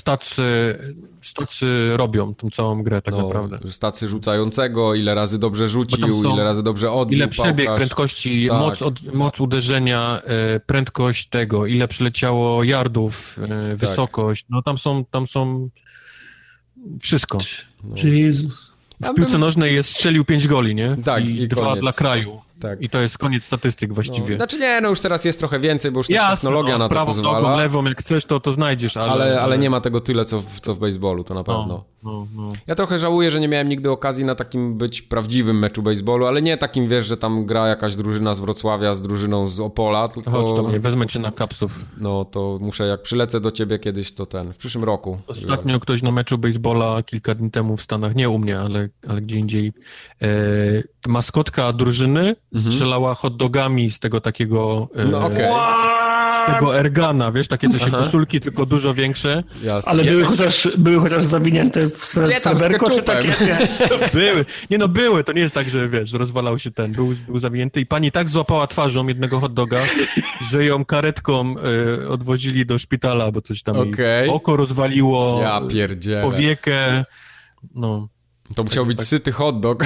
stacy robią tą całą grę tak naprawdę. Stacy rzucającego, ile razy dobrze rzucił, ile razy dobrze odbił. Ile przebieg, prędkości, moc uderzenia, prędkość tego, ile przyleciało yardów, wysokość. No tam są wszystko. Jezus. W piłce nożnej strzelił 5 goli, nie? Tak, i 2 dla kraju. Tak. I to jest koniec statystyk właściwie. Znaczy już teraz jest trochę więcej, bo już technologia na to pozwala. Prawą, lewą, jak chcesz, to znajdziesz. Ale nie ma tego tyle, co w baseballu, to na pewno. Ja trochę żałuję, że nie miałem nigdy okazji na takim być prawdziwym meczu baseballu, ale nie takim, wiesz, że tam gra jakaś drużyna z Wrocławia z drużyną z Opola, tylko... Chodź tam, nie wezmę cię na kapsów. No to muszę, jak przylecę do ciebie kiedyś, to w przyszłym roku. Ostatnio ktoś na meczu baseballa kilka dni temu w Stanach, nie u mnie, ale gdzie indziej, maskotka drużyny strzelała hot dogami z tego takiego... z tego ergana, wiesz, takie coś jak koszulki, tylko dużo większe. Jasne. Ale były chociaż zawinięte w sreberko, czy takie? Były. Były. To nie jest tak, że wiesz, rozwalał się był zawinięty i pani tak złapała twarzą jednego hot doga, że ją karetką odwozili do szpitala, bo coś tam jej oko rozwaliło, powiekę, To musiał być syty hot dog.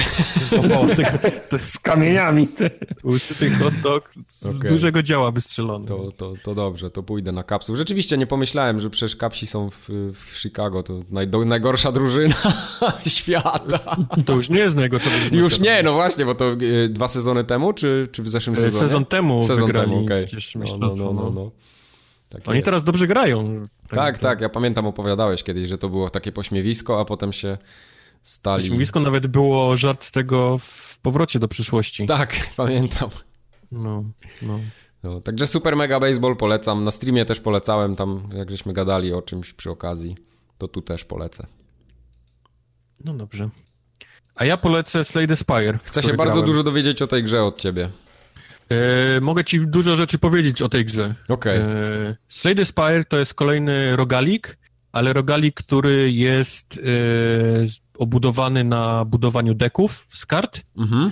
Z kamieniami. Syty hot dog z dużego działa wystrzelony. To dobrze, to pójdę na kapsuł. Rzeczywiście nie pomyślałem, że przecież kapsi są w Chicago, to najgorsza drużyna świata. To już nie jest najgorsza drużyna. Już nie, no właśnie, bo to 2 sezony temu, czy w zeszłym sezonie? Sezon temu wygrali. Przecież Oni teraz dobrze grają. Tak, ja pamiętam, opowiadałeś kiedyś, że to było takie pośmiewisko, a potem się stali. Pośmiewisko nawet było żart z tego w Powrocie do przyszłości. Tak, pamiętam. Także Super Mega Baseball polecam. Na streamie też polecałem tam, jak żeśmy gadali o czymś przy okazji, to tu też polecę. No dobrze. A ja polecę Slay the Spire. Chcę się bardzo dużo dowiedzieć o tej grze od ciebie. Mogę ci dużo rzeczy powiedzieć o tej grze. Okej. Slay the Spire to jest kolejny rogalik, ale rogalik, który jest obudowany na budowaniu deków z kart. Mhm.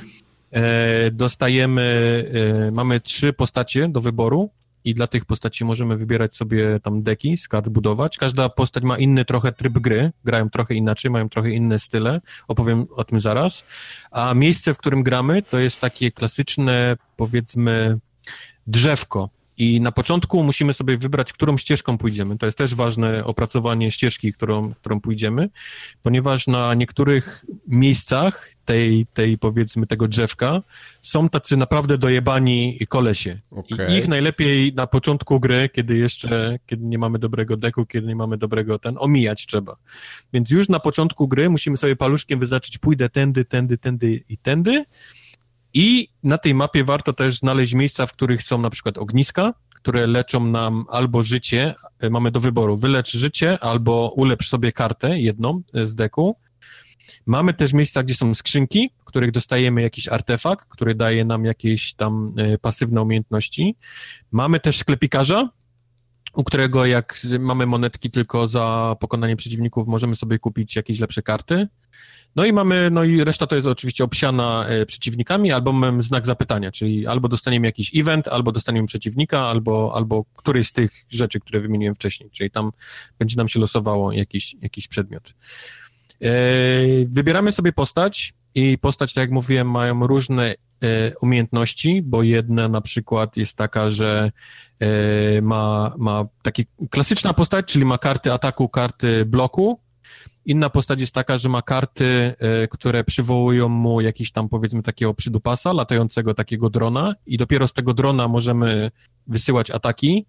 Mamy 3 postacie do wyboru i dla tych postaci możemy wybierać sobie tam deki z kart, budować. Każda postać ma inny trochę tryb gry, grają trochę inaczej, mają trochę inne style, opowiem o tym zaraz. A miejsce, w którym gramy, to jest takie klasyczne, powiedzmy, drzewko. I na początku musimy sobie wybrać, którą ścieżką pójdziemy. To jest też ważne opracowanie ścieżki, którą pójdziemy, ponieważ na niektórych miejscach tej powiedzmy tego drzewka są tacy naprawdę dojebani kolesie. Okay. I ich najlepiej na początku gry, kiedy nie mamy dobrego deku, kiedy nie mamy dobrego omijać trzeba. Więc już na początku gry musimy sobie paluszkiem wyznaczyć, pójdę tędy i tędy. I na tej mapie warto też znaleźć miejsca, w których są na przykład ogniska, które leczą nam albo życie, mamy do wyboru, wylecz życie, albo ulepsz sobie kartę jedną z deku. Mamy też miejsca, gdzie są skrzynki, w których dostajemy jakiś artefakt, który daje nam jakieś tam pasywne umiejętności. Mamy też sklepikarza, u którego jak mamy monetki tylko za pokonanie przeciwników, możemy sobie kupić jakieś lepsze karty. No i reszta to jest oczywiście obsiana przeciwnikami, albo mamy znak zapytania, czyli albo dostaniemy jakiś event, albo dostaniemy przeciwnika, albo któryś z tych rzeczy, które wymieniłem wcześniej, czyli tam będzie nam się losowało jakiś przedmiot. Wybieramy sobie postać i postać, tak jak mówiłem, mają różne umiejętności, bo jedna na przykład jest taka, że ma taki klasyczna postać, czyli ma karty ataku, karty bloku. Inna postać jest taka, że ma karty, które przywołują mu jakiś tam, powiedzmy, takiego przydupasa, latającego takiego drona i dopiero z tego drona możemy wysyłać ataki.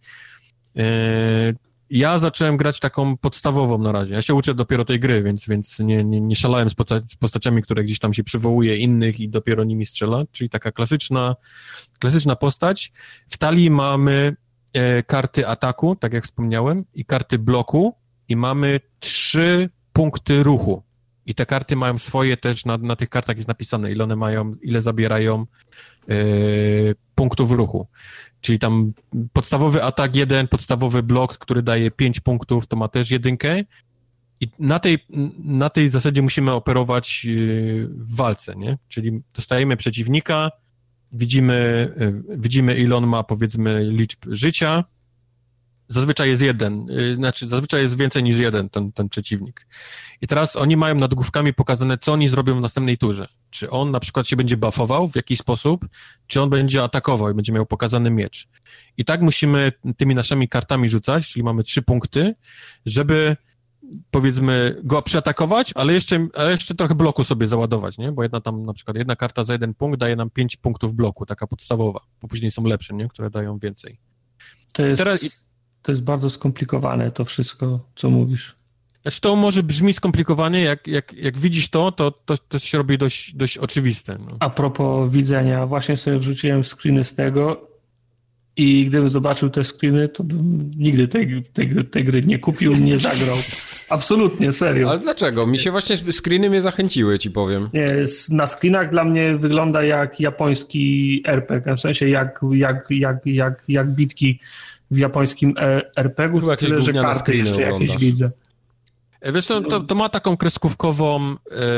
Ja zacząłem grać taką podstawową na razie. Ja się uczę dopiero tej gry, więc nie szalałem z postaciami, które gdzieś tam się przywołuje innych i dopiero nimi strzela, czyli taka klasyczna postać. W talii mamy karty ataku, tak jak wspomniałem, i karty bloku i mamy 3 punkty ruchu. I te karty mają swoje też, na tych kartach jest napisane, ile one mają, ile zabierają punktów ruchu. Czyli tam podstawowy atak 1, podstawowy blok, który daje 5 punktów, to ma też 1. I na tej zasadzie musimy operować w walce, nie? Czyli dostajemy przeciwnika, widzimy ile on ma, powiedzmy, liczb życia. Zazwyczaj jest 1, zazwyczaj jest więcej niż 1 ten przeciwnik. I teraz oni mają nad główkami pokazane, co oni zrobią w następnej turze. Czy on na przykład się będzie buffował w jakiś sposób, czy on będzie atakował i będzie miał pokazany miecz. I tak musimy tymi naszymi kartami rzucać, czyli mamy 3 punkty, żeby, powiedzmy, go przeatakować, ale jeszcze trochę bloku sobie załadować, nie? Bo jedna karta za 1 punkt daje nam 5 punktów bloku, taka podstawowa, bo później są lepsze, nie? Które dają więcej. To jest bardzo skomplikowane, to wszystko, co mówisz. Znaczy to może brzmi skomplikowanie, jak widzisz to się robi dość oczywiste. No. A propos widzenia, właśnie sobie wrzuciłem screeny z tego i gdybym zobaczył te screeny, to bym nigdy tej gry nie kupił, nie zagrał. Absolutnie, serio. Ale dlaczego? Mi się właśnie screeny mnie zachęciły, ci powiem. Nie, na screenach dla mnie wygląda jak japoński RPG, w sensie jak bitki w japońskim RPG-u, chyba tyle, że karty jeszcze jakieś widzę. Wiesz, to ma taką kreskówkową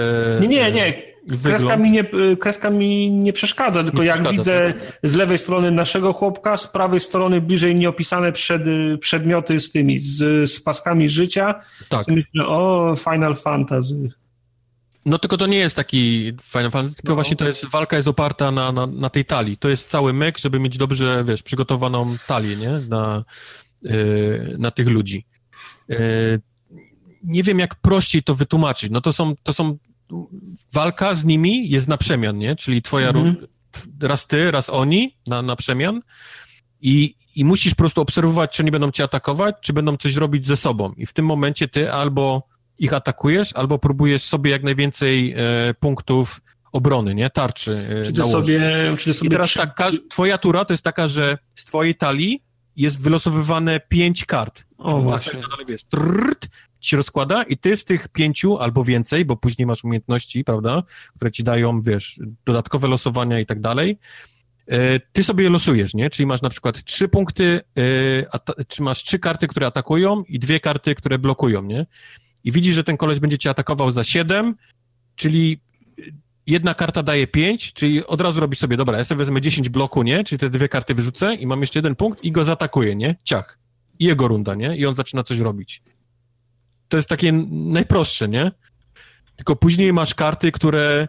kreska mi nie przeszkadza, tylko jak widzę z lewej strony naszego chłopka, z prawej strony bliżej nieopisane przedmioty z paskami życia, tak. Myślę, Final Fantasy. No tylko to nie jest taki Final Fantasy, tylko właśnie walka jest oparta na tej talii. To jest cały myk, żeby mieć dobrze, przygotowaną talię, nie? Na tych ludzi. Nie wiem, jak prościej to wytłumaczyć. No to są walka z nimi jest na przemian, nie? Czyli twoja raz ty, raz oni na przemian i musisz po prostu obserwować, czy oni będą cię atakować, czy będą coś robić ze sobą. I w tym momencie ty albo ich atakujesz, albo próbujesz sobie jak najwięcej punktów obrony, nie? Tarczy nałożyć. I teraz twoja tura to jest taka, że z twojej talii jest wylosowywane 5 kart. O, właśnie. Wiesz, ci się rozkłada i ty z tych 5 albo więcej, bo później masz umiejętności, prawda, które ci dają, wiesz, dodatkowe losowania i tak dalej, ty sobie losujesz, nie? Czyli masz na przykład 3 punkty, czy masz 3 karty, które atakują i 2 karty, które blokują, nie? I widzisz, że ten koleś będzie cię atakował za 7, czyli jedna karta daje 5, czyli od razu robisz sobie, dobra, ja sobie wezmę 10 bloku, nie? Czyli te 2 karty wyrzucę i mam jeszcze 1 punkt i go zaatakuję, nie? Ciach. I jego runda, nie? I on zaczyna coś robić. To jest takie najprostsze, nie? Tylko później masz karty, które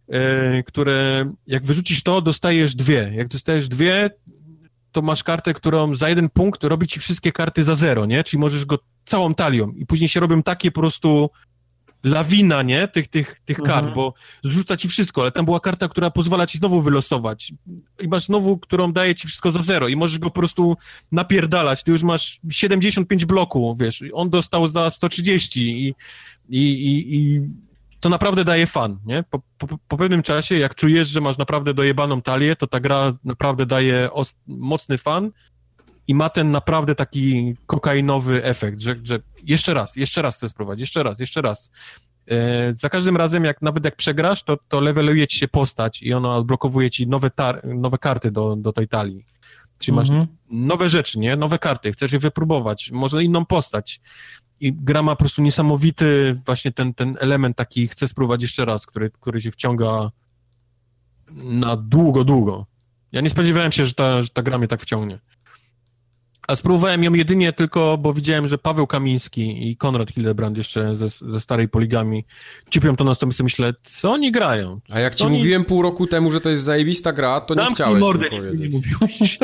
jak wyrzucisz to, dostajesz 2. Jak dostajesz 2, to masz kartę, którą za 1 punkt robi ci wszystkie karty za 0, nie? Czyli możesz go całą talią. I później się robią takie po prostu lawina, nie? Tych kart, bo zrzuca ci wszystko, ale tam była karta, która pozwala ci znowu wylosować. I masz znowu, którą daje ci wszystko za 0 i możesz go po prostu napierdalać. Ty już masz 75 bloku, wiesz, on dostał za 130 i to naprawdę daje fan, nie? Po pewnym czasie, jak czujesz, że masz naprawdę dojebaną talię, to ta gra naprawdę daje mocny fan i ma ten naprawdę taki kokainowy efekt, że jeszcze raz chcę spróbować, jeszcze raz. Za każdym razem, nawet jak przegrasz, to leveluje ci się postać i ona odblokowuje ci nowe karty do tej talii. Czyli masz nowe rzeczy, nie? Nowe karty, chcesz je wypróbować, może inną postać. I gra ma po prostu niesamowity właśnie ten element taki, chcę spróbować jeszcze raz, który się wciąga na długo. Ja nie spodziewałem się, że ta gra mnie tak wciągnie. A spróbowałem ją jedynie tylko, bo widziałem, że Paweł Kamiński i Konrad Hildebrand jeszcze ze starej Poligami ciupią to na stop i myślę, co oni grają? A jak ci mówiłem pół roku temu, że to jest zajebista gra, to nie chciałeś mordę, nic nie mówiłeś.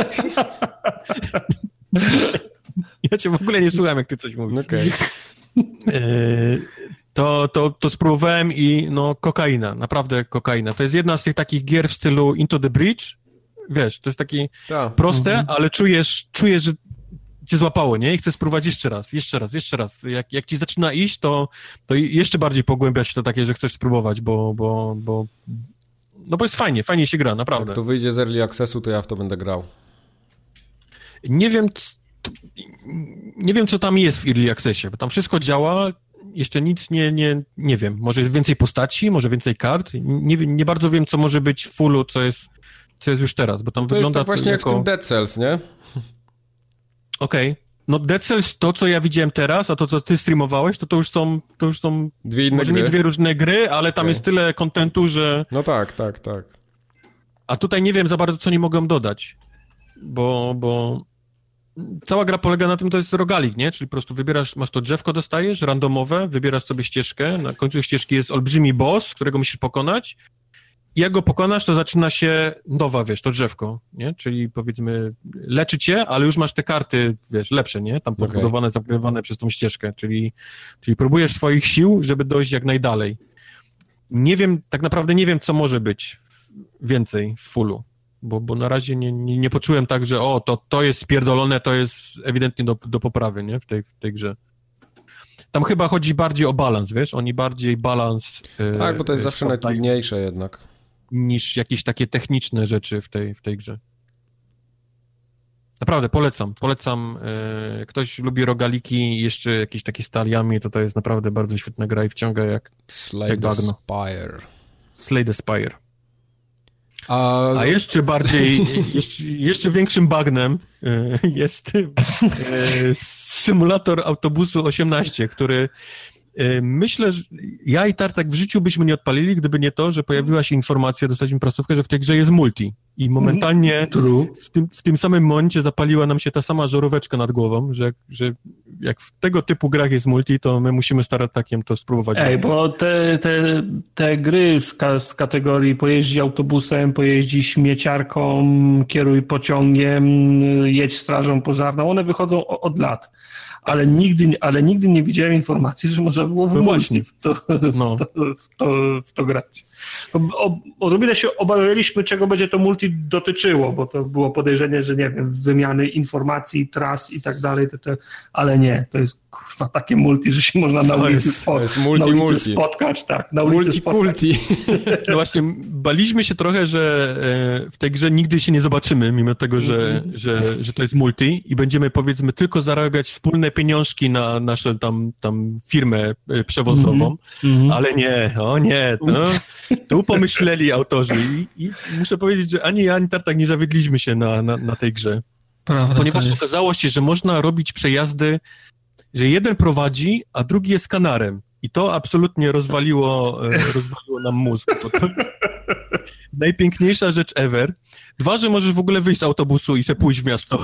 Ja cię w ogóle nie słucham, jak ty coś mówisz. Okej. To spróbowałem i kokaina, naprawdę kokaina. To jest jedna z tych takich gier w stylu Into the Breach. Wiesz, to jest takie proste, ale czujesz, że cię złapało, nie? I chcesz spróbować jeszcze raz. Jak ci zaczyna iść, to jeszcze bardziej pogłębia się to takie, że chcesz spróbować, bo jest fajnie się gra, naprawdę. Jak to wyjdzie z Early Accessu, to ja w to będę grał. Nie wiem, co tam jest w Early Accessie, bo tam wszystko działa, jeszcze nic nie wiem. Może jest więcej postaci, może więcej kart. Nie bardzo wiem, co może być w fullu, co jest już teraz, bo tam to wygląda... To jest tak właśnie jak w tym Dead Cells, nie? Okej. No Dead Cells, to co ja widziałem teraz, a to co ty streamowałeś, to już są dwie inne może gry. Nie 2 różne gry, ale tam jest tyle kontentu, że... No tak. A tutaj nie wiem za bardzo, co nie mogą dodać, bo cała gra polega na tym, to jest rogalik, nie? Czyli po prostu wybierasz, masz to drzewko, dostajesz, randomowe, wybierasz sobie ścieżkę, na końcu ścieżki jest olbrzymi boss, którego musisz pokonać. I jak go pokonasz, to zaczyna się nowa, wiesz, to drzewko, nie? Czyli powiedzmy, leczy cię, ale już masz te karty, wiesz, lepsze, nie? Tam podbudowane, zabudowane przez tą ścieżkę, czyli próbujesz swoich sił, żeby dojść jak najdalej. Nie wiem, tak naprawdę nie wiem, co może być więcej w fullu, bo na razie nie poczułem tak, że to jest spierdolone, to jest ewidentnie do poprawy, nie? W tej grze. Tam chyba chodzi bardziej o balans, wiesz? Oni bardziej balans... Tak, bo to jest zawsze najtrudniejsze jednak. Niż jakieś takie techniczne rzeczy w tej grze. Naprawdę, polecam. Ktoś lubi rogaliki, jeszcze jakieś takie z taliami, to jest naprawdę bardzo świetna gra i wciąga jak bagno. Slay the Spire. A jeszcze bardziej, jeszcze większym bagnem jest symulator autobusu 18, który myślę, że ja i Tartak w życiu byśmy nie odpalili, gdyby nie to, że pojawiła się informacja, dostaliśmy prasówkę, że w tej grze jest multi. I momentalnie w tym samym momencie zapaliła nam się ta sama żaróweczka nad głową, że jak w tego typu grach jest multi, to my musimy z Tartakiem to spróbować. Bo te gry z kategorii pojeździ autobusem, pojeździ śmieciarką, kieruj pociągiem, jedź strażą pożarną, one wychodzą od lat. ale nigdy nie widziałem informacji, że można było w to grać. Odrobinę się obawialiśmy, czego będzie to multi dotyczyło, bo to było podejrzenie, że nie wiem, wymiany informacji, tras i tak dalej, ale nie, to jest kurwa takie multi, że się można na ulicy spotkać. Tak, na ulicy multi. No właśnie, baliśmy się trochę, że w tej grze nigdy się nie zobaczymy, mimo tego, że to jest multi i będziemy, powiedzmy, tylko zarabiać wspólne pieniążki na naszą tam firmę przewozową, ale nie, tu pomyśleli autorzy i muszę powiedzieć, że ani ja, ani Tartak nie zawiedliśmy się na tej grze. Prawda, ponieważ okazało się, że można robić przejazdy, że jeden prowadzi, a drugi jest kanarem. I to absolutnie rozwaliło nam mózg. Bo to najpiękniejsza rzecz ever. 2, że możesz w ogóle wyjść z autobusu i sobie pójść w miasto.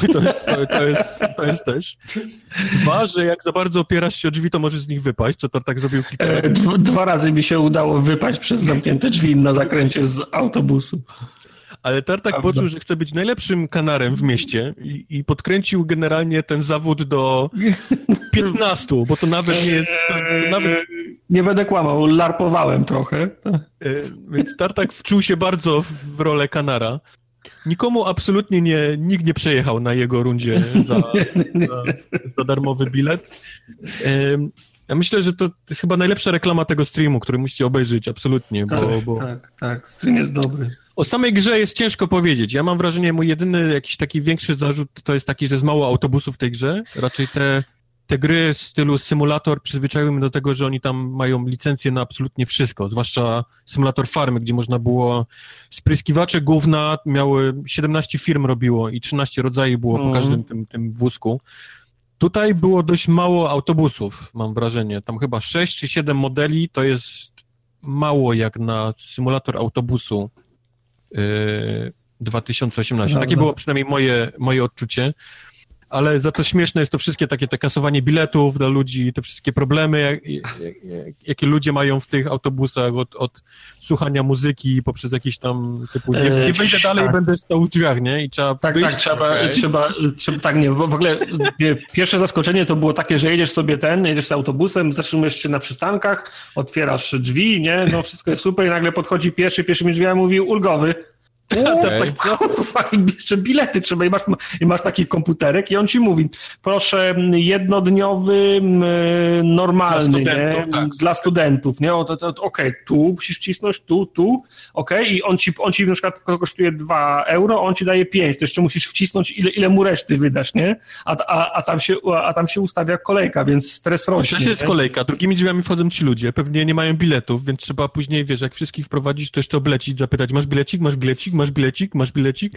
To jest też. 2, że jak za bardzo opierasz się o drzwi, to możesz z nich wypaść, co to tak zrobił kilka razy. 2 razy mi się udało wypaść przez zamknięte drzwi na zakręcie z autobusu. Ale Tartak poczuł, że chce być najlepszym kanarem w mieście i podkręcił generalnie ten zawód do 15, bo to nawet nie jest... Nie będę kłamał, larpowałem trochę. Więc Tartak wczuł się bardzo w rolę kanara. Nikomu absolutnie nikt nie przejechał na jego rundzie za darmowy bilet. Ja myślę, że to jest chyba najlepsza reklama tego streamu, który musicie obejrzeć, absolutnie. Tak, stream jest dobry. O samej grze jest ciężko powiedzieć. Ja mam wrażenie, mój jedyny jakiś taki większy zarzut to jest taki, że jest mało autobusów w tej grze. Raczej te gry w stylu symulator przyzwyczaiły mnie do tego, że oni tam mają licencję na absolutnie wszystko, zwłaszcza symulator farmy, gdzie można było spryskiwacze gówna, 17 firm robiło i 13 rodzajów było po każdym tym wózku. Tutaj było dość mało autobusów, mam wrażenie. Tam chyba 6 czy 7 modeli, to jest mało jak na symulator autobusu 2018. Takie było przynajmniej moje odczucie. Ale za to śmieszne jest to wszystkie takie te kasowanie biletów dla ludzi, te wszystkie problemy, jakie ludzie mają w tych autobusach od słuchania muzyki poprzez jakieś tam typu... Nie wejdę dalej, będę stał w drzwiach, nie? I trzeba wyjść. Tak, nie, bo w ogóle pierwsze zaskoczenie to było takie, że jedziesz z autobusem, zatrzymujesz się na przystankach, otwierasz drzwi, nie? No wszystko jest super i nagle podchodzi pierwszymi drzwiami mówi ulgowy. Kurwa, jeszcze bilety trzeba i masz taki komputerek i on ci mówi, proszę jednodniowy, normalny, dla studentów, nie? Okej, tu musisz cisnąć, tu, okej, i on ci na przykład kosztuje 2 euro, on ci daje 5, to jeszcze musisz wcisnąć ile mu reszty wydasz, nie? A tam się ustawia kolejka, więc stres rośnie. To jest kolejka, drugimi drzwiami wchodzą ci ludzie, pewnie nie mają biletów, więc trzeba później, wiesz, jak wszystkich wprowadzić, to jeszcze oblecić, zapytać, masz bilecik? Masz bilecik?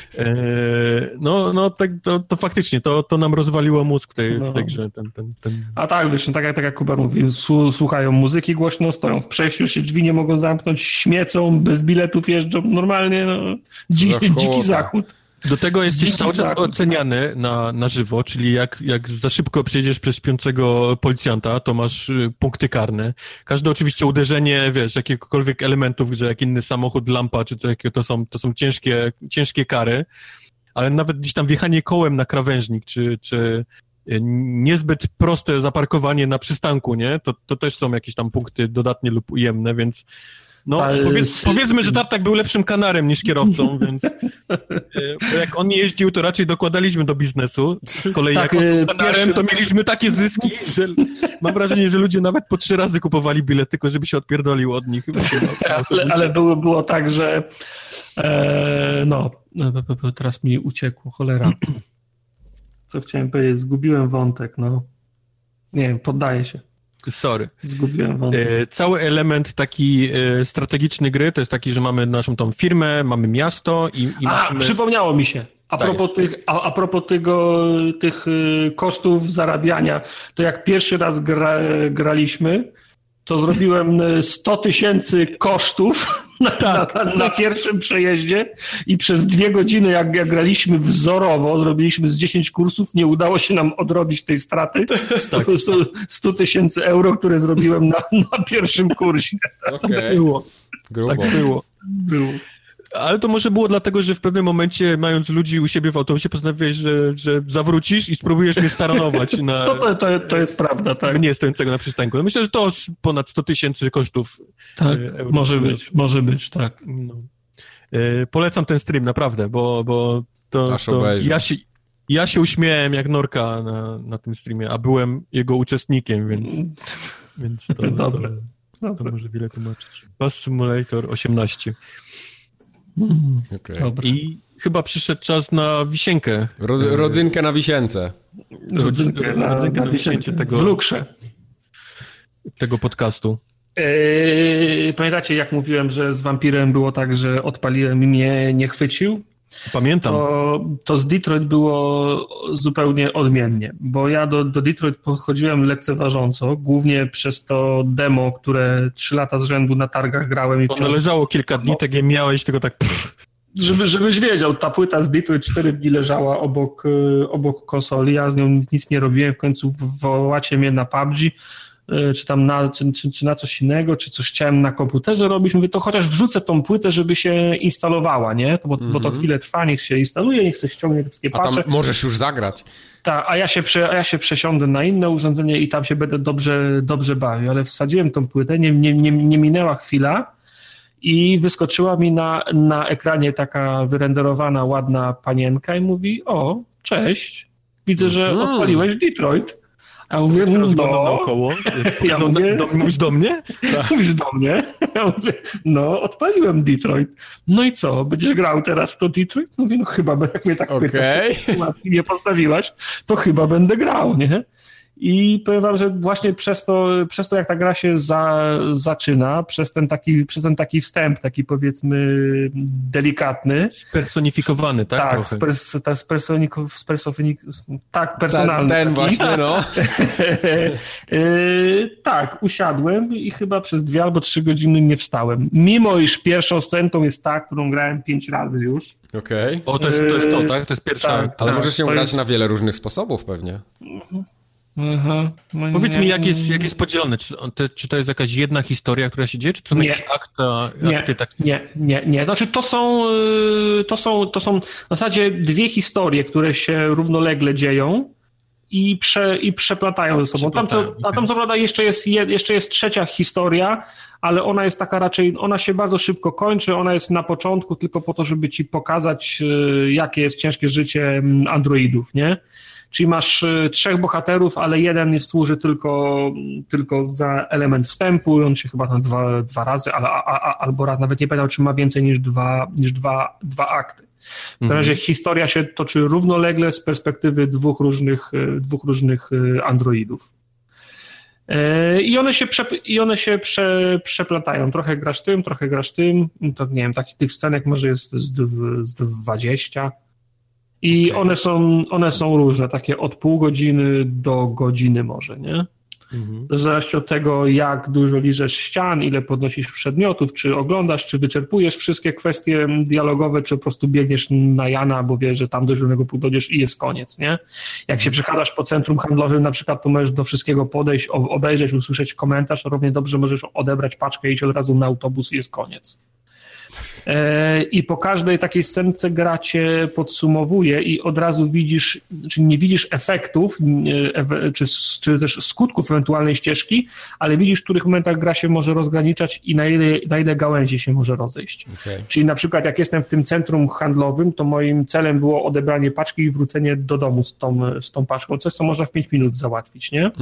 Tak, to faktycznie, to nam rozwaliło mózg w tej grze. A tak, wiesz, tak jak Kuba mówi, słuchają muzyki głośno, stoją w przejściu, się drzwi nie mogą zamknąć, śmiecą, bez biletów jeżdżą, normalnie dziki zachód. Do tego jesteś cały czas oceniany na żywo, czyli jak za szybko przejdziesz przez śpiącego policjanta, to masz punkty karne. Każde oczywiście uderzenie, wiesz, jakiegokolwiek elementów, że jak inny samochód, lampa, czy to są ciężkie kary, ale nawet gdzieś tam wjechanie kołem na krawężnik, czy niezbyt proste zaparkowanie na przystanku, nie? To też są jakieś tam punkty dodatnie lub ujemne, więc powiedzmy, że Tartak był lepszym kanarem niż kierowcą, więc bo jak on jeździł, to raczej dokładaliśmy do biznesu. Z kolei jak on był kanarem, to mieliśmy takie zyski, że mam wrażenie, że ludzie nawet po 3 razy kupowali bilet, tylko żeby się odpierdolił od nich. Ale było tak, że teraz mi uciekło, cholera. Co chciałem powiedzieć? Zgubiłem wątek, Nie wiem, poddaję się. Sorry. Zgubiłem wątek. Cały element taki strategiczny gry to jest taki, że mamy naszą tą firmę, mamy miasto i musimy... Przypomniało mi się. A propos tych kosztów zarabiania, to jak pierwszy raz graliśmy, to zrobiłem 100 000 kosztów na pierwszym przejeździe i przez 2 godziny, jak graliśmy wzorowo, zrobiliśmy z 10 kursów, nie udało się nam odrobić tej straty 100 000 euro, które zrobiłem na pierwszym kursie. Okay. Było. Grubo. Tak było. Ale to może było dlatego, że w pewnym momencie, mając ludzi u siebie w autobusie, postanowiłeś, że zawrócisz i spróbujesz mnie staranować na... To jest prawda, tak. Nie stojącego na przystanku. No myślę, że to ponad 100 000 kosztów. Tak, euro. Może być, tak. No. Polecam ten stream, naprawdę, bo ja się uśmiałem jak norka na tym streamie, a byłem jego uczestnikiem, więc to może wiele tłumaczyć. Bus Simulator 18. Okay. I chyba przyszedł czas na wisienkę. Rodzynkę na wisience. Rodzinkę na wisiencie w lukrze tego podcastu. Pamiętacie, jak mówiłem, że z wampirem było tak, że odpaliłem i mnie nie chwycił? Pamiętam. To z Detroit było zupełnie odmiennie, bo ja do Detroit podchodziłem lekceważąco, głównie przez to demo, które 3 lata z rzędu na targach grałem. Ono leżało kilka dni, tak je miałeś, tylko tak... Żebyś wiedział, ta płyta z Detroit 4 dni leżała obok konsoli, ja z nią nic nie robiłem, w końcu wołacie mnie na PUBG, czy tam czy na coś innego, czy coś chciałem na komputerze robić, mówię, to chociaż wrzucę tą płytę, żeby się instalowała, nie? Bo to chwilę trwa, niech się instaluje, niech się ściągnie te wszystkie patche. A tam możesz już zagrać. Tak, a ja się przesiądę na inne urządzenie i tam się będę dobrze bawił, ale wsadziłem tą płytę, nie minęła chwila i wyskoczyła mi na ekranie taka wyrenderowana, ładna panienka i mówi, o, cześć, widzę, że odpaliłeś Detroit. A mówię, naokoło. Ja mówię, mówisz do mnie? Tak. Mówisz do mnie? Ja mówię, odpaliłem Detroit. No i co, będziesz grał teraz to Detroit? Mówię, chyba, jak mnie tak pytasz, sytuacji nie postawiłaś, to chyba będę grał, nie? I powiem wam, że właśnie przez to jak ta gra się zaczyna, przez ten taki wstęp, taki powiedzmy delikatny. Spersonifikowany, tak? Tak, personalny. Ten właśnie, no. Tak, usiadłem i chyba przez 2 albo 3 godziny nie wstałem. Mimo iż pierwszą scenką jest ta, którą grałem 5 razy już. Okej. O, to jest to, tak? To jest pierwsza. Tak, ale możesz ją grać na wiele różnych sposobów pewnie. Powiedz mi, jak jest podzielone? Czy to jest jakaś jedna historia, która się dzieje, czy to są jakieś akty takie? Nie. Znaczy to są w zasadzie 2 historie, które się równolegle dzieją i przeplatają ze sobą. Tam co prawda jeszcze jest trzecia historia, ale ona jest taka raczej, ona się bardzo szybko kończy, ona jest na początku tylko po to, żeby ci pokazać, jakie jest ciężkie życie androidów, nie? Czyli masz 3 bohaterów, ale jeden służy tylko za element wstępu, on się chyba tam dwa razy, albo raz, nawet nie pamiętam, czy ma więcej niż dwa akty. W każdym razie historia się toczy równolegle z perspektywy dwóch różnych androidów. I one się przeplatają. Trochę grasz tym, to nie wiem, tych scenek może jest z 20. I one są różne, takie od pół godziny do godziny może, nie? W zależności od tego, jak dużo liżesz ścian, ile podnosisz przedmiotów, czy oglądasz, czy wyczerpujesz wszystkie kwestie dialogowe, czy po prostu biegniesz na Jana, bo wiesz, że tam do zielonego punktu dojdziesz i jest koniec, nie? Jak się przechadzasz po centrum handlowym na przykład, to możesz do wszystkiego podejść, obejrzeć, usłyszeć komentarz, to równie dobrze możesz odebrać paczkę i iść od razu na autobus i jest koniec. I po każdej takiej scence gra cię podsumowuje i od razu widzisz, czyli nie widzisz efektów, czy też skutków ewentualnej ścieżki, ale widzisz, w których momentach gra się może rozgraniczać i na ile gałęzi się może rozejść. Okay. Czyli na przykład jak jestem w tym centrum handlowym, to moim celem było odebranie paczki i wrócenie do domu z tą paczką, coś co można w 5 minut załatwić, nie?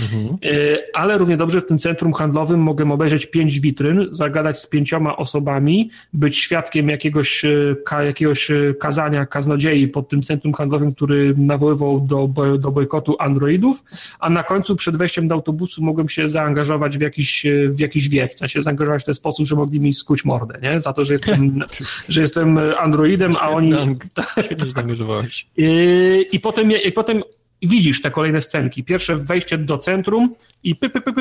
Ale równie dobrze w tym centrum handlowym mogę obejrzeć 5 witryn, zagadać z 5 osobami, być świadkiem jakiegoś kazania kaznodziei pod tym centrum handlowym, który nawoływał do bojkotu androidów, a na końcu przed wejściem do autobusu mogłem się zaangażować w jakiś wiec, się zaangażować w ten sposób, że mogli mi skuć mordę, nie? Za to, że jestem androidem, a oni... Świetnie zaangażowałeś. I potem widzisz te kolejne scenki. Pierwsze wejście do centrum i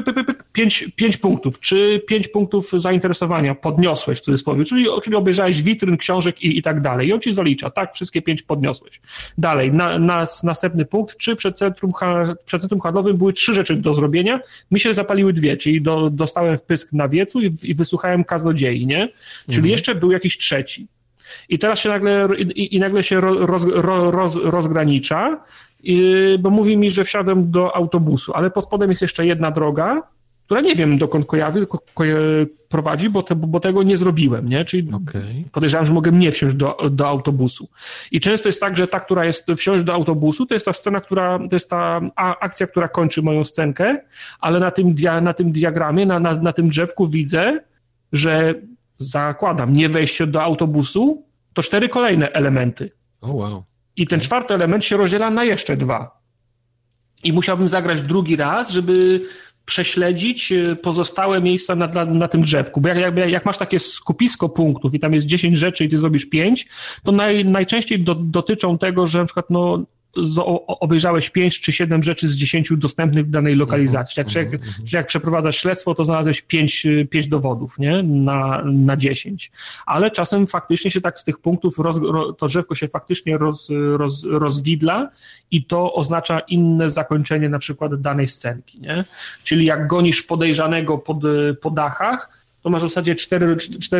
5 punktów, czy 5 punktów zainteresowania podniosłeś w cudzysłowie, czyli obejrzałeś witryn, książek i tak dalej. I on ci zalicza, tak, wszystkie 5 podniosłeś. Dalej, następny punkt, czy przed centrum handlowym były 3 rzeczy do zrobienia, mi się zapaliły 2, czyli dostałem wpysk na wiecu i wysłuchałem kaznodziei, nie? Czyli jeszcze był jakiś trzeci. I teraz się nagle się rozgranicza, bo mówi mi, że wsiadłem do autobusu, ale pod spodem jest jeszcze jedna droga, która nie wiem dokąd prowadzi, bo tego nie zrobiłem, nie? Czyli podejrzewam, że mogę nie wsiąść do autobusu. I często jest tak, że ta, która jest wsiąść do autobusu, to jest ta scena, to jest ta akcja, która kończy moją scenkę, ale na tym diagramie, na tym drzewku widzę, że zakładam, nie wejście do autobusu, to 4 kolejne elementy. Wow. I ten 4. element się rozdziela na jeszcze 2. I musiałbym zagrać drugi raz, żeby prześledzić pozostałe miejsca na tym drzewku. Bo jak masz takie skupisko punktów i tam jest 10 rzeczy i ty zrobisz 5, to najczęściej dotyczą tego, że na przykład obejrzałeś 5 czy 7 rzeczy z 10 dostępnych w danej lokalizacji. Jak przeprowadzasz śledztwo, to znalazłeś 5 dowodów, nie? Na 10. Ale czasem faktycznie się tak z tych punktów to drzewko się faktycznie rozwidla i to oznacza inne zakończenie na przykład danej scenki, nie? Czyli jak gonisz podejrzanego po dachach, to masz w zasadzie 4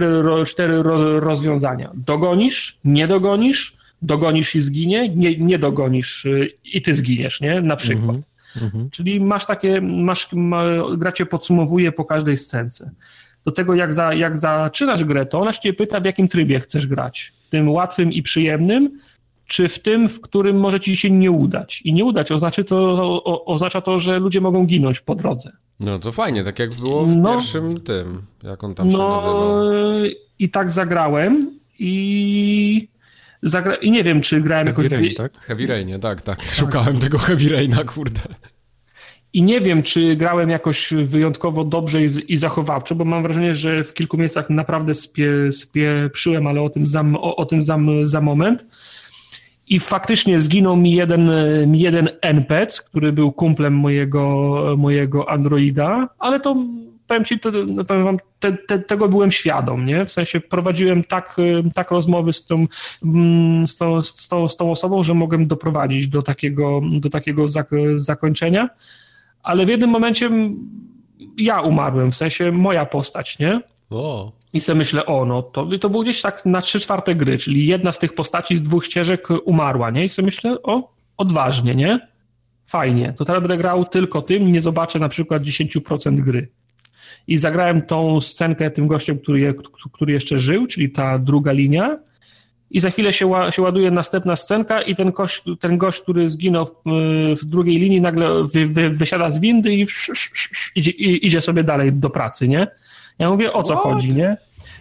rozwiązania. Dogonisz, nie dogonisz, dogonisz i zginie, nie dogonisz i ty zginiesz, nie? Na przykład. Czyli gra cię podsumowuje po każdej scence. Do tego jak zaczynasz grę, to ona cię pyta, w jakim trybie chcesz grać. W tym łatwym i przyjemnym, czy w tym, w którym może ci się nie udać. I nie udać oznacza to, że ludzie mogą ginąć po drodze. No to fajnie, tak jak było w pierwszym tym, jak on tam się nazywał. I tak zagrałem i nie wiem, czy grałem Heavy jakoś... Rain, tak? Heavy Rainie, tak. Szukałem tego Heavy Raina, kurde. I nie wiem, czy grałem jakoś wyjątkowo dobrze i zachowawczo, bo mam wrażenie, że w kilku miejscach naprawdę spieprzyłem, ale o tym za moment. I faktycznie zginął mi jeden NPC, który był kumplem mojego androida, z to powiem ci, powiem wam, tego byłem świadom, nie? W sensie prowadziłem tak rozmowy z tą osobą, że mogłem doprowadzić do takiego zakończenia, ale w jednym momencie ja umarłem, w sensie moja postać, nie? I sobie myślę, to było gdzieś tak na 3/4 gry, czyli jedna z tych postaci z 2 ścieżek umarła, nie? I sobie myślę, odważnie, nie? Fajnie, to teraz będę grał tylko tym, nie zobaczę na przykład 10% gry. I zagrałem tą scenkę tym gościem, który jeszcze żył, czyli ta druga linia, i za chwilę się ładuje następna scenka i ten gość, który zginął w drugiej linii, nagle wysiada z windy i idzie sobie dalej do pracy, nie? Ja mówię, o co chodzi, nie?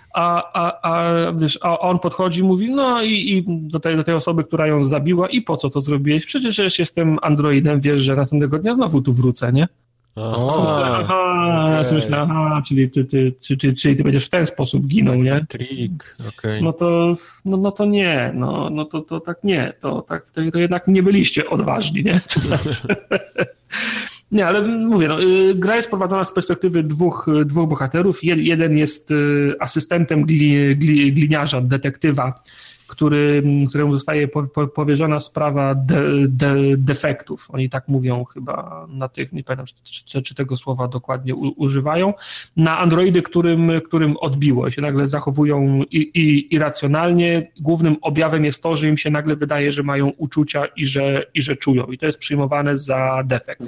A on podchodzi i mówi, i do tej osoby, która ją zabiła, i po co to zrobiłeś? Przecież jestem androidem, wiesz, że następnego dnia znowu tu wrócę, nie? Myślę, czyli ty będziesz w ten sposób ginął, nie? Trik, okej. No to nie, to tak nie, to jednak nie byliście odważni, nie? Nie, ale mówię, gra jest prowadzona z perspektywy dwóch bohaterów. Jeden jest asystentem gliniarza, detektywa, któremu zostaje powierzona sprawa defektów. Oni tak mówią chyba na tych, nie pamiętam, czy tego słowa dokładnie używają. Na androidy, którym odbiło, się nagle zachowują irracjonalnie. Głównym objawem jest to, że im się nagle wydaje, że mają uczucia i że czują. I to jest przyjmowane za defekt.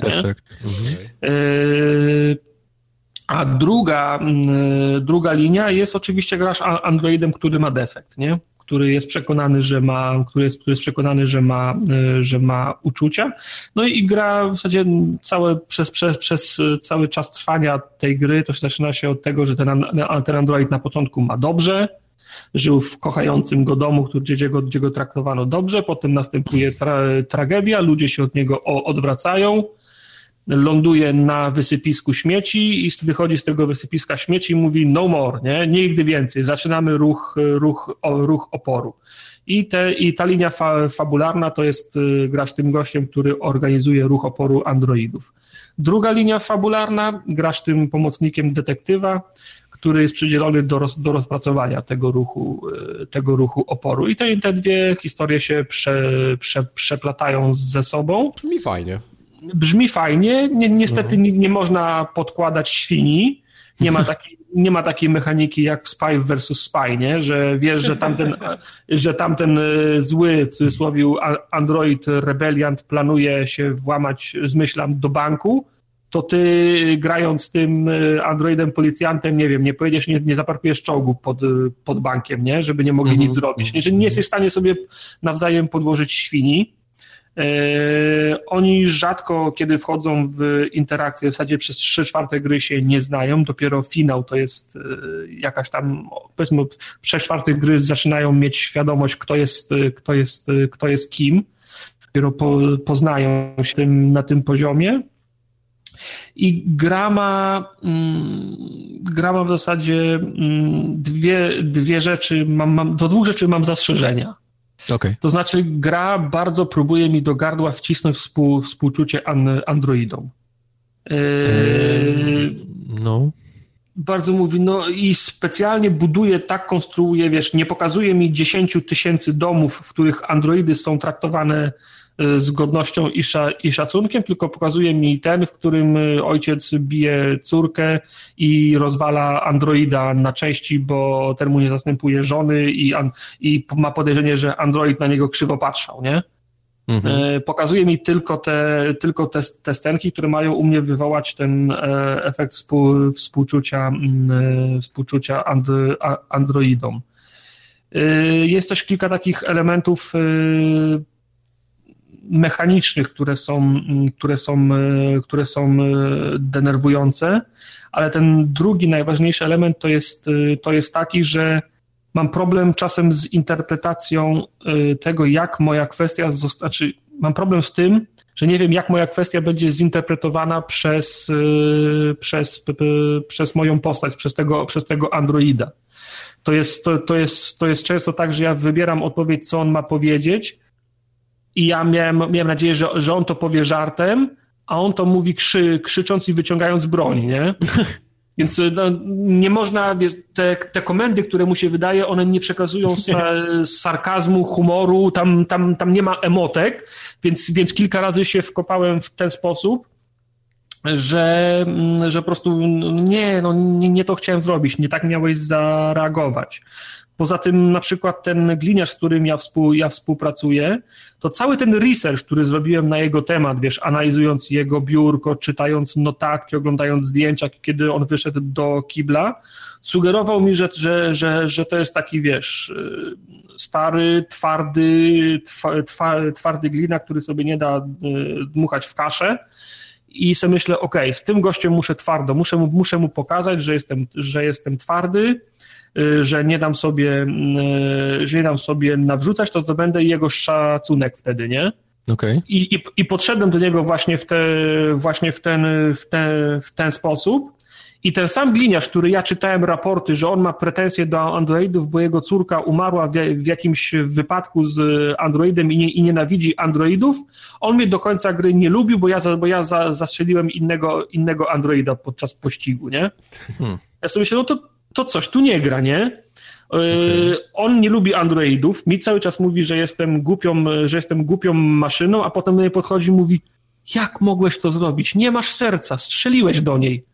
A druga linia jest oczywiście grasz androidem, który ma defekt, nie? Który jest przekonany, że ma uczucia. No i gra w zasadzie przez cały czas trwania tej gry to się zaczyna się od tego, że ten android na początku ma dobrze, żył w kochającym go domu, gdzie go traktowano dobrze, potem następuje tragedia, ludzie się od niego odwracają, ląduje na wysypisku śmieci i wychodzi z tego wysypiska śmieci i mówi no more, nie? Nigdy więcej. Zaczynamy ruch oporu. I ta linia fabularna to jest grasz tym gościem, który organizuje ruch oporu androidów. Druga linia fabularna, grasz tym pomocnikiem detektywa, który jest przydzielony do rozpracowania tego ruchu oporu. I te dwie historie się przeplatają ze sobą. Brzmi fajnie. Niestety nie można podkładać świni. nie ma takiej mechaniki jak w Spy vs. Spy, nie? Że wiesz, że tamten zły, w cudzysłowie android rebeliant planuje się włamać, zmyślam, do banku, to ty grając tym androidem policjantem, nie wiem, nie pojedziesz, nie zaparkujesz czołgu pod bankiem, nie? Żeby nie mogli nic zrobić. Nie? Że nie jesteś w stanie sobie nawzajem podłożyć świni. Oni rzadko kiedy wchodzą w interakcję, w zasadzie przez 3/4 gry się nie znają, dopiero finał to jest jakaś tam, powiedzmy, w 3/4 gry zaczynają mieć świadomość, kto jest kim, dopiero poznają się na tym poziomie. I gra ma w zasadzie dwie rzeczy, do 2 rzeczy mam zastrzeżenia. Okay. To znaczy gra bardzo próbuje mi do gardła wcisnąć współczucie androidom. No. Bardzo mówi, no i specjalnie buduje, tak konstruuje, wiesz, nie pokazuje mi 10 000 domów, w których androidy są traktowane z godnością i szacunkiem, tylko pokazuje mi ten, w którym ojciec bije córkę i rozwala androida na części, bo ten mu nie zastępuje żony i ma podejrzenie, że android na niego krzywo patrzał, nie? Pokazuje mi tylko te scenki, które mają u mnie wywołać ten efekt współczucia androidom. Jest też kilka takich elementów mechanicznych, które są denerwujące, ale ten drugi, najważniejszy element to jest taki, że mam problem czasem z interpretacją tego, jak moja kwestia, mam problem z tym, że nie wiem, jak moja kwestia będzie zinterpretowana przez moją postać, przez tego androida. To jest często tak, że ja wybieram odpowiedź, co on ma powiedzieć, i ja miałem nadzieję, że on to powie żartem, a on to mówi krzycząc i wyciągając broń, nie? Więc no, nie można, te komendy, które mu się wydaje, one nie przekazują sarkazmu, humoru, tam nie ma emotek, więc kilka razy się wkopałem w ten sposób, że po prostu nie to chciałem zrobić, nie tak miałeś zareagować. Poza tym na przykład ten gliniarz, z którym ja współpracuję, to cały ten research, który zrobiłem na jego temat, wiesz, analizując jego biurko, czytając notatki, oglądając zdjęcia, kiedy on wyszedł do kibla, sugerował mi, że to jest taki, wiesz, stary, twardy glina, który sobie nie da dmuchać w kaszę. I sobie myślę, okej, z tym gościem muszę twardo, muszę mu pokazać, że jestem twardy, że nie dam sobie nawrzucać, to zdobędę jego szacunek wtedy, nie? Okay. I podszedłem do niego właśnie w ten sposób. I ten sam gliniarz, który ja czytałem raporty, że on ma pretensje do androidów, bo jego córka umarła w jakimś wypadku z androidem i nienawidzi androidów, on mnie do końca gry nie lubił, bo ja zastrzeliłem innego androida podczas pościgu, nie? Ja sobie myślę, no to coś tu nie gra, nie? Okay. On nie lubi androidów, mi cały czas mówi, że jestem głupią maszyną, a potem do niej podchodzi i mówi, jak mogłeś to zrobić? Nie masz serca, strzeliłeś do niej.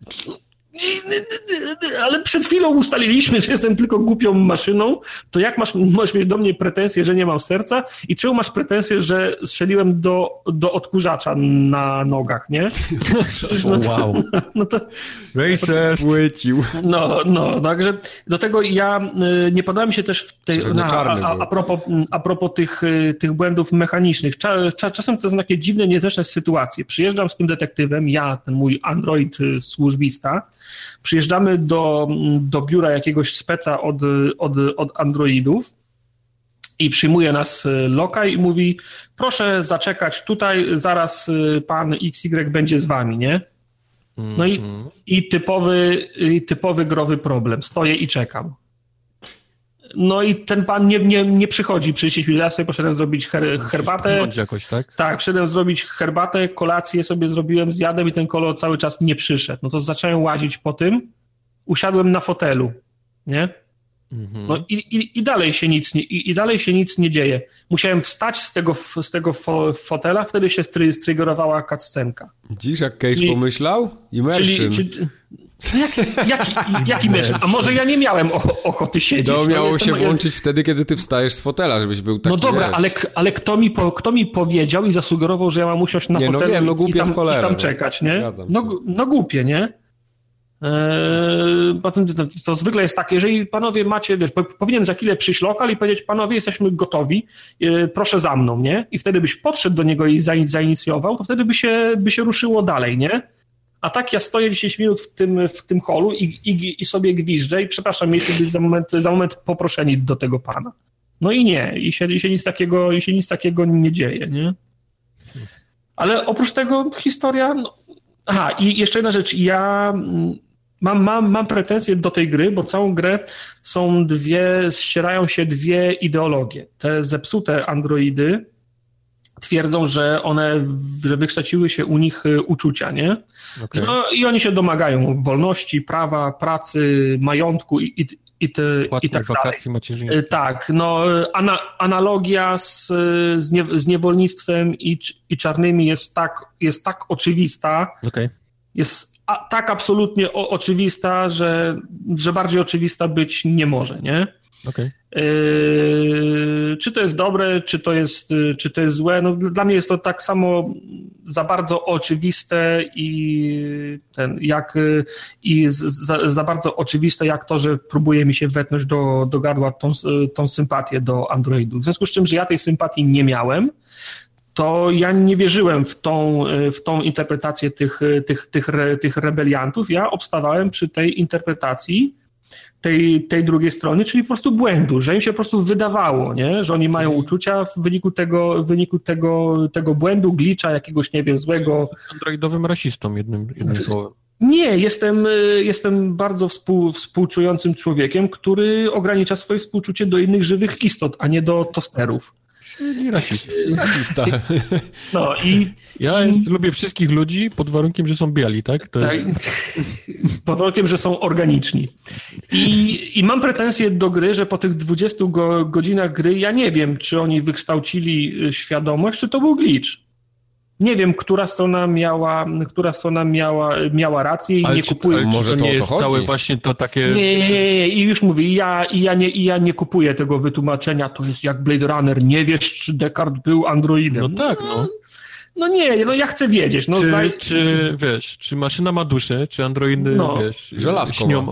Ale przed chwilą ustaliliśmy, że jestem tylko głupią maszyną, to jak możesz mieć do mnie pretensje, że nie mam serca i czemu masz pretensje, że strzeliłem do odkurzacza na nogach, nie? Wow. No to Płycił. No, także do tego ja nie podoba mi się też w tej, a propos tych błędów mechanicznych. Czasem to są takie dziwne, niezręczne sytuacje. Przyjeżdżam z tym detektywem, ja, ten mój android służbista, przyjeżdżamy do biura jakiegoś speca od androidów i przyjmuje nas lokaj i mówi, proszę zaczekać tutaj, zaraz pan XY będzie z wami, nie? No i typowy growy problem. Stoję i czekam. No i ten pan nie przychodzi przez 10 minut. Ja sobie poszedłem zrobić herbatę. Jakoś, tak? Tak, przyszedłem zrobić herbatę, kolację sobie zrobiłem, zjadłem i ten kolor cały czas nie przyszedł. No to zacząłem łazić po tym, usiadłem na fotelu, nie? No i dalej się nic nie dzieje. Musiałem wstać z tego fotela, wtedy się striggerowała cutscenka. Widzisz, jak Cage pomyślał? Immersion. Jaki mecz? A może ja nie miałem ochoty siedzieć? To miało się włączyć wtedy, kiedy ty wstajesz z fotela, żebyś był taki... No dobra, ale kto mi powiedział i zasugerował, że ja mam usiąść na fotelu głupie i cholerę, tam czekać, nie? No głupie, nie? To zwykle jest tak, jeżeli panowie macie, wiesz, powinien za chwilę przyjść lokal i powiedzieć, panowie, jesteśmy gotowi, proszę za mną, nie? I wtedy byś podszedł do niego i zainicjował, to wtedy by się ruszyło dalej, nie? A tak ja stoję 10 minut w tym holu i sobie gwiżdżę i przepraszam, mieliśmy być za moment poproszeni do tego pana. No i nie, i się nic takiego nie dzieje, nie? Ale oprócz tego historia... Aha, i jeszcze jedna rzecz, ja mam pretensje do tej gry, bo całą grę ścierają się dwie ideologie. Te zepsute androidy twierdzą, że one wykształciły się u nich uczucia, nie? Okay. No, i oni się domagają wolności, prawa, pracy, majątku i tak wakacji macierzyńskich. Tak, no analogia z niewolnictwem i czarnymi jest tak oczywista, jest tak absolutnie oczywista, że bardziej oczywista być nie może, nie? Okay. Czy to jest dobre, czy to jest złe? No, dla mnie jest to tak samo za bardzo oczywiste za bardzo oczywiste jak to, że próbuje mi się wetnąć do gardła tą sympatię do androidów. W związku z czym, że ja tej sympatii nie miałem, to ja nie wierzyłem w tą interpretację tych rebeliantów. Ja obstawałem przy tej interpretacji tej drugiej strony, czyli po prostu błędu, że im się po prostu wydawało, nie? Że oni mają uczucia w wyniku tego błędu, glitcha, jakiegoś, nie wiem, złego... Androidowym rasistą, jednym słowem. Nie, jestem bardzo współczującym człowiekiem, który ogranicza swoje współczucie do innych żywych istot, a nie do tosterów. Czyli rasista. No lubię wszystkich ludzi pod warunkiem, że są biali, tak? Pod warunkiem, że są organiczni. I mam pretensje do gry, że po tych 20 godzinach gry ja nie wiem, czy oni wykształcili świadomość, czy to był glitch. Nie wiem, która strona miała rację i nie kupuję. Może to nie jest całe właśnie to takie... Nie. I już mówię, ja nie kupuję tego wytłumaczenia, to jest jak Blade Runner, nie wiesz, czy Deckard był androidem. No tak, no. No nie, ja chcę wiedzieć. No, czy maszyna ma duszę, czy androidy, śnią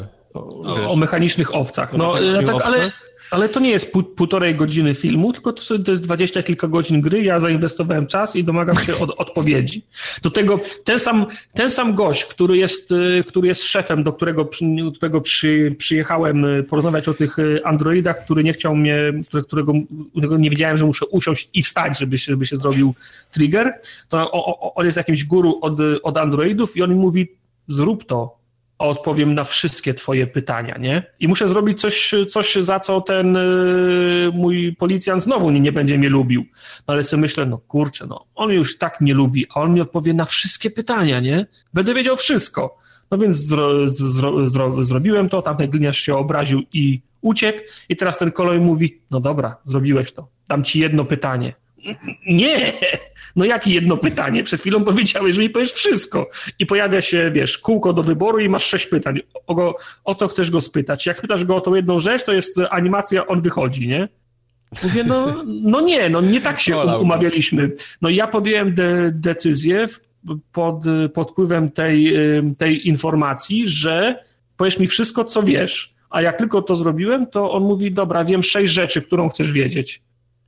o mechanicznych owcach. No, ale to nie jest półtorej godziny filmu, tylko to jest 20 kilka godzin gry, ja zainwestowałem czas i domagam się odpowiedzi. Do tego ten sam gość, który jest szefem, do którego przyjechałem porozmawiać o tych androidach, który nie chciał mnie, którego nie wiedziałem, że muszę usiąść i wstać, żeby się zrobił trigger, to on jest jakimś guru od androidów i on mi mówi, zrób to, a odpowiem na wszystkie twoje pytania, nie? I muszę zrobić coś za co ten mój policjant znowu nie będzie mnie lubił. No ale sobie myślę, kurczę, on mnie już tak nie lubi, a on mi odpowie na wszystkie pytania, nie? Będę wiedział wszystko. No więc zrobiłem to, tamten gliniarz się obraził i uciekł i teraz ten kolej mówi, no dobra, zrobiłeś to, dam ci jedno pytanie. Nie! No jakie jedno pytanie? Przed chwilą powiedziałeś, że mi powiesz wszystko. I pojawia się, kółko do wyboru i masz 6 pytań. O co chcesz go spytać? Jak spytasz go o tą jedną rzecz, to jest animacja, on wychodzi, nie? Mówię, nie tak się umawialiśmy. No ja podjąłem decyzję pod wpływem tej informacji, że powiesz mi wszystko, co wiesz. A jak tylko to zrobiłem, to on mówi, dobra, wiem 6 rzeczy, którą chcesz wiedzieć.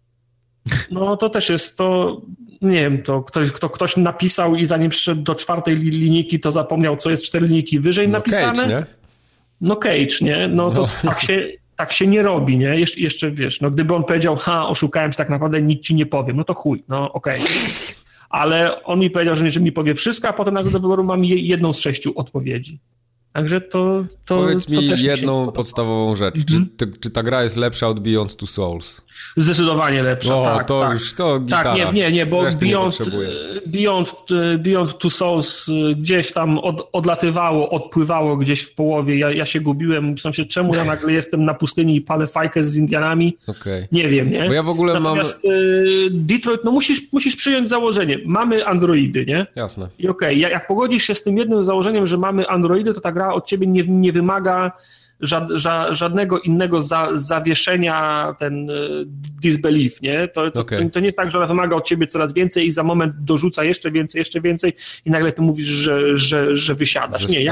No to też jest to, nie wiem, to ktoś napisał i zanim przyszedł do 4. linijki, to zapomniał, co jest 4 linijki wyżej napisane. Cage, nie? No Cage, nie? No to tak się nie robi, nie? Jeszcze gdyby on powiedział, oszukałem cię, tak naprawdę nic ci nie powiem, no to chuj, okej. Ale on mi powiedział, że mi powie wszystko, a potem nagle do wyboru mam jedną z 6 odpowiedzi. Także to powiedz mi też jedną podstawową rzecz. Czy ta gra jest lepsza od Beyond Two Souls? Zdecydowanie lepsza, tak. To tak. już, to gitara. Tak, nie, bo Beyond Two Souls gdzieś tam odlatywało, odpływało gdzieś w połowie. Ja się gubiłem, myślałem się, czemu ja nagle jestem na pustyni i palę fajkę z Indianami. Okay. Nie wiem, nie? Bo ja w ogóle Natomiast Detroit, no musisz przyjąć założenie. Mamy androidy, nie? Jasne. I jak pogodzisz się z tym jednym założeniem, że mamy androidy, to ta gra od ciebie nie wymaga żadnego innego zawieszenia, ten disbelief, nie? To nie jest tak, że ona wymaga od ciebie coraz więcej i za moment dorzuca jeszcze więcej i nagle ty mówisz, że wysiadasz. Nie,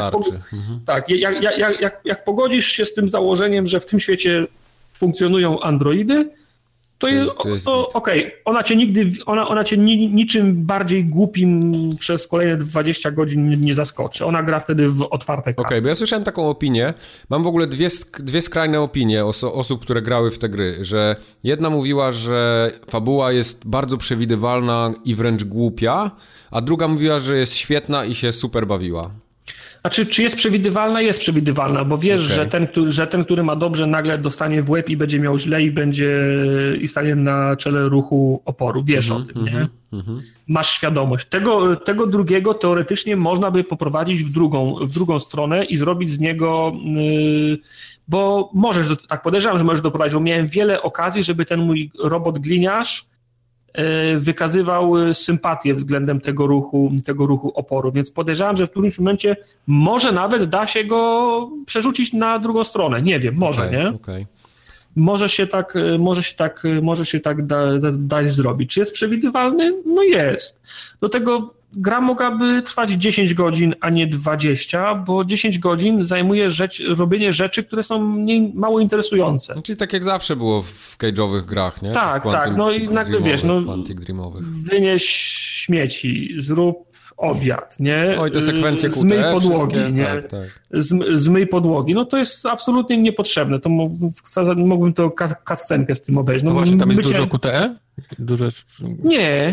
jak pogodzisz się z tym założeniem, że w tym świecie funkcjonują androidy, to jest okej. Ona cię niczym bardziej głupim przez kolejne 20 godzin nie zaskoczy. Ona gra wtedy w otwarte karty. Okej, bo ja słyszałem taką opinię. Mam w ogóle dwie skrajne opinie osób, które grały w te gry, że jedna mówiła, że fabuła jest bardzo przewidywalna i wręcz głupia, a druga mówiła, że jest świetna i się super bawiła. Znaczy, czy jest przewidywalna? Jest przewidywalna, bo wiesz, że ten, który ma dobrze, nagle dostanie w łeb i będzie miał źle i stanie na czele ruchu oporu. Wiesz o tym, nie? Masz świadomość. Tego drugiego teoretycznie można by poprowadzić w drugą stronę i zrobić z niego... bo możesz, tak podejrzewam, że możesz doprowadzić, bo miałem wiele okazji, żeby ten mój robot gliniarz wykazywał sympatię względem tego ruchu oporu, więc podejrzewam, że w którymś momencie może nawet da się go przerzucić na drugą stronę. Nie wiem, może, nie? Okay. Może się tak dać zrobić. Czy jest przewidywalny? No jest. Do tego gra mogłaby trwać 10 godzin, a nie 20, bo 10 godzin zajmuje robienie rzeczy, które są mało interesujące. Czyli tak jak zawsze było w cage'owych grach, nie? Tak. No i nagle wiesz, wynieś śmieci, zrób obiad, nie? Oj, te sekwencje QTE, zmyj podłogi, nie? Tak. Zmyj podłogi. No to jest absolutnie niepotrzebne. To mógłbym to cutscenkę z tym obejrzeć. No właśnie, tam jest dużo QTE? Nie.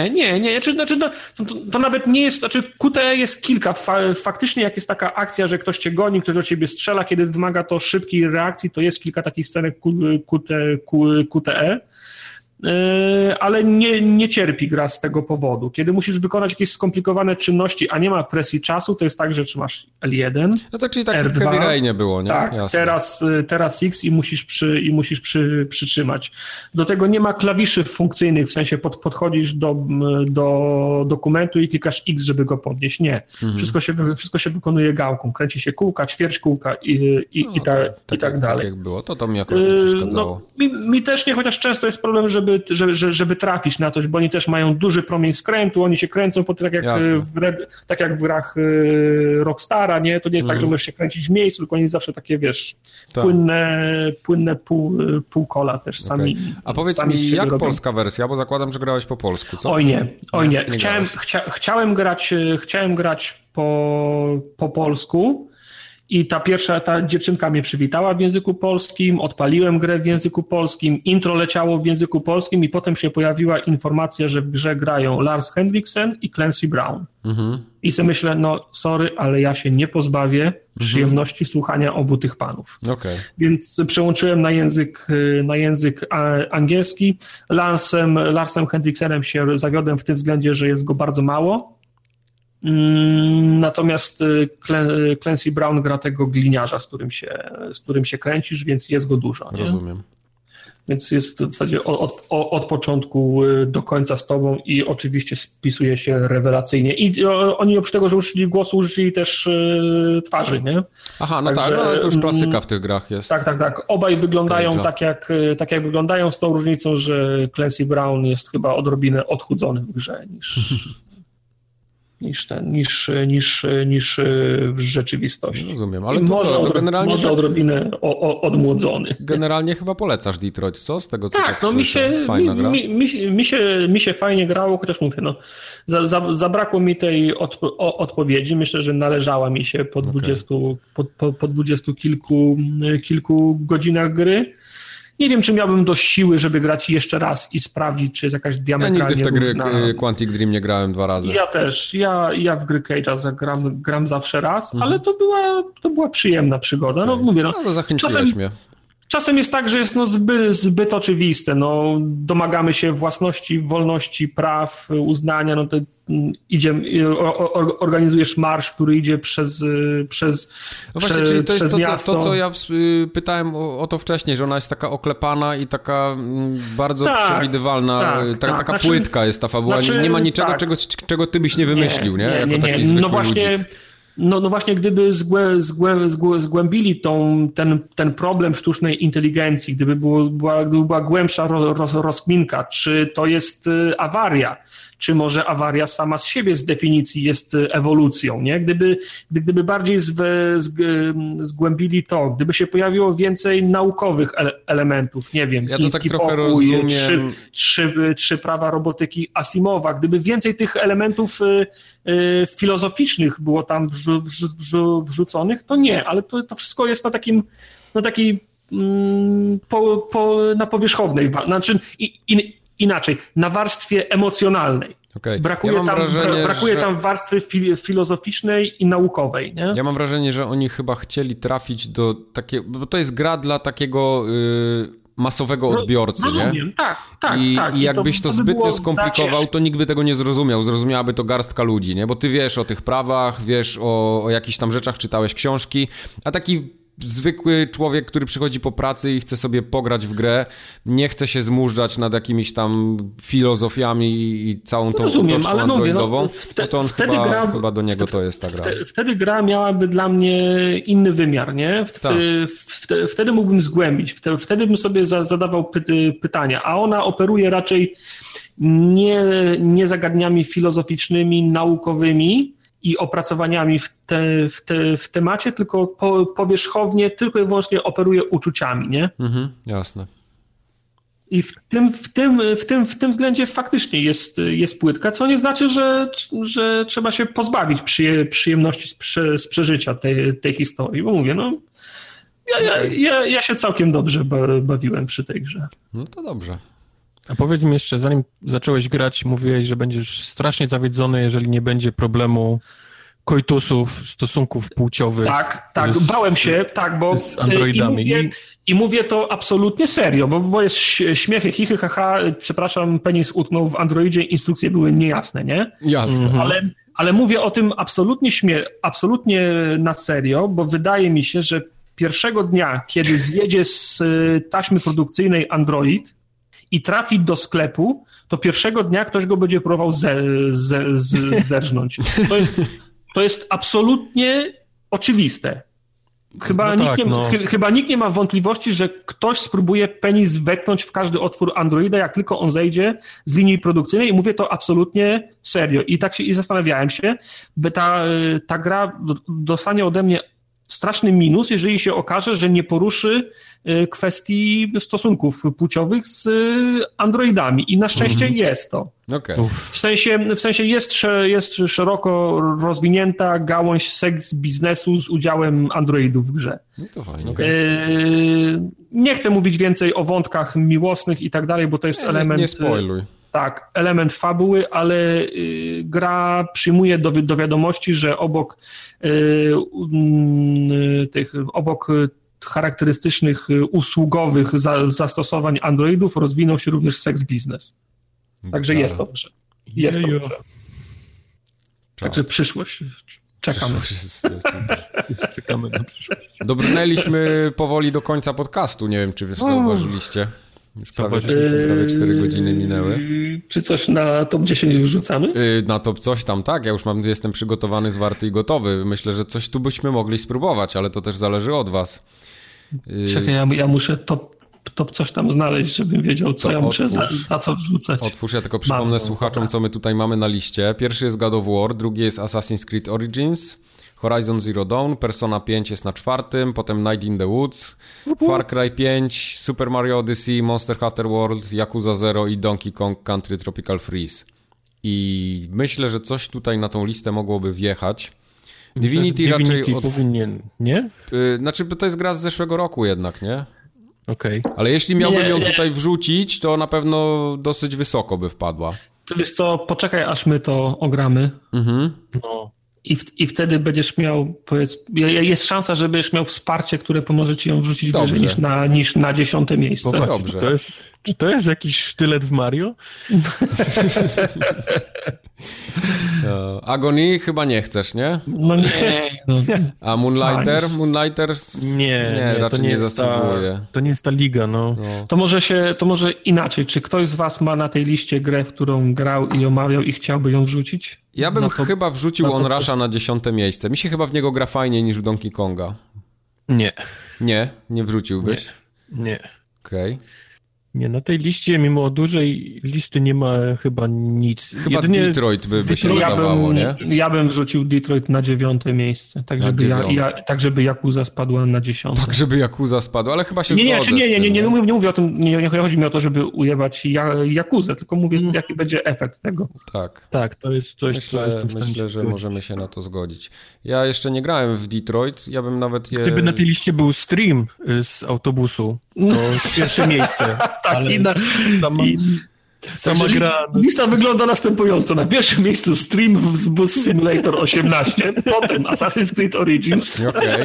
To nawet nie jest, QTE jest kilka. Faktycznie jak jest taka akcja, że ktoś cię goni, ktoś do ciebie strzela, kiedy wymaga to szybkiej reakcji, to jest kilka takich scenek QTE. Ale nie cierpi gra z tego powodu. Kiedy musisz wykonać jakieś skomplikowane czynności, a nie ma presji czasu, to jest tak, że trzymasz L1, no to czyli tak R2, w Heavy Rainie było, nie? Tak, teraz X i musisz przytrzymać. Do tego nie ma klawiszy funkcyjnych, w sensie podchodzisz do dokumentu i klikasz X, żeby go podnieść. Nie. Wszystko się wykonuje gałką. Kręci się kółka, ćwierć kółka i tak dalej. Tak jak było, to mi jakoś nie przeszkadzało. Mi też nie, chociaż często jest problem, żeby trafić na coś, bo oni też mają duży promień skrętu, oni się kręcą tak jak w grach Rockstara, nie? To nie jest tak, że możesz się kręcić w miejscu, tylko oni zawsze takie, wiesz, płynne półkola też sami. A powiedz mi, jak robią. Polska wersja, bo zakładam, że grałeś po polsku, co? Oj nie. Chciałem grać po polsku. I ta dziewczynka mnie przywitała w języku polskim, odpaliłem grę w języku polskim, intro leciało w języku polskim i potem się pojawiła informacja, że w grze grają Lars Henriksen i Clancy Brown. I sobie myślę, no sorry, ale ja się nie pozbawię przyjemności słuchania obu tych panów. Okay. Więc przełączyłem na język angielski. Larsem Henriksenem się zawiodłem w tym względzie, że jest go bardzo mało. Natomiast Clancy Brown gra tego gliniarza, z którym się kręcisz, więc jest go dużo. Nie? Rozumiem. Więc jest w zasadzie od początku do końca z tobą i oczywiście spisuje się rewelacyjnie. I oni oprócz tego, że użyli głosu, użyli też twarzy, nie? Aha, no także, tak, ale to już klasyka w tych grach jest. Tak. Obaj wyglądają tak jak wyglądają, z tą różnicą, że Clancy Brown jest chyba odrobinę odchudzony w grze niż w rzeczywistości. Rozumiem, ale to generalnie... Może odrobinę odmłodzony. Generalnie chyba polecasz Detroit, co? Z tego, co tak, no mi się fajnie grało, chociaż mówię, no zabrakło mi tej odpowiedzi. Myślę, że należała mi się po 20 kilku godzinach gry. Nie wiem, czy miałbym dość siły, żeby grać jeszcze raz i sprawdzić, czy jest jakaś diametralnie Ja nigdy w te gry różna... Quantic Dream nie grałem 2 razy. Ja też. Ja w gry Cage'a gram zawsze raz, ale to była przyjemna przygoda. Okay. No mówię, no to zachęciłeś mnie. czasem jest tak, że jest zbyt oczywiste. No, domagamy się własności, wolności, praw, uznania. No to organizujesz marsz, który idzie przez no właśnie, czyli to jest miasto. To, co ja pytałem o to wcześniej, że ona jest taka oklepana i taka bardzo przewidywalna, taka znaczy, płytka jest ta fabuła. Nie ma niczego, czego ty byś nie wymyślił, nie? Jako taki zwykły no właśnie. ludzik. No właśnie, gdyby zgłębili ten problem sztucznej inteligencji, gdyby była głębsza rozkminka, czy to jest awaria, czy może awaria sama z siebie z definicji jest ewolucją, nie? Gdyby bardziej zgłębili to, gdyby się pojawiło więcej naukowych elementów, nie wiem, ja chiński to tak trochę pokój, rozumiem. trzy prawa robotyki Asimowa, gdyby więcej tych elementów filozoficznych było tam wrzuconych, to nie, ale to wszystko jest na powierzchownej, znaczy inaczej, na warstwie emocjonalnej. Okay. Brakuje tam warstwy filozoficznej i naukowej. Nie? Ja mam wrażenie, że oni chyba chcieli trafić do takiego, bo to jest gra dla takiego masowego odbiorcy, rozumiem, nie? Tak. I jakbyś to zbytnio skomplikował, to nikt by tego nie zrozumiał. Zrozumiałaby to garstka ludzi, nie? Bo ty wiesz o tych prawach, wiesz o jakichś tam rzeczach, czytałeś książki, a taki zwykły człowiek, który przychodzi po pracy i chce sobie pograć w grę, nie chce się zmużdżać nad jakimiś tam filozofiami i całą tą otoczką androidową, to on chyba do niego to jest ta gra. Wtedy gra miałaby dla mnie inny wymiar, nie? Wtedy mógłbym zgłębić, wtedy bym sobie zadawał pytania, a ona operuje raczej nie zagadnieniami filozoficznymi, naukowymi i opracowaniami w temacie, tylko powierzchownie, tylko i wyłącznie operuje uczuciami, nie? Jasne. I w tym względzie faktycznie jest płytka, co nie znaczy, że trzeba się pozbawić przyjemności z przeżycia tej historii, bo mówię, no ja się całkiem dobrze bawiłem przy tej grze. No to dobrze. A powiedz mi jeszcze, zanim zacząłeś grać, mówiłeś, że będziesz strasznie zawiedzony, jeżeli nie będzie problemu koitusów, stosunków płciowych. Tak, bałem się, bo z androidami. I mówię to absolutnie serio, bo jest śmiechy, chichy, haha, przepraszam, penis utknął w androidzie, instrukcje były niejasne, nie? Jasne. Ale mówię o tym absolutnie na serio, bo wydaje mi się, że pierwszego dnia, kiedy zjedzie z taśmy produkcyjnej Android i trafi do sklepu, to pierwszego dnia ktoś go będzie próbował zerżnąć. To jest absolutnie oczywiste. Chyba nikt nie ma wątpliwości, że ktoś spróbuje penis wetknąć w każdy otwór Androida, jak tylko on zejdzie z linii produkcyjnej i mówię to absolutnie serio. I tak się zastanawiałem się, by ta gra dostanie ode mnie straszny minus, jeżeli się okaże, że nie poruszy kwestii stosunków płciowych z androidami. I na szczęście jest to. Okay. W sensie jest szeroko rozwinięta gałąź seks biznesu z udziałem androidów w grze. No to fajnie. Nie chcę mówić więcej o wątkach miłosnych i tak dalej, bo to jest element... Nie spoiluj. Tak, element fabuły, ale gra przyjmuje do wiadomości, że obok charakterystycznych usługowych zastosowań androidów rozwinął się również seks biznes. Także jest to w grze. Także przyszłość. Czekamy. Czekamy na przyszłość. Dobrnęliśmy powoli do końca podcastu. Nie wiem, czy wy zauważyliście. Już prawie 4 godziny minęły. Czy coś na top 10 wrzucamy? Na top coś tam, tak. Ja już jestem przygotowany, zwarty i gotowy. Myślę, że coś tu byśmy mogli spróbować, ale to też zależy od was. Czekaj, ja muszę top coś tam znaleźć, żebym wiedział, co ja muszę za co wrzucać. Otwórz, ja tylko przypomnę słuchaczom, co my tutaj mamy na liście. Pierwszy jest God of War, drugi jest Assassin's Creed Origins, Horizon Zero Dawn, Persona 5 jest na 4, potem Night in the Woods, Far Cry 5, Super Mario Odyssey, Monster Hunter World, Yakuza 0 i Donkey Kong Country Tropical Freeze. I myślę, że coś tutaj na tą listę mogłoby wjechać. Divinity raczej powinien, nie? Znaczy, to jest gra z zeszłego roku jednak, nie? Okej. Ale jeśli miałbym ją tutaj wrzucić, to na pewno dosyć wysoko by wpadła. To wiesz co, poczekaj, aż my to ogramy. Mhm. No. I wtedy będziesz miał, jest szansa, że będziesz miał wsparcie, które pomoże ci ją wrzucić wyżej niż na 10. miejsce. Popatrz, dobrze. Czy to jest jakiś sztylet w Mario? Agony chyba nie chcesz, nie? No nie. No. A Moonlighter? Moonlighter nie, raczej nie zasługuje. To nie jest ta liga, no. To może inaczej. Czy ktoś z was ma na tej liście grę, w którą grał i omawiał i chciałby ją wrzucić? Ja bym chyba wrzucił Onrusha na 10. miejsce. Mi się chyba w niego gra fajniej niż w Donkey Konga. Nie. Nie wrzuciłbyś? Nie. Okej. Nie, na tej liście mimo dużej listy nie ma chyba nic. Chyba jedynie Detroit by się nadawało, nie? Ja bym wrzucił Detroit na 9. miejsce, tak żeby Yakuza spadła na 10. Tak, żeby Yakuza spadła, ale chyba się zgodzę nie mówię o tym, nie chodzi mi o to, żeby ujebać Yakuzę, tylko mówię, jaki będzie efekt tego. Tak, to jest coś, myślę, że możemy się na to zgodzić. Ja jeszcze nie grałem w Detroit, ja bym nawet Gdyby na tej liście był stream z autobusu, to pierwsze miejsce. Tak, sama gra. Lista wygląda następująco. Na pierwszym miejscu stream z Bus Simulator 18, potem Assassin's Creed Origins.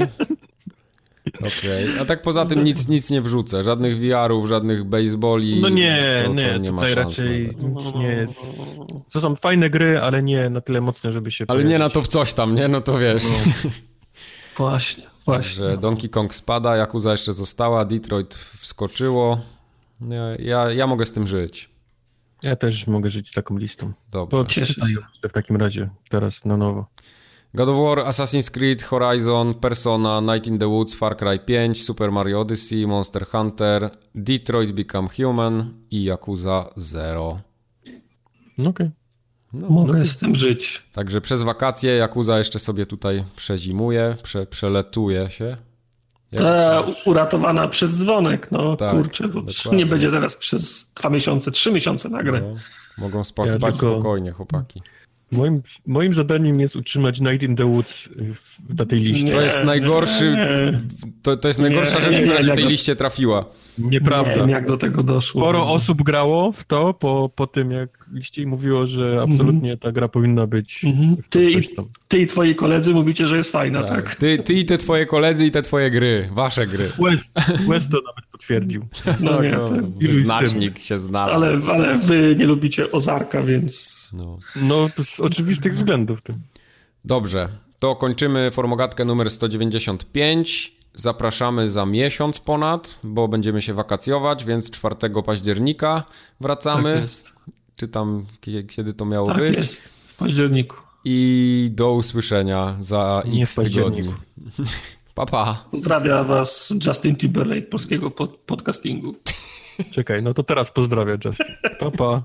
Okej. A tak poza tym nic nie wrzucę. Żadnych VR-ów, żadnych baseballi. No nie ma szans. Raczej nie jest. To są fajne gry, ale nie na tyle mocne, żeby się Ale nie na top coś tam, nie? No to wiesz. No. Właśnie. Że Donkey Kong spada, Yakuza jeszcze została, Detroit wskoczyło. Ja mogę z tym żyć. Ja też mogę żyć z taką listą. Dobrze. Przeczytaj w takim razie teraz na nowo. God of War, Assassin's Creed, Horizon, Persona, Night in the Woods, Far Cry 5, Super Mario Odyssey, Monster Hunter, Detroit Become Human i Yakuza 0. Okej. Mogę z tym żyć. Także przez wakacje Yakuza jeszcze sobie tutaj przezimuje, przeletuje się. Uratowana przez dzwonek, tak, kurczę, bo nie będzie teraz przez 2 miesiące, 3 miesiące na grę. Mogą spać spokojnie, chłopaki. Moim zadaniem jest utrzymać Night in the Woods na tej liście. To jest najgorszy. To jest najgorsza rzecz, która się w tej liście trafiła. Nieprawda. Nie wiem, jak do tego doszło. Sporo osób grało w to po tym, jak liście i mówiło, że absolutnie ta gra powinna być. Ty i twoi koledzy mówicie, że jest fajna, tak? Ty i te twoje koledzy i te twoje gry, wasze gry. West to nawet potwierdził. Wyznacznik się znalazł. Ale wy nie lubicie Ozarka, więc... No z oczywistych względów. Dobrze, to kończymy formogatkę numer 195. Zapraszamy za miesiąc ponad, bo będziemy się wakacjować, więc 4 października wracamy. Tak jest. Czy tam kiedy to miało być? Tak jest, w październiku. I do usłyszenia za X tygodni. Pa. Pozdrawia was Justin Timberlake polskiego podcastingu. Czekaj, no to teraz pozdrawia Justin. Pa.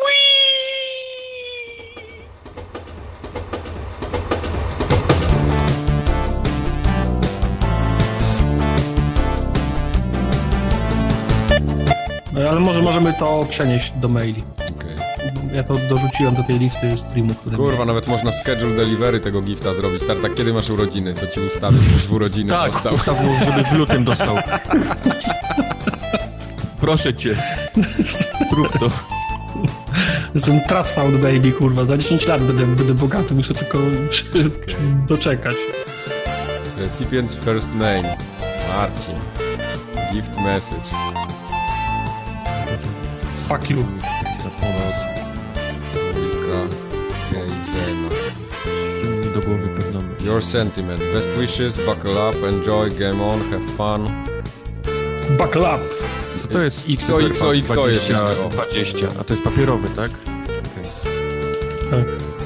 Ale może możemy to przenieść do maili. Okay. Ja to dorzuciłem do tej listy streamów, które... Kurwa, nawet można schedule delivery tego gifta zrobić. Tartak, kiedy masz urodziny? To ci ustawię, żebyś w urodziny dostał. Tak, żeby w lutym dostał. Proszę cię. Zrób to. Jestem trust found baby, kurwa. Za 10 lat będę bogaty, muszę tylko doczekać. Recipient's first name. Marcin. Gift message. Fuck you. Za pomoc. Do głowy pewno. Your sentiment. Best wishes, buckle up, enjoy, game on, have fun. Buckle up. Co to jest? XO jest 20. A to jest papierowy, tak? Tak.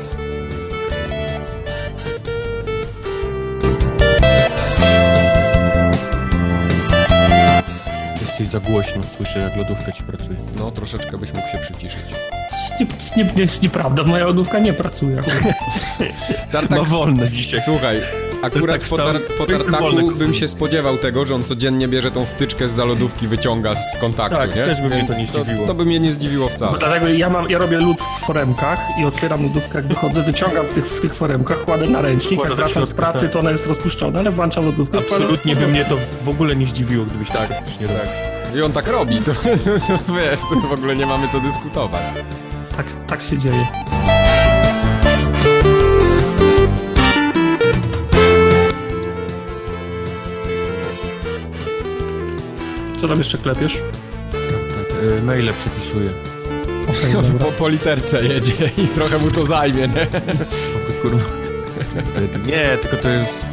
Jesteś za głośno, słyszę jak lodówka ci pracuje. No, troszeczkę byś mógł się przyciszyć. To jest nieprawda, moja lodówka nie pracuje. Ma wolne dzisiaj. Słuchaj, akurat po Tartaku bym się spodziewał tego, że on codziennie bierze tą wtyczkę zza lodówki, wyciąga z kontaktu, tak, nie? Też by mnie to nie zdziwiło. To by mnie nie zdziwiło wcale. Dlatego ja robię lód w foremkach i otwieram lodówkę, jak wychodzę, wyciągam w tych foremkach, kładę na ręcznik, jak wracam z pracy, to ona jest rozpuszczona, ale włączam lodówkę. Absolutnie by mnie to w ogóle nie zdziwiło, gdybyś tak faktycznie robił. I on tak robi, to wiesz, to w ogóle nie mamy co dyskutować. Tak się dzieje. Co tam jeszcze klepiesz? Maile przepisuję. Po literce jedzie i trochę mu to zajmie, nie? Kurwa. Nie, tylko to jest...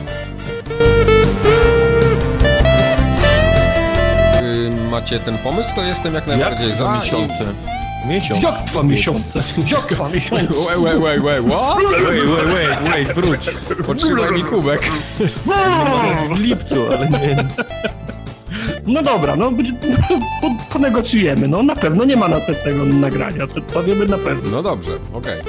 Macie ten pomysł, to jestem jak najbardziej za. Miesiące. Jak 2 miesiące? Jak 2 miesiące? Wait, wróć. Potrzymaj mi kubek. W lipcu, ale nie... No dobra, no ponegocjujemy, no na pewno nie ma następnego nagrania, to wiemy na pewno. No dobrze, okej.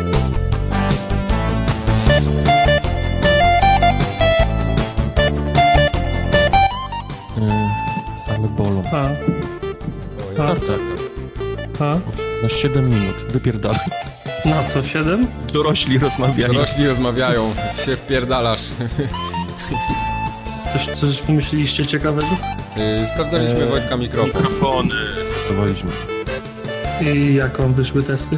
Ale bolą. Tak. Na 7 minut, wypierdalaj. Na co, 7? Dorośli rozmawiają, się wpierdalasz. Coś wymyśliliście ciekawego? Sprawdzaliśmy Wojtka mikrofon. Mikrofony testowaliśmy. I jak wam wyszły testy?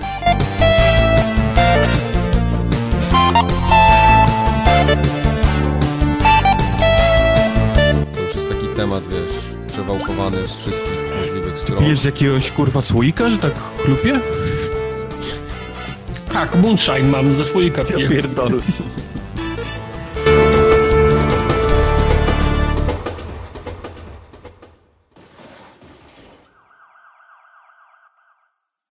To już jest taki temat, wiesz, przewałkowany z wszystkich możliwych stron. Pijesz jakiegoś kurwa słoika, że tak chlupie? Tak, moonshine mam ze słoika piję. Ja pierdolę.